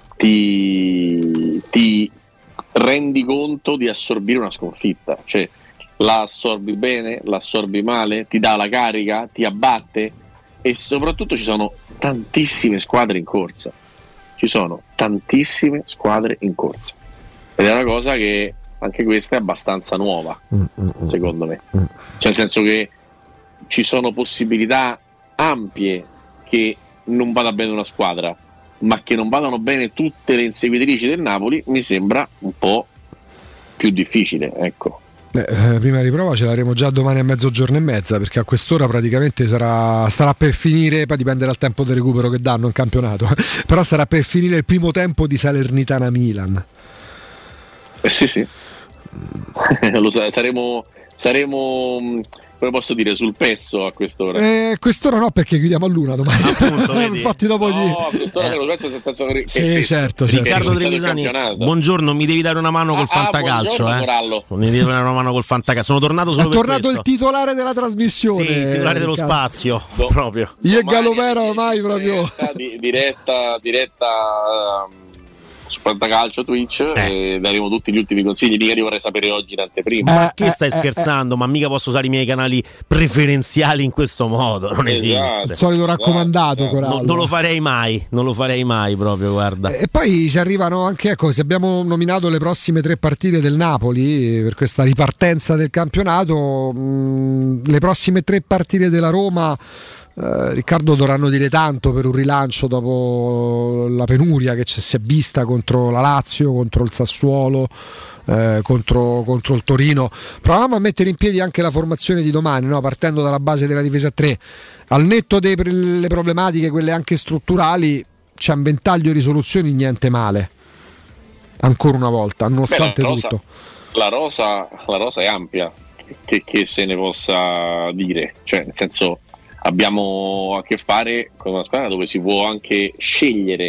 ti, ti rendi conto di assorbire una sconfitta, cioè la assorbi bene, la assorbi male, ti dà la carica, ti abbatte, e soprattutto ci sono tantissime squadre in corsa. Ci sono tantissime squadre in corsa ed è una cosa che anche questa è abbastanza nuova, mm, secondo me, mm. cioè nel senso che ci sono possibilità ampie che non vada bene una squadra, ma che non vadano bene tutte le inseguitrici del Napoli mi sembra un po' più difficile, ecco. Eh, prima riprova ce l'avremo già domani a mezzogiorno e mezza, perché a quest'ora praticamente sarà, starà per finire, poi dipende dal tempo di recupero che danno in campionato, però sarà per finire il primo tempo di Salernitana Milan. Eh sì sì, lo sa- saremo saremo come posso dire, sul pezzo a quest'ora. Eh, quest'ora no, perché chiudiamo a luna domani. Appunto, infatti dopo no, di... a quest'ora eh. pezzo, nel senso che sì, che certo, certo. Riccardo certo. Trevisani, buongiorno, mi devi dare una mano col ah, fantacalcio, ah, eh. Mi devi dare una mano col fantacalcio. Sono tornato solo è per tornato questo. Il titolare della trasmissione. Sì, il titolare dello spazio, Do- proprio. Io e Galopera ormai proprio diretta diretta, diretta um, su Fantacalcio Twitch eh. e daremo tutti gli ultimi consigli. Mica li vorrei sapere oggi in anteprima. Ma che stai eh, scherzando? eh, ma mica posso usare i miei canali preferenziali in questo modo, non esatto. esiste. Il solito raccomandato, esatto. no, non lo farei mai, non lo farei mai proprio, guarda. E poi ci arrivano anche, ecco, se abbiamo nominato le prossime tre partite del Napoli per questa ripartenza del campionato, mh, le prossime tre partite della Roma, Uh, Riccardo, dovranno dire tanto per un rilancio dopo la penuria che ci si è vista contro la Lazio, contro il Sassuolo, eh, contro, contro il Torino. Proviamo a mettere in piedi anche la formazione di domani, no? Partendo dalla base della difesa a tre. Al netto delle problematiche, quelle anche strutturali, c'è un ventaglio di soluzioni, niente male. Ancora una volta, nonostante Beh, la rosa, tutto. La rosa, la rosa è ampia, che, che se ne possa dire, cioè nel senso, abbiamo a che fare con una squadra dove si può anche scegliere,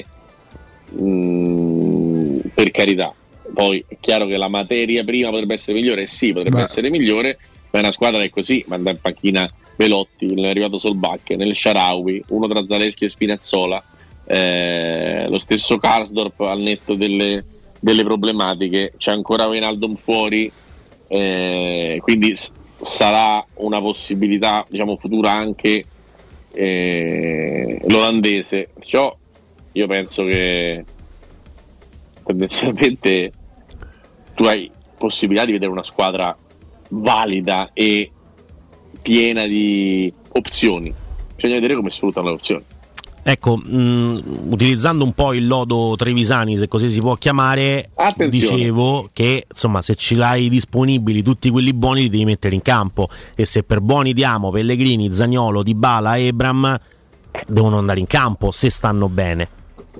mh, per carità. Poi è chiaro che la materia prima potrebbe essere migliore, sì, potrebbe Beh. essere migliore, ma è una squadra che è così, manda in panchina Velotti, è arrivato Solbacche, nel Shaarawy, uno tra Zaleschi e Spinazzola, eh, lo stesso Karsdorp al netto delle, delle problematiche, c'è ancora Wijnaldum fuori, eh, quindi s- sarà una possibilità, diciamo, futura anche eh, l'olandese. Perciò io penso che tendenzialmente tu hai possibilità di vedere una squadra valida e piena di opzioni. Bisogna vedere come sfruttano le opzioni. Ecco, mh, utilizzando un po' il lodo Trevisani, se così si può chiamare, Attenzione. dicevo che insomma, se ce l'hai disponibili tutti quelli buoni li devi mettere in campo, e se per buoni diamo Pellegrini, Zaniolo, Dybala, Ebram, eh, devono andare in campo se stanno bene.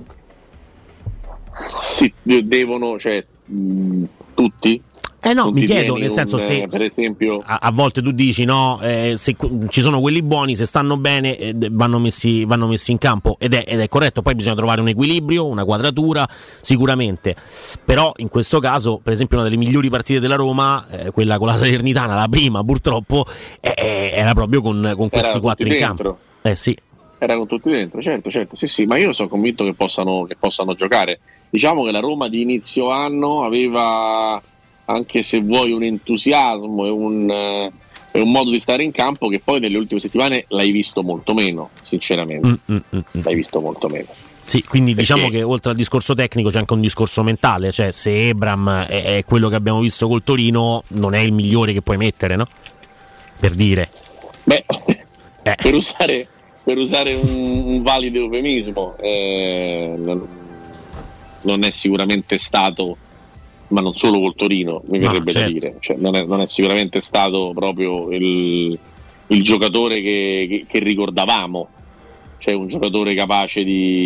Sì, devono, cioè mh, tutti. Eh no, Non mi ti chiedo, tieni nel senso, un, se per esempio a, a volte tu dici no, eh, se ci sono quelli buoni, se stanno bene eh, vanno messi vanno messi in campo, ed è, ed è corretto. Poi bisogna trovare un equilibrio, una quadratura, sicuramente. Però in questo caso, per esempio, una delle migliori partite della Roma, eh, quella con la Salernitana, la prima purtroppo, eh, era proprio con, con questi Era quattro in dentro. campo. Eh sì. Erano tutti dentro, certo, certo, sì, sì, ma io sono convinto che possano, che possano giocare. Diciamo che la Roma di inizio anno aveva, anche se vuoi, un entusiasmo e un, eh, e un modo di stare in campo che poi nelle ultime settimane l'hai visto molto meno, sinceramente. Mm, mm, mm, mm. L'hai visto molto meno. Sì, quindi Perché? diciamo che oltre al discorso tecnico c'è anche un discorso mentale, cioè se Ebram è, è quello che abbiamo visto col Torino, non è il migliore che puoi mettere, no? Per dire. Beh, eh. per usare, per usare un, un valido eufemismo, eh, non, non è sicuramente stato ma non solo col Torino, mi No, verrebbe certo. da dire, cioè, non, è, non è sicuramente stato proprio il, il giocatore che, che, che ricordavamo, cioè un giocatore capace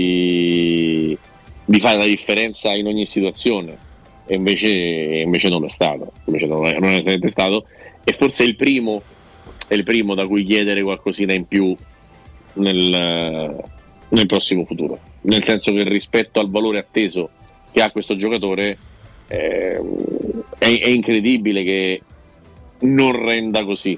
di, di fare la differenza in ogni situazione, e invece, invece non è stato, invece non è, non è sempre stato, e forse è il primo, è il primo da cui chiedere qualcosina in più nel, nel prossimo futuro, nel senso che rispetto al valore atteso che ha questo giocatore eh, è, è incredibile che non renda così.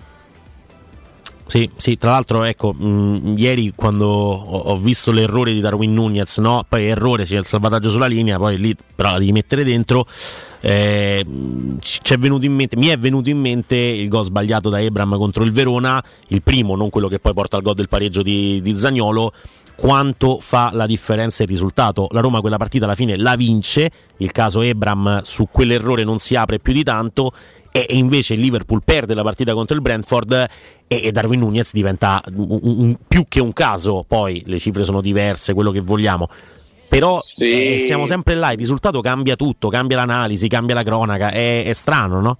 Sì, sì, tra l'altro ecco, mh, ieri quando ho, ho visto l'errore di Darwin Nunez, no? Poi errore, c'è il salvataggio sulla linea, poi lì però la devi mettere dentro, eh, c'è venuto in mente, mi è venuto in mente il gol sbagliato da Ebram contro il Verona, il primo, non quello che poi porta al gol del pareggio di, di Zaniolo. Quanto fa la differenza il risultato? La Roma quella partita alla fine la vince, il caso Ebram su quell'errore non si apre più di tanto, e invece il Liverpool perde la partita contro il Brentford e Darwin Nunez diventa un, un, più che un caso. Poi le cifre sono diverse, quello che vogliamo, però sì. eh, siamo sempre là, il risultato cambia tutto, cambia l'analisi, cambia la cronaca, è, è strano, no?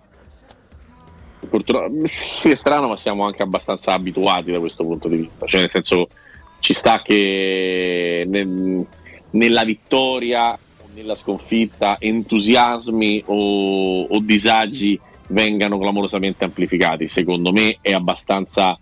Purtroppo sì, è strano, ma siamo anche abbastanza abituati da questo punto di vista, cioè nel senso ci sta che nel, nella vittoria o nella sconfitta entusiasmi o, o disagi vengano clamorosamente amplificati. Secondo me è abbastanza,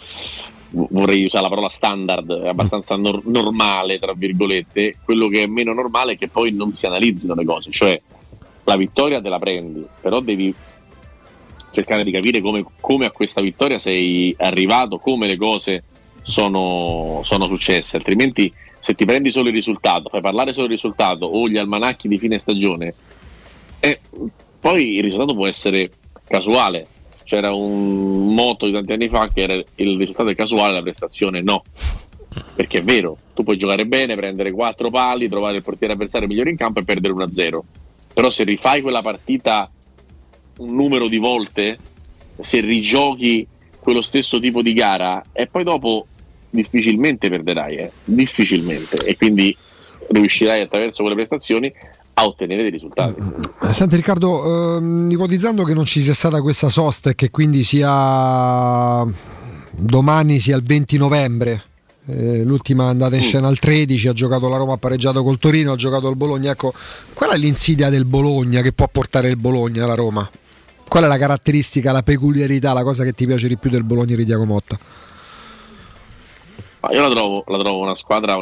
vorrei usare la parola standard, è abbastanza nor- normale tra virgolette. Quello che è meno normale è che poi non si analizzino le cose, cioè la vittoria te la prendi, però devi cercare di capire come, come a questa vittoria sei arrivato, come le cose sono, sono successe, altrimenti se ti prendi solo il risultato, fai parlare solo il risultato o gli almanacchi di fine stagione, eh, poi il risultato può essere casuale. C'era un motto di tanti anni fa che era il risultato è casuale, la prestazione no, perché è vero, tu puoi giocare bene, prendere quattro pali, trovare il portiere avversario migliore in campo e perdere uno a zero, però se rifai quella partita un numero di volte, se rigiochi quello stesso tipo di gara, e poi dopo difficilmente perderai, eh? difficilmente, e quindi riuscirai attraverso quelle prestazioni a ottenere dei risultati. Senti Riccardo, ehm, ipotizzando che non ci sia stata questa sosta e che quindi sia domani sia il venti novembre, eh, l'ultima andata in scena al tredici, ha giocato la Roma, ha pareggiato col Torino, ha giocato il Bologna, ecco, qual è l'insidia del Bologna che può portare il Bologna alla Roma? Qual è la caratteristica, la peculiarità, la cosa che ti piace di più del Bologna di Thiago Motta? Ma io la trovo, la trovo una squadra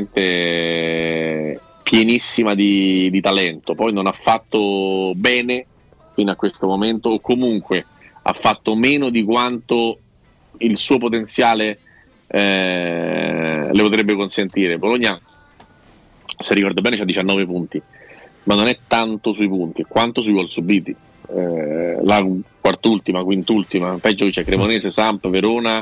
onestamente pienissima di, di talento, poi non ha fatto bene fino a questo momento, o comunque ha fatto meno di quanto il suo potenziale eh, le potrebbe consentire. Bologna, se ricordo bene, c'ha diciannove punti, ma non è tanto sui punti quanto sui gol subiti. Eh, la quart'ultima, quint'ultima, peggio che c'è Cremonese, Samp, Verona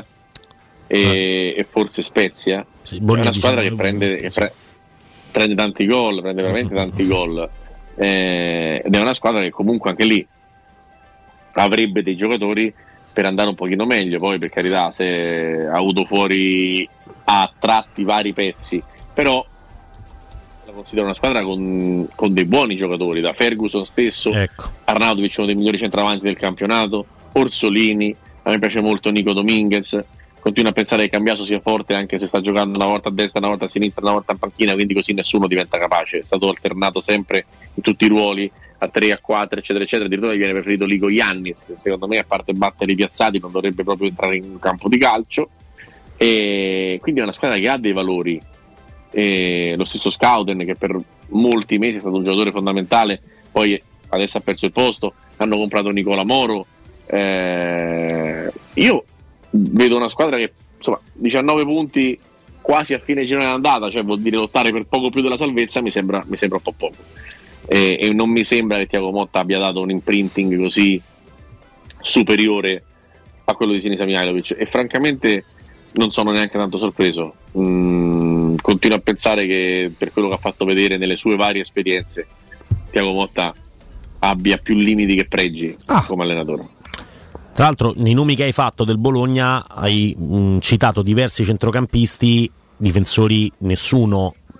e, e forse Spezia. Sì, è una squadra che prende, che pre- prende tanti gol, prende veramente tanti gol, eh, ed è una squadra che comunque anche lì avrebbe dei giocatori per andare un pochino meglio. Poi per carità, se ha avuto fuori a tratti vari pezzi, però la considero una squadra con, con dei buoni giocatori, da Ferguson stesso, ecco. Arnautovic, uno dei migliori centravanti del campionato, Orsolini, a me piace molto Nico Dominguez. Continuo a pensare che Cambiaso sia forte anche se sta giocando una volta a destra, una volta a sinistra, una volta in panchina, quindi così nessuno diventa capace. È stato alternato sempre in tutti i ruoli, a tre, a quattro, eccetera eccetera. Addirittura mi viene preferito Ligo Iannis, che secondo me, a parte battere i piazzati, non dovrebbe proprio entrare in un campo di calcio, e quindi è una squadra che ha dei valori. E lo stesso Scouten, che per molti mesi è stato un giocatore fondamentale, poi adesso ha perso il posto, hanno comprato Nicola Moro. eh, io vedo una squadra che insomma diciannove punti quasi a fine girone d'andata, cioè vuol dire lottare per poco più della salvezza, mi sembra, mi sembra un po' poco, e, e non mi sembra che Thiago Motta abbia dato un imprinting così superiore a quello di Sinisa Mihajlovic, e francamente non sono neanche tanto sorpreso. Mm, continuo a pensare che per quello che ha fatto vedere nelle sue varie esperienze Thiago Motta abbia più limiti che pregi ah. come allenatore. Tra l'altro, nei nomi che hai fatto del Bologna hai mh, citato diversi centrocampisti, difensori nessuno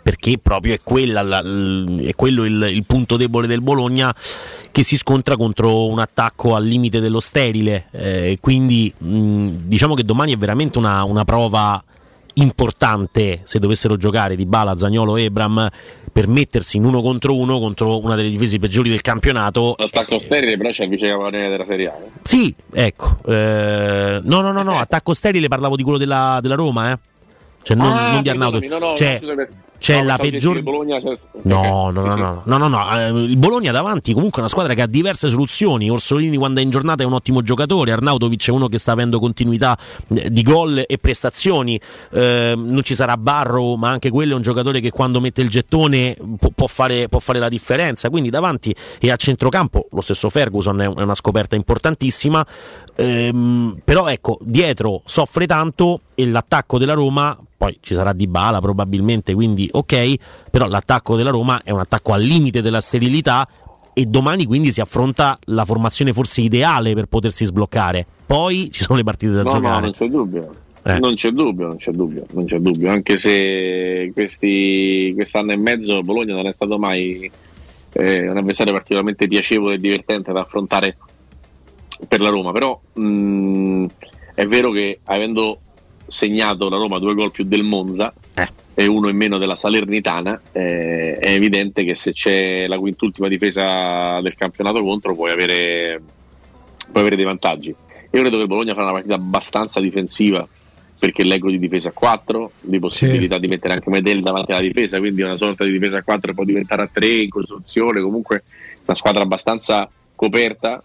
perché proprio è, quella, la, è quello il, il punto debole del Bologna, che si scontra contro un attacco al limite dello sterile, eh, quindi mh, diciamo che domani è veramente una, una prova importante, se dovessero giocare Dybala, Zaniolo e Ebram, per mettersi in uno contro uno contro una delle difese peggiori del campionato. L'attacco sterile però c'è il vice capocannoniere della Serie A. Eh? Sì, ecco. Eh, no, no, no, no, attacco sterile, parlavo di quello della, della Roma, eh. Cioè non, ah, non di Arnauto. No, no, cioè, c'è no, la peggior Bologna, c'è... no, no, no, no, no, no, no. Eh, il Bologna davanti comunque è una squadra che ha diverse soluzioni. Orsolini quando è in giornata è un ottimo giocatore, Arnautovic è uno che sta avendo continuità di gol e prestazioni, eh, non ci sarà Barrow, ma anche quello è un giocatore che quando mette il gettone può, può, fare, può fare la differenza, quindi davanti e a centrocampo lo stesso Ferguson è una scoperta importantissima, ehm, però ecco, dietro soffre tanto e l'attacco della Roma, poi ci sarà Dybala probabilmente, quindi ok, però l'attacco della Roma è un attacco al limite della sterilità e domani quindi si affronta la formazione forse ideale per potersi sbloccare. Poi ci sono le partite da no, giocare. No, non c'è dubbio. Eh. Non c'è dubbio, non c'è dubbio, non c'è dubbio, anche se questi quest'anno e mezzo Bologna non è stato mai eh, un avversario particolarmente piacevole e divertente da affrontare per la Roma, però mh, è vero che avendo segnato la Roma due gol più del Monza eh. e uno in meno della Salernitana, eh, è evidente che se c'è la quintultima difesa del campionato contro puoi avere, puoi avere dei vantaggi. Io credo che il Bologna farà una partita abbastanza difensiva, perché leggo di difesa a quattro, di possibilità sì. di mettere anche Medel davanti alla difesa, quindi una sorta di difesa a quattro può diventare a tre in costruzione, comunque una squadra abbastanza coperta.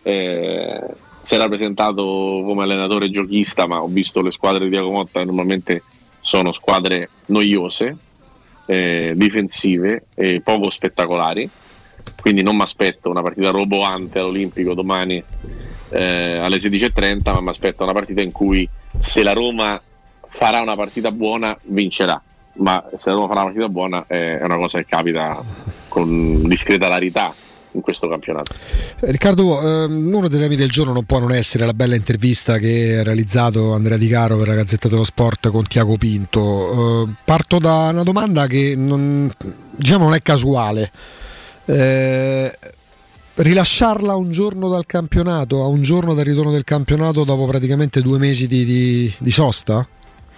Eh, si era presentato come allenatore giochista, ma ho visto le squadre di Diaco Motta che normalmente sono squadre noiose, eh, difensive e poco spettacolari, quindi non mi aspetto una partita roboante all'Olimpico domani eh, alle sedici e trenta, ma mi aspetto una partita in cui se la Roma farà una partita buona vincerà, ma se la Roma farà una partita buona eh, è una cosa che capita con discreta rarità in questo campionato. Riccardo, ehm, uno dei temi del giorno non può non essere la bella intervista che ha realizzato Andrea Di Caro per la Gazzetta dello Sport con Tiago Pinto. Eh, parto da una domanda che non, diciamo non è casuale. Eh, rilasciarla un giorno dal campionato, a un giorno dal ritorno del campionato dopo praticamente due mesi di, di, di sosta?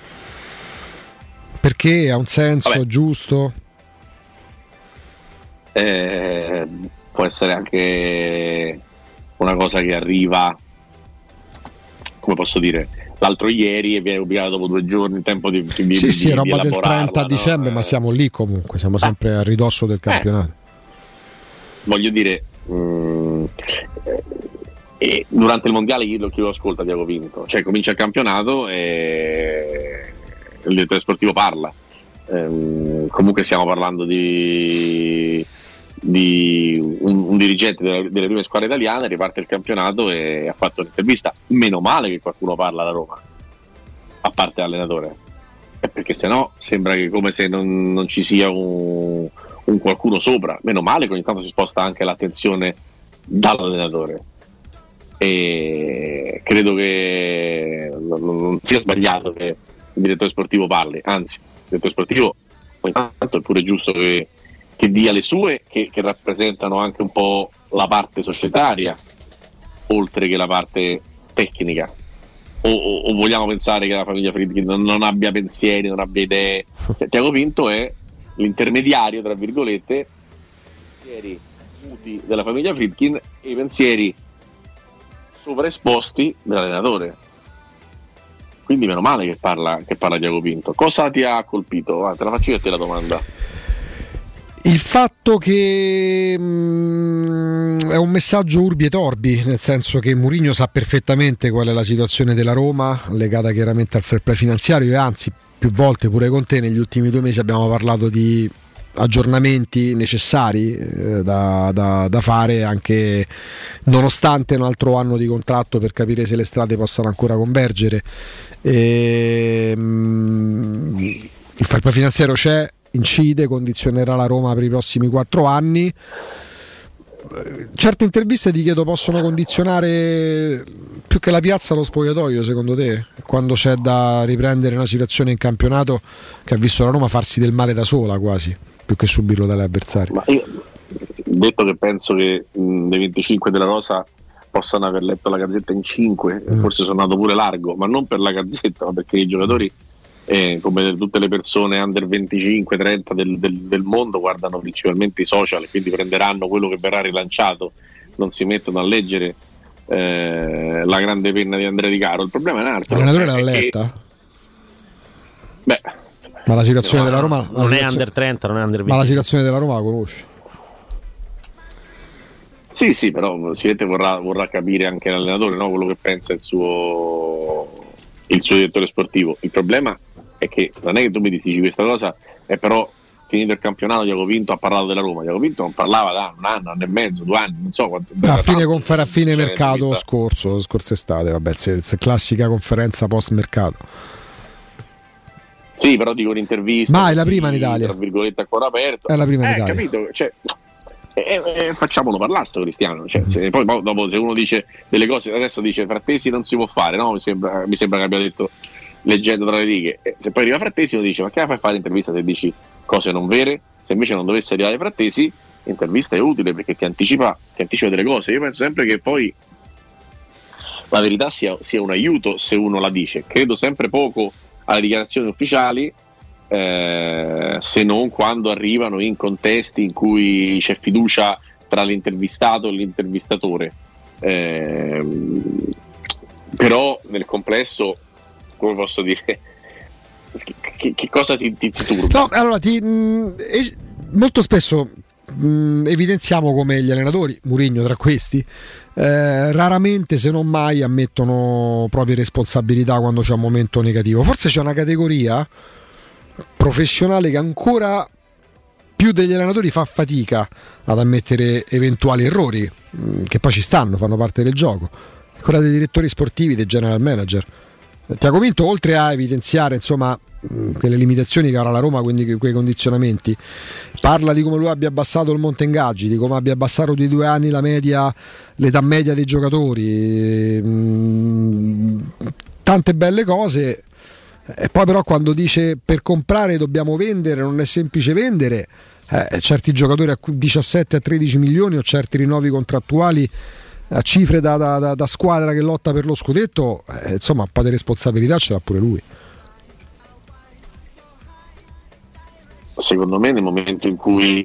Perché ha un senso? Vabbè. Giusto? Eh, può essere anche una cosa che arriva, come posso dire, l'altro ieri e viene pubblicata dopo due giorni in tempo di, di sì di, sì, di roba del trenta no? dicembre, ma siamo lì comunque, siamo sempre a ridosso del campionato. Eh, voglio dire, mh, e durante il mondiale chi lo, chi lo ascolta Diaco Pinto, cioè comincia il campionato e il direttore sportivo parla. Ehm, comunque stiamo parlando di, di un, un dirigente delle, delle prime squadre italiane, riparte il campionato e ha fatto un'intervista. Meno male che qualcuno parla da Roma, a parte l'allenatore, eh, perché sennò sembra che come se non, non ci sia un, un qualcuno sopra. Meno male che ogni tanto si sposta anche l'attenzione dall'allenatore, e credo che non, non sia sbagliato che il direttore sportivo parli, anzi il direttore sportivo ogni tanto è pure giusto che, che dia le sue, che, che rappresentano anche un po' la parte societaria oltre che la parte tecnica, o, o, o vogliamo pensare che la famiglia Friedkin non, non abbia pensieri, non abbia idee? Tiago Pinto è l'intermediario tra virgolette, i pensieri muti della famiglia Friedkin e i pensieri sovraesposti dell'allenatore. Quindi meno male che parla, che parla Tiago Pinto. Cosa ti ha colpito? Ah, te la faccio io a te la domanda. Il fatto che mh, è un messaggio urbi et orbi, nel senso che Mourinho sa perfettamente qual è la situazione della Roma, legata chiaramente al fair play finanziario, e anzi più volte pure con te negli ultimi due mesi abbiamo parlato di aggiornamenti necessari eh, da, da, da fare, anche nonostante un altro anno di contratto, per capire se le strade possano ancora convergere. E, mh, il fair play finanziario c'è, incide, condizionerà la Roma per i prossimi quattro anni. certe interviste ti chiedo possono condizionare più che la piazza lo spogliatoio, secondo te, quando c'è da riprendere una situazione in campionato che ha visto la Roma farsi del male da sola quasi, più che subirlo dagli avversari? Ma io, detto che penso che mh, dei venticinque della Rosa possano aver letto la Gazzetta in cinque, mm. forse sono andato pure largo, ma non per la Gazzetta, ma perché i giocatori, eh, come tutte le persone under venticinque trenta del, del, del mondo, guardano principalmente i social, quindi prenderanno quello che verrà rilanciato, non si mettono a leggere eh, la grande penna di Andrea Di Caro. Il problema è un altro. L'allenatore l'ha letta? Che, beh, ma la situazione no, della Roma non è under trenta, non è under venti. Ma la situazione della Roma la conosce? Sì, sì, però sicuramente vorrà, vorrà capire anche l'allenatore, no? Quello che pensa il suo, il suo direttore sportivo. Il problema è che non è che tu mi dici questa cosa, è però finito il campionato Diaco Pinto ha parlato della Roma. Diaco Pinto non parlava da un anno, anno e mezzo, due anni, non so quanto. A fine, confer- a fine mercato scorso, scorsa estate, vabbè, se, se classica conferenza post mercato. Sì, però dico un'intervista. Ma è la prima in Italia. Tra virgolette ancora aperto. È la prima in eh, Italia. Capito? Cioè, eh, eh, facciamolo parlare sto Cristiano. Cioè, se, poi dopo se uno dice delle cose, adesso dice Frattesi non si può fare, no? Mi sembra, mi sembra che abbia detto leggendo tra le righe. Eh, se poi arriva Frattesi uno dice ma che fai fare l'intervista se dici cose non vere? Se invece non dovesse arrivare Frattesi, l'intervista è utile perché ti anticipa, ti anticipa delle cose. Io penso sempre che poi la verità sia, sia un aiuto se uno la dice. Credo sempre poco alle dichiarazioni ufficiali, eh, se non quando arrivano in contesti in cui c'è fiducia tra l'intervistato e l'intervistatore. Eh, però nel complesso, come posso dire, che, che cosa ti, ti, ti turba? No, allora ti, mh, es- molto spesso mh, evidenziamo come gli allenatori, Mourinho tra questi, eh, raramente se non mai ammettono proprie responsabilità quando c'è un momento negativo. Forse c'è una categoria professionale che ancora più degli allenatori fa fatica ad ammettere eventuali errori, mh, che poi ci stanno, fanno parte del gioco, quella dei direttori sportivi, dei general manager. Tiago Pinto, oltre a evidenziare insomma quelle limitazioni che avrà la Roma, quindi quei condizionamenti, parla di come lui abbia abbassato il monte ingaggi, di come abbia abbassato di due anni la media, l'età media dei giocatori, tante belle cose. E poi però quando dice per comprare dobbiamo vendere, non è semplice vendere, eh, certi giocatori a diciassette a tredici milioni o certi rinnovi contrattuali a cifre da, da, da squadra che lotta per lo scudetto, eh, insomma un po' di responsabilità ce l'ha pure lui. Secondo me nel momento in cui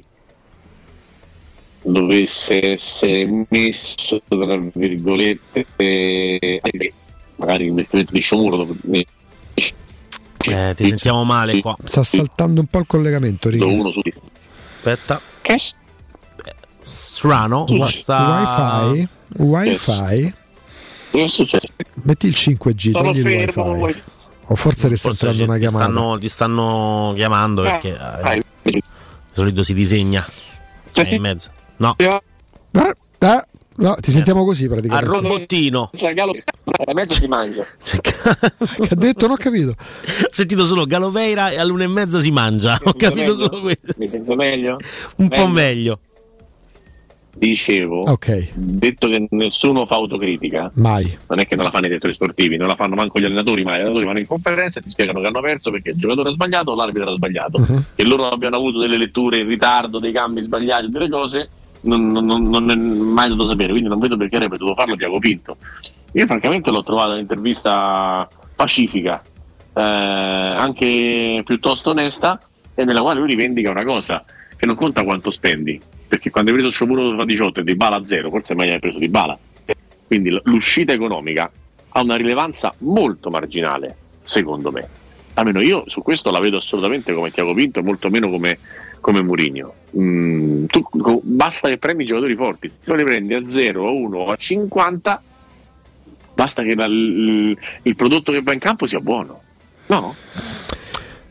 dovesse essere messo tra virgolette eh, magari l'investimento di Sciomuro eh, eh, ti sentiamo male qua, sta saltando un po' il collegamento, uno su... aspetta che strano wifi wifi che succede? Metti il cinque G, togli il wifi. Wifi o forse ti sta entrando una chiamata, stanno, ti stanno chiamando perché eh, di solito si disegna in mezzo, no eh, eh, no, ti sentiamo così praticamente a robottino, a mezzo si mangia. Che ha detto? Non ho capito. Ho sentito solo Galoveira e all'una e mezza si mangia. Ho capito meglio? Solo questo. Mi sento meglio? Un meglio. po' meglio. Dicevo, okay. Detto che nessuno fa autocritica, mai. Non è che non la fanno i direttori sportivi, non la fanno manco gli allenatori, ma gli allenatori vanno in conferenza e ti spiegano che hanno perso perché il giocatore ha sbagliato o l'arbitro ha sbagliato. Uh-huh. Che loro abbiano avuto delle letture in ritardo, dei cambi sbagliati, delle cose, non, non, non è mai dato sapere, quindi non vedo perché avrebbe dovuto farlo Tiago Pinto. Io francamente l'ho trovata un'intervista pacifica, eh, anche piuttosto onesta, e nella quale lui rivendica una cosa, che non conta quanto spendi, perché quando hai preso Sciomuro da diciotto e Dybala a zero, forse è meglio aver preso Dybala. Quindi l'uscita economica ha una rilevanza molto marginale, secondo me. Almeno io su questo la vedo assolutamente come Tiago Pinto e molto meno come, come Mourinho. Mm, tu, basta che prendi i giocatori forti, se li prendi a zero, a uno o a cinquanta, basta che la, il, il prodotto che va in campo sia buono, no?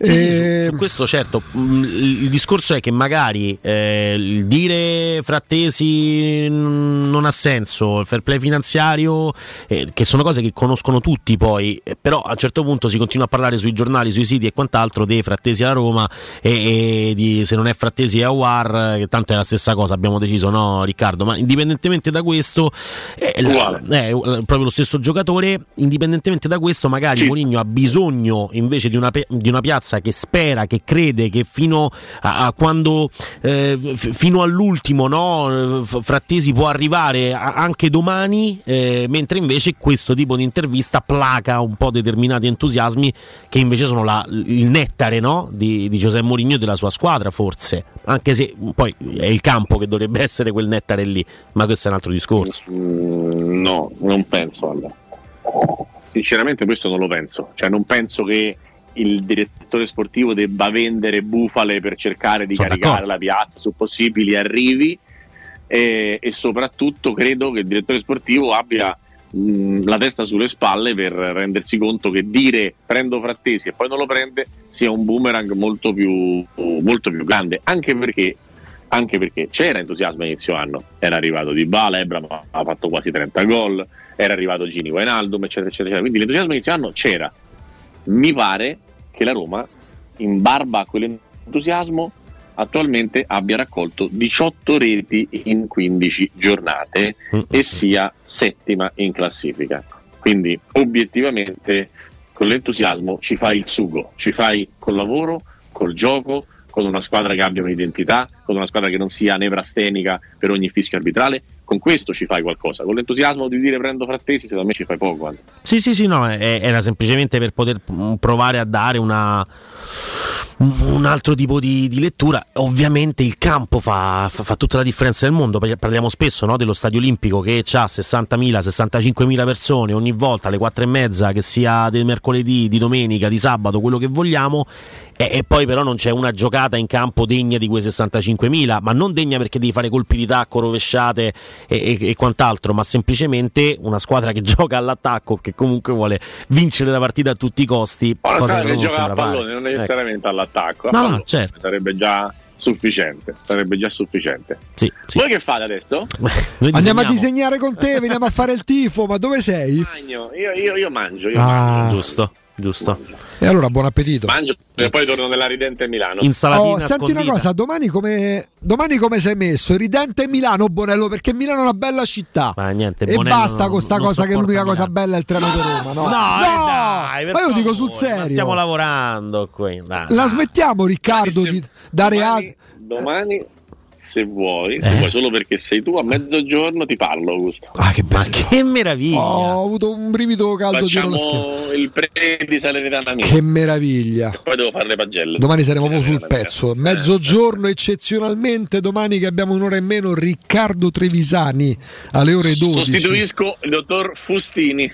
Sì, e... sì, su, su questo certo, il discorso è che magari eh, il dire Frattesi non ha senso, il fair play finanziario, eh, che sono cose che conoscono tutti poi, eh, però a un certo punto si continua a parlare sui giornali, sui siti e quant'altro dei Frattesi alla Roma e, e di se non è Frattesi è Aouar, che tanto è la stessa cosa, abbiamo deciso, no Riccardo? Ma indipendentemente da questo, è, la, è proprio lo stesso giocatore, indipendentemente da questo magari sì. Mourinho ha bisogno invece di una, di una piazza che spera, che crede che fino a, a quando eh, f- fino all'ultimo, no, Frattesi può arrivare a, anche domani, eh, mentre invece questo tipo di intervista placa un po' determinati entusiasmi che invece sono la, il nettare, no, di, di José Mourinho e della sua squadra, forse, anche se poi è il campo che dovrebbe essere quel nettare lì, ma questo è un altro discorso. Mm, no, non penso, allora. Sinceramente questo non lo penso, cioè non penso che il direttore sportivo debba vendere bufale per cercare di Sono caricare d'accordo. la piazza su possibili arrivi, e, e soprattutto credo che il direttore sportivo abbia mh, la testa sulle spalle per rendersi conto che dire prendo Frattesi e poi non lo prende sia un boomerang molto più, molto più grande, anche perché anche perché c'era entusiasmo a inizio anno, era arrivato Dybala, Ebram ha fatto quasi trenta gol, era arrivato Gini Wijnaldum, eccetera, eccetera, quindi l'entusiasmo a inizio anno c'era. Mi pare che la Roma, in barba a quell'entusiasmo, attualmente abbia raccolto diciotto reti in quindici giornate e sia settima in classifica. Quindi obiettivamente con l'entusiasmo ci fai il sugo, ci fai col lavoro, col gioco, con una squadra che abbia un'identità, con una squadra che non sia nevrastenica per ogni fischio arbitrale. Con questo ci fai qualcosa, con l'entusiasmo di dire prendo Frattesi secondo me ci fai poco. Anche. Sì sì sì, no, è, era semplicemente per poter provare a dare una un altro tipo di, di lettura. Ovviamente il campo fa, fa, fa tutta la differenza del mondo. Parliamo spesso, no, dello stadio olimpico che ha sessantamila sessantacinquemila persone ogni volta alle quattro e mezza, che sia del mercoledì, di domenica, di sabato, quello che vogliamo, e, e poi però non c'è una giocata in campo degna di quei sessantacinquemila, ma non degna perché devi fare colpi di tacco, rovesciate e, e, e quant'altro, ma semplicemente una squadra che gioca all'attacco, che comunque vuole vincere la partita a tutti i costi. Ma cosa che non gioca a pallone, fare. non necessariamente ecco. all'attacco, no, no, certo. sarebbe già sufficiente, sarebbe già sufficiente. Sì, sì. Voi che fate adesso? Andiamo a disegnare con te, veniamo a fare il tifo, ma dove sei? Mangio, io, io, io mangio, io ah. mangio. Giusto, giusto. Mangio. E allora buon appetito. Mangio e poi torno nella Ridente Milano. Insalatina oh, senti scondita. una cosa, domani come domani come sei messo? Ridente Milano, Bonello, perché Milano è una bella città. Ma niente, e Bonello basta non, con sta cosa che l'unica Milano. cosa bella è il treno di Roma, no? No, no! dai, ma io favore, dico sul serio. Ma stiamo lavorando qui. Dai, La smettiamo, Riccardo, se, di dare domani, a... domani se vuoi, se eh. vuoi, solo perché sei tu, a mezzogiorno ti parlo, Augusto. Ah, che bello. Ma che meraviglia! Ho avuto un brivido caldo dietro la schiena. Facciamo il pre di Salernitana mia. Che meraviglia! E poi devo fare le pagelle. Domani saremo proprio sul pezzo. Mezzogiorno eccezionalmente, domani che abbiamo un'ora in meno, Riccardo Trevisani alle ore dodici. Sostituisco il dottor Fustini.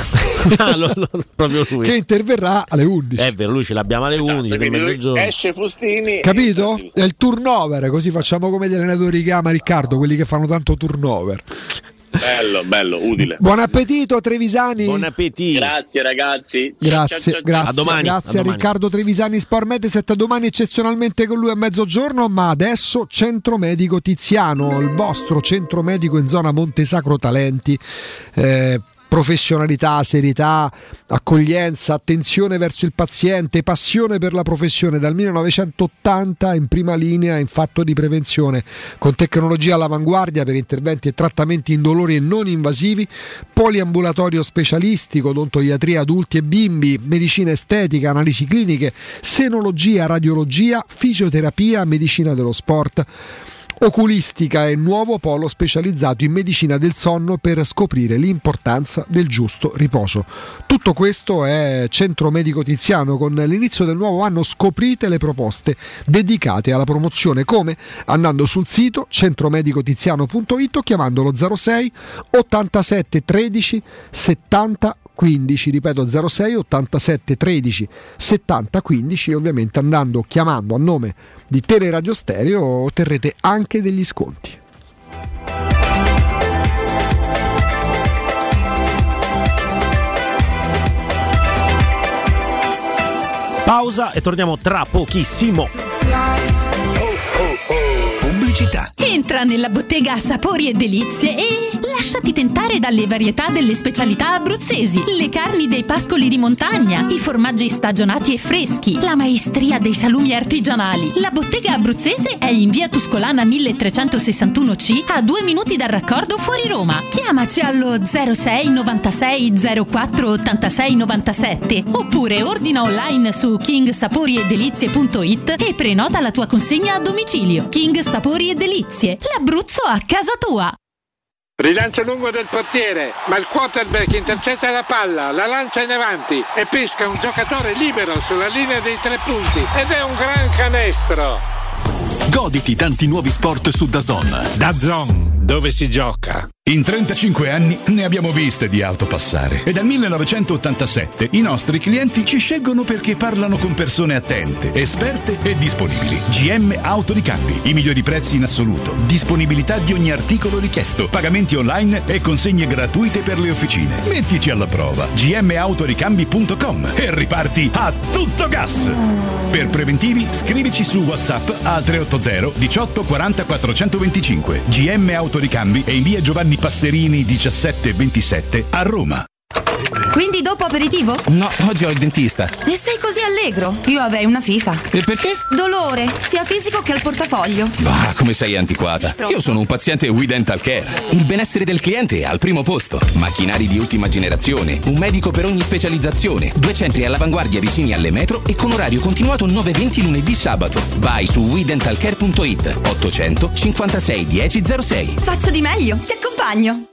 ah, lo, lo, proprio lui. Che interverrà alle undici. È vero, lui ce l'abbiamo alle esatto, undici per mezzogiorno. Esce Fustini. Capito? È il turnover, così facciamo come gli allenatori che ama Riccardo, quelli che fanno tanto turnover. Bello, bello, utile. Buon appetito Trevisani. Buon appetito. Grazie ragazzi. Grazie, ciao, ciao, grazie, a domani, grazie a a, domani. Riccardo Trevisani, Sport Mediaset, domani eccezionalmente con lui a mezzogiorno, ma adesso Centro Medico Tiziano, il vostro centro medico in zona Montesacro Talenti. Eh, professionalità, serietà, accoglienza, attenzione verso il paziente, passione per la professione, dal millenovecentottanta in prima linea in fatto di prevenzione, con tecnologia all'avanguardia per interventi e trattamenti indolori e non invasivi, poliambulatorio specialistico, odontoiatria adulti e bimbi, medicina estetica, analisi cliniche, senologia, radiologia, fisioterapia, medicina dello sport, oculistica e nuovo polo specializzato in medicina del sonno per scoprire l'importanza del giusto riposo. Tutto questo è Centro Medico Tiziano. Con l'inizio del nuovo anno scoprite le proposte dedicate alla promozione, come andando sul sito centromedicotiziano punto it o chiamando lo zero sei ottantasette tredici settanta quindici, ripeto zero sei ottantasette tredici settanta quindici, e ovviamente andando chiamando a nome di Teleradio Stereo otterrete anche degli sconti. Pausa e torniamo tra pochissimo. Pubblicità. Entra nella bottega Sapori e Delizie e lasciati tentare dalle varietà delle specialità abruzzesi, le carni dei pascoli di montagna, i formaggi stagionati e freschi, la maestria dei salumi artigianali. La bottega abruzzese è in via Tuscolana milletrecentosessantuno C, a due minuti dal raccordo fuori Roma. Chiamaci allo zero sei novantasei zero quattro ottantasei novantasette oppure ordina online su king sapori e delizie punto it e prenota la tua consegna a domicilio. King Sapori e Delizie, l'Abruzzo a casa tua. Rilancio lungo del portiere, ma il quarterback intercetta la palla, la lancia in avanti e pesca un giocatore libero sulla linea dei tre punti ed è un gran canestro. Goditi tanti nuovi sport su DAZN. DAZN, dove si gioca. In trentacinque anni ne abbiamo viste di auto passare e dal millenovecentottantasette i nostri clienti ci scelgono perché parlano con persone attente, esperte e disponibili. G M Autoricambi, i migliori prezzi in assoluto, disponibilità di ogni articolo richiesto, pagamenti online e consegne gratuite per le officine. Mettici alla prova. g m autoricambi punto com e riparti a tutto gas. Per preventivi scrivici su WhatsApp al tre otto zero diciotto quaranta quattrocentoventicinque. G M Autoricambi è in via Giovanni Passerini diciassette ventisette a Roma. Quindi dopo aperitivo? No, oggi ho il dentista. E sei così allegro? Io avrei una FIFA. E perché? Dolore, sia fisico che al portafoglio. Bah, come sei antiquata. Io sono un paziente We Dental Care. Il benessere del cliente è al primo posto. Macchinari di ultima generazione, un medico per ogni specializzazione, due centri all'avanguardia vicini alle metro e con orario continuato nove venti lunedì sabato. Vai su we dental care punto it ottocento cinquantasei dieci zero sei. Faccio di meglio, ti accompagno.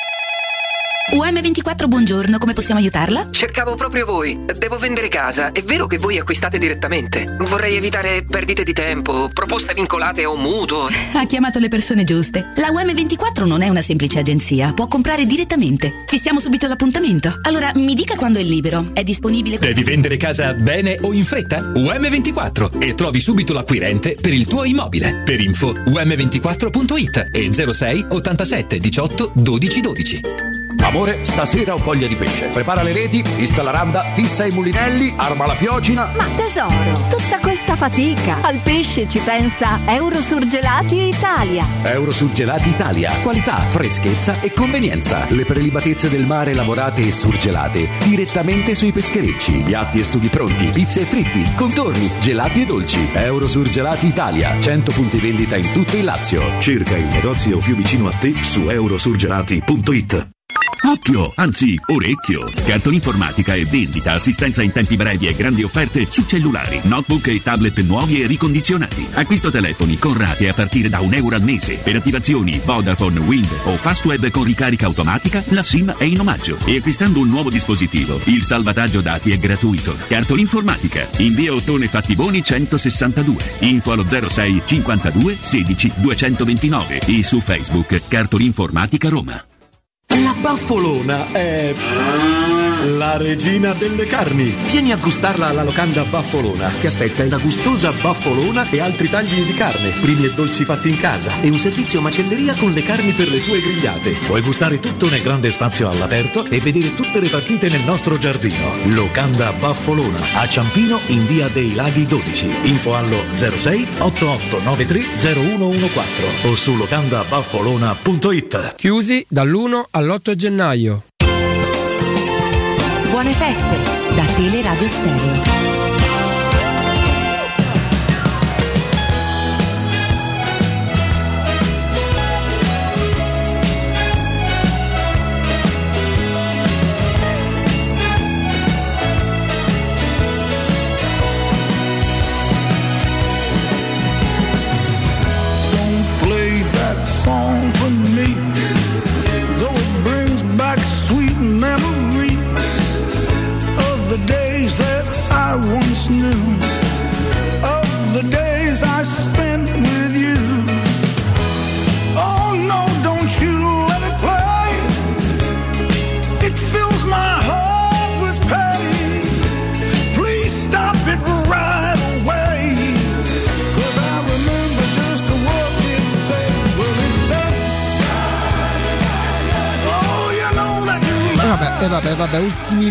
U M ventiquattro, buongiorno, come possiamo aiutarla? Cercavo proprio voi. Devo vendere casa. È vero che voi acquistate direttamente? Vorrei evitare perdite di tempo, proposte vincolate o mutuo. Ha chiamato le persone giuste. La U M ventiquattro non è una semplice agenzia, può comprare direttamente. Fissiamo subito l'appuntamento. Allora, mi dica quando è libero. È disponibile? Devi vendere casa bene o in fretta? U M ventiquattro e trovi subito l'acquirente per il tuo immobile. Per info u m ventiquattro punto it e zero sei ottantasette diciotto dodici dodici. Amore, stasera ho voglia di pesce. Prepara le reti, fissa la randa, fissa i mulinelli, arma la fiocina. Ma tesoro, tutta questa fatica. Al pesce ci pensa Eurosurgelati Italia. Eurosurgelati Italia. Qualità, freschezza e convenienza. Le prelibatezze del mare lavorate e surgelate direttamente sui pescherecci. Piatti e sughi pronti, pizze e fritti, contorni, gelati e dolci. Eurosurgelati Italia. cento punti vendita in tutto il Lazio. Cerca il negozio più vicino a te su eurosurgelati punto it. Occhio, anzi orecchio. Cartolinformatica e vendita, assistenza in tempi brevi e grandi offerte su cellulari, notebook e tablet nuovi e ricondizionati. Acquisto telefoni con rate a partire da un euro al mese. Per attivazioni Vodafone, Wind o Fastweb con ricarica automatica, la SIM è in omaggio. E acquistando un nuovo dispositivo, il salvataggio dati è gratuito. Cartolinformatica, in via Ottone Fattiboni centosessantadue. Info allo zero sei cinquantadue sedici duecentoventinove e su Facebook Cartolinformatica Roma. La Baffolona è la regina delle carni. Vieni a gustarla alla locanda Baffolona. Ti aspetta una gustosa baffolona e altri tagli di carne, primi e dolci fatti in casa e un servizio macelleria con le carni per le tue grigliate. Puoi gustare tutto nel grande spazio all'aperto e vedere tutte le partite nel nostro giardino. Locanda Baffolona a Ciampino in via dei Laghi dodici. Info allo zero sei ottantotto novantatré zero uno quattordici o su locanda baffolona punto it. Chiusi dall'uno all'otto gennaio. Buone feste da Teleradio Stereo. Song for me, though it brings back sweet memories of the days that I once knew, of the days I spent with you. Oh no, don't you let it play, it fills my heart with pain. Please stop it right away, 'cause I remember just what it said. Eh vabbè, E vabbè, vabbè, ultimi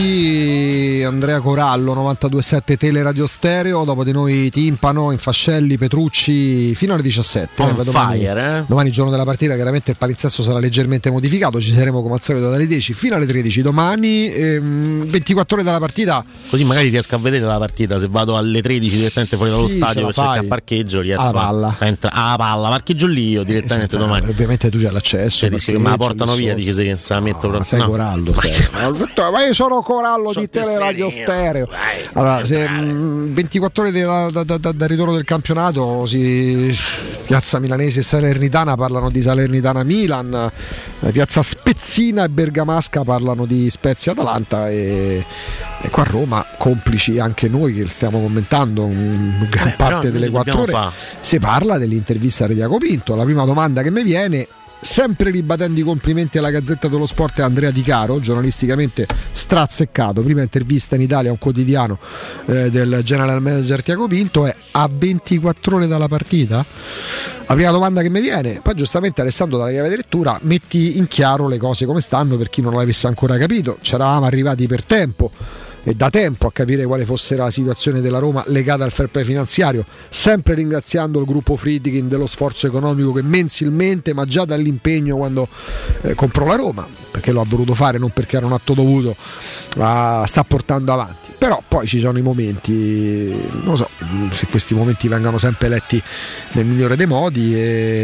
minuti. Andrea Corallo, novantadue sette Tele Radio Stereo. Dopo di noi Timpano, Infascelli, Petrucci fino alle diciassette. On eh, domani, fire, eh? domani giorno della partita, chiaramente il palinsesto sarà leggermente modificato. Ci saremo come al solito dalle dieci fino alle tredici domani. Ehm, ventiquattro ore dalla partita. Così magari riesco a vedere la partita. Se vado alle tredici direttamente fuori dallo sì, stadio per cercare parcheggio, riesco alla palla. a entrare. Ah, palla, parcheggio lì io direttamente esatto, domani. Ovviamente tu c'hai l'accesso. Cioè, rischio che me la portano via, dice se se la metto no, proprio. sei no. Corallo, sei. Ma io sono Corallo di Tele Radio Stereo. Allora, se, mh, ventiquattro ore dal da, da, da, da ritorno del campionato, si, Piazza Milanese e Salernitana parlano di Salernitana Milan, Piazza Spezzina e Bergamasca parlano di Spezia Atalanta e, e qua a Roma, complici anche noi che stiamo commentando in gran eh, parte delle quattro ore, fa. si parla dell'intervista di Jacopo Pinto. La prima domanda che mi viene, sempre ribadendo i complimenti alla Gazzetta dello Sport e Andrea Di Caro, giornalisticamente strazzeccato, prima intervista in Italia a un quotidiano eh, del general manager Tiago Pinto, è a ventiquattro ore dalla partita? La prima domanda che mi viene, poi giustamente Alessandro dalla chiave di lettura metti in chiaro le cose come stanno per chi non l'avesse ancora capito. C'eravamo arrivati per tempo e da tempo a capire quale fosse la situazione della Roma legata al fair play finanziario, sempre ringraziando il gruppo Friedkin dello sforzo economico che mensilmente, ma già dall'impegno quando eh, comprò la Roma, perché lo ha voluto fare, non perché era un atto dovuto, uh, sta portando avanti. Però poi ci sono i momenti, non so se questi momenti vengano sempre letti nel migliore dei modi,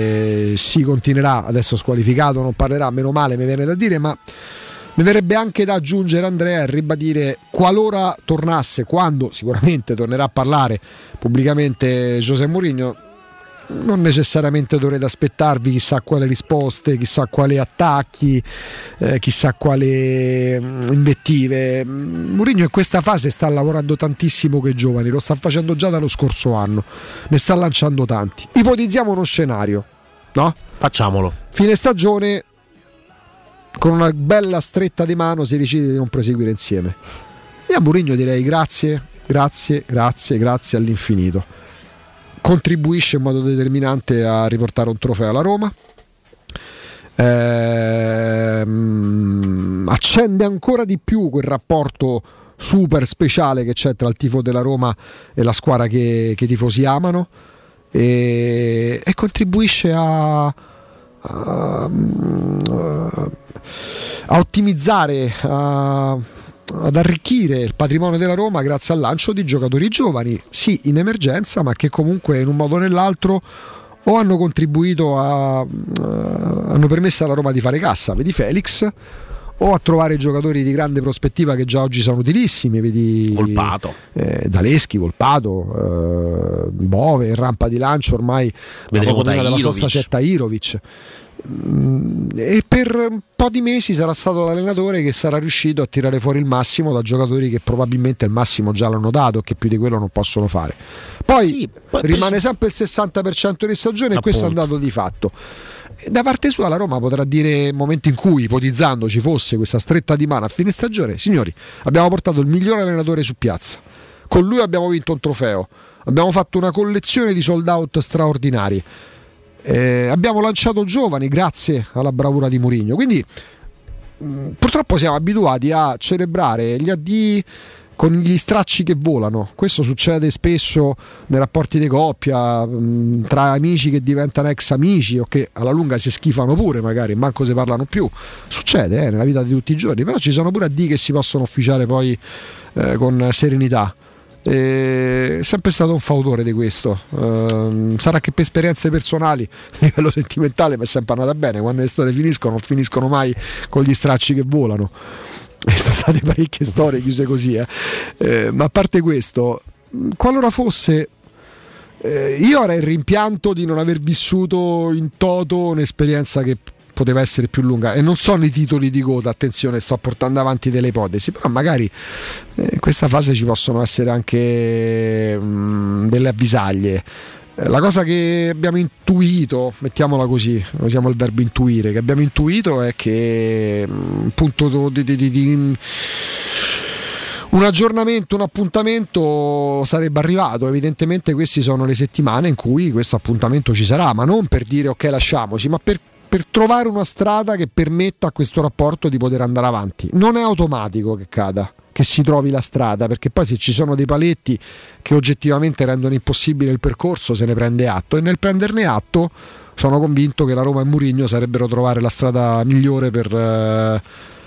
e si continuerà, adesso squalificato non parlerà, meno male mi viene da dire, ma mi verrebbe anche da aggiungere, Andrea, e ribadire, qualora tornasse, quando sicuramente tornerà a parlare pubblicamente José Mourinho, non necessariamente dovrete aspettarvi chissà quale risposte, chissà quali attacchi, eh, chissà quale mh, invettive. Mourinho in questa fase sta lavorando tantissimo con i giovani, lo sta facendo già dallo scorso anno, ne sta lanciando tanti. Ipotizziamo uno scenario, no? Facciamolo. Fine stagione, con una bella stretta di mano si decide di non proseguire insieme. E a Mourinho direi grazie, grazie, grazie, grazie all'infinito. Contribuisce in modo determinante a riportare un trofeo alla Roma, ehm, accende ancora di più quel rapporto super speciale che c'è tra il tifo della Roma e la squadra che, che i tifosi amano, e, e contribuisce a, a, a ottimizzare, a, ad arricchire il patrimonio della Roma grazie al lancio di giocatori giovani, sì in emergenza, ma che comunque in un modo o nell'altro o hanno contribuito a, a hanno permesso alla Roma di fare cassa, vedi Felix, o a trovare giocatori di grande prospettiva che già oggi sono utilissimi, vedi Volpato, eh, Zaleschi, Volpato, eh, Bove in rampa di lancio ormai, vedremo della sosta c'è Tahirovic. E per un po' di mesi sarà stato l'allenatore che sarà riuscito a tirare fuori il massimo da giocatori che probabilmente il massimo già l'hanno dato, che più di quello non possono fare. Poi, sì, poi rimane poi... sempre il sessanta per cento di stagione, appunto. E questo è un dato di fatto. E da parte sua la Roma potrà dire, nel momento in cui, ipotizzando ci fosse questa stretta di mano a fine stagione, signori, abbiamo portato il migliore allenatore su piazza, con lui abbiamo vinto un trofeo, abbiamo fatto una collezione di sold out straordinari, Eh, abbiamo lanciato giovani grazie alla bravura di Mourinho, quindi mh, purtroppo siamo abituati a celebrare gli addii con gli stracci che volano. Questo succede spesso nei rapporti di coppia, mh, tra amici che diventano ex amici o che alla lunga si schifano pure, magari manco se parlano più. Succede eh, nella vita di tutti i giorni, però ci sono pure addii che si possono officiare poi eh, con serenità. È sempre stato un fautore di questo, uh, sarà che per esperienze personali a livello sentimentale mi è sempre andata bene, quando le storie finiscono non finiscono mai con gli stracci che volano, e sono state parecchie storie chiuse così eh. Eh, ma a parte questo, qualora fosse eh, io avrei il rimpianto di non aver vissuto in toto un'esperienza che poteva essere più lunga, e non sono i titoli di coda, attenzione, sto portando avanti delle ipotesi, però magari eh, in questa fase ci possono essere anche mh, delle avvisaglie. Eh, la cosa che abbiamo intuito, mettiamola così, usiamo il verbo intuire, che abbiamo intuito è che mh, punto di, di, di, di un aggiornamento, un appuntamento sarebbe arrivato. Evidentemente queste sono le settimane in cui questo appuntamento ci sarà, ma non per dire ok lasciamoci, ma per per trovare una strada che permetta a questo rapporto di poter andare avanti. Non è automatico che cada, che si trovi la strada, perché poi se ci sono dei paletti che oggettivamente rendono impossibile il percorso se ne prende atto, e nel prenderne atto sono convinto che la Roma e Mourinho sarebbero trovare la strada migliore per eh,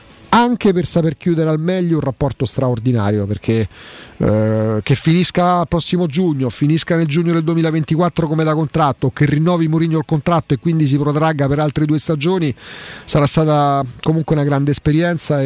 anche per saper chiudere al meglio un rapporto straordinario, perché eh, che finisca il prossimo giugno, finisca nel giugno del duemilaventiquattro come da contratto, che rinnovi Mourinho il contratto e quindi si protragga per altre due stagioni, sarà stata comunque una grande esperienza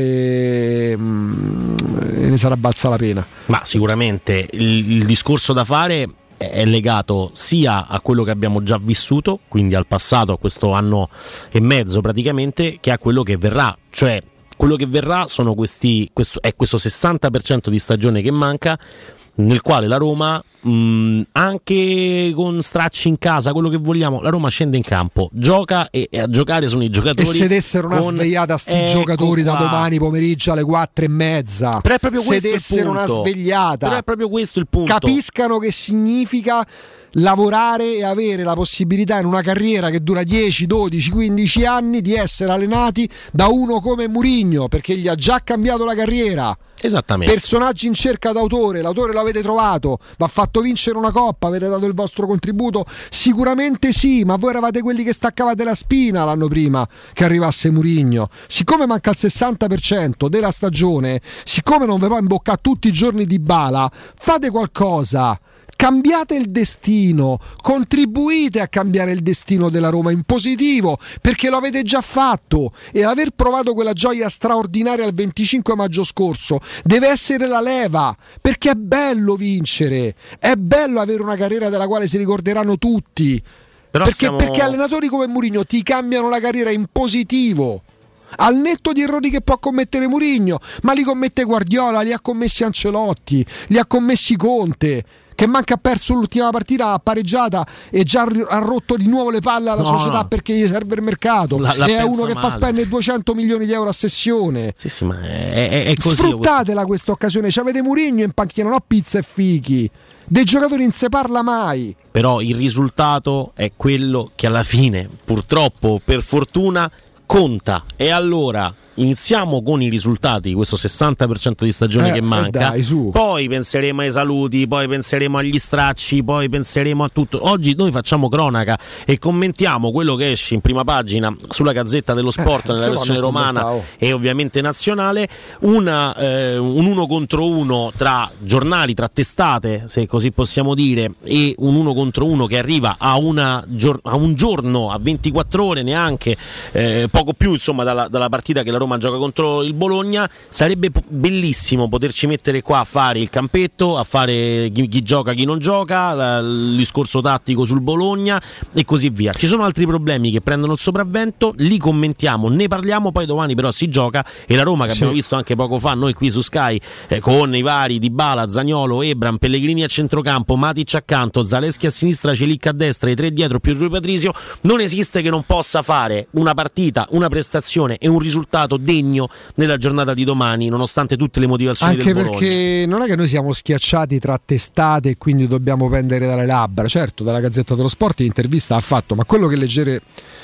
e, mm, e ne sarà valsa la pena. Ma sicuramente il, il discorso da fare è legato sia a quello che abbiamo già vissuto, quindi al passato, a questo anno e mezzo praticamente, che a quello che verrà, cioè quello che verrà sono questi, questo, è questo sessanta per cento di stagione che manca, nel quale la Roma, mh, anche con stracci in casa, quello che vogliamo, la Roma scende in campo, gioca e, e a giocare sono i giocatori. E se dessero una con... svegliata a sti ecco giocatori qua. Da domani pomeriggio alle quattro e mezza, però è proprio se questo dessero il punto. Una svegliata, però è proprio questo il punto. Capiscano che significa lavorare e avere la possibilità in una carriera che dura dieci, dodici, quindici anni di essere allenati da uno come Mourinho, perché gli ha già cambiato la carriera. Esattamente. Personaggi in cerca d'autore, l'autore lo avete trovato, va fatto vincere una coppa, avete dato il vostro contributo? Sicuramente sì, ma voi eravate quelli che staccavate la spina l'anno prima che arrivasse Mourinho. Siccome manca il sessanta per cento della stagione, siccome non vi può imboccare tutti i giorni di bala, fate qualcosa. Cambiate il destino, contribuite a cambiare il destino della Roma in positivo, perché lo avete già fatto, e aver provato quella gioia straordinaria il venticinque maggio scorso deve essere la leva, perché è bello vincere, è bello avere una carriera della quale si ricorderanno tutti, però perché, siamo... perché allenatori come Mourinho ti cambiano la carriera in positivo. Al netto di errori che può commettere Mourinho, ma li commette Guardiola, li ha commessi Ancelotti, li ha commessi Conte, che manca ha perso l'ultima partita pareggiata e già ha rotto di nuovo le palle alla no, società no. perché gli serve il mercato, la, la e è uno che male. fa spendere duecento milioni di euro a sessione. Sì, sì, ma è, è, è così. Sfruttatela questa occasione, c'avete Mourinho in panchina, no pizza e fichi. Dei giocatori non si parla mai. Però il risultato è quello che alla fine, purtroppo, per fortuna, conta. E allora iniziamo con i risultati di questo sessanta per cento di stagione eh, che manca, eh dai, poi penseremo ai saluti, poi penseremo agli stracci, poi penseremo a tutto. Oggi noi facciamo cronaca e commentiamo quello che esce in prima pagina sulla Gazzetta dello Sport, eh, nella versione romana oh. e ovviamente nazionale, una, eh, un uno contro uno tra giornali, tra testate, se così possiamo dire, e un uno contro uno che arriva a, una, a un giorno, a ventiquattro ore neanche, eh, poco più insomma dalla, dalla partita che la Roma gioca contro il Bologna. Sarebbe bellissimo poterci mettere qua a fare il campetto, a fare chi, chi gioca, chi non gioca, la, il discorso tattico sul Bologna e così via. Ci sono altri problemi che prendono il sopravvento, li commentiamo, ne parliamo, poi domani però si gioca e la Roma che sì. abbiamo visto anche poco fa noi qui su Sky eh, con i vari Dybala, Zaniolo, Ebram, Pellegrini a centrocampo, Matic accanto, Zaleschi a sinistra, Celic a destra, i tre dietro più Rui Patrizio, non esiste che non possa fare una partita, una prestazione e un risultato degno nella giornata di domani, nonostante tutte le motivazioni anche del Bologna. Anche perché non è che noi siamo schiacciati tra testate e quindi dobbiamo pendere dalle labbra. Certo, dalla Gazzetta dello Sport l'intervista ha fatto, ma quello che leggere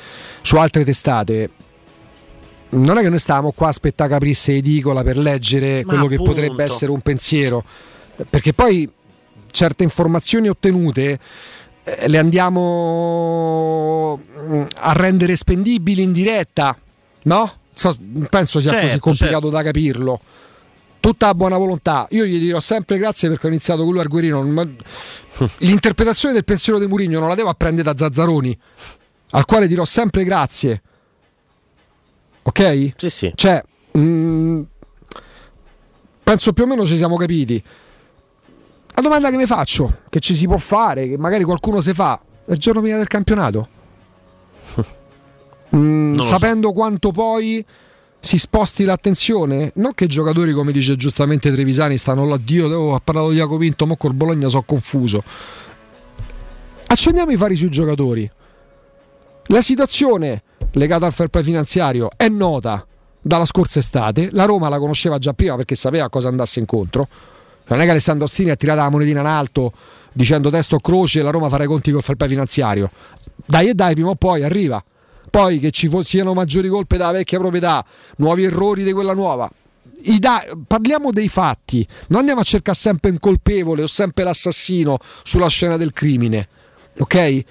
su altre testate non è che noi stavamo qua a aspettare che aprisse edicola per leggere ma quello appunto. Che potrebbe essere un pensiero, perché poi certe informazioni ottenute eh, le andiamo a rendere spendibili in diretta, no? So, penso sia certo, così complicato certo. da capirlo. Tutta la buona volontà, io gli dirò sempre grazie perché ho iniziato con lui al Guerino, ma l'interpretazione del pensiero di Mourinho non la devo apprendere da Zazzaroni, al quale dirò sempre grazie, ok? Sì, sì. Cioè mh, penso più o meno ci siamo capiti. La domanda che mi faccio, che ci si può fare, che magari qualcuno si fa, è il giorno prima del campionato? Mm, sapendo so. quanto poi si sposti l'attenzione, non che i giocatori, come dice giustamente Trevisani, stanno là, Dio, oh, ha parlato di Jacopinto, mo col Bologna sono confuso. Accendiamo i fari sui giocatori. La situazione legata al fair play finanziario è nota dalla scorsa estate, la Roma la conosceva già prima perché sapeva a cosa andasse incontro. Non è che Alessandro Ostini ha tirato la monetina in alto dicendo testo o croce e la Roma farà i conti col fair play finanziario. Dai e dai, prima o poi arriva. poi che ci fo- siano maggiori colpe dalla vecchia proprietà, nuovi errori di quella nuova. I da- parliamo dei fatti, non andiamo a cercare sempre un colpevole o sempre l'assassino sulla scena del crimine, ok?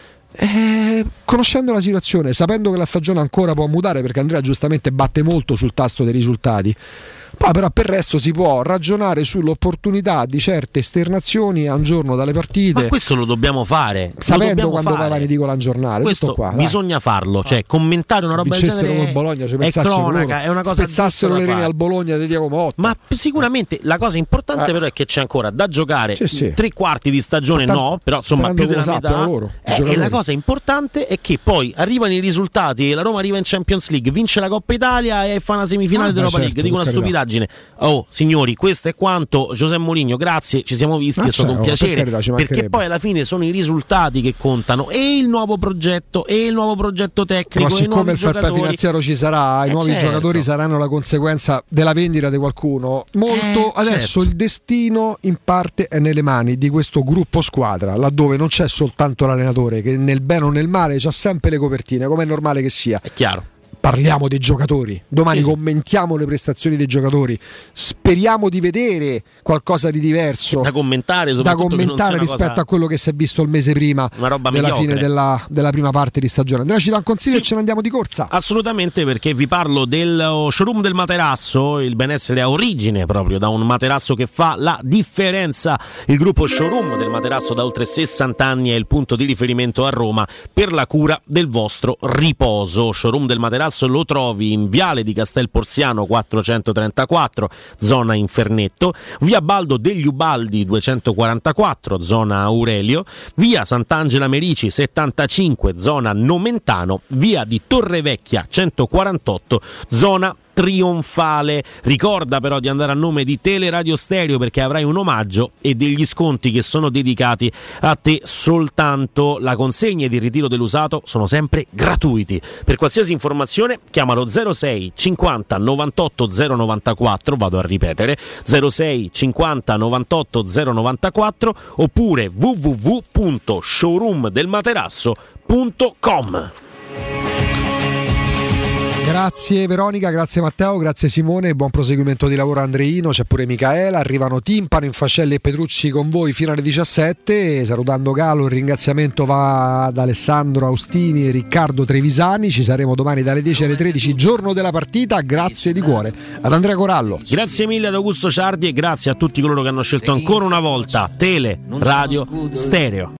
Eh, conoscendo la situazione, sapendo che la stagione ancora può mutare, perché Andrea giustamente batte molto sul tasto dei risultati, poi però per il resto si può ragionare sull'opportunità di certe esternazioni a un giorno dalle partite. Ma questo lo dobbiamo fare, sapendo dobbiamo quando fare. va avanti dico la giornale, questo tutto qua, bisogna farlo, cioè commentare una roba del genere col Bologna, ci è cronaca, è una cosa spezzassero le rene al Bologna di Diego Motta. Ma sicuramente la cosa importante eh. però è che c'è ancora da giocare, sì, sì. tre quarti di stagione Portanto, no, però insomma più della metà loro, eh, e la cosa importante è che poi arrivano i risultati, la Roma arriva in Champions League, vince la Coppa Italia e fa una semifinale ah, dell'Europa certo, League, dico una stupidaggine. Oh signori, questo è quanto. Giuseppe Mourinho, grazie, ci siamo visti, ah, è stato cioè, un piacere, per carità, perché poi alla fine sono i risultati che contano e il nuovo progetto e il nuovo progetto tecnico. Ma siccome il fair play giocatori... finanziario ci sarà, i eh nuovi certo. giocatori saranno la conseguenza della vendita di qualcuno. Molto eh, adesso certo. il destino in parte è nelle mani di questo gruppo squadra, laddove non c'è soltanto l'allenatore che nel bene o nel male c'ha sempre le copertine, come è normale che sia. È chiaro. Parliamo dei giocatori, domani sì, commentiamo le prestazioni dei giocatori, speriamo di vedere qualcosa di diverso da commentare, da commentare rispetto cosa... a quello che si è visto il mese prima della mediocre. fine della, della prima parte di stagione. Andrea ci dà un consiglio sì. e ce ne andiamo di corsa. Assolutamente, perché vi parlo del showroom del materasso, il benessere ha origine proprio da un materasso che fa la differenza. Il gruppo showroom del materasso da oltre sessanta anni è il punto di riferimento a Roma per la cura del vostro riposo. Showroom del materasso lo trovi in Viale di Castel Porziano quattrocentotrentaquattro, zona Infernetto, via Baldo degli Ubaldi duecentoquarantaquattro, zona Aurelio, via Sant'Angela Merici settantacinque, zona Nomentano, via di Torrevecchia centoquarantotto, zona Trionfale. Ricorda però di andare a nome di Teleradio Stereo, perché avrai un omaggio e degli sconti che sono dedicati a te soltanto. La consegna ed il ritiro dell'usato sono sempre gratuiti. Per qualsiasi informazione chiamalo zero sei cinquanta novantotto zero novantaquattro, vado a ripetere zero sei cinquanta novantotto zero novantaquattro, oppure w w w punto showroom del materasso punto com. Grazie Veronica, grazie Matteo, grazie Simone, buon proseguimento di lavoro Andreino, c'è pure Micaela, arrivano Timpano, Infascelli e Petrucci con voi fino alle diciassette, salutando Galo, il ringraziamento va ad Alessandro Austini e Riccardo Trevisani, ci saremo domani dalle dieci alle tredici, giorno della partita, grazie di cuore ad Andrea Corallo. Grazie mille ad Augusto Ciardi e grazie a tutti coloro che hanno scelto ancora una volta Tele Radio Stereo.